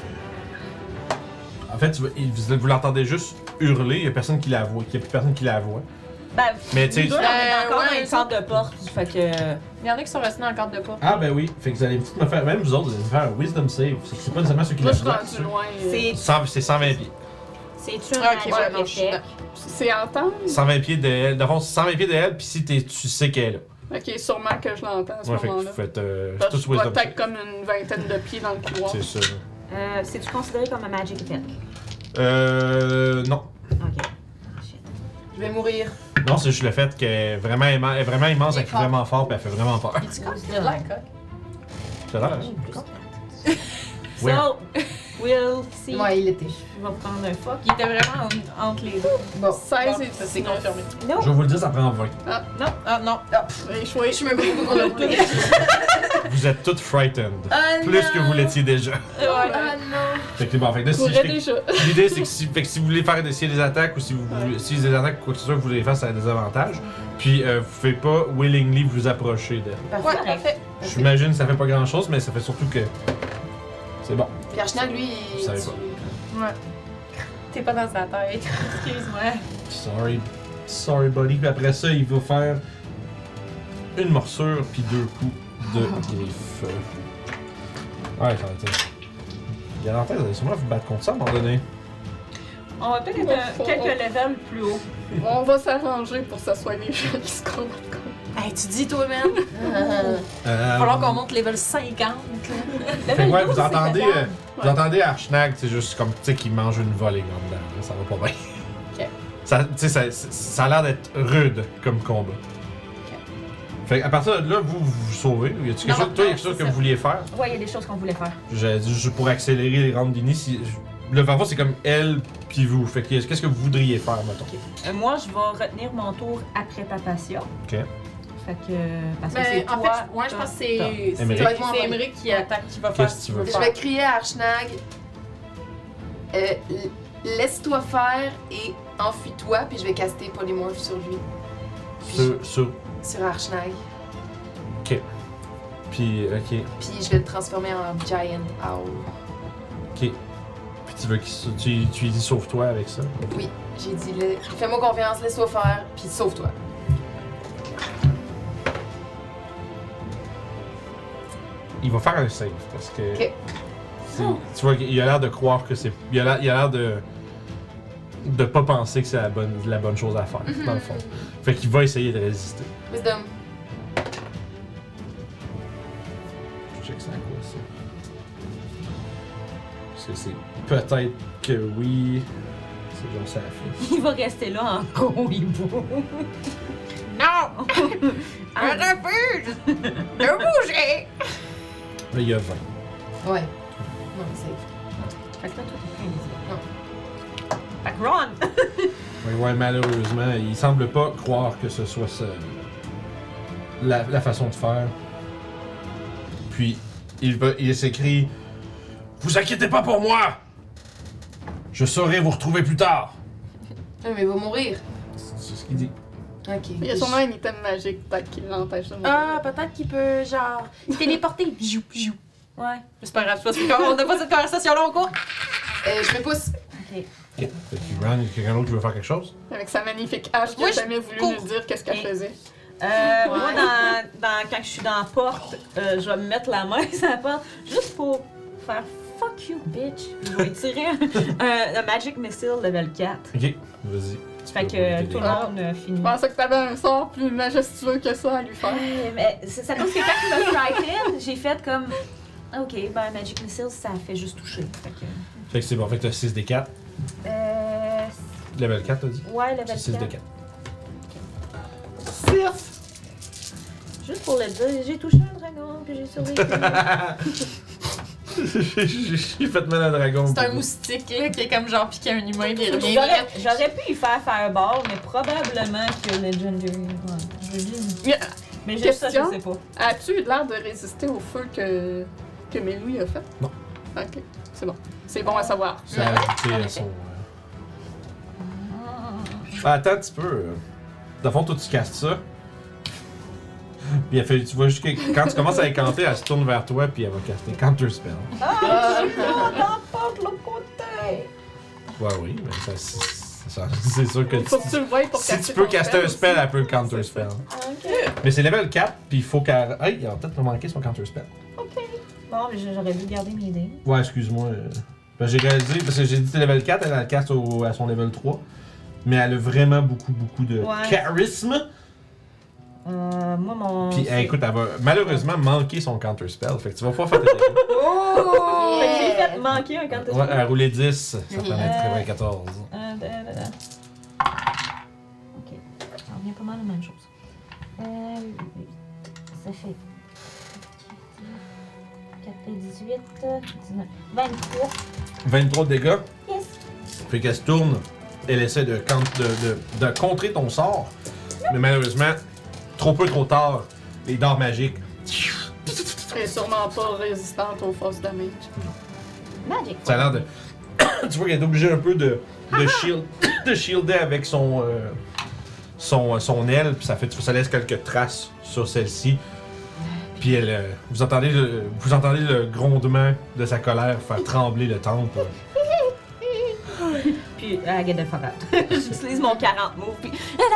A: En fait, vous l'entendez juste hurler, il y a personne qui la voit, il y a plus personne qui la voit.
E: Ben,
A: Mais tu sais.
E: nous deux, on est encore
B: ouais,
E: dans une sorte de porte, fait que...
B: Il y en a qui sont restés dans le cadre de porte.
A: Ah ben oui, fait que vous allez me faire, même vous autres, vous allez me faire un wisdom save. C'est pas nécessairement ceux qui
D: Moi,
A: la
D: je suis
A: voient.
D: rendu loin.
E: C'est...
A: C'est 120 pieds.
E: C'est-tu un
B: Ok,
E: magic
B: ouais, non, je suis
E: effect?
D: C'est en temps?
A: 120 pieds de elle. Dans le fond, 120 pieds de elle, puis si tu sais qu'elle est là.
D: Ok, sûrement que je l'entends à ce
A: Ouais, fait que vous
D: moment-là.
A: faites
D: Parce que
A: tous
D: je vois
A: wisdom
D: peut-être
A: save.
D: comme une vingtaine de pieds dans le couloir.
A: C'est ça.
E: C'est-tu considéré comme un magic effect?
A: Non.
E: Ok. Shit.
C: Je vais mourir.
A: Non, c'est juste le fait qu'elle est vraiment, elle est vraiment immense, elle crie vraiment fort, puis elle fait vraiment peur.
B: Il a de l'air cool.
A: Ça a l'air.
E: So, we'll see.
C: Ouais, il était.
E: Je vais prendre un fuck.
B: Il était vraiment entre les deux.
C: Bon.
D: 16 et
B: Ça s'est
D: 19.
B: confirmé.
E: Non!
A: Je vais vous le dire, ça prend 20.
B: Ah non.
D: Échoué.
C: Je suis même pas pourquoi on a pris.
A: Vous êtes toutes frightened.
C: Ah
A: Plus
C: non.
A: que vous l'étiez déjà.
C: Ah non!
A: Fait que bon, fait que là, si
D: Pourrais déjà.
A: l'idée, c'est que si vous voulez faire essayer des attaques ou si vous voulez, si des attaques ou quoi que ce soit que vous voulez faire, ça a des avantages. Puis vous pouvez pas willingly vous approcher d'elle.
C: Parfait.
B: Ouais, parfait.
A: J'imagine que ça fait pas grand chose, mais ça fait surtout que. C'est bon.
C: Puis Archnag, lui,
A: Vous savez
B: Ouais. T'es pas dans sa tête. Excuse-moi.
A: Sorry buddy. Puis après ça, il va faire une morsure puis 2 coups de griffe. Ouais, ça va être. Galantin, vous allez sûrement vous battre contre ça à un moment donné.
E: On va peut-être être quelques levels plus haut.
D: On va s'arranger pour que ça soit les gens qui se combattent contre.
B: Hey, tu dis, toi, man? Il va falloir qu'on monte level 50. là.
A: Fait que ouais, vous
E: c'est
A: entendez,
E: faisable.
A: vous entendez Archnag, c'est juste comme, tu sais, qu'il mange une volée en dedans. Là, ça va pas bien.
B: Ok.
A: Ça, tu sais, ça a l'air d'être rude comme combat. Fait qu'à partir de là, vous sauvez. Y a-tu quelque
B: Non,
A: chose, toi, y a
B: non,
A: quelque chose
B: c'est
A: que
B: ça.
A: vous vouliez faire?
E: Ouais, il y a des choses qu'on voulait faire.
A: J'ai dit juste pour accélérer les rounds d'Ini. Si, le parfois, c'est comme elle puis vous. Fait que qu'est-ce que vous voudriez faire, mettons?
E: Moi, je vais retenir mon tour après Papacia.
A: Ok.
E: Fait que. Parce que
B: Mais
E: c'est
B: en
E: toi.
B: fait, ouais, je pense que c'est
A: Émeric.
B: c'est Émeric qui attaque, qui va faire
A: Qu'est-ce
B: ce
A: que
B: qu'il
A: tu
B: veut
A: veux
C: Je
B: faire.
C: vais crier à Archnag. Laisse-toi faire et enfuis-toi, puis je vais caster Polymorph sur lui. Sur Archnag.
A: Puis, ok.
C: Puis je vais le transformer en Giant Owl.
A: Ok. Puis tu veux tu lui dis sauve-toi avec ça?
C: Oui, j'ai dit, fais-moi confiance, laisse-toi faire, puis sauve-toi.
A: Il va faire un save parce que.
C: Ok.
A: Tu vois, il a l'air de croire que c'est. Il a l'air de pas penser que c'est la bonne chose à faire, dans le fond. Fait qu'il va essayer de résister.
C: Wisdom.
A: Je check ça à quoi ça. Parce que c'est peut-être que oui. C'est genre ça fait.
E: Il va rester là en gros hibou.
B: Non! Je refuse de bouger!
A: Là, il y a 20.
C: Ouais. Non, c'est safe.
E: Fait que là, toi, t'es pas invisible. Fait que run!
A: Ouais, malheureusement, il semble pas croire que ce soit ça, la façon de faire. Puis, il s'écrie vous inquiétez pas pour moi! Je saurai vous retrouver plus tard!
C: Ah, mais il va mourir.
A: C'est ce qu'il dit.
C: Ok.
D: Il y a sûrement un item magique peut-être qui l'empêche de mourir.
B: Ah, peut-être qu'il peut, genre, téléporter. Bijou, bijou.
E: Ouais.
B: C'est pas grave, c'est parce qu'on n'a pas cette conversation-là au cours.
C: Je me pousse.
E: Ok.
A: Ok. Fait qu'il run, quelqu'un d'autre qui veut faire quelque chose?
D: Avec sa magnifique hache qui
B: Moi,
D: a
B: je
D: jamais voulu
B: cours.
D: nous dire qu'est-ce qu'elle faisait.
E: Moi, quand je suis dans la porte, je vais me mettre la main sur la porte juste pour faire fuck you, bitch. Je vais tirer un Magic Missile level 4.
A: Ok, vas-y. Tu
E: Fait
A: peux
E: que
A: rouler
E: tout
A: tes
E: le monde finit.
D: Je pensais que t'avais un sort plus majestueux que ça à lui faire.
E: Mais c'est à cause que quand il m'a frightened, j'ai fait comme. Ok, ben Magic Missile, ça fait juste toucher. Fait que.
A: Fait que c'est bon, fait que t'as 6 des 4. Level 4, t'as dit?
E: Ouais, level 4.
A: 6 des 4.
E: Juste pour le dire, j'ai touché un dragon, puis j'ai survécu.
A: J'ai fait mal à un dragon.
B: C'est un moustique là, qui est comme genre piqué un humain, puis il revient direct.
E: J'aurais pu y faire Fireball, mais probablement que Legendary. Ouais, je veux dire.
D: Yeah.
E: Mais juste ça, je
D: Question?
E: sais pas.
D: As-tu eu l'air de résister au feu que Meloui a fait?
A: Non.
D: Ok, c'est bon. C'est bon à savoir.
A: Ça a ajouté à son. Attends un petit peu. Dans le fond, toi, tu castes ça. Puis elle fait, tu vois juste que quand tu commences à incanter, elle se tourne vers toi, puis elle va caster Counter Spell.
E: Ah, n'importe l'autre côté!
A: Ouais, oui, mais c'est sûr que
D: Faut que tu le voies pour
A: si
D: caster
A: tu peux
D: ton
A: caster un
D: aussi.
A: spell, elle peut le Counter Spell.
E: Ok.
A: Mais c'est level 4, puis il faut qu'elle. Hey, il va peut-être me manquer son Counter Spell.
E: Bon, mais j'aurais dû garder mes idées.
A: Ouais, excuse-moi. J'ai réalisé, parce que j'ai dit level 4, elle a le caste à son level 3. Mais elle a vraiment beaucoup de
E: Ouais.
A: charisme.
E: Moi, mon.
A: Puis écoute, elle va malheureusement manquer son Counter Spell. Fait que tu vas pouvoir faire tes dégâts.
C: Oh!
E: Fait que j'ai fait manquer un counter
A: Ouais, elle a roulé 10, ça fait
E: Euh,
A: 94.
E: Ok. Ça revient pas mal la même chose. Ça fait 4 et 18, 19, 23.
A: 23 de dégâts.
E: Yes!
A: Fait qu'elle se tourne, elle essaie de contrer ton sort. Mais malheureusement, trop peu, trop tard, les dards magiques.
D: Elle est sûrement pas résistante aux forces damage.
E: Magic!
A: Ça a l'air de. Tu vois qu'elle est obligée un peu de shielder avec son aile, puis ça laisse quelques traces sur celle-ci. Puis elle, vous entendez le grondement de sa colère faire trembler le temple.
E: Puis, I get the fuck out. J'utilise mon 40 moves, puis.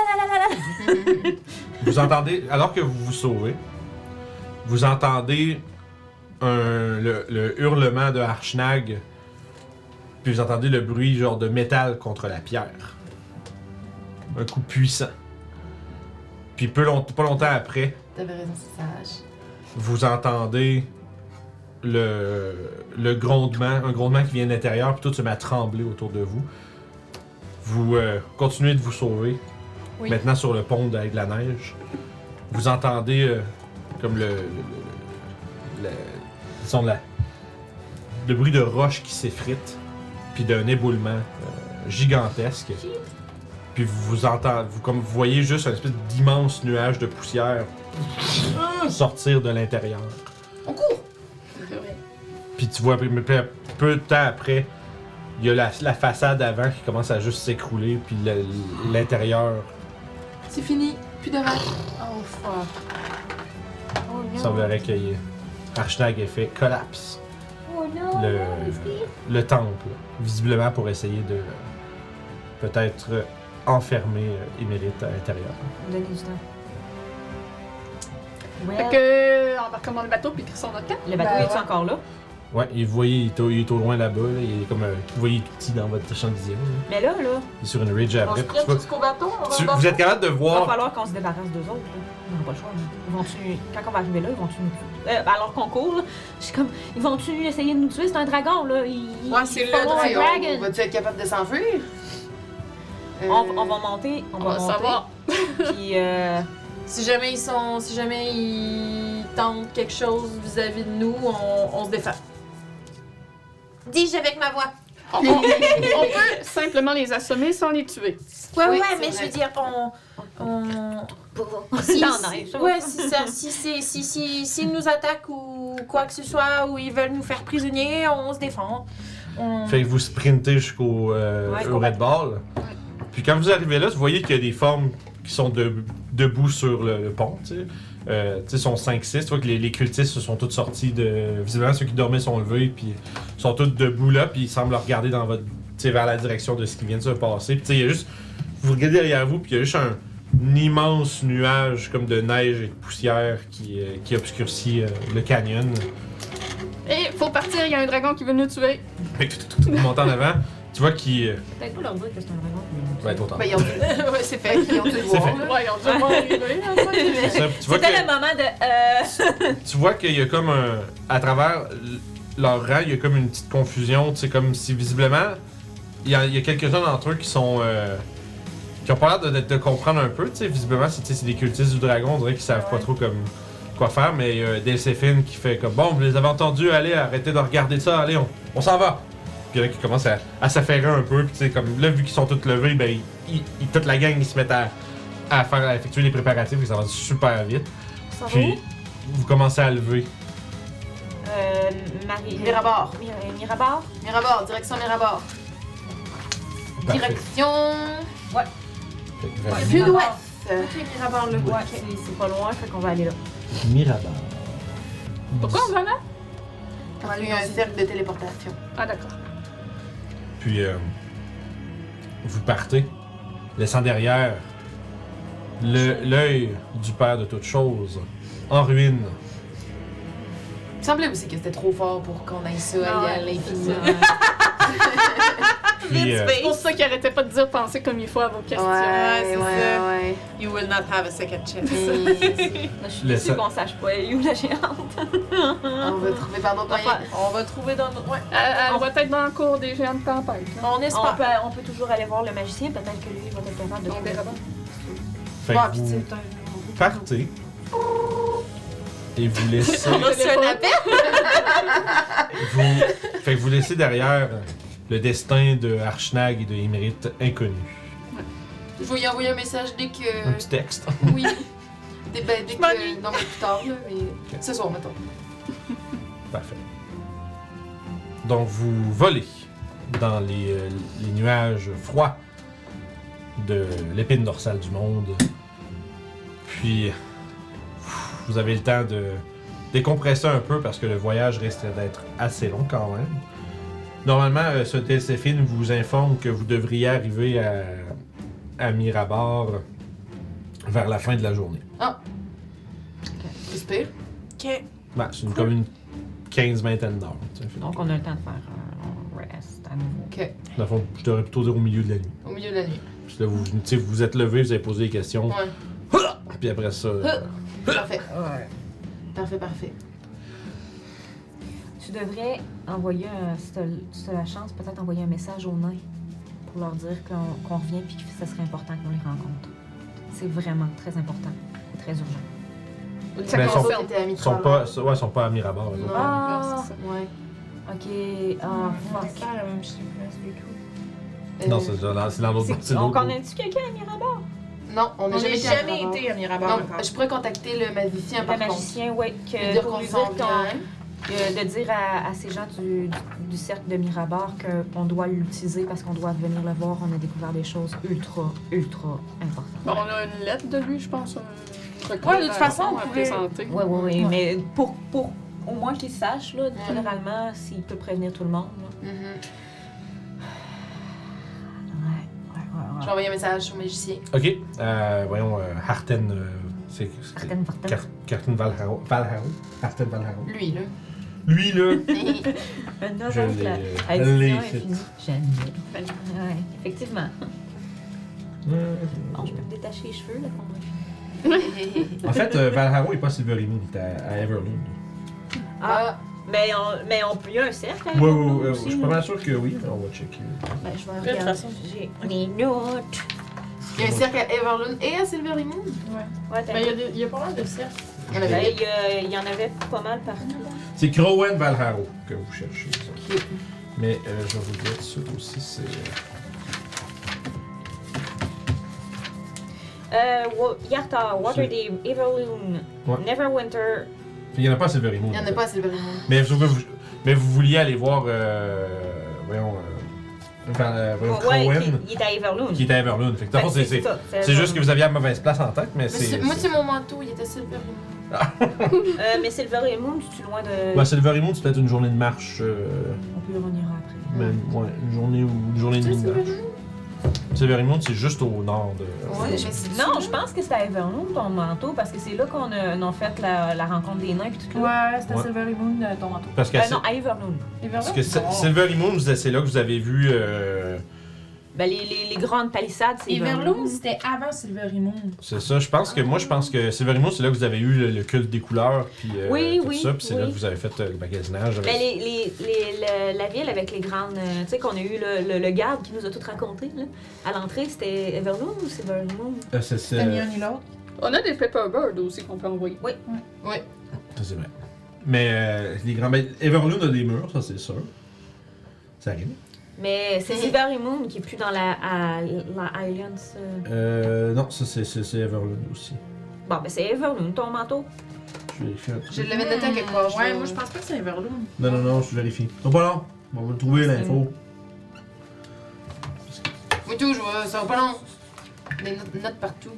A: Vous entendez, alors que vous vous sauvez, vous entendez le hurlement de Archnag, puis vous entendez le bruit genre de métal contre la pierre. Un coup puissant. Puis pas longtemps après,
C: T'avais raison, c'est sage.
A: vous entendez le grondement, un grondement qui vient de l'intérieur, puis tout se met à trembler autour de vous. Vous continuez de vous sauver.
B: Oui.
A: Maintenant sur le pont avec de la neige. Vous entendez comme disons le bruit de roches qui s'effritent, puis d'un éboulement gigantesque. Puis vous voyez juste un espèce d'immense nuage de poussière sortir de l'intérieur.
C: On court!
A: Puis tu vois, peu de temps après, il y a la façade avant qui commence à juste s'écrouler, puis l'intérieur
C: C'est fini, plus de rage. Oh fuck.
E: Oh
A: il
E: non.
A: semblerait que Archnag ait fait collapse
E: Oh non.
A: le temple, visiblement pour essayer de peut-être enfermer Émérite à l'intérieur.
E: Donnez du temps.
D: Fait
E: Well,
D: que, embarquons dans le bateau puis crissons notre camp.
E: le bateau
C: Ben,
E: est-tu
C: ouais.
E: encore là?
A: Ouais, et vous voyez, il est au loin là-bas, là, il est comme vous voyez tout petit dans votre champ de vision. Là.
E: Mais là,
A: Il est sur une ridge
C: On
A: après.
C: se
A: puis
C: prête
A: tu vois-
C: jusqu'au bateau, on va
A: vous êtes capable de
E: il va
A: voir.
E: falloir qu'on se débarrasse d'eux autres. Là. On n'a pas le choix. Là. Ils vont-tu, quand on va arriver là, ils vont-tu nous... alors qu'on court, là, je suis comme, ils vont-tu essayer de nous tuer? C'est un dragon, là.
B: Ouais, c'est le
E: follow
B: dragon.
E: a dragon.
C: Vas-tu être capable de s'enfuir?
E: On va monter,
D: On va
E: monter.
D: savoir.
E: Puis,
B: Si jamais ils tentent quelque chose vis-à-vis de nous, on se défend. Dis-je avec ma voix.
D: On peut simplement les assommer sans les tuer.
B: Ouais,
C: Oui,
B: ouais,
C: c'est
B: mais
C: vrai.
B: je veux dire,
E: si,
B: Dans ouais, c'est ça. S'ils nous attaquent ou quoi que ce soit, ou ils veulent nous faire prisonniers, on se défend.
A: Fait que vous sprintez jusqu'au au Red Ball. Puis quand vous arrivez là, vous voyez qu'il y a des formes qui sont debout sur le pont, tu sais. Tu sais, sont 5-6. Tu vois que les cultistes se sont tous sortis de. Visiblement, ceux qui dormaient sont levés, puis sont tous debout là, puis ils semblent regarder dans votre. Tu sais, vers la direction de ce qui vient de se passer. Puis tu sais, il y a juste. Vous regardez derrière vous, puis il y a juste un immense nuage comme de neige et de poussière qui obscurcit le canyon.
D: Et faut partir, il y a un dragon qui veut nous tuer.
A: Fait que vous montez en avant. Tu vois qu'il.
E: peut-être pas leur dire que c'est un dragon.
A: va être autant.
C: Ben, ils ont dû...
B: Ouais, c'est fait.
C: Ils ont dû le
A: C'est
C: voir,
A: fait.
C: là.
D: Ouais, on doit voir arriver. hein, ça.
A: Tu vois
E: C'était
A: que-
E: le moment de...
A: Tu vois qu'il y a comme un. À travers leur rang, il y a comme une petite confusion. C'est comme si visiblement, il y a quelques-uns d'entre eux qui sont. Qui ont pas l'air de comprendre un peu. Tu sais, visiblement, c'est des cultistes du dragon. On dirait qu'ils savent pas trop comme quoi faire. Mais il y a Delséphine qui fait comme bon, vous les avez entendus, allez, arrêtez de regarder ça, allez, on s'en va. Puis il y en a qui commencent à s'affairer un peu. Puis tu sais, comme là, vu qu'ils sont tous levés, ben, toute la gang, ils se mettent à effectuer les préparatifs. Et ça va super vite. Puis vous commencez à lever.
E: Marie...
C: Mirabord.
E: Mirabord?
C: Mirabord, direction Mirabord.
A: Parfait.
C: Direction...
A: Fait que vers
C: Sud-ouest.
B: Ok, Mirabord, le
E: Ouais, c'est pas loin, fait qu'on va aller là.
A: Mirabord.
D: Pourquoi on va là?
C: Quand il y a un cercle de téléportation.
D: Ah, d'accord.
A: Puis vous partez, laissant derrière l'œil du Père de toutes choses, en ruine.
C: Il me semblait aussi que c'était trop fort pour qu'on aille ça à l'infini.
A: Puis
D: C'est pour ça qu'il arrêtait pas de dire penser comme il faut à vos questions.
C: Ouais, ouais.
B: You will not have a second chance.
E: Là, je suis
A: Laisse-
E: déçue qu'on sache pas elle est où la géante.
C: On va trouver par d'autres moyens.
B: On va trouver dans notre... Ouais.
D: Elle va être dans le cours des géants de tempête. là.
B: On espère.
E: On peut toujours aller voir le magicien, peut-être que lui va être capable de
D: On verra bien.
A: fait
C: Bon,
A: que
C: puis
A: vous
C: tu sais,
A: partez et vous laissez,
B: On a reçu un appel.
A: fait que vous laissez derrière le destin de Archnag et de Imrith inconnu.
C: Je vais lui envoyer un message dès
A: Un
C: que...
A: petit texte.
C: Oui. Dès
B: m'ennuie.
C: que... Non, mais plus tard, là. Mais ce soir, mettons.
A: Parfait. Donc vous volez dans les nuages froids de l'épine dorsale du monde. Puis vous avez le temps de décompresser un peu parce que le voyage risque d'être assez long quand même. Normalement, ce Delséphine vous informe que vous devriez arriver à Mirabord vers la fin de la journée.
C: C'est pire.
B: Ok.
A: Ben, c'est comme une 15-20 d'heures. tu sais.
E: Donc, on a le temps de faire un rest à nouveau.
C: OK.
A: Dans le fond, je devrais plutôt dire au milieu de la nuit.
C: Au milieu de la nuit.
A: Puis là, vous êtes levé, vous avez posé des questions.
C: Ouais.
A: Puis après ça.
C: Parfait.
E: Ouais.
C: Parfait.
E: Tu devrais envoyer, si tu as la chance, peut-être envoyer un message aux nains pour leur dire qu'on revient puis que ça serait important qu'on les rencontre. C'est vraiment très important et très urgent.
A: Mais
C: Chaque
A: ils sont-
C: morceau était à
A: Ils sont pas à Mirabar. eux autres.
E: Ah!
D: c'est ça.
C: Ouais.
E: Ok, fuck.
B: C'est pas la même place du tout.
A: Non, c'est dans l'autre. C'est
E: On
A: l'autre.
E: connaît-tu quelqu'un à Mirabar?
C: Non, on n'a
B: On n'a
C: jamais
B: jamais
C: été
B: été à Mirabar
C: Non,
B: encore.
C: je pourrais contacter le magicien
E: Le
C: par contre.
E: magicien, oui.
C: Lui dire
E: Pour
C: qu'on
E: lui
C: s'en
E: dire
C: vient.
E: de dire à ces gens du cercle de Mirabar qu'on doit l'utiliser parce qu'on doit venir le voir. On a découvert des choses ultra importantes.
D: Bon, on a une lettre de lui, je pense.
B: Ouais, de toute façon, on
D: à
B: pouvait-
D: présenter.
E: Oui, mais pour au moins qu'il sache, là, généralement, s'il peut prévenir tout le monde. Là.
C: Mhm.
E: Ouais.
C: Je vais envoyer un message au magicien.
A: Ok, voyons, Harten. C'est.
E: Arten Varten.
A: Carten Valharo. Harten Valharo.
C: Lui, là.
A: Lui, là.
E: Un
A: Je
E: oracle
A: l'ai,
E: à
A: je l'ai
E: édition
A: fait.
E: infinie. J'aime. Ouais, effectivement. Bon, je peux me détacher les cheveux, là, qu'on
A: En fait, Valharo n'est pas Silvery Moon, il est à Everloon.
C: Ah,
E: Mais il y a un cercle.
A: Ouais,
E: aussi,
A: je suis pas mal sûr que oui, mais on va checker.
E: Ben, je vais
B: De toute
E: regarder.
B: façon,
E: J'ai mes notes.
C: il y a un cercle à Everloon et à Silvery Moon.
E: Ouais, t'as-
B: Ben, il y a pas mal de cercles.
C: Il y en
E: Ben,
C: avait
E: il y en avait pas mal partout.
A: C'est Crowen Valharo que vous cherchez. Ça. Mais je vais vous dire ça aussi, c'est.
E: Yarta, Waterdeep, Everloon,
A: Ouais.
E: Neverwinter.
A: Il n'y en a pas à Silvery Moon.
C: Il n'y en
A: en
C: a
A: fait.
C: pas à Silvery Moon.
A: Mais vous vouliez aller voir. Voyons.
E: Ouais,
A: Crowen,
E: qui est à Everloon.
A: qui est à Everloon. Fait que, dans le fond,
E: Fait que
A: c'est
E: ça,
A: c'est juste que vous aviez la mauvaise place en tête, mais
C: Mais
A: c'est.
C: moi, c'est mon manteau, il était à Silvery Moon.
E: Mais Silver Moon, tu es loin de.
A: Ouais, Silvery Moon, c'est peut-être une journée de marche.
E: On peut y revenir après.
A: Mais, ouais, une journée ou une journée et demie de marche. Silvery Moon, c'est juste au nord de.
C: Ouais, mais c'est
E: Non, je pense que c'était à Everloon ton manteau parce que c'est là qu'on a fait la rencontre des nains puis tout là.
B: Ouais, c'était
A: Ouais.
B: Silvery Moon, ton manteau.
A: Parce que,
E: Non, à Everloon.
A: parce que Silvery Moon, c'est là que vous avez vu.
E: Ben, les grandes palissades, c'est
B: Everloon, c'était avant Silvery Moon.
A: C'est ça, je pense que Silvery Moon, c'est là que vous avez eu le culte des couleurs, puis
E: Oui,
A: tout
E: oui,
A: ça, puis c'est là
E: oui.
A: que vous avez fait le magasinage.
E: Ben,
A: Avec...
E: la ville avec les grandes. Tu sais, qu'on a eu le garde qui nous a tout raconté, là. À l'entrée, c'était Everloon ou Silver Moon?
A: c'est
B: C'était ni un ni l'autre.
D: On a des Pepperbird aussi qu'on peut envoyer.
A: Ça, c'est vrai. Mais les grands. Ben, Everloon a des murs, ça c'est sûr. Ça arrive.
E: Mais c'est Silver Moon qui est plus dans la Alliance.
A: Non, ça c'est Everloon aussi.
E: Bon, ben, c'est Everloon, ton manteau.
A: Je vérifie un truc.
C: Je l'avais noté à quelque part.
B: Ouais, moi je pense pas que c'est Everloon.
A: Non, je vérifie. C'est pas long. On va le trouver l'info.
C: Oui, tout, ça va pas long. Des notes partout.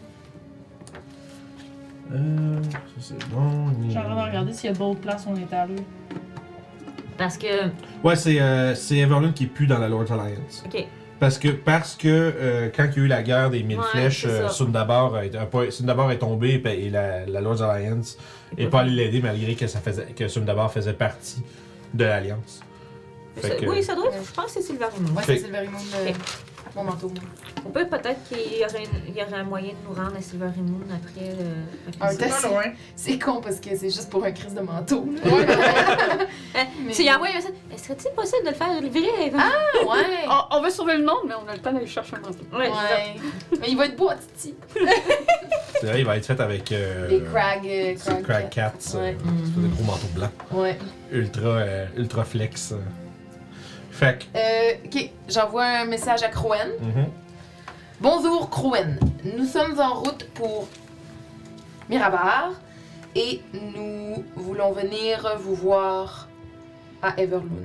A: Ça c'est bon.
B: Je suis en train de regarder s'il y a d'autres places où on est allé.
E: Parce que.
A: Ouais, c'est Everloon qui est plus dans la Lord's Alliance.
E: Ok.
A: Parce que quand il y a eu la guerre des 1000
E: Ouais,
A: flèches,
E: c'est ça.
A: Sundabar est tombé et la Lord's Alliance n'est pas allée l'aider malgré que Sundabar faisait partie de l'Alliance. Fait que-
E: Oui, ça doit être. Je pense que c'est Silver Moon.
C: Ouais,
A: Fait-
C: c'est Silvery Moon,
E: Ok.
C: mon manteau.
E: On peut peut-être qu'il y aurait un moyen de nous rendre à Silver Moon après.
C: Ah,
B: C'est pas loin.
C: C'est con parce que c'est juste pour un crise de manteau. là. Mais-
E: Tu y envoies un. Serait-il possible de le faire livrer à Everloon?
C: Ah, ouais.
D: On veut sauver le monde, mais on a le temps d'aller chercher un manteau.
E: Ouais,
C: Ouais. Mais il va être beau à Titi.
A: C'est vrai, il va être fait avec
C: Les
A: Crag Cats,
C: Ouais.
A: c'est des gros manteaux blancs,
C: Ouais.
A: ultra flex. Fait que.
C: Ok, j'envoie un message à Crowen.
A: Mhm.
C: Bonjour Crowen, nous sommes en route pour Mirabar et nous voulons venir vous voir à Everloon.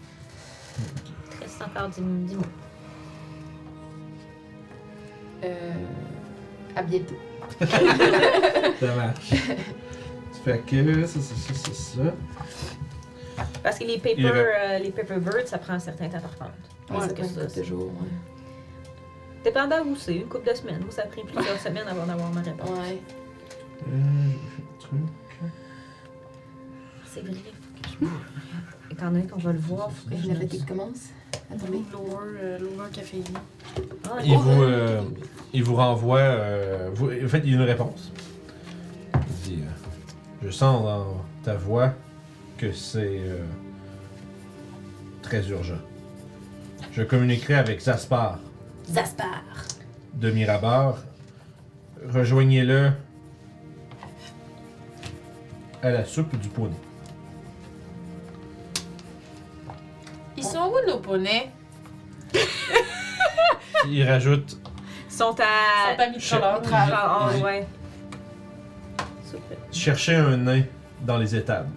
E: Reste encore 10 mots.
C: À bientôt.
A: Ça marche. Fait que c'est ça.
E: Parce que les Pepperbirds, ça prend un certain temps par contre.
C: Ouais,
E: Parce
C: ça
E: que
C: prend
E: ça,
C: une couple de jours, ouais.
E: Dépendant où c'est, une couple de semaines. Moi, ça a pris plusieurs semaines avant d'avoir ma réponse.
C: Ouais.
A: J'ai fait le truc.
E: C'est vrai, faut que je... Étant donné qu'on va le voir, faut que je
C: La
E: note
C: fatigue
E: ça.
C: commence. Attendez.
B: Lower caféine.
E: Ah,
A: Il vous renvoie. En fait, il y a une réponse. Je sens dans ta voix que c'est très urgent. Je communiquerai avec Zaspar
B: Zaspar.
A: de Mirabar. Rejoignez-le à la soupe du poney.
B: Ils sont où nos poneys?
A: Il rajoute
E: Ils sont à.
B: Ils sont à micro-ondes.
E: Ah, ouais. Super.
A: chercher un nain dans les étables.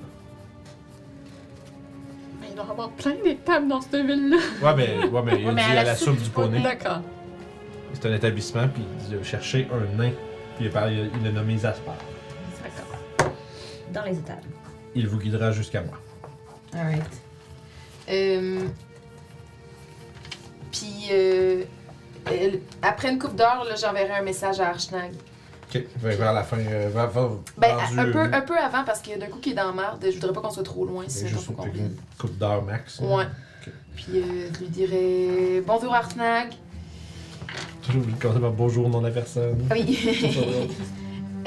D: Mais il doit y avoir plein d'étapes dans cette ville-là.
A: Ouais, mais il a
B: Ouais, mais
A: dit à la soupe du poney.
D: D'accord.
A: C'est un établissement, puis il dit de chercher un nain. Puis il a nommé Zaspar.
D: D'accord.
E: Dans les étables.
A: Il vous guidera jusqu'à moi.
C: Alright. Puis, après une couple d'heures, là, j'enverrai un message à Archnag.
A: Ok, vers la fin.
C: Ben, un peu avant, parce que d'un coup, qu'il est dans la merde, je voudrais pas qu'on soit trop loin, sinon
A: juste
C: faut qu'on
A: une couple d'heures max.
C: Ouais.
A: Ok.
C: Puis, je lui dirais bonjour Archnag.
A: Toujours oublié de commencer par bonjour, nom de la personne.
C: Ah oui.
A: Toujours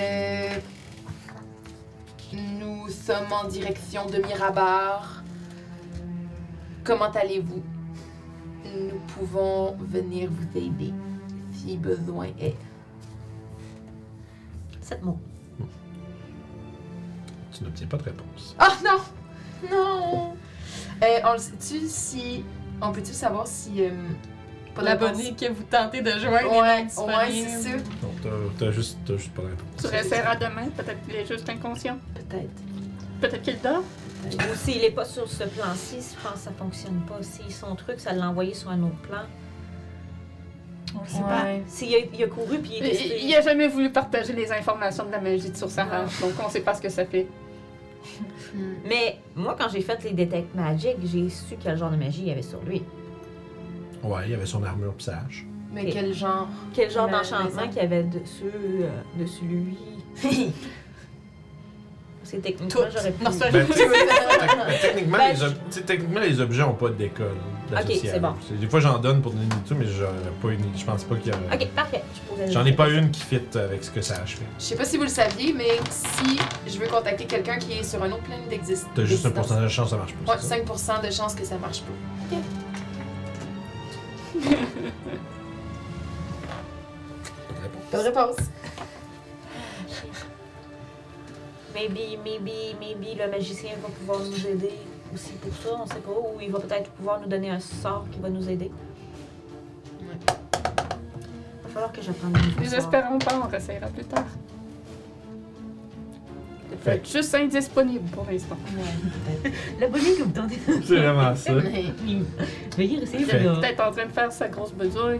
C: Nous sommes en direction de Mirabar. Comment allez-vous? Nous pouvons venir vous aider si besoin est.
E: 7 mots.
A: Tu n'obtiens pas de réponse.
C: Oh non! Non! On le sait-tu si. On peut-tu savoir si. Pas de
B: L'abonné que vous tentez de joindre
C: Ouais,
B: est non disponible.
C: c'est ça.
A: Non, t'as juste pas de réponse.
D: Tu réessayeras demain, peut-être qu'il est juste inconscient.
C: Peut-être.
D: Peut-être qu'il dort.
E: Ou s'il est pas sur ce plan-ci, je pense que ça fonctionne pas. Si son truc, ça l'a envoyé sur un autre plan.
B: On le sait pas.
C: Ouais.
E: S'il a couru puis il est testé.
D: Il a jamais voulu partager les informations de la magie de Sursarach, donc on sait pas ce que ça fait.
E: Mais moi, quand j'ai fait les Detect Magic, j'ai su quel genre de magie il y avait sur lui.
A: Ouais, il y avait son armure pis sa hache.
C: Mais
E: Ok.
C: quel genre?
E: Quel genre
C: Mais-
E: d'enchantement
C: mais-
E: qu'il y avait dessus lui. C'est techniquement,
C: Tout.
E: j'aurais pu...
B: Non, c'est
A: Ben, techniquement,
E: Ben,
A: techniquement, les objets ont pas d'école. d'association.
E: c'est bon.
A: Des fois, j'en donne pour donner des trucs, mais j'aurais pas une. Je pense pas qu'il y aurait.
E: Ok, parfait.
A: J'en ai pas une qui fit avec ce que ça a fait.
C: Je sais pas si vous le saviez, mais si je veux contacter quelqu'un qui est sur un autre plan d'existence.
A: T'as juste un pourcentage de chance que ça marche pas.
C: Ouais,
A: c'est ça?
C: 5% de chance que ça marche pas.
A: Pas de réponse.
C: Bonne réponse.
E: Maybe le magicien va pouvoir nous aider aussi pour ça, on sait pas. Ou il va peut-être pouvoir nous donner un sort qui va nous aider.
C: Ouais.
E: Il va falloir que j'apprenne un nouveau
D: Nous
E: sort.
D: espérons pas, on réessayera plus tard.
A: Fait que
D: Juste indisponible pour l'instant.
E: Le bonnet que vous tentez de
A: c'est vraiment ça.
E: Veuillez essayer
D: Il est
E: de...
D: peut-être en train de faire sa grosse besogne.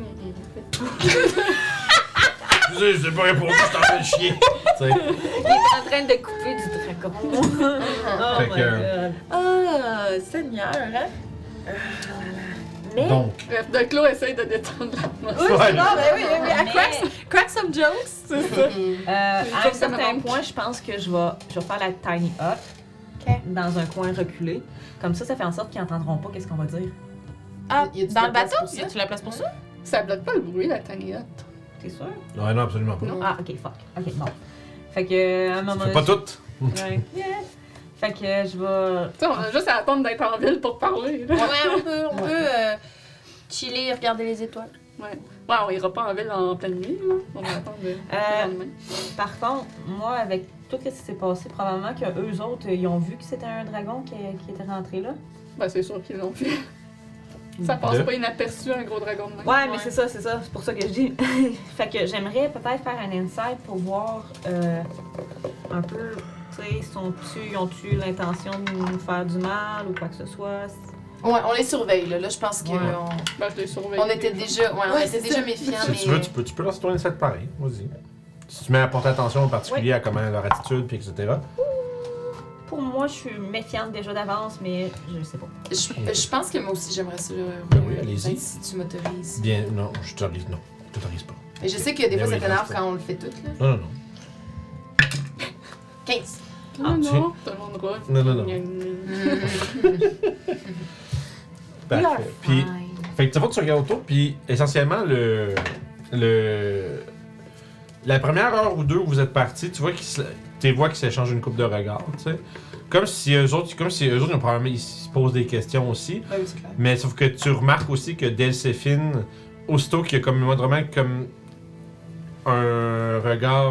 A: Je sais pas répondu, je suis en train de chier. Tu sais.
E: Il est en train de couper du dragon. Oh
A: Fait
E: my
A: que-
E: god.
B: Ah, Seigneur, hein?
E: Mais...
A: Donc,
D: Bref, de Clos essaye de détendre l'atmosphère.
B: Oui,
A: Ouais.
B: c'est bon, ben oui, oui, à
E: Mais-
B: crack some jokes.
D: C'est ça.
E: à un
D: que ça me
E: certain
D: manque.
E: point, je pense que je vais faire la tiny hut
B: Ok.
E: dans un coin reculé. Comme ça fait en sorte qu'ils n'entendront pas qu'est-ce qu'on va dire.
B: Ah,
C: Y a-tu
B: dans
C: la
B: le
C: place
B: bateau?
C: pour ça?
B: Y a-tu la place pour ça?
D: Ça bloque pas le bruit, la tiny hut.
E: T'es sûr?
A: ouais, non, absolument pas.
D: Non.
E: Ah, ok, fuck. Ok, bon. Fait que, à un moment
A: Fais pas toutes.
E: Ouais. Fait que je vais...
D: Tu sais, on a juste à attendre d'être en ville pour parler. Là.
B: Ouais, on peut chiller et regarder les étoiles.
D: Ouais. Ouais, on ira pas en ville en pleine nuit. Là. On va attendre le lendemain.
E: Par contre, moi, avec tout ce qui s'est passé, probablement que eux autres, ils ont vu que c'était un dragon qui était rentré là.
D: Ben, c'est sûr qu'ils l'ont fait. Ça passe
A: De-
D: pas inaperçu, un gros dragon de même.
E: Ouais, mais c'est ça. C'est pour ça que je dis. Fait que j'aimerais peut-être faire un insight pour voir un peu, tu sais, ils ont-tu l'intention de nous faire du mal ou quoi que ce soit.
C: Ouais, on les surveille, là. Là, je pense qu'on
E: Ouais.
D: Ben, je l'ai surveillé.
C: on était déjà, ouais, on était déjà méfiants,
A: Si
C: mais...
A: tu veux, tu peux lancer ton insight pareil. Vas-y. Si tu mets à porter attention en particulier à comment leur attitude, puis etc.
E: Pour moi, je suis méfiante déjà d'avance, mais je sais pas.
C: Je pense que moi aussi, j'aimerais ça.
A: Ben oui, allez-y.
C: Si tu m'autorises.
A: Bien, non, je t'autorise, non. Je t'autorise pas.
C: Mais je sais que des
A: Ben
C: fois,
A: oui,
C: ça t'énerve
A: je sais.
C: quand on le fait tout, là.
A: Non, non, non.
C: 15.
D: Non,
A: Ah,
D: non, tout le monde roule.
A: Non, non, non. Parfait. Puis, fait que tu vois, tu regardes autour, puis essentiellement, la première heure ou deux où vous êtes partis, tu vois tes voix qui s'échangent une coupe de regards, tu sais. Comme si eux autres, ils, probablement, ils se posent des questions aussi.
C: Ouais, oui, c'est clair.
A: Mais sauf que tu remarques aussi que Delséphine, aussitôt qu'il y a comme vraiment comme un regard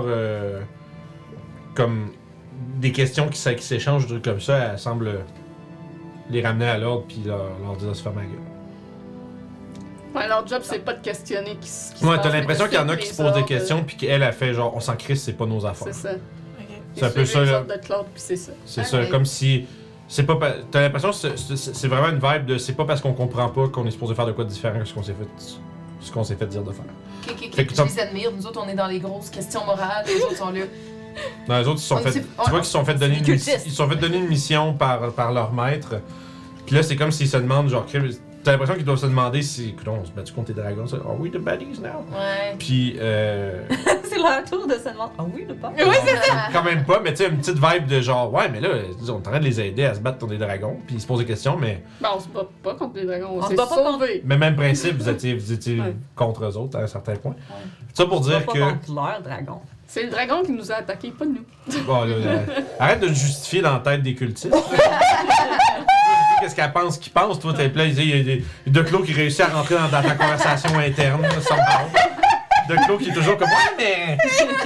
A: comme des questions qui s'échangent, des trucs comme ça, elle semble les ramener à l'ordre puis leur dire de se faire ma gueule.
D: Ouais, leur job, c'est pas de questionner qui se
A: Ouais,
D: passe,
A: t'as
D: mais
A: l'impression
D: de
A: qu'il y en a
D: suivre
A: qui se
D: les
A: posent des
D: ordres.
A: questions puis qu'elle a fait genre on s'en crisse, c'est pas nos affaires.
D: C'est ça.
A: C'est un peu ça
D: les
A: là.
D: ordres de Claude, puis c'est ça.
A: C'est
C: Ah,
A: ça,
C: mais-
A: comme si. C'est pas. T'as l'impression que c'est vraiment une vibe de. C'est pas parce qu'on comprend pas qu'on est supposé faire de quoi de différent que ce qu'on s'est fait dire de faire.
C: Ok,
A: Fait que
C: je
A: ça-
C: les admire. Nous autres, on est dans les grosses questions morales. Les autres sont là.
A: Non, les autres, ils se sont
C: On
A: fait.
C: sait-
A: Tu vois qu'ils se sont fait donner
E: des
A: une,
E: cultistes.
A: ils se sont fait donner une mission par leur maître. Puis là, c'est comme s'ils se demandent, genre, t'as l'impression qu'ils doivent se demander si. Écoute, on se bat-tu contre les dragons? Ça? Are we the baddies now?
C: Ouais.
A: Puis,
E: C'est leur tour de se demander. Ah oui, le pas.
C: Oui, c'est ça.
A: quand même pas, mais tu sais, une petite vibe de genre, ouais, mais là, on est en train de les aider à se battre contre des dragons. Puis ils se posent des questions, mais.
D: Ben, on se bat pas contre les dragons,
E: On
D: on
E: se
D: s'est
E: bat pas contre-
D: sauvés.
A: Mais même principe, vous étiez
D: Ouais.
A: contre eux autres à un certain point. Ça pour dire
E: Pas
A: que.
E: contre leur dragon.
D: C'est le dragon qui nous a attaqués, pas nous.
A: Bon, là, arrête de le justifier dans la tête des cultistes. Qu'est-ce qu'elle pense qu'ils pensent, toi, t'es là, il y a de Clos qui réussit à rentrer dans ta conversation interne, là, somehow. De Clos qui est toujours comme ouais, mais.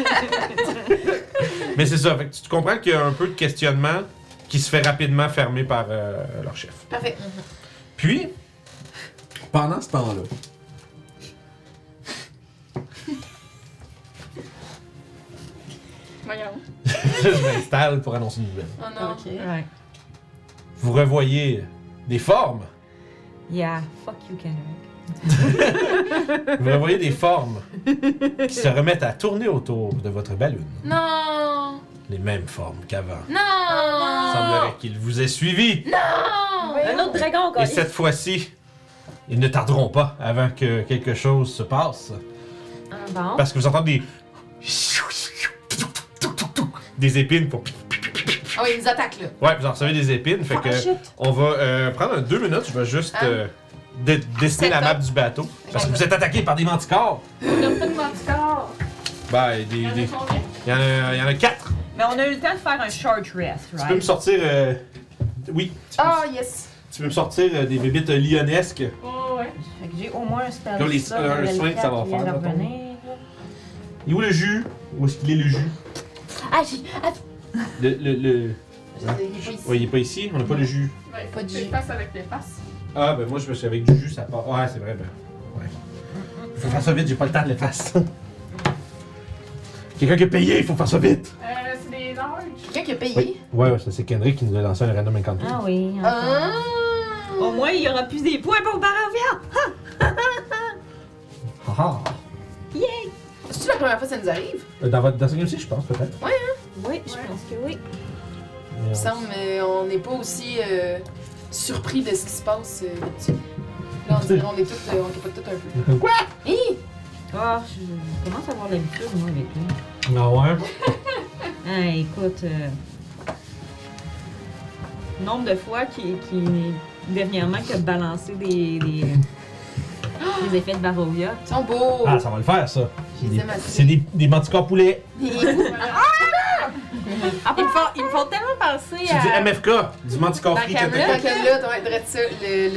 A: Mais c'est ça, fait que tu comprends qu'il y a un peu de questionnement qui se fait rapidement fermer par leur chef.
C: Parfait.
A: Puis, pendant ce temps-là,
D: Voyons.
A: je m'installe pour annoncer une nouvelle.
C: Oh non.
E: Ok. Ouais.
A: Vous revoyez des formes.
E: Yeah, fuck you, Kenrick.
A: Vous revoyez des formes qui se remettent à tourner autour de votre ballon.
C: Non.
A: Les mêmes formes qu'avant.
C: Non.
A: Il semblerait qu'il vous ait suivi.
E: Un autre dragon,
A: Et
E: quoi.
A: cette fois-ci, ils ne tarderont pas avant que quelque chose se passe.
E: Bon.
A: Parce que vous entendez des épines pour...
C: Ah oui, ils nous attaquent là.
A: Ouais, vous en recevez des épines, fait que on va prendre 2 minutes, je vais juste dessiner la map du bateau. Parce que vous êtes attaqué par des manticores.
D: On a pas de manticore.
A: Ben,
D: Il y en a combien?
A: il y en a 4.
E: Mais on a eu le temps de faire un short rest,
A: Tu peux me
E: right?
A: sortir... oui.
C: Ah, yes.
A: Tu peux me sortir des bébites lionesques.
D: Oh, ouais.
E: Fait que j'ai au moins un spell.
A: Là, les-
E: slot,
A: un
E: level
A: soin que ça
E: 4
A: va
E: qui vient
A: faire,
E: de
A: mettons.
E: revenir.
A: Et où le jus? Où est-ce qu'il est le jus?
C: Ah,
A: Le...
C: il est pas ici.
A: Ouais, il est pas ici, on n'a pas le jus.
D: Ben,
C: Pas de
D: tu
C: jus.
D: passes avec les faces.
A: Ah, ben moi je me suis avec du jus, ça part. Ouais, c'est vrai, ben. Ouais. Faut faire ça vite, j'ai pas le temps de l'effacer. Quelqu'un qui a payé, il faut faire ça vite!
D: C'est des larges.
C: Quelqu'un qui a payé.
A: Ouais, ça c'est Kendrick qui nous a lancé un random encounter.
E: Ah oui. enfin.
C: Ah.
E: Au moins, il y aura plus des points pour Baravia.
A: Haha!
C: C'est-tu la première fois que ça nous arrive?
A: Dans ce game-ci, je pense, peut-être.
E: Oui, je pense que oui.
C: Il me semble, mais on n'est pas aussi surpris de ce qui se passe là-dessus. Là, on dirait on est tous, on capote tous un peu.
A: Quoi?
C: Hi!
E: Ah, je commence à avoir l'habitude, moi, avec lui.
A: Ah ouais?
E: Ah, écoute, nombre de fois qui dernièrement, qui a balancé des effets de Barovia.
C: Ils sont beaux!
A: Ah, ça va le faire, ça.
C: Je les aime assez.
A: C'est des manticores poulets.
C: Hi!
E: Ils me font tellement penser
A: C'est du MFK, du manticore
E: Dans
A: frit.
E: Camelot.
C: Dans Camelot, ouais, dirait ça.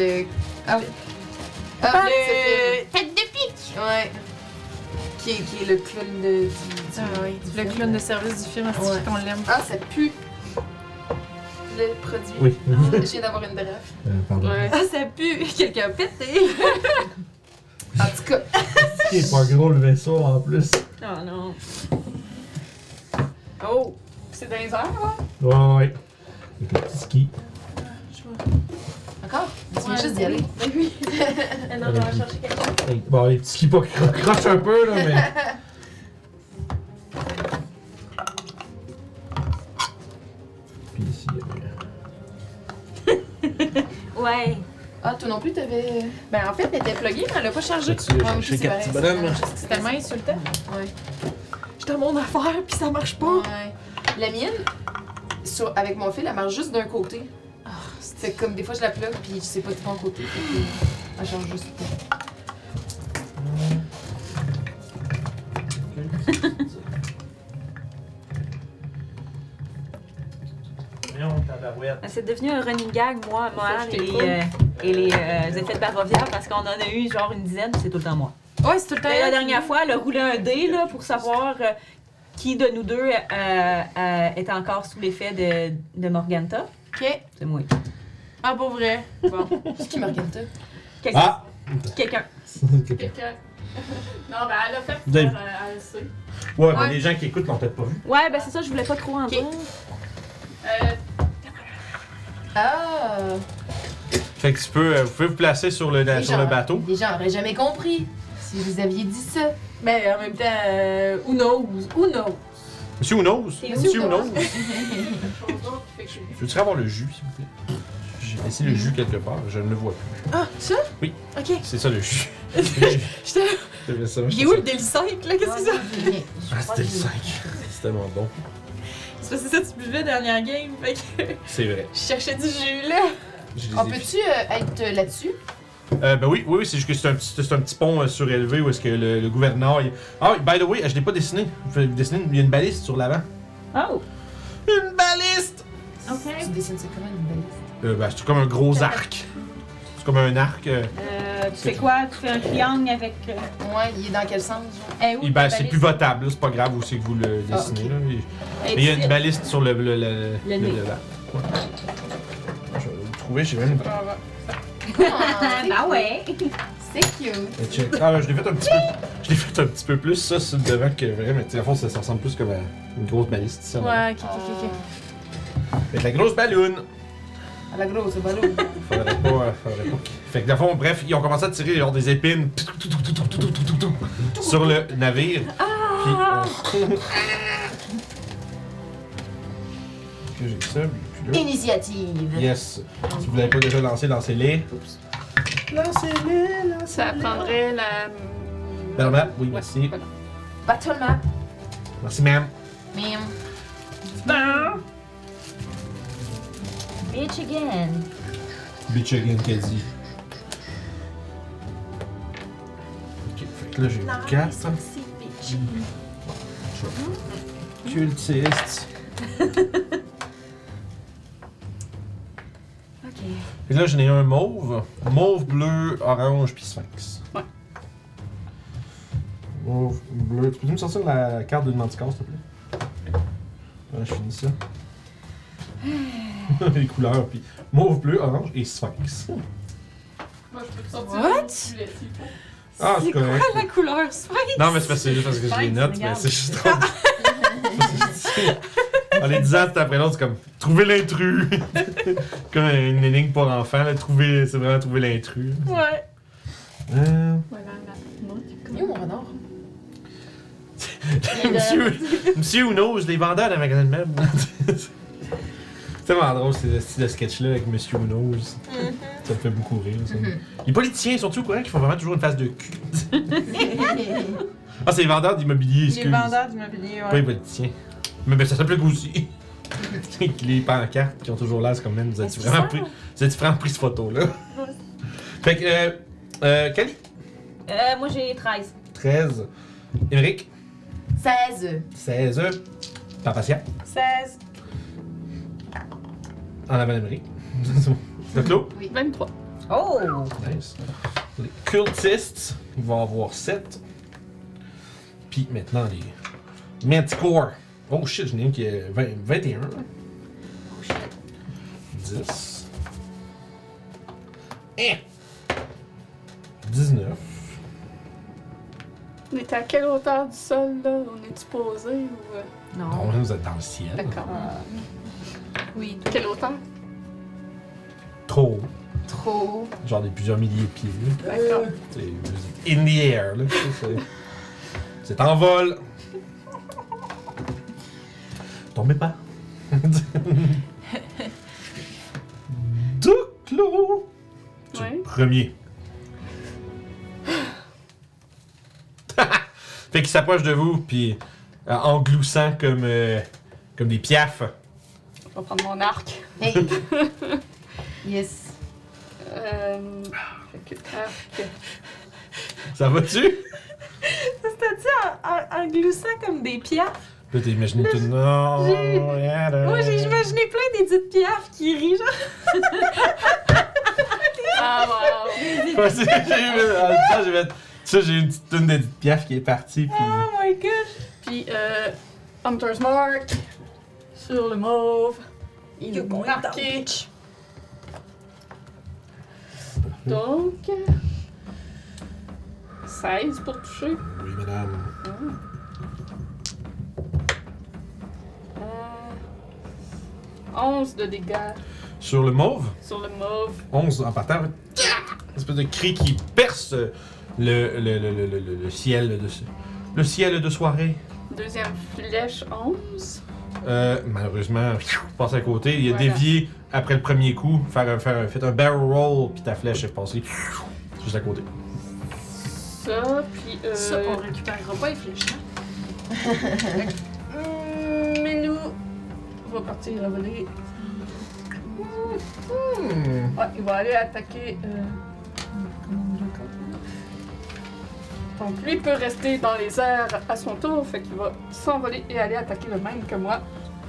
C: Ah,
E: le...
C: Tête de pique! Ouais. Qui est le clown de.
B: Ah oui, le clown de service du film, est-ce
C: Ouais.
B: qu'on l'aime?
C: Ah, ça pue! Le produit.
A: Oui.
C: Je viens d'avoir une draft.
A: Pardon.
D: Ouais.
E: Ah, ça pue! Quelqu'un a pété!
C: En tout cas,
A: Il est pas gros le vaisseau en plus.
E: Oh non.
D: Oh! C'est dans les airs, là?
A: Ouais, ouais. Avec le petit ski.
C: encore? Tu viens
B: Ouais,
C: juste d'y aller.
B: Oui.
E: Non, on va chercher quelque chose.
A: Hey, bon, les petits skis pas crochent un peu, là, mais. Puis ici, il y avait.
E: Ouais.
C: Ah, toi non plus, t'avais.
B: Ben en fait, elle était pluguée, mais elle a pas chargé.
A: As-tu
C: Ouais,
A: cherché
C: c'est
A: 4
C: pareil,
A: petits bonhommes, là?
B: C'est tellement insultant.
C: Ouais.
B: J'étais à mon affaire, puis ça marche pas.
C: Ouais. La mienne, avec mon fil, elle marche juste d'un côté. C'est comme des fois je la plug puis je sais pas de ton côté. Fait que elle change juste pas.
A: Voyons, tabarouette.
E: C'est devenu un running gag, moi,
D: Ça,
E: et
D: c'était
E: les effets de Barovia, parce qu'on en a eu genre une dizaine, puis c'est tout le temps moi.
B: Ouais, c'est tout le temps.
E: La dernière fois, elle a roulé un dé là, pour savoir qui de nous deux est encore sous l'effet de Morganta.
B: Ok.
E: C'est moi.
B: Ah, pour vrai. Bon.
C: C'est qui Margarita?
E: Quelqu'un.
A: Ah!
E: Quelqu'un.
D: Quelqu'un. Non, ben elle a fait
A: Vous avez-
D: faire elle sait.
A: Ouais, mais
B: Ouais.
A: les gens qui écoutent l'ont peut-être pas vu.
E: Ouais, ben c'est ça, je voulais pas trop en dire.
C: Ah!
A: Fait que vous pouvez vous placer sur le bateau.
C: Les gens auraient jamais compris si vous aviez dit ça.
B: Mais en même temps, who knows? Who knows?
A: Monsieur Ounos?
E: C'est
A: Monsieur
C: Ounos.
A: Ounos?
D: Chose d'autre qui fait que
A: Je veux-tu avoir le jus, s'il vous plaît? J'ai laissé le jus quelque part, je ne le vois plus.
B: Ah, ça?
A: Oui.
B: Ok.
A: C'est ça le jus.
B: J'étais là.
A: J'avais ça,
B: Il est où le Daily 5, là? Qu'est-ce que c'est ça?
A: Ah, c'était le 5. C'est tellement bon.
B: C'est parce que ça, tu buvais dernière game. Fait que
A: C'est vrai.
B: je cherchais du jus, là.
A: Je les
C: On
A: ai
C: peut-tu être là-dessus?
A: Ben oui, c'est juste que c'est un petit pont surélevé où est-ce que le gouverneur... Ah oui, by the way, je l'ai pas dessiné. Je vais dessiner, il y a une baliste sur l'avant.
E: Oh!
A: Une baliste!
E: Ok.
C: Tu dessines ça comment une baliste?
A: Ben, c'est comme un gros arc. C'est comme un arc.
E: Tu fais quoi? Tu fais un triangle avec.
C: Ouais, il est dans quel sens, genre?
E: Eh, où,
A: Ben,
E: ta
A: c'est
E: baliste?
A: plus votable, là, c'est pas grave aussi que vous le dessinez.
C: ok.
A: Là.
E: Eh,
A: Mais il y a
E: tu-
A: une baliste sur le
E: nez.
A: devant. Ouais. Je vais le trouver, j'ai même.
C: Ah,
E: Ah ouais!
C: c'est cute.
A: Check. Ah, je l'ai fait un petit peu. Je l'ai fait un petit peu plus ça sur le devant que vrai, mais tu sais, à fond, ça ressemble plus comme à une grosse baliste ici.
B: Ouais, ok.
A: Avec la grosse balloune.
C: À la grosse ballon.
A: Faudrait pas. Fait que dans le fond, bref, ils ont commencé à tirer genre des épines sur le navire. Puis que j'ai ça, puis là.
C: Initiative.
A: Yes. Si vous l'avez pas déjà lancé, lancez-les. Lancez-les, lancez-les.
D: ça prendrait la.
A: Bernard, oui,
D: Ouais,
A: merci.
D: voilà.
C: Battle map.
A: Merci, ma'am.
C: Mime.
E: Bitch again!
A: Bitch again, Caddy. Ok, fait que là, j'ai 4. Cultiste.
E: Ok.
A: Et là, j'en ai un mauve. Mauve, bleu, orange, puis sphinx.
D: Ouais.
A: Mauve, bleu. Tu peux me sortir la carte de Manticore, s'il te plaît? Ouais, je finis ça. Les couleurs, puis mauve, bleu, orange et sphinx.
D: Moi, je peux te sortir
B: What?
D: un petit s'il faut.
A: Ah, c'est
B: C'est quoi
A: correct.
B: la couleur sphinx?
A: Non, mais c'est juste parce que je les
E: Sphinx,
A: note, mais
E: regarde.
A: c'est juste trop. En les disant tout après l'autre, c'est comme trouver l'intrus. Comme une énigme pour enfants, là. C'est vraiment trouver l'intrus.
B: Ouais.
D: Voilà, la note.
C: Il est où mon renard?
A: Monsieur Ounos, les vendeurs de magasin de meubles. C'est tellement drôle ces styles de sketch-là avec Monsieur Ounos. Ça me fait beaucoup rire. Ça. Les politiciens sont-ils au courant qu'ils font vraiment toujours une face de cul? Ah, c'est les vendeurs d'immobilier, excuse.
B: Les vendeurs d'immobilier,
A: Pas les
B: ouais.
A: politiciens. Mais ben, ça s'applique aussi. Les pancartes qui ont toujours l'air, c'est comme même, vous avez-tu vraiment pris cette photo-là? Fait que, Cali,
E: Moi j'ai 13.
A: 13. Émeric,
C: 16.
A: 16. Papatia,
B: 16.
A: en avant d'Émeric. Le Clos,
D: 23.
E: Oh!
A: nice. Les cultistes, ils vont avoir 7. Puis maintenant, les Manticore. Oh shit, j'en ai un qui est 21. 10. 19.
D: On était à quelle hauteur du sol, là? On est-tu posé ou.
E: Non.
A: Non, là, vous êtes dans le ciel.
D: D'accord.
C: Oui,
D: Quelle hauteur?
A: Trop haut.
C: trop.
A: Genre des plusieurs milliers de pieds. Là.
D: D'accord.
A: C'est vous êtes in the air. Là. C'est en vol. Tombez pas. Duclos.
D: Ouais.
A: Premier. Fait qu'il s'approche de vous, puis en gloussant comme des piafs.
D: Je vais prendre mon arc.
C: Hey. Yes.
D: Fait que arc.
A: Ça va-tu?
B: C'est-à-dire en gloussant comme des pierres.
A: Là, t'es imaginé tout. Non,
B: Moi, je me imaginé plein d'édits Piaf qui rient, genre.
D: Ah, wow!
A: Ouais, j'ai eu, en même temps, j'ai une petite tune d'Edith Piaf qui est partie, puis...
B: Oh my god.
D: Puis, Hunter's Mark sur le mauve. Il est marqué. Donc, 16 pour toucher.
A: Oui, madame.
D: 11 de dégâts
A: Sur le mauve,
D: sur le mauve.
A: 11 en partant. Une espèce de cri qui perce le ciel le ciel de soirée.
D: Deuxième flèche, 11.
A: Malheureusement, passe à côté. Il a
D: Voilà.
A: dévié après le premier coup, fait un barrel roll, puis ta flèche est passée juste à côté.
D: Ça, puis.
B: Ça, on récupérera pas les flèches, hein?
D: Melou va partir à voler. Ouais, il va aller attaquer. Comment on dit ça? Donc lui peut rester dans les airs à son tour, fait qu'il va s'envoler et aller attaquer le même que moi.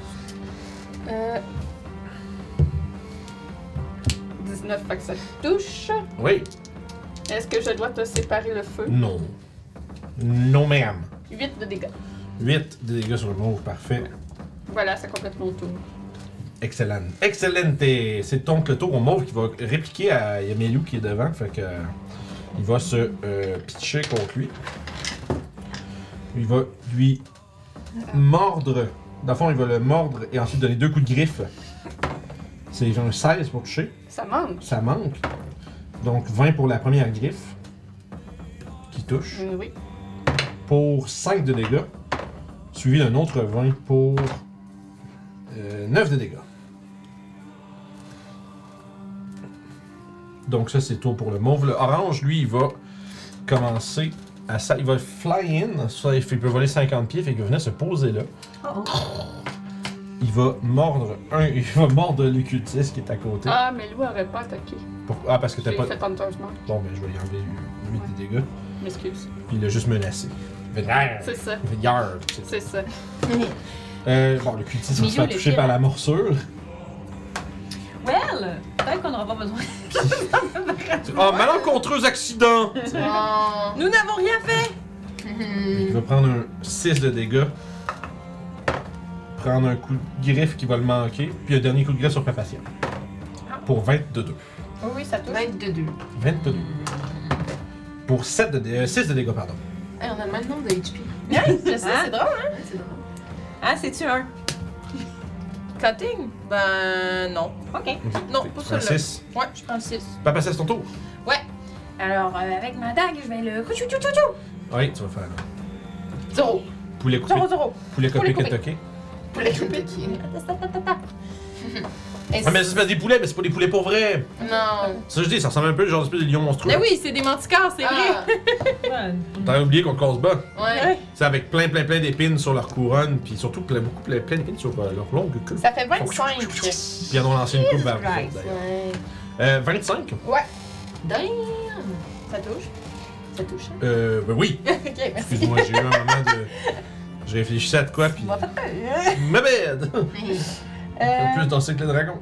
D: 19, fait que ça touche.
A: Oui.
D: Est-ce que je dois te séparer le feu?
A: Non. Non, ma'am.
D: 8 de dégâts.
A: 8 de dégâts sur le mauve, parfait.
D: Voilà, ça complète mon tour.
A: Excellent. Excellent. C'est donc le tour au mauve qui va répliquer à Yamelou qui est devant. Fait que il va se pitcher contre lui. Il va lui mordre. Dans le fond, il va le mordre et ensuite donner 2 coups de griffe. C'est genre 16 pour toucher.
D: Ça manque.
A: Ça manque. Donc 20 pour la première griffe. Qui touche.
D: Oui.
A: Pour 5 de dégâts. Suivi d'un autre 20 pour 9 de dégâts. Donc ça c'est tout pour le mauve. Le orange, lui, il va commencer à ça. Il va fly in. Ça, il peut voler 50 pieds, fait qu'il va venir se poser là.
E: Oh.
A: Il va mordre le cultiste qui est à côté.
D: Ah, mais Lou aurait pas attaqué.
A: Parce que t'as
D: J'ai
A: pas.
D: fait Hunter's Mark.
A: Bon, ben je vais lui enlever 8 de dégâts.
D: M'excuse.
A: Puis il a juste menacé. Il fait Yarr!
D: C'est ça.
A: Il fait Yarr! C'est
D: C'est ça.
A: Bon, le cultiste va
B: Mais
A: se faire
B: où le
A: toucher
B: pire?
A: par la morsure.
E: Well, peut-être qu'on n'aura pas besoin.
A: Oh, malencontreux accident!
C: Oh.
B: Nous n'avons rien fait!
A: Il va prendre un 6 de dégâts. Prendre un coup de griffe qui va le manquer. Puis un dernier coup de griffe sur Papatia. Pour 22.
B: Oui, oui, ça touche.
C: 22.
A: 22. Pour 6 de dégâts, pardon.
C: Hey, on a le même nombre de HP.
B: Ouais, je sais,
E: Hein?
B: c'est drôle, hein?
C: Ouais, c'est drôle.
E: Ah, c'est-tu un?
B: Cutting? Ben, non.
E: Ok.
B: Non,
A: Fait que
B: pas
A: tu prends
B: celui-là.
A: 6.
B: Ouais, je prends le 6.
A: Papatia, c'est ton tour.
B: Alors, avec ma dague, je vais le... Chou, chou, chou, chou.
A: Oui, tu vas faire.
C: 0.
A: Poulet coupé.
B: 0.
A: Poulet coupé
B: Poulet coupé.
A: toqué.
C: Pour les Kentucky.
A: Ah, mais ça c'est pas des poulets, mais c'est pas des poulets pour vrai.
C: Non.
A: Ça, je dis, ça ressemble un peu genre d'espèce de lion monstrueux.
B: Mais oui, c'est des manticorps, c'est vrai.
C: Ah,
E: Ouais.
A: T'as oublié qu'on cause bas.
C: ouais.
A: C'est avec plein d'épines sur leur couronne, puis surtout plein d'épines sur leur longue queue.
B: Ça fait 25.
A: Puis ils en ont lancé une coupe vers vous autres,
E: Christ.
A: d'ailleurs.
C: Ouais.
A: 25?
C: Damn.
B: Ça touche?
C: Ça touche, hein?
A: Ben oui.
B: Ok, merci.
A: Excuse-moi, j'ai eu un moment de... Je réfléchissais à de quoi, puis...
B: On va faire peur.
A: Ma bad! En plus danser que le dragon.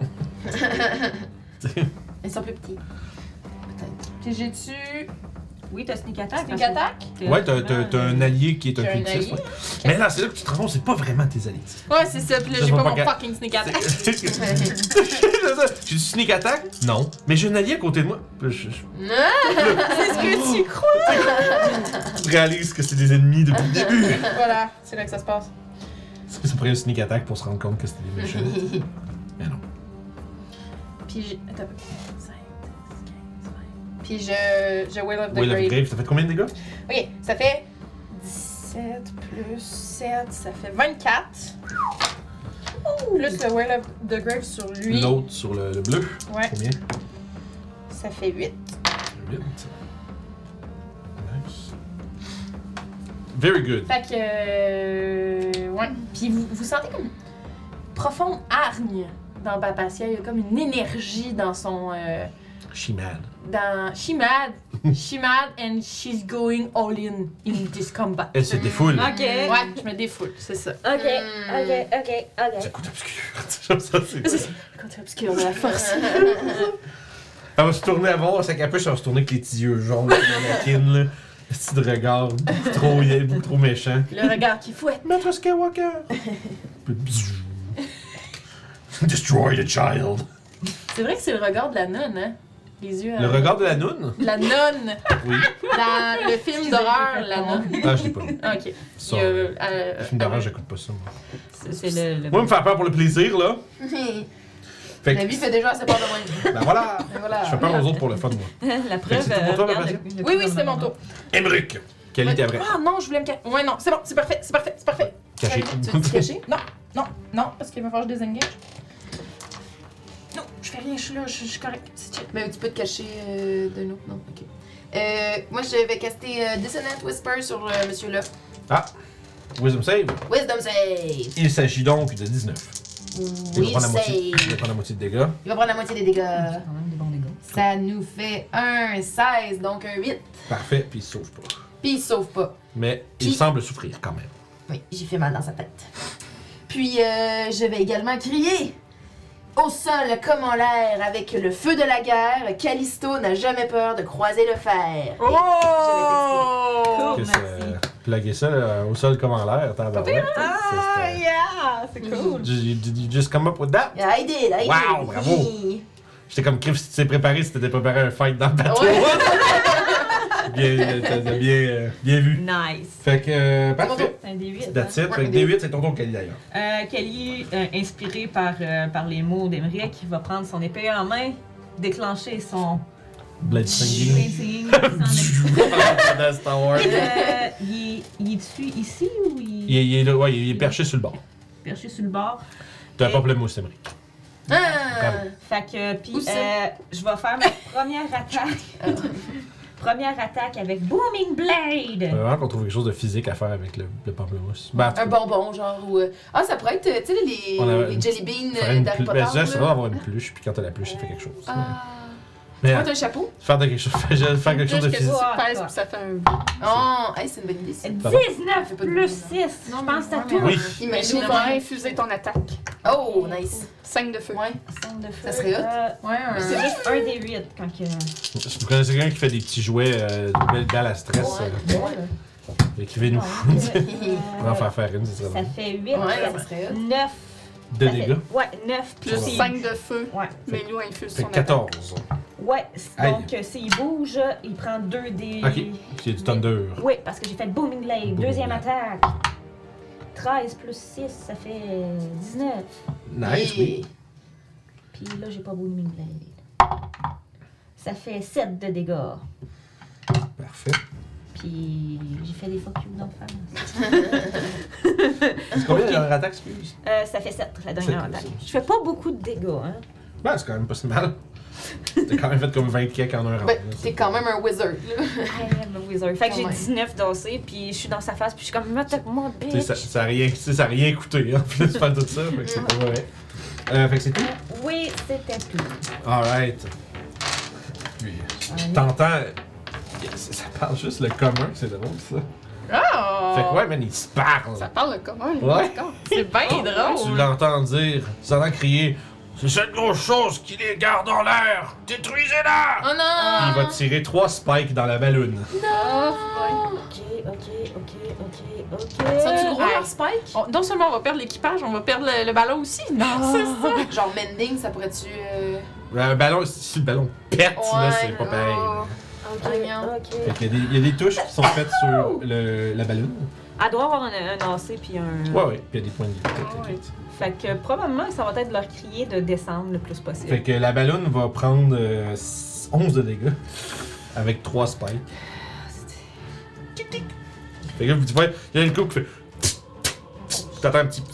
C: Ils sont plus petits. Peut-être.
B: Puis j'ai-tu
E: Oui, t'as sneak attack.
B: sneak attack?
A: Ouais, t'as un allié qui est un
B: J'ai un
A: cultiste.
B: allié.
A: Ouais. Mais là, c'est là que tu te rends compte, c'est pas vraiment tes alliés.
B: Ouais, c'est ça. Puis là,
A: Ça,
B: j'ai
A: je
B: pas
A: vois
B: mon
A: pas que-
B: fucking sneak attack.
A: J'ai du sneak attack? Non. Mais j'ai un allié à côté de moi. Puis je
B: C'est ce que tu crois.
A: réalise que c'est des ennemis depuis le début.
B: Voilà, c'est là que ça se passe.
A: C'est ça pourrait un sneak attack pour se rendre compte que c'était des méchants. Mais non.
B: Puis j'ai... Attends un peu. 5, 10, 15, 20. Puis je Will of the
A: Will of
B: Grave.
A: Grave, ça fait combien de dégâts?
B: Ok, ça fait 17 plus 7, ça fait 24. Plus le Will of the Grave sur lui.
A: L'autre sur le bleu.
B: Ouais,
A: Combien?
B: ça fait 8.
A: 8. Nice. Very good.
B: Fait que. Ouais. Puis vous sentez comme une profonde hargne dans Papacia. Il y a comme une énergie dans son.
A: She mad.
B: Dans She mad and she's going all in this combat.
A: Elle se défoule.
E: Ok.
B: Ouais, je me défoule, c'est ça.
E: Ok.
A: C'est coup obscur. Comme ça, c'est.
B: Le côté obscur de la force.
A: Elle va se tourner à voir sa capuche, elle va se tourner avec les petits yeux jaunes de Anakin, là. Le petit de regard beaucoup trop méchant.
B: Le regard qui fouette.
A: Maître Skywalker! Puis bzzz. Destroy the child.
B: C'est vrai que c'est le regard de la nonne, hein? Les yeux.
A: Le regard de la noune?
B: La nonne!
A: Oui.
B: Dans le film d'horreur, la nonne.
A: Ah, je l'ai pas vu.
B: Ok.
A: Ça,
B: Il y a,
A: le film d'horreur, j'écoute pas ça, moi.
E: C'est le.
A: Moi, me faire peur pour le plaisir, là. Fait
C: La
A: que,
C: vie fait déjà assez peur de moi.
A: ben voilà!
C: Mais voilà.
A: Je fais peur aux autres pour le fun, moi.
E: La preuve.
A: c'est tout pour toi,
E: regarde
A: Papacia?
E: le
B: Oui, c'était mon tour.
A: Emmerich! Qualité vraie.
B: Ah non, je voulais me cacher. Ouais, non, c'est bon, c'est parfait, c'est parfait, c'est parfait.
A: Caché.
B: Tu veux te cacher? Non, non, non, parce qu'il va falloir que je désengage. Non, je fais rien, je suis là, je suis correct. C'est chill.
C: Mais tu peux te cacher d'un autre, non? Ok. Moi, je vais caster Dissonant Whisper sur Monsieur là.
A: Ah! Wisdom save.
C: Wisdom save!
A: Il s'agit donc de 19. Il va
C: Oui,
A: prendre la moitié, il va
C: save!
A: prendre la moitié de dégâts.
C: Il va prendre la moitié des dégâts.
E: C'est quand même des bons dégâts.
C: Ça nous fait un 16, donc un 8.
A: Parfait, puis il se sauve pas.
C: Puis il sauve pas.
A: Mais il
C: Puis-
A: semble souffrir quand même.
C: Oui, j'ai fait mal dans sa tête. Puis je vais également crier au sol comme en l'air avec le feu de la guerre. Callisto n'a jamais peur de croiser le fer.
B: Oh!
A: Que
E: Cool,
A: ça,
E: merci.
A: plaguer ça là, au sol comme en l'air, t'as
E: Ah, yeah! C'est cool.
A: You just come up with that?
C: I did, I did.
A: Wow, bravo. J'étais comme Criff, si tu t'es préparé, si t'étais préparé un fight dans le bateau.
C: Ouais.
A: T'as bien vu.
E: Nice.
A: Fait que, parfait.
E: C'est un D8.
A: That's it.
C: Ouais,
A: Fait que
C: des-
A: D8, c'est ton tour, Kelly d'ailleurs.
E: Kelly, inspiré par les mots d'Emeric, qui va prendre son épée en main, déclencher son
A: Blade Singing. Dans Star Wars.
E: Il est-tu ici ou il
A: Il est là, ouais, il est perché sur le bord.
E: est perché sur le bord?
A: T'as un pamplemousse, Emmerich.
C: Ah!
E: Fait que, puis,
C: Où ça?
E: je vais faire ma première attaque. Première attaque avec Booming Blade.
A: Vraiment qu'on trouve quelque chose de physique à faire avec le pamplemousse. Ben, en tout
C: Un
A: cas,
C: bonbon, genre, ou... Ah, ça pourrait être, tu sais,
A: On a-
C: les jelly beans
A: faire une
C: d'Harry
A: pluche.
C: Potter.
A: Ben, déjà, c'est
C: là.
A: vrai d'avoir une pluche, puis quand t'as la pluche, ça fait quelque chose.
C: Ah.
A: Mais
C: Porte un chapeau?
A: faire quelque chose, faire quelque chose de physique.
D: Pèse, puis ça fait un.
C: Oh, hey, c'est une bonne idée, ça.
E: 19
C: pas de
E: plus
C: bruit,
E: 6. Je pense que ça touche.
A: Oui.
D: Mais
C: Imagine.
D: nous, va infuser ton attaque.
C: Oh, nice.
D: 5 de feu.
C: Ouais.
E: 5 de feu.
C: Ça serait hot.
B: Ouais,
E: C'est juste un des 8 quand que.
A: Si vous connaissez quelqu'un qui fait des petits jouets de belles balles à stress, écrivez-nous. On va en faire une, c'est
E: Ça
A: ça.
E: fait 8.
C: Ouais, ça serait hot.
E: 9.
A: De dégâts.
E: Ouais, 9
D: Plus
A: Ouais.
D: 5 de feu.
E: Ouais.
D: Mais nous, infuse
A: Fait
D: son
A: que 14.
E: Ouais,
A: Aïe.
E: donc s'il bouge, il prend 2 des.
A: Ok. Puis il y a du thunder.
E: Oui, parce que j'ai fait Booming Blade.
A: Booming
E: Deuxième
A: Blade.
E: attaque. 13 plus 6, ça fait 19.
A: Nice, oui.
E: Puis là, j'ai pas Booming Blade. Ça fait 7 de dégâts.
A: Parfait.
E: Puis j'ai fait des fuck you d'en face.
A: C'est combien la dernière attaque, excuse?
E: Ça fait 7, la dernière
A: Sept,
E: attaque.
A: c'est-
E: Je fais pas beaucoup de dégâts, hein.
A: Ben, c'est quand même pas si mal. T'as quand même fait comme 20 kicks en un round.
C: Ben,
A: là,
C: t'es
A: c'est
C: quand
A: pas-
C: même un wizard, là.
E: I am a wizard. Fait que j'ai
C: Quand même.
E: 19 dansés, puis je suis dans sa face, puis je suis comme, attaque-moi,
A: Tu sais,
E: bitch.
A: ça a rien, tu sais, ça a rien coûté, en plus, de faire tout ça. Fait que c'est pas vrai. Fait que c'est tout.
E: Oui, c'était tout.
A: Alright. Puis, t'entends. Ça parle juste le commun, c'est drôle ça.
B: Oh!
A: Fait que ouais, man, il se parle.
D: Ça parle le commun.
A: Ouais.
D: D'accord.
B: C'est bien
A: Tu
B: drôle!
A: l'entends dire, tu l'entends crier. C'est cette grosse chose qui les garde en l'air! Détruisez-la!
C: Oh non!
A: Il va tirer 3 spikes dans la balloune.
D: Ah,
E: Ok.
C: Sont-tu gros,
B: Ouais.
C: leurs spikes?
B: Non seulement on va perdre l'équipage, on va perdre le ballon aussi. Non! C'est ça!
C: Genre mending, ça pourrait-tu...
A: Un ballon, si le ballon pète, là,
C: Ouais,
A: c'est pas pareil.
C: oh.
A: Fait qu'il y a il y a des touches qui sont faites sur la balloune.
E: Elle doit avoir un AC puis un.
A: Ouais, ouais. Puis il y a des points de vie.
D: ouais.
E: Fait que probablement ça va être leur crier de descendre le plus possible.
A: Fait que la balloune va prendre 11 de dégâts avec 3 spikes. Tic tic. Fait que là, tu vois, il y a une coupe qui fait. T'entends un petit.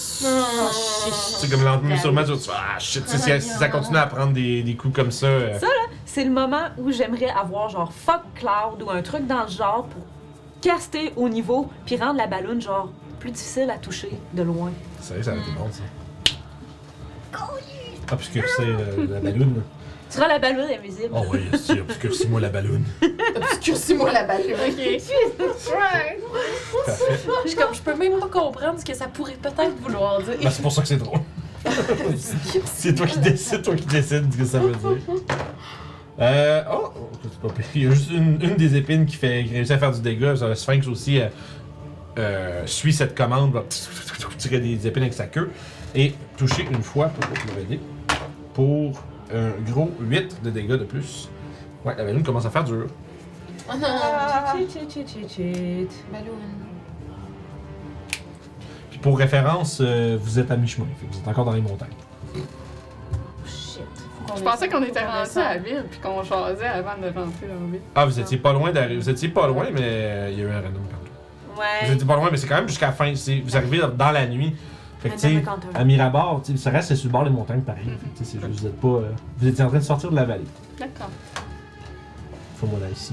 A: C'est comme lentement, sûrement, tu fais, ah shit, tu sais, si ça continue à prendre des coups comme ça.
E: C'est le moment où j'aimerais avoir genre fuck cloud ou un truc dans le genre pour caster au niveau puis rendre la balloune genre plus difficile à toucher de loin.
A: C'est vrai, ça a été bon ça. Ah, puisque c'est la balloune.
E: Tu rends la ballonne invisible.
A: Oh oui, c'est obscurcis-moi la balloune.
C: Obscurcis-moi la balle.
D: Ok.
A: Parfait.
F: Je peux même pas comprendre ce que ça pourrait peut-être vouloir dire.
A: Ben, c'est pour ça que c'est drôle. C'est toi qui décides ce que ça veut dire. Oh, c'est pas pire. Il y a juste une des épines qui réussit à faire du dégât. Le sphinx aussi suit cette commande, va tirer des épines avec sa queue et toucher une fois pour m'aider. Pour un gros 8 de dégâts de plus. Ouais, la balloune commence à faire dur.
C: Oh non.
E: Chut.
C: Balloon.
A: Puis pour référence, vous êtes à mi-chemin, fait que vous êtes encore dans les montagnes.
F: Shit.
D: Je pensais qu'on était rendu à la ville puis qu'on jasait avant de rentrer dans la ville.
A: Ah, vous étiez pas loin d'arriver. Vous étiez pas loin, mais il y a eu un random partout. Vous
F: Ouais.
A: étiez pas loin, mais c'est quand même jusqu'à la fin. Vous arrivez dans la nuit. Fait que, tu sais,
F: Random encounter.
A: à Mirabar, tu sais, ça reste sur le bord des montagnes pareil. Fait que, tu sais, c'est juste, vous êtes pas. Vous étiez en train de sortir de la vallée.
D: D'accord.
A: Faut moi là ici.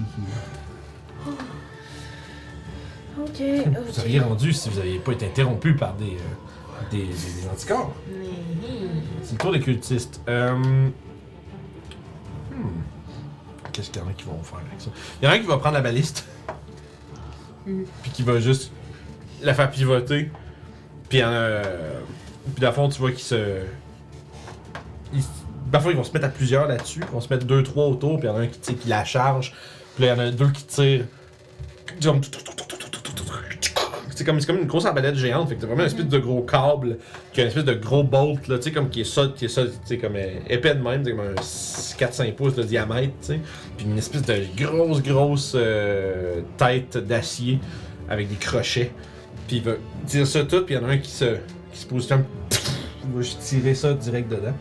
F: Ok.
A: Vous seriez rendu si vous n'aviez pas été interrompu par des anticorps. C'est le tour des cultistes. Qu'est-ce qu'il y en a qui vont faire avec ça? Il y en a un qui va prendre la baliste. Puis qui va juste la faire pivoter. Puis dans le fond, tu vois qu'ils se. Parfois, ils vont se mettre à plusieurs là-dessus. Ils vont se mettre 2-3 autour. Puis il y en a un qui la charge. Puis là, il y en a deux qui tirent. C'est comme une grosse arbalète géante, fait que t'as vraiment une espèce de gros câble, qui a une espèce de gros bolt, là, tu sais, comme qui est ça, tu sais, comme épais de même, c'est comme un 4-5 pouces de diamètre, tu sais. Puis une espèce de grosse tête d'acier avec des crochets. Puis il va tirer ça tout, puis il y en a un qui se positionne, il va juste tirer ça direct dedans.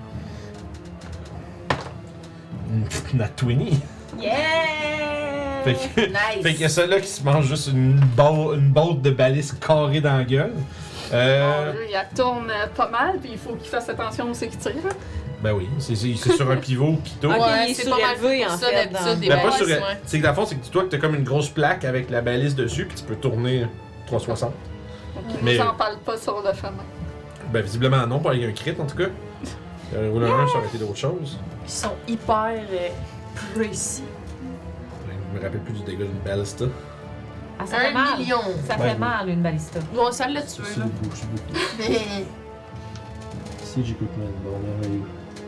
A: Une Twinnie.
E: Yeah!
A: Fait que,
C: Nice.
A: fait qu'il y a celui-là qui se mange juste une botte de balise carrée dans la gueule.
D: Bon, là, il tourne pas mal, puis il faut qu'il fasse attention où c'est qu'il tire.
A: Ben oui, c'est sur un pivot qui tourne.
F: Ok,
E: Ouais,
F: il est
E: c'est pas mal
F: surélevé
E: fait pour
F: en
E: ça,
F: fait.
E: d'habitude,
F: dans-
E: des
A: Ben, pas
F: Ouais,
A: sur.
F: ouais.
A: C'est que dans le fond, c'est que dis-toi que t'as comme une grosse plaque avec la balise dessus, puis tu peux tourner 360.
D: Donc,
A: Mais-
D: il nous en parle pas sur le chemin.
A: Ben visiblement non, pas avec un crit en tout cas. Rouler un, ça aurait été d'autres choses.
F: Ils sont hyper précis.
A: Je me rappelle plus du dégât d'une ballista.
E: Ah, ça fait
C: 1
E: mal.
C: million.
E: Ça
A: Ouais,
E: fait mal, une balista.
F: Bon, ça l'a tué, là.
A: Si j'écoute mal, bon,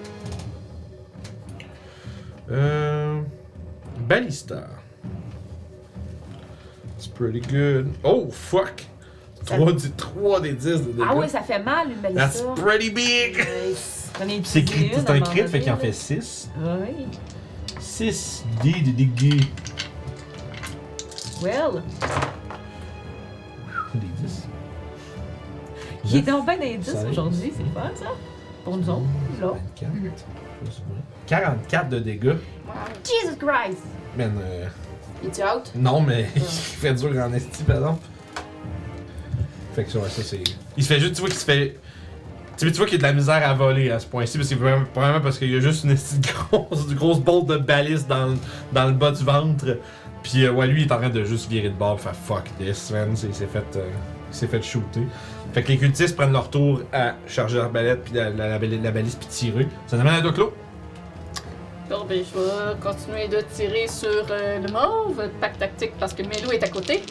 A: Ballista. It's pretty good. Oh fuck!
E: Ça-
A: 3 des 10 de dégâts.
E: Ah oui, ça fait mal, une
A: That's
E: balista.
A: pretty big!
E: Nice. J'en ai
A: C'est
E: utilisé une
A: c'est
E: à
A: un
E: un
A: crit,
E: moment
A: fait qu'il en
E: donné,
A: fait 6.
E: là. Oui.
A: 6 dés de dégâts.
E: Well,
A: Des 10.
E: il est donc bien d'indices
A: Ça
E: aujourd'hui, c'est le fun, ça. Pour nous autres, là.
A: 24. 44 de dégâts.
D: Wow.
E: Jesus Christ!
A: Man,
C: Es-tu out?
A: non, mais il fait dur en esti, par exemple. Fait que ça, ouais, ça c'est. Il se fait juste, tu vois qu'il se fait. Tu vois qu'il y a de la misère à voler à ce point-ci, parce que c'est vraiment parce qu'il y a juste une esti de grosse bolt de balise dans le bas du ventre. Puis ouais, lui il est en train de juste virer de bord, faire fuck this, man. Il s'est fait shooter. Fait que les cultistes prennent leur tour à charger l'arbalète, puis la balise, puis tirer. Ça nous amène à Doclo.
D: Bon, ben, je vais continuer de tirer sur le mauve, pack tactique, parce que Melou est à côté.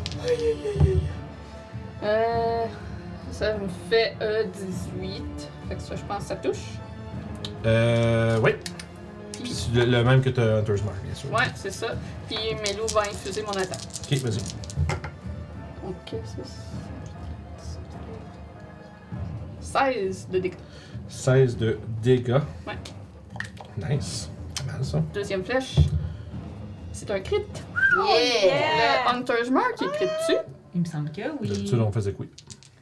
D: Ça me fait 18. Fait que ça, je pense que ça touche.
A: Oui. Puis c'est le même que t'as Hunter's Mark, bien sûr.
D: Ouais, c'est ça. Puis Melou va infuser mon attaque.
A: Ok, vas-y.
D: Ok, c'est 16 de dégâts.
A: 16 de dégâts.
D: Ouais.
A: Nice. Pas mal ça.
D: Deuxième flèche. C'est un crit.
C: Yeah!
D: Le Hunter's Mark, il crit dessus.
E: Il me semble que oui.
A: D'habitude, on faisait quoi?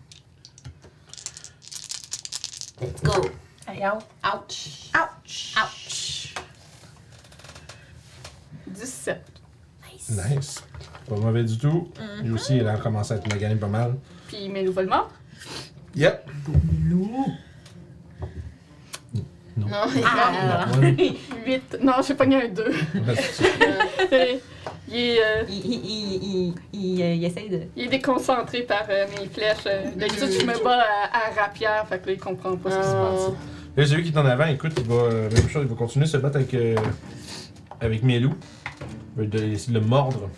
C: Let's go.
F: Hey, out.
C: Ouch.
F: Ouch.
C: Ouch.
D: 17.
A: Nice. Pas mauvais du tout. Lui aussi, il a commencé à être magané pas mal.
D: Puis Melou va le mort.
A: Yep.
C: Non,
E: Ah!
A: Ouais.
D: 8. Non, j'ai pogné un 2. il est.
E: Il essaye de.
D: Il est déconcentré par mes flèches. D'habitude, je me bats à rapière, fait que là, il comprend pas ce qui se passe.
A: Là, celui qui est en avant, écoute, il va. Même chose, il va continuer à se battre avec Melou. Il va essayer de le mordre.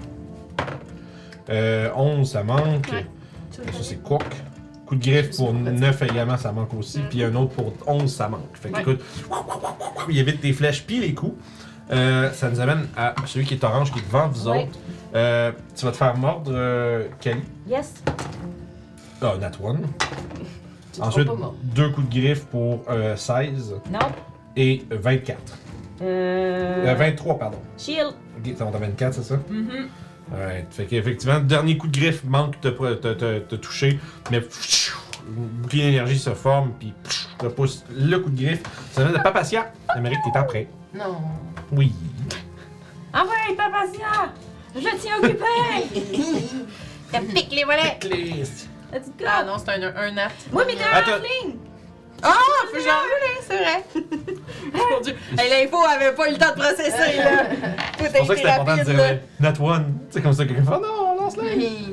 A: 11, ça manque.
D: Ouais.
A: Ça, c'est Quack. Coup de griffe pour 9 également, ça manque aussi. Puis un autre pour 11, ça manque. Fait que, écoute, il évite tes flèches puis les coups. Ça nous amène à celui qui est orange, qui est devant vous
E: Ouais.
A: autres. Tu vas te faire mordre, Kali.
E: Yes.
A: Ah, Nat 1.
C: Tu te
A: Ensuite,
C: feras pas mort.
A: 2 coups de griffe pour 16
E: Non.
A: et 24. 23, pardon.
E: Shield.
A: Ok, ça monte à 24, c'est ça?
E: Mhm.
A: Alright. Fait qu'effectivement, le dernier coup de griffe manque de te toucher, mais une bouclier d'énergie se forme, puis repousse le coup de griffe. Ça amène à Papacia. Amérique, t'es pas prêt?
C: Non.
A: Oui.
E: Ah ouais, Papacia! Je tiens occupé!
B: Pique les volets!
A: Clés.
E: Let's go!
F: Ah non, c'est un nat.
E: Oui, mais t'es un
A: Attends.
E: halfling!
F: Ah, faut que j'en roule, c'est vrai. Mon Dieu. Hey, l'info avait pas eu le temps de processer, là. Tout a
A: C'est pour ça que
F: été
A: c'est important de
F: rapide,
A: dire
F: là.
A: Nat 1. C'est comme ça que quelqu'un fait non, lance-le.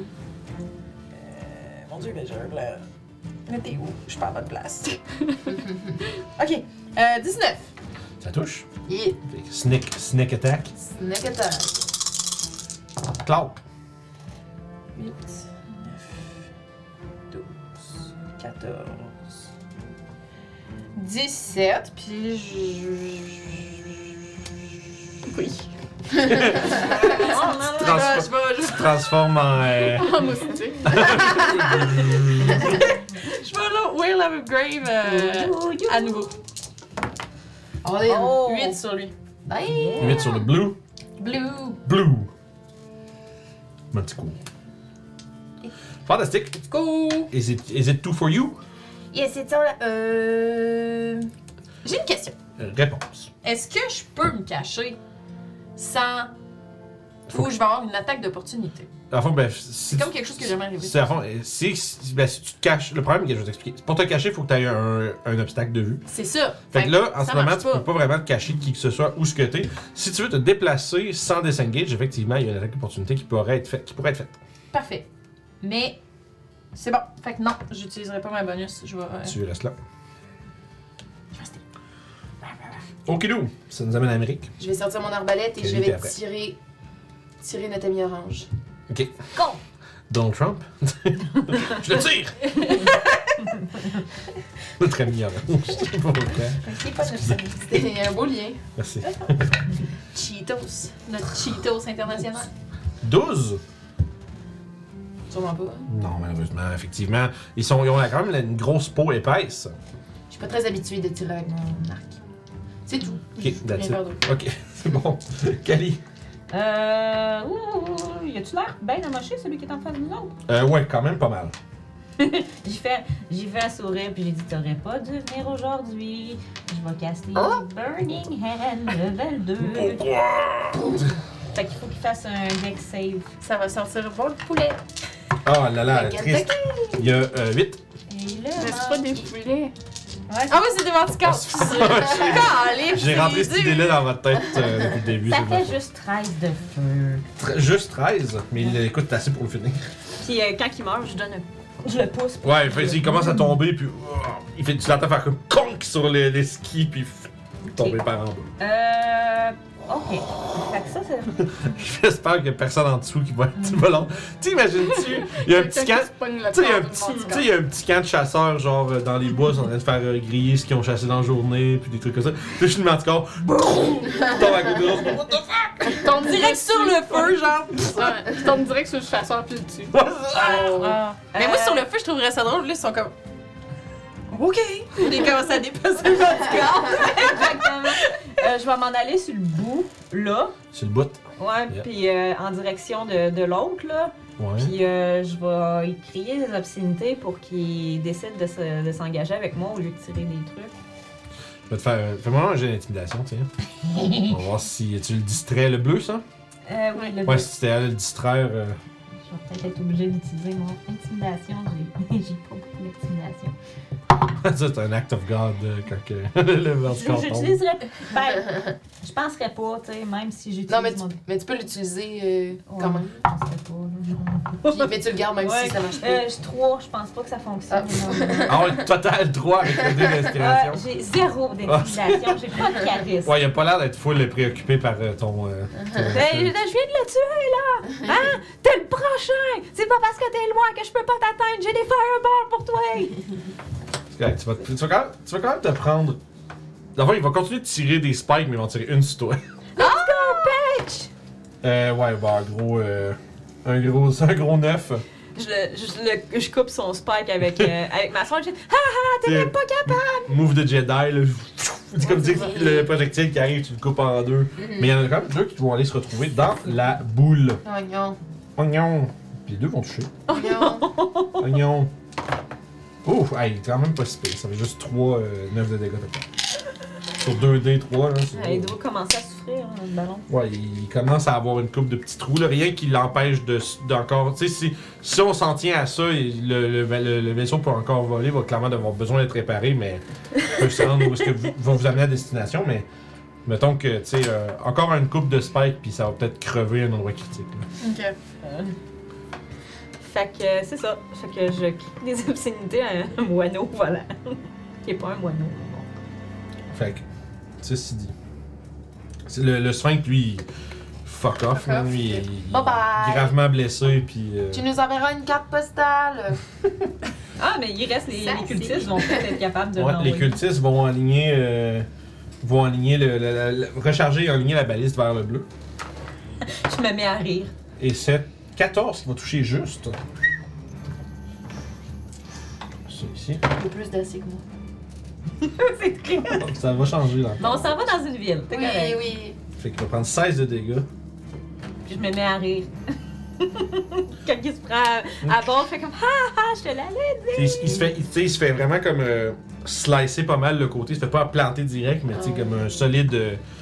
F: Mon Dieu, mais j'ai un blanc. Mais t'es où? Je suis pas à bonne place. Ok. 19.
A: Ça touche.
C: Yeah.
A: Fait que sneak attack.
C: Snack attack.
A: Cloud.
F: 8, 9, 12, 14, 17, puis Oui.
E: Oh non, non.
F: Je
A: Tu te transformes en.
D: En moustique.
F: vais là, Whale of Grave à nouveau.
C: All in.
E: Oh.
F: 8 sur lui.
C: Bye.
A: 8 sur le blue.
C: Blue.
A: Blue. Mon petit coup. Fantastique.
F: Let's go!
A: Is it two for you?
B: Yes, c'est ça, là.
F: J'ai une question.
A: Réponse.
F: Est-ce que je peux me cacher sans... Ou je vais avoir une attaque d'opportunité?
A: À fond, ben, si
F: C'est comme quelque chose que j'aimerais arriver.
A: c'est à fond, si tu te caches, le problème que je vais t'expliquer, pour te cacher, il faut que tu aies un obstacle de vue.
F: C'est ça.
A: Fait que là, en
F: ça
A: ce moment,
F: marche
A: tu peux pas vraiment te cacher de qui que ce soit où ce que t'es. Si tu veux te déplacer sans disengage, effectivement, il y a une attaque d'opportunité qui pourrait être faite.
F: Parfait. Mais c'est bon. Fait que non, j'utiliserai pas ma bonus. Je vais
A: Tu restes là.
F: rester.
A: Okidou, ça nous amène à l'Amérique.
C: Je vais sortir mon arbalète et je
A: Qualité
C: vais
A: après.
C: tirer notre ami orange.
A: Ok.
E: Go!
A: Donald Trump. Je le tire! Notre ami orange. Je sais pas pourquoi.
C: C'est pas C'était un beau lien.
A: Merci.
F: Cheetos. Notre Cheetos international.
A: 12?
C: Sûrement pas. Hein.
A: Non, malheureusement, effectivement. Ils ont quand même une grosse peau épaisse.
C: Je suis pas très habituée de tirer avec mon arc. C'est tout.
A: Ok,
F: Rien
A: that's it.
F: faire d'autre.
A: Ok, c'est bon. Kali.
E: Y a-tu l'air bien amoché, celui qui est en face de nous autres?
A: Ouais, quand même pas mal.
E: J'ai fait un sourire puis j'ai dit t'aurais pas dû venir aujourd'hui. Je vais caster Burning Hand level 2. Fait qu'il faut qu'il fasse un deck save.
F: Ça va sortir bon le poulet.
A: Oh là là,
C: Quel
A: triste. Il y a 8.
E: Et là,
D: Mais c'est pas des poulets.
E: Ouais,
F: Ah oui, c'est des manticates.
A: J'ai rentré cette idée-là dans votre tête depuis le début.
E: ça
A: c'est
E: fait
A: bon.
E: juste 13 de feu.
A: Juste 13, mais il écoute t'as assez pour le finir.
E: Puis quand il meurt, je le pousse. pour
A: Ouais,
E: que-
A: il commence à tomber, puis tu l'entends faire comme conk sur les skis, puis tomber par en bas.
E: Ok. Fait que ça, c'est.
A: J'espère qu'il y a personne en dessous qui va être volant. T'imagines-tu, il y a un petit camp. Tu sais, il y a un petit camp de chasseurs, genre dans les bois, ils sont en train de faire griller ce qu'ils ont chassé dans la journée, puis des trucs comme ça. Puis je suis le manticore, boum! Tombe à côté de l'autre, what the fuck?
F: Tombe direct sur le feu, genre.
D: Ouais, je tombe direct sur le chasseur puis dessus.
F: Ah. Mais moi, sur le feu, je trouverais ça drôle. Là, ils sont comme. OK. Ils commencent à dépasser le manticore.
E: Exactement. Je vais m'en aller sur le bout, là.
A: C'est le bout.
E: Ouais,
A: Yeah.
E: puis en direction de l'autre, là.
A: Ouais.
E: Puis je vais lui crier des obscénités pour qu'il décide de s'engager avec moi au lieu de tirer des trucs.
A: Je vais te faire. Fais-moi un jeu d'intimidation, tiens. On va voir si tu le distrais. Le bleu, ça?
E: Oui, le
A: Ouais, si c'était à le distraire.
E: Je vais peut-être être obligée d'utiliser mon intimidation. J'ai pas beaucoup d'intimidation.
A: Ça, c'est un act of God quand que le vertical tombe.
E: J'utiliserais. Ben, je penserais pas, tu sais, même si j'utilise.
C: Non,
E: mon...
C: mais tu peux l'utiliser quand même.
E: Je penserais pas, là.
C: Puis, mais tu le gardes même
E: Ouais.
C: si ça marche pas.
E: J'ai 3, je pense pas que ça fonctionne.
A: Ah ouais, total 3 avec le dé d'inspiration.
E: J'ai 0 d'intimidation, j'ai pas de charisme.
A: Ouais, il a pas l'air d'être full préoccupé par ton.
E: Ben, je viens de le tuer, là! Hein? T'es le prochain! C'est pas parce que t'es loin que je peux pas t'atteindre, j'ai des fireballs pour toi!
A: C'est correct, tu vas quand même te prendre. D'abord, il va continuer de tirer des spikes, mais il va en tirer une sur toi.
E: Let's go, bitch!
A: Ouais, bah, gros. Un gros 9.
F: Je coupe son spike avec ma soeur. Je dis haha, t'es
A: C'est-
F: même pas capable!
A: Move de Jedi, là. C'est comme dire le projectile qui arrive, tu le coupes en deux. Mais il y en a quand même deux qui vont aller se retrouver dans la boule.
C: Oignon.
A: Oignon. Puis les deux vont toucher.
C: Oignon.
A: Oignon. Ouf, hey, quand même pas si pire. Ça fait juste 3, 9 de dégâts total. Sur 2D, 3, là. c'est-
E: Il doit commencer à souffrir, hein, le ballon.
A: Ouais, il commence à avoir une coupe de petits trous, là. Rien qui l'empêche d'encore. Tu sais, si on s'en tient à ça, le vaisseau peut encore voler, va clairement avoir besoin d'être réparé, mais peut se rendre où est-ce que va vous amener à destination, mais mettons que, tu sais, encore une coupe de spike, puis ça va peut-être crever un endroit critique, là.
B: Ok.
E: Fait que c'est ça. Fait que je crie des obscénités à un moineau, voilà. Qui est pas un moineau. Bon.
A: Fait que, ceci dit. C'est le sphinx, lui, fuck off, man. Lui, il est
C: Bye bye.
A: gravement blessé, puis.
C: Tu nous enverras une carte postale.
E: Ah, mais il reste les
B: Ça,
E: cultistes vont peut-être être capables de
A: Ouais,
E: l'envoyer.
A: les cultistes vont aligner. Recharger et aligner la baliste vers le bleu.
E: Je me mets à rire.
A: Et c'est 14 qui va toucher juste. Ça ici.
C: J'ai plus d'assez que moi.
E: C'est très...
A: Ça va changer là.
E: Bon, on s'en va dans une ville, c'est
C: Oui,
E: correct.
C: oui.
A: Fait qu'il va prendre 16 de dégâts.
E: Puis je me mets à rire. Quand il se prend à bord, je fais comme ha ha, je te l'allais dire.
A: Il se fait vraiment comme slicer pas mal le côté. Il se fait pas planter direct, mais tu sais, comme une solide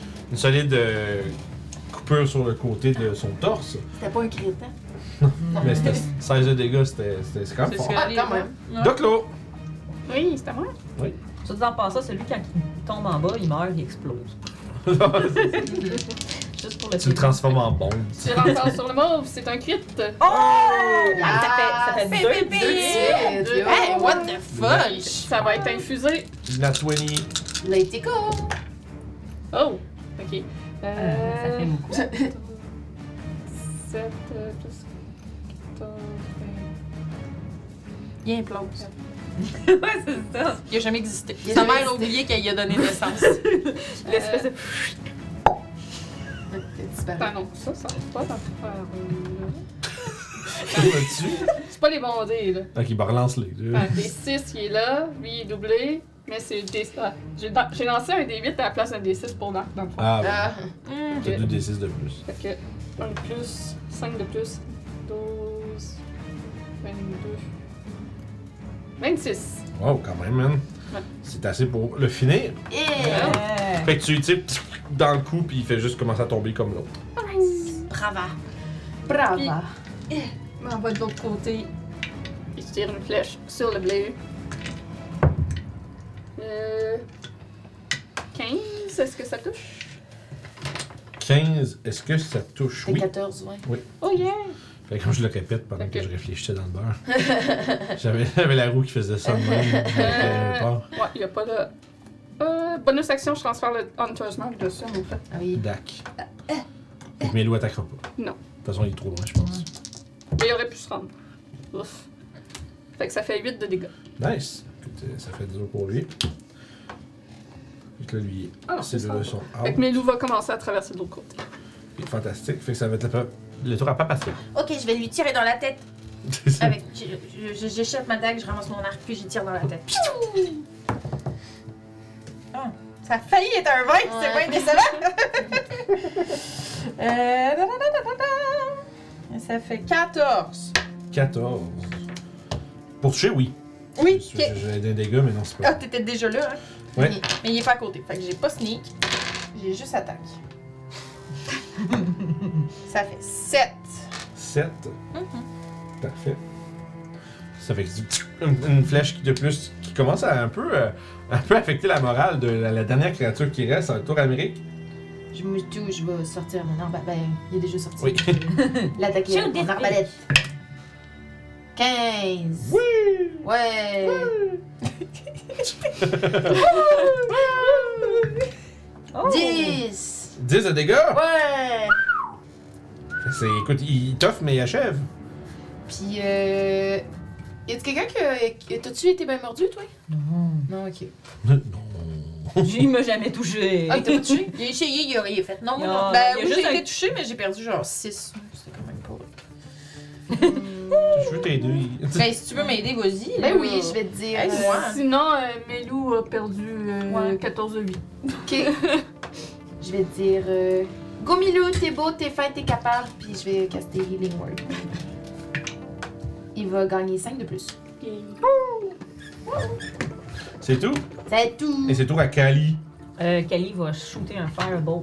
A: coupure sur le côté de son torse.
C: C'était pas un crétin.
A: Mais c'était 16 de dégâts, c'est quand même
F: C'est
A: fort.
F: ce que-
C: Ah, quand même.
F: Ouais.
A: Doclo!
D: Oui, c'est à moi.
E: Soit disant en passant, celui quand il tombe en bas, il meurt, il explose. Juste pour le
A: Tu le transformes en bombe.
D: Tire encore sur le mauve, c'est un crit.
E: Oh! Ça fait
B: Pépé,
E: deux.
B: pépé.
C: Deux.
B: Hey, what the fuck?
D: Ça va être infusé.
A: La 20.
C: Let it go.
D: Oh, ok.
E: Ça fait beaucoup.
D: 7 plus 14,
B: Il implose.
E: Ouais, c'est ça.
B: Il a jamais existé.
C: Il a
B: Sa
C: jamais
B: mère a
C: existé.
B: oublié qu'elle y a donné naissance.
E: L'espèce de...
C: T'es disparu.
D: Ah non, ça va pas dans faire.
A: Là-dessus.
D: C'est pas les bons dés, là.
A: Ok, bah relance-les.
D: Ah, D6 qui est là, lui il est doublé, mais c'est D6. Ah, j'ai lancé un D8 à la place d'un D6 pour l'arc, dans le fond.
A: Ah, ouais.
C: Ah.
A: T'as 2 D6 de plus.
D: Fait que 1 de plus, 5 de plus, 12, 22, 26.
A: Wow, quand même, man.
D: Ouais.
A: C'est assez pour le finir.
C: Yeah.
A: Fait que tu sais, dans le coup, puis il fait juste commencer à tomber comme l'autre.
B: Brava.
C: Brava.
D: On va de l'autre côté. Puis je tire une flèche sur le bleu. 15, est-ce que ça touche?
A: 15, est-ce que ça touche?
C: T'es
A: Oui.
C: 14, ouais.
D: Oh yeah!
A: Fait que comme je le répète pendant
D: Ok.
A: que je réfléchissais dans le beurre. J'avais la roue qui faisait ça de même.
D: Ouais, il n'y a pas de. Bonus action, je transfère le Hunter's Mark dessus, en fait.
C: Ah oui.
A: Dac. Fait que Mélou attaquera pas.
D: Non.
A: De toute façon, il est trop loin, je pense.
D: Mais il aurait pu se rendre. Ouf. Fait que ça fait 8 de dégâts.
A: Nice. Écoute, ça fait 10 pour lui. Fait que là, lui,
D: Ah,
A: c'est
D: c'est
A: de
D: ça.
A: son
D: Fait que
A: out.
D: Mélou va commencer à traverser de l'autre côté.
A: Fantastique. Fait que ça va être le tour à Papa Sia.
B: Ok, je vais lui tirer dans la tête. Avec, j'échappe ma dague, je ramasse mon arc, puis j'y tire dans la tête. Ah, ça a failli être un 20, c'est
C: Ouais.
B: pas décevant. Ça fait 14.
A: 14. Pour toucher, oui.
B: Oui, ok.
A: J'ai des dégâts, mais non, c'est
B: Ah,
A: pas.
B: t'étais déjà là, hein?
A: Ouais.
B: Mais il est pas à côté. Fait que j'ai pas sneak. J'ai juste attaque. Ça fait 7.
A: 7. Parfait. Ça fait une flèche de plus qui commence à un peu affecter la morale de la dernière créature qui reste, un tour Amérique.
C: Je vais sortir mon arbalète. Ben, il est déjà sorti.
A: Oui.
C: L'attaquer avec mon arbalète. 15.
A: Oui!
C: Ouais.
E: Oh!
C: 10.
A: 10 de dégâts?
C: Ouais.
A: Écoute, il toffe, mais il achève.
C: Puis, y a-t-il quelqu'un qui. T'as-tu été bien mordu, toi?
E: Non.
C: Non, ok.
A: Non.
E: Il m'a jamais touché.
C: Ah, t'as pas touché? Il a essayé, il a rien fait. Non, moi
E: Non,
C: non.
F: Ben,
E: il y a
F: oui,
E: juste
F: j'ai
E: un-
F: été touchée, mais j'ai perdu genre 6. C'était quand même pas.
A: Je veux t'aider.
F: Ben, si tu veux m'aider, vas-y.
C: Ben
F: là.
C: oui, je vais te dire.
F: Aide-moi.
D: Sinon, Melou a perdu
C: Ouais.
D: 14 de vie.
C: Ok. Je vais te dire. Go Milou, t'es beau, t'es fin, t'es capable. Puis je vais caster Healing Word. Il va gagner 5 de plus.
A: C'est tout?
C: C'est tout.
A: Et c'est tout à Kali.
E: Kali va shooter un firebolt.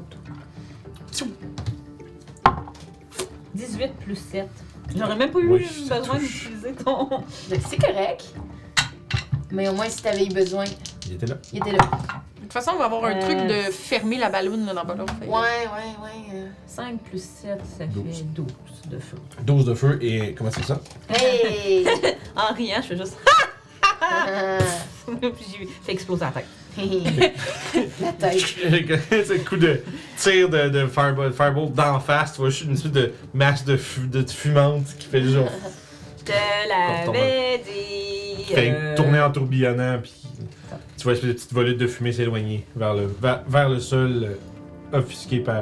E: 18 plus 7. J'aurais même pas eu
A: Oui, ça
E: besoin
A: touche.
E: d'utiliser ton.
C: C'est correct. Mais au moins, si t'avais eu besoin,
A: Il était là.
C: il était là.
F: De toute façon, on va avoir un truc de fermer la balloune là, dans pas long. Fait que-
C: Ouais.
E: 5 plus 7, ça
A: 12.
E: fait 12 de feu.
A: 12 de feu et comment c'est ça?
C: Hey!
E: En riant, je fais juste.
C: Ah.
E: Puis j'ai fait exploser la tête.
C: La tête.
A: C'est le coup de tir de Firebolt d'en face, tu vois juste une espèce de masse de fumante qui fait genre.
E: Je te l'avais dit.
A: Fait tourner en tourbillonnant, puis tu vois une espèce de petite volute de fumée s'éloigner vers le sol offusqué par,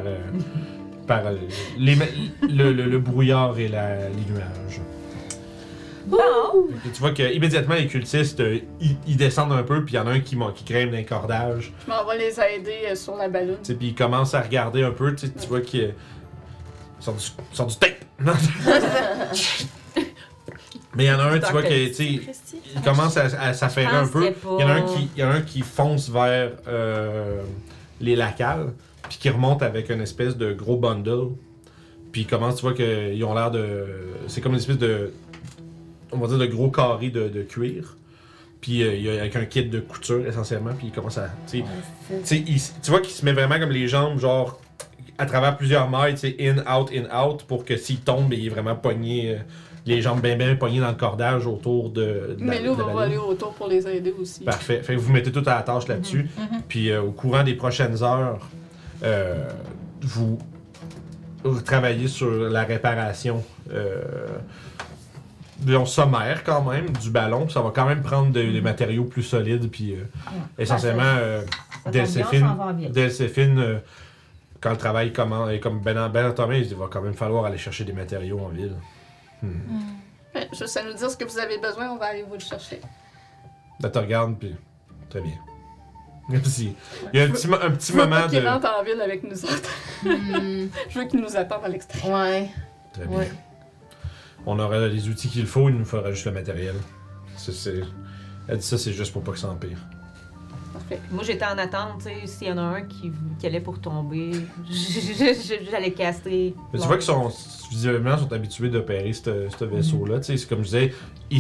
A: le brouillard et les nuages.
E: Bon.
A: Fait que tu vois qu'immédiatement les cultistes ils descendent un peu, puis il y en a un qui grimpe d'un cordage.
D: Je m'en vais les aider sur la balloune.
A: Tu sais, puis il commence à regarder un peu, tu vois qu'il sort du tape. Non. Mais il y en a un, tu vois, que, tu sais, il commence à s'affairer un peu. Il y en a un qui fonce vers les lacales, puis qui remonte avec une espèce de gros bundle. Puis il commence, tu vois, qu'ils ont l'air de. C'est comme une espèce de. On va dire de gros carré de cuir. Puis il y a avec un kit de couture essentiellement, puis il commence à. Tu vois qu'il se met vraiment comme les jambes, genre, à travers plusieurs mailles, tu sais, in, out, pour que s'il tombe, il est vraiment pogné. Les jambes bien pognées dans le cordage autour de la
D: Melou va
A: balloune.
D: aller autour pour les aider aussi.
A: Parfait. Fait que vous mettez tout à la tâche là-dessus. Puis au courant des prochaines heures, vous travaillez sur la réparation disons, sommaire quand même du ballon. Ça va quand même prendre des matériaux plus solides. Puis essentiellement, Delséphine, quand le travail commence, est comme ben entamé, il va quand même falloir aller chercher des matériaux en ville.
D: Juste à nous dire ce que vous avez besoin, on va aller vous le chercher.
A: Là, tu regardes, puis très bien. Même si il y a un petit
D: Je veux
A: moment
D: pas qu'ils
A: de.
D: rentrent en ville avec nous autres.
C: Hmm,
D: Je veux qu'ils nous attendent à l'extérieur.
C: ouais.
A: Très bien.
C: Ouais.
A: On aura les outils qu'il faut, il nous faudra juste le matériel. Elle dit ça, c'est juste pour pas que ça empire.
D: Parfait.
E: Moi, j'étais en attente, tu sais, s'il y en a un qui allait pour tomber, j'allais caster.
A: Mais tu vois qu'ils sont, visiblement, sont habitués d'opérer ce vaisseau-là. Tu sais, c'est comme je disais,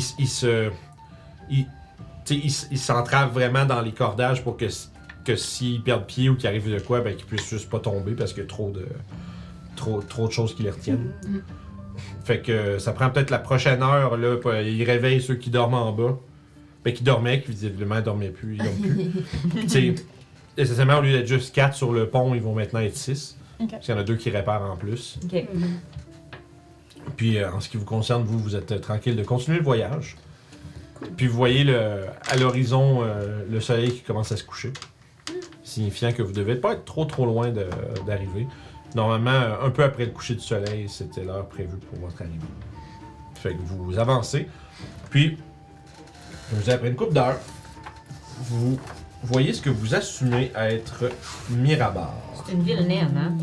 A: ils s'entravent vraiment dans les cordages pour que s'ils perdent pied ou qu'il arrive de quoi, ben qu'ils puissent juste pas tomber parce qu'il y a trop de choses qui les retiennent. Fait que ça prend peut-être la prochaine heure, là, ils réveillent ceux qui dorment en bas. Ben, qui dormaient, qui visiblement dormaient plus, ils dorment plus. Tu sais, essentiellement, au lieu d'être juste 4 sur le pont, ils vont maintenant être 6.
F: Ok.
A: Parce qu'il y en a 2 qui réparent en plus.
E: Ok.
A: Puis en ce qui vous concerne, vous êtes tranquille de continuer le voyage. Puis vous voyez à l'horizon le soleil qui commence à se coucher. Signifiant que vous devez pas être trop loin d'arriver. Normalement, un peu après le coucher du soleil, c'était l'heure prévue pour votre arrivée. Fait que vous avancez. Puis, vous avez après une couple d'heures, vous voyez ce que vous assumez être Mirabar.
E: C'est une ville naine, hein?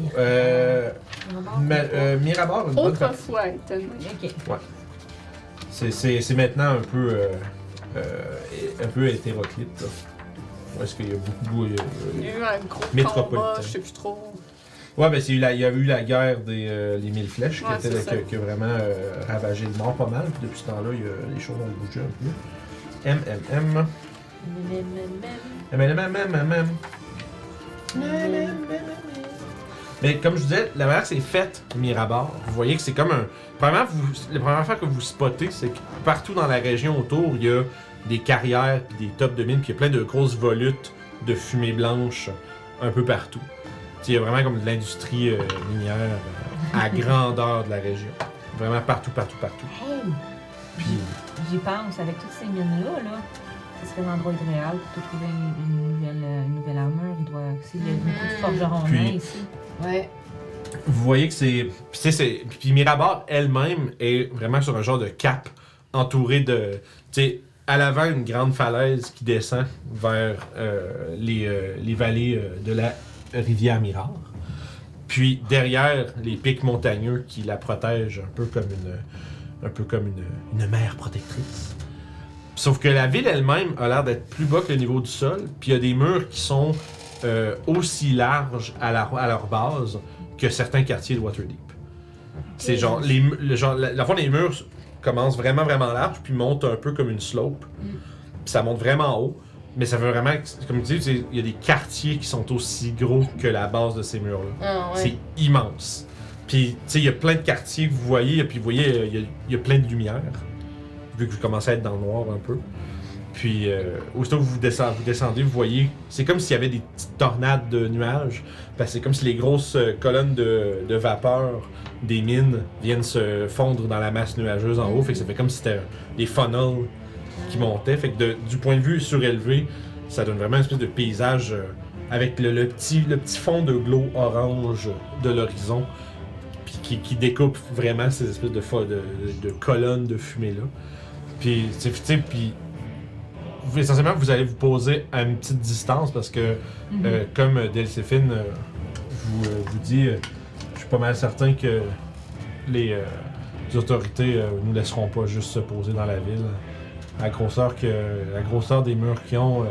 A: Mirabar, une bonne
D: Autrefois, étonnant.
E: Ok.
A: C'est maintenant un peu hétéroclite. Là. Où est-ce qu'il y a beaucoup...
D: Il y a eu un gros
A: Métropolitain.
D: combat, je sais plus trop.
A: Ouais, ben il y a eu la guerre des 1000 flèches
D: Ouais, c'est ça.
A: qui a vraiment ravagé le nord pas mal. Puis depuis ce temps-là, les choses ont bougé un peu. MMM. Mais comme je disais, la manière que c'est fait, Mirabar, vous voyez que c'est comme un. Premièrement, la première fois que vous spottez, c'est que partout dans la région autour, il y a des carrières, puis des tops de mines, puis il y a plein de grosses volutes de fumée blanche un peu partout. Il y a vraiment comme de l'industrie minière à grandeur de la région. Vraiment partout.
E: Hey!
A: Puis,
E: J'y pense, avec toutes ces mines-là, là, ce serait l'endroit idéal pour te trouver une nouvelle armure. S'il y a beaucoup de forgerons
A: Puis-
E: nains ici.
C: Ouais.
A: vous voyez que c'est. Puis Mirabar elle-même est vraiment sur un genre de cap entouré de. Tu sais, à l'avant, une grande falaise qui descend vers les vallées de la rivière Mirar. Puis derrière, les pics montagneux qui la protègent un peu comme une mère protectrice. Sauf que la ville elle-même a l'air d'être plus bas que le niveau du sol, puis il y a des murs qui sont aussi larges à leur base que certains quartiers de Waterdeep. C'est genre, la fois les murs commencent vraiment larges, puis montent un peu comme une slope. Puis ça monte vraiment haut, mais ça veut vraiment, comme tu dis, il y a des quartiers qui sont aussi gros que la base de ces murs-là.
C: Ah, ouais.
A: C'est immense. Puis, tu sais, il y a plein de quartiers que vous voyez, puis vous voyez, il y a plein de lumière, vu que vous commencez à être dans le noir un peu. Puis, aussitôt que vous descendez, vous voyez, c'est comme s'il y avait des petites tornades de nuages, parce que c'est comme si les grosses colonnes de vapeur des mines viennent se fondre dans la masse nuageuse en haut, fait que ça fait comme si c'était des funnels qui montaient, fait que du point de vue surélevé, ça donne vraiment une espèce de paysage avec le petit fond de glow orange de l'horizon, puis qui découpe vraiment ces espèces de colonnes de fumée-là. Puis, tu sais, puis essentiellement, vous allez vous poser à une petite distance parce que, comme Delséphine vous dit, je suis pas mal certain que les autorités nous laisseront pas juste se poser dans la ville. La grosseur des murs qu'ils ont,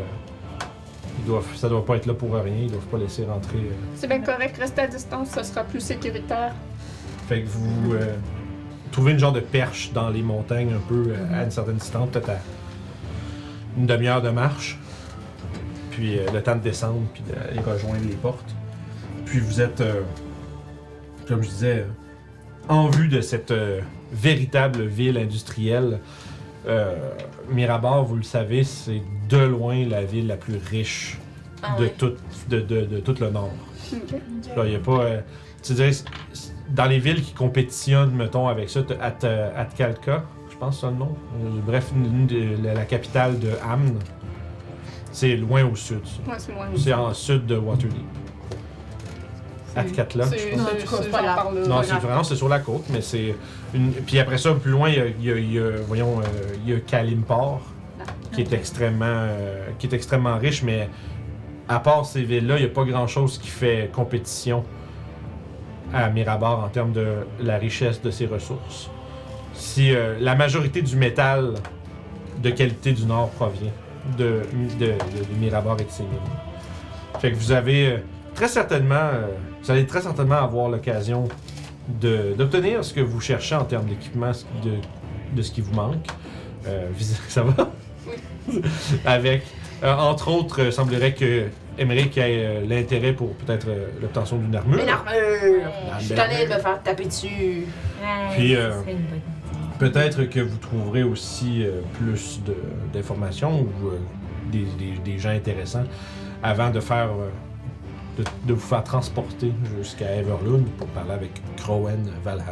A: ça doit pas être là pour rien, ils doivent pas laisser rentrer.
D: C'est bien correct, rester à distance, ce sera plus sécuritaire.
A: Fait que vous trouvez une genre de perche dans les montagnes un peu à une certaine distance, peut-être à une demi-heure de marche. Puis le temps de descendre puis d'aller rejoindre les portes. Puis vous êtes, comme je disais, en vue de cette véritable ville industrielle. Mirabar, vous le savez, c'est de loin la ville la plus riche de tout le nord. Là, il y a pas. Tu dirais, dans les villes qui compétitionnent, mettons, avec ça, Atkalka, je pense que c'est le nom. Bref, la capitale de Amn. C'est loin au sud. Ça.
D: Ouais, c'est loin.
A: C'est en sud de Waterdeep. Atkatla, je
D: C'est
A: pense.
C: c'est pas là.
D: par là.
A: Non, c'est sur la côte, mais c'est une. Puis après ça, plus loin, il y a Kalimpor, qui est extrêmement riche, mais à part ces villes-là, il n'y a pas grand-chose qui fait compétition à Mirabar en termes de la richesse de ses ressources. Si la majorité du métal de qualité du Nord provient de Mirabar et de ses mines. Fait que vous avez vous allez très certainement avoir l'occasion d'obtenir ce que vous cherchez en termes d'équipement de ce qui vous manque. Ça va?
D: Oui.
A: Avec, entre autres, semblerait que Emmerich ait l'intérêt pour peut-être l'obtention d'une armure.
C: Une armure! Je suis tanné de me faire taper dessus.
A: Puis,
E: Ça serait une bonne idée.
A: peut-être que vous trouverez aussi plus d'informations ou des gens intéressants avant de faire de vous faire transporter jusqu'à Everlund pour parler avec Crowen Valharon.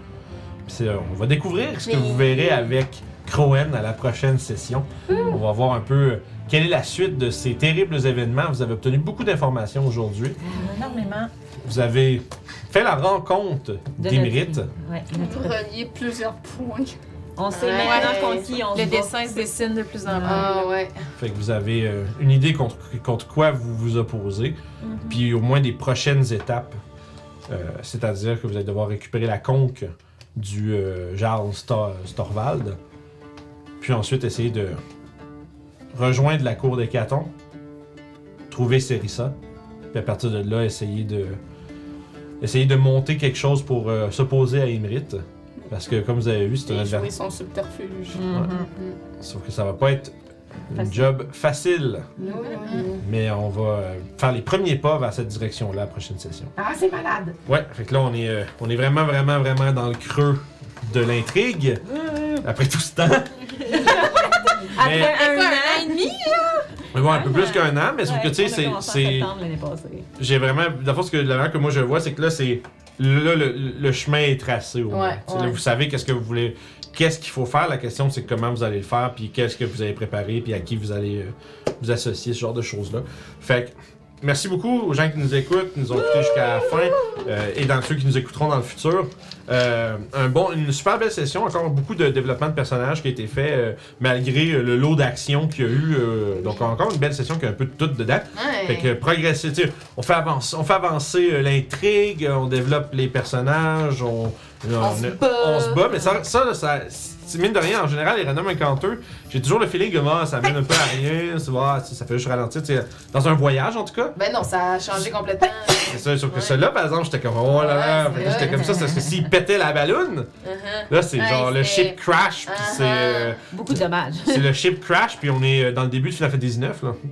A: On va découvrir ce que vous verrez avec Crowen à la prochaine session. On va voir un peu quelle est la suite de ces terribles événements. Vous avez obtenu beaucoup d'informations aujourd'hui.
E: Énormément.
A: Vous avez fait la rencontre d'Émérite.
E: Ouais,
D: Pour relier plusieurs points.
E: on sait
C: Ouais.
E: maintenant contre qui on
B: Le
E: se bat.
B: dessin se dessine de plus en plus.
C: Ah ouais.
A: Fait que vous avez une idée contre quoi vous vous opposez. Puis au moins des prochaines étapes. C'est-à-dire que vous allez devoir récupérer la conque du Jarl Storvald. Puis ensuite essayer de rejoindre la cour des Catons. Trouver Serissa. Puis à partir de là, essayer de essayer de monter quelque chose pour s'opposer à Imrit. Parce que, comme vous avez vu, c'est un
D: Et jouer
A: adversaire.
D: son subterfuge.
A: Sauf que ça va pas être un
E: Facile.
A: job facile.
C: Non.
A: Mais on va faire les premiers pas vers cette direction-là la prochaine session.
C: Ah, c'est malade.
A: Ouais, fait que là, on est vraiment dans le creux de l'intrigue. Après tout ce temps.
F: Après
A: Mais-
F: un an et demi?
A: Mais bon, un peu plus qu'un an, mais sauf que, tu sais, c'est.
E: En septembre l'année passée.
A: J'ai vraiment. D'abord, la manière que moi je vois, c'est que là, c'est. Là, le chemin est tracé au moins.
C: Ouais,
A: Tu sais, là,
C: ouais.
A: vous savez qu'est-ce que vous voulez. Qu'est-ce qu'il faut faire. La question, c'est comment vous allez le faire, puis qu'est-ce que vous avez préparé, puis à qui vous allez vous associer, ce genre de choses-là. Fait que. Merci beaucoup aux gens qui nous écoutent, qui nous ont écoutés jusqu'à la fin, et dans ceux qui nous écouteront dans le futur. Une super belle session, encore beaucoup de développement de personnages qui a été fait malgré le lot d'action qu'il y a eu. Donc encore une belle session qui a un peu de tout dedans. Fait que progresser, tu sais, on fait avancer l'intrigue, on développe les personnages, on se bat, mais c'est mine de rien, en général, les random encounters, j'ai toujours le feeling que ça mène un peu à rien, ça fait juste ralentir, tu sais, dans un voyage en tout cas.
C: Ben non, ça a changé complètement.
A: C'est ça, sauf que
C: Ouais.
A: celui-là, par exemple, j'étais comme, oh là là,
C: Ouais,
A: fait que
C: c'est
A: j'étais comme ça, c'est parce que s'il pétait la balloune, là, c'est
C: Ouais,
A: genre le
C: c'est-
A: ship crash, puis c'est.
E: Beaucoup de dommages.
A: C'est le ship crash, puis on est dans le début de Final Fantasy 19, là.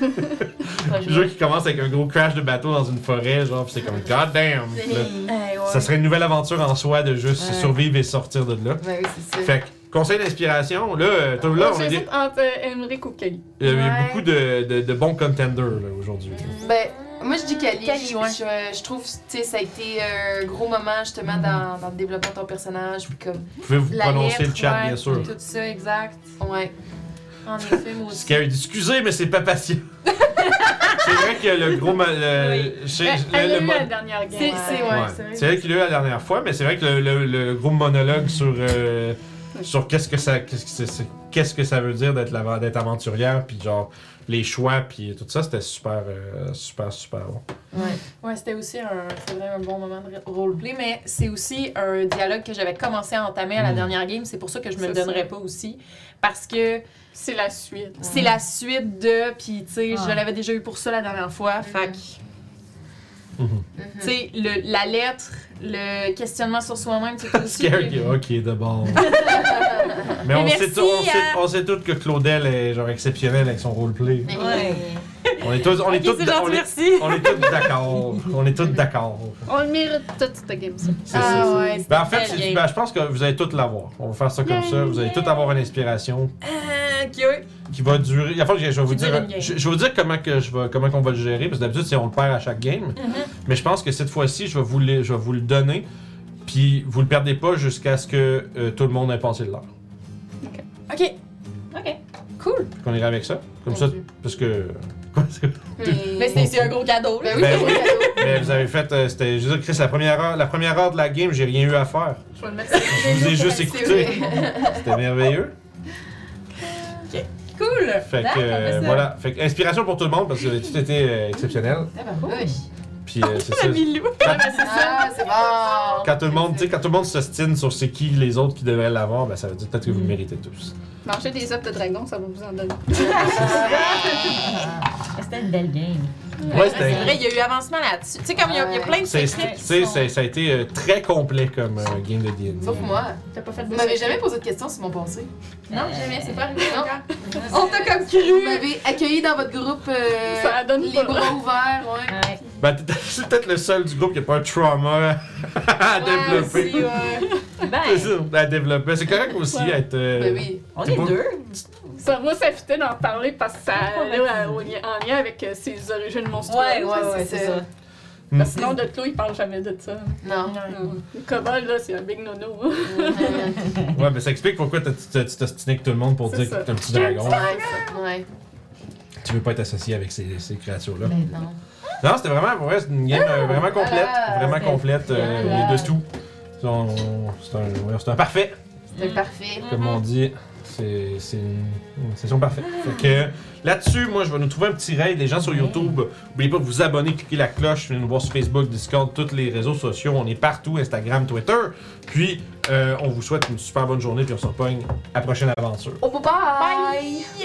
A: Le jeu qui commence avec un gros crash de bateau dans une forêt, genre, pis c'est comme god damn. Puis là, ça serait une nouvelle aventure en soi de juste
E: Ouais.
A: survivre et sortir de là.
C: Ben oui, c'est ça.
A: Fait que, conseil d'inspiration, là, là on est
D: J'hésite entre Emmerich ou Kelly.
A: il y a eu
C: Ouais.
A: beaucoup de bons contenders là, aujourd'hui.
C: Ben, moi je dis Kali.
B: Kali, ouais.
C: Je trouve, tu sais, ça a été un gros moment justement dans le développement de ton personnage. Puis comme,
A: Vous pouvez vous
B: La
A: prononcer
B: lettre,
A: le chat,
B: ouais,
A: bien sûr.
B: Tout ça, exact.
C: ouais.
B: En effet, moi aussi.
A: Scary dit, excusez, mais c'est pas patient. C'est vrai que le gros.
D: Elle a eu la dernière game.
C: C'est
A: Ouais.
C: c'est vrai.
A: C'est vrai qu'il l'a eu la dernière fois, mais c'est vrai que le gros monologue sur qu'est-ce que ça veut dire d'être aventurière, puis genre les choix, puis tout ça, c'était super bon.
B: Ouais, c'était aussi c'est vrai, un bon moment de roleplay, mais c'est aussi un dialogue que j'avais commencé à entamer à la dernière game. C'est pour ça que je me le
D: C'est
B: donnerais
D: ça.
B: pas aussi. Parce que
D: C'est la suite.
B: c'est la suite de, puis tu sais,
E: Ah.
B: je l'avais déjà eu pour ça la dernière fois. Fait que,
A: Mhm.
B: tu sais, la lettre, le questionnement sur soi-même, c'est aussi.
A: Scary, ok, d'abord. Mais
B: Mais
A: on
B: merci,
A: sait, on sait tous que Claudel est genre exceptionnelle avec son roleplay.
E: Ouais.
A: On est tous,
B: Ok, c'est gentil, merci.
A: on est tous d'accord. On est tous d'accord.
D: On le mérite toute cette game, ça.
A: C'est
B: Ah
A: ça.
B: ouais,
A: Ben, en fait,
B: belle game.
A: je pense que vous allez tous l'avoir. On va faire ça comme ça. Vous allez tous avoir une inspiration
B: Ok.
A: qui va durer. Il faut que je vais vous
B: Qui dure
A: dire.
B: une game.
A: Je vais vous dire comment qu'on va le gérer. Parce que d'habitude, c'est on le perd à chaque game. Mais je pense que cette fois-ci, je vais vous le donner. Puis vous le perdez pas jusqu'à ce que tout le monde ait passé de l'heure.
B: Ok.
E: Ok.
B: Cool.
A: Qu'on ira avec ça. Comme
C: Mon
A: ça,
C: Dieu.
A: parce que. Quoi,
B: Mais c'est un gros cadeau, là.
C: Ben oui,
A: Ben
C: c'est
A: oui.
C: un cadeau.
A: Mais vous avez fait. C'était. Je veux dire, Chris, la première heure de la game, j'ai rien eu à faire.
D: Je vais le mettre.
A: Je vous ai juste
C: C'est
A: écouté.
C: vrai.
A: C'était merveilleux.
B: Cool.
A: Fait que,
E: on fait ça.
A: voilà. Fait que, inspiration pour tout le monde parce que vous avez tout été exceptionnel.
C: Ah ben oui.
A: Puis c'est ça.
B: Milou.
C: Ah, c'est bon.
A: Quand tout le monde s'ostine sur c'est qui les autres qui devraient l'avoir, ben ça veut dire peut-être que vous le méritez tous.
D: Mangez des œufs de dragon, ça va vous en donner.
E: C'était une belle game.
A: Ouais,
B: C'est vrai, il y a eu avancement là-dessus. Tu sais, comme il y a plein de
A: C'est,
B: secrets
A: tu
B: qui
A: sais,
B: sont...
A: ça a été très complet comme game de D&D.
C: Sauf moi.
D: T'as pas fait de
C: Vous m'avez jamais posé de questions sur mon passé.
B: Non, jamais, c'est pas arrivé
C: Non.
B: encore. On t'a comme
C: Vous
B: cru.
C: m'avez accueilli dans votre groupe
D: Ça donne
C: les
D: pas.
C: bras ouverts, ouais.
E: Ouais.
A: Ben, c'est peut-être le seul du groupe qui n'a pas un trauma à développer.
B: Aussi, ouais.
A: C'est ça, à développer. C'est correct aussi
D: Ouais.
A: être.
C: Ben oui.
E: On est deux.
D: Ça, moi, ça fitait d'en parler parce que ça allait en lien avec ses origines monstrueuses.
C: ouais, c'est ça.
D: Parce que sinon, de Clos, il parle jamais de ça.
C: Non.
D: Non. Le kobold, là, c'est un big nono.
A: Ouais, mais ça explique pourquoi tu t'ostines avec tout le monde pour
D: C'est
A: dire
D: ça.
A: que t'es un petit dragon.
C: Ouais.
A: Tu veux pas être associé avec ces créatures-là.
C: Mais non.
A: Non, c'était vraiment, ouais, c'est une game vraiment complète.
C: voilà,
A: Vraiment
C: c'était-
A: complète. Il y a de tout. C'est un parfait.
C: C'était parfait.
A: Comme on dit. C'est une session parfaite. Fait que là-dessus, moi, je vais nous trouver un petit raid. Les gens sur YouTube, n'oubliez pas de vous abonner, cliquer la cloche, venez nous voir sur Facebook, Discord, tous les réseaux sociaux. On est partout, Instagram, Twitter. Puis, on vous souhaite une super bonne journée, puis on se repogne à la prochaine aventure.
C: Au bye!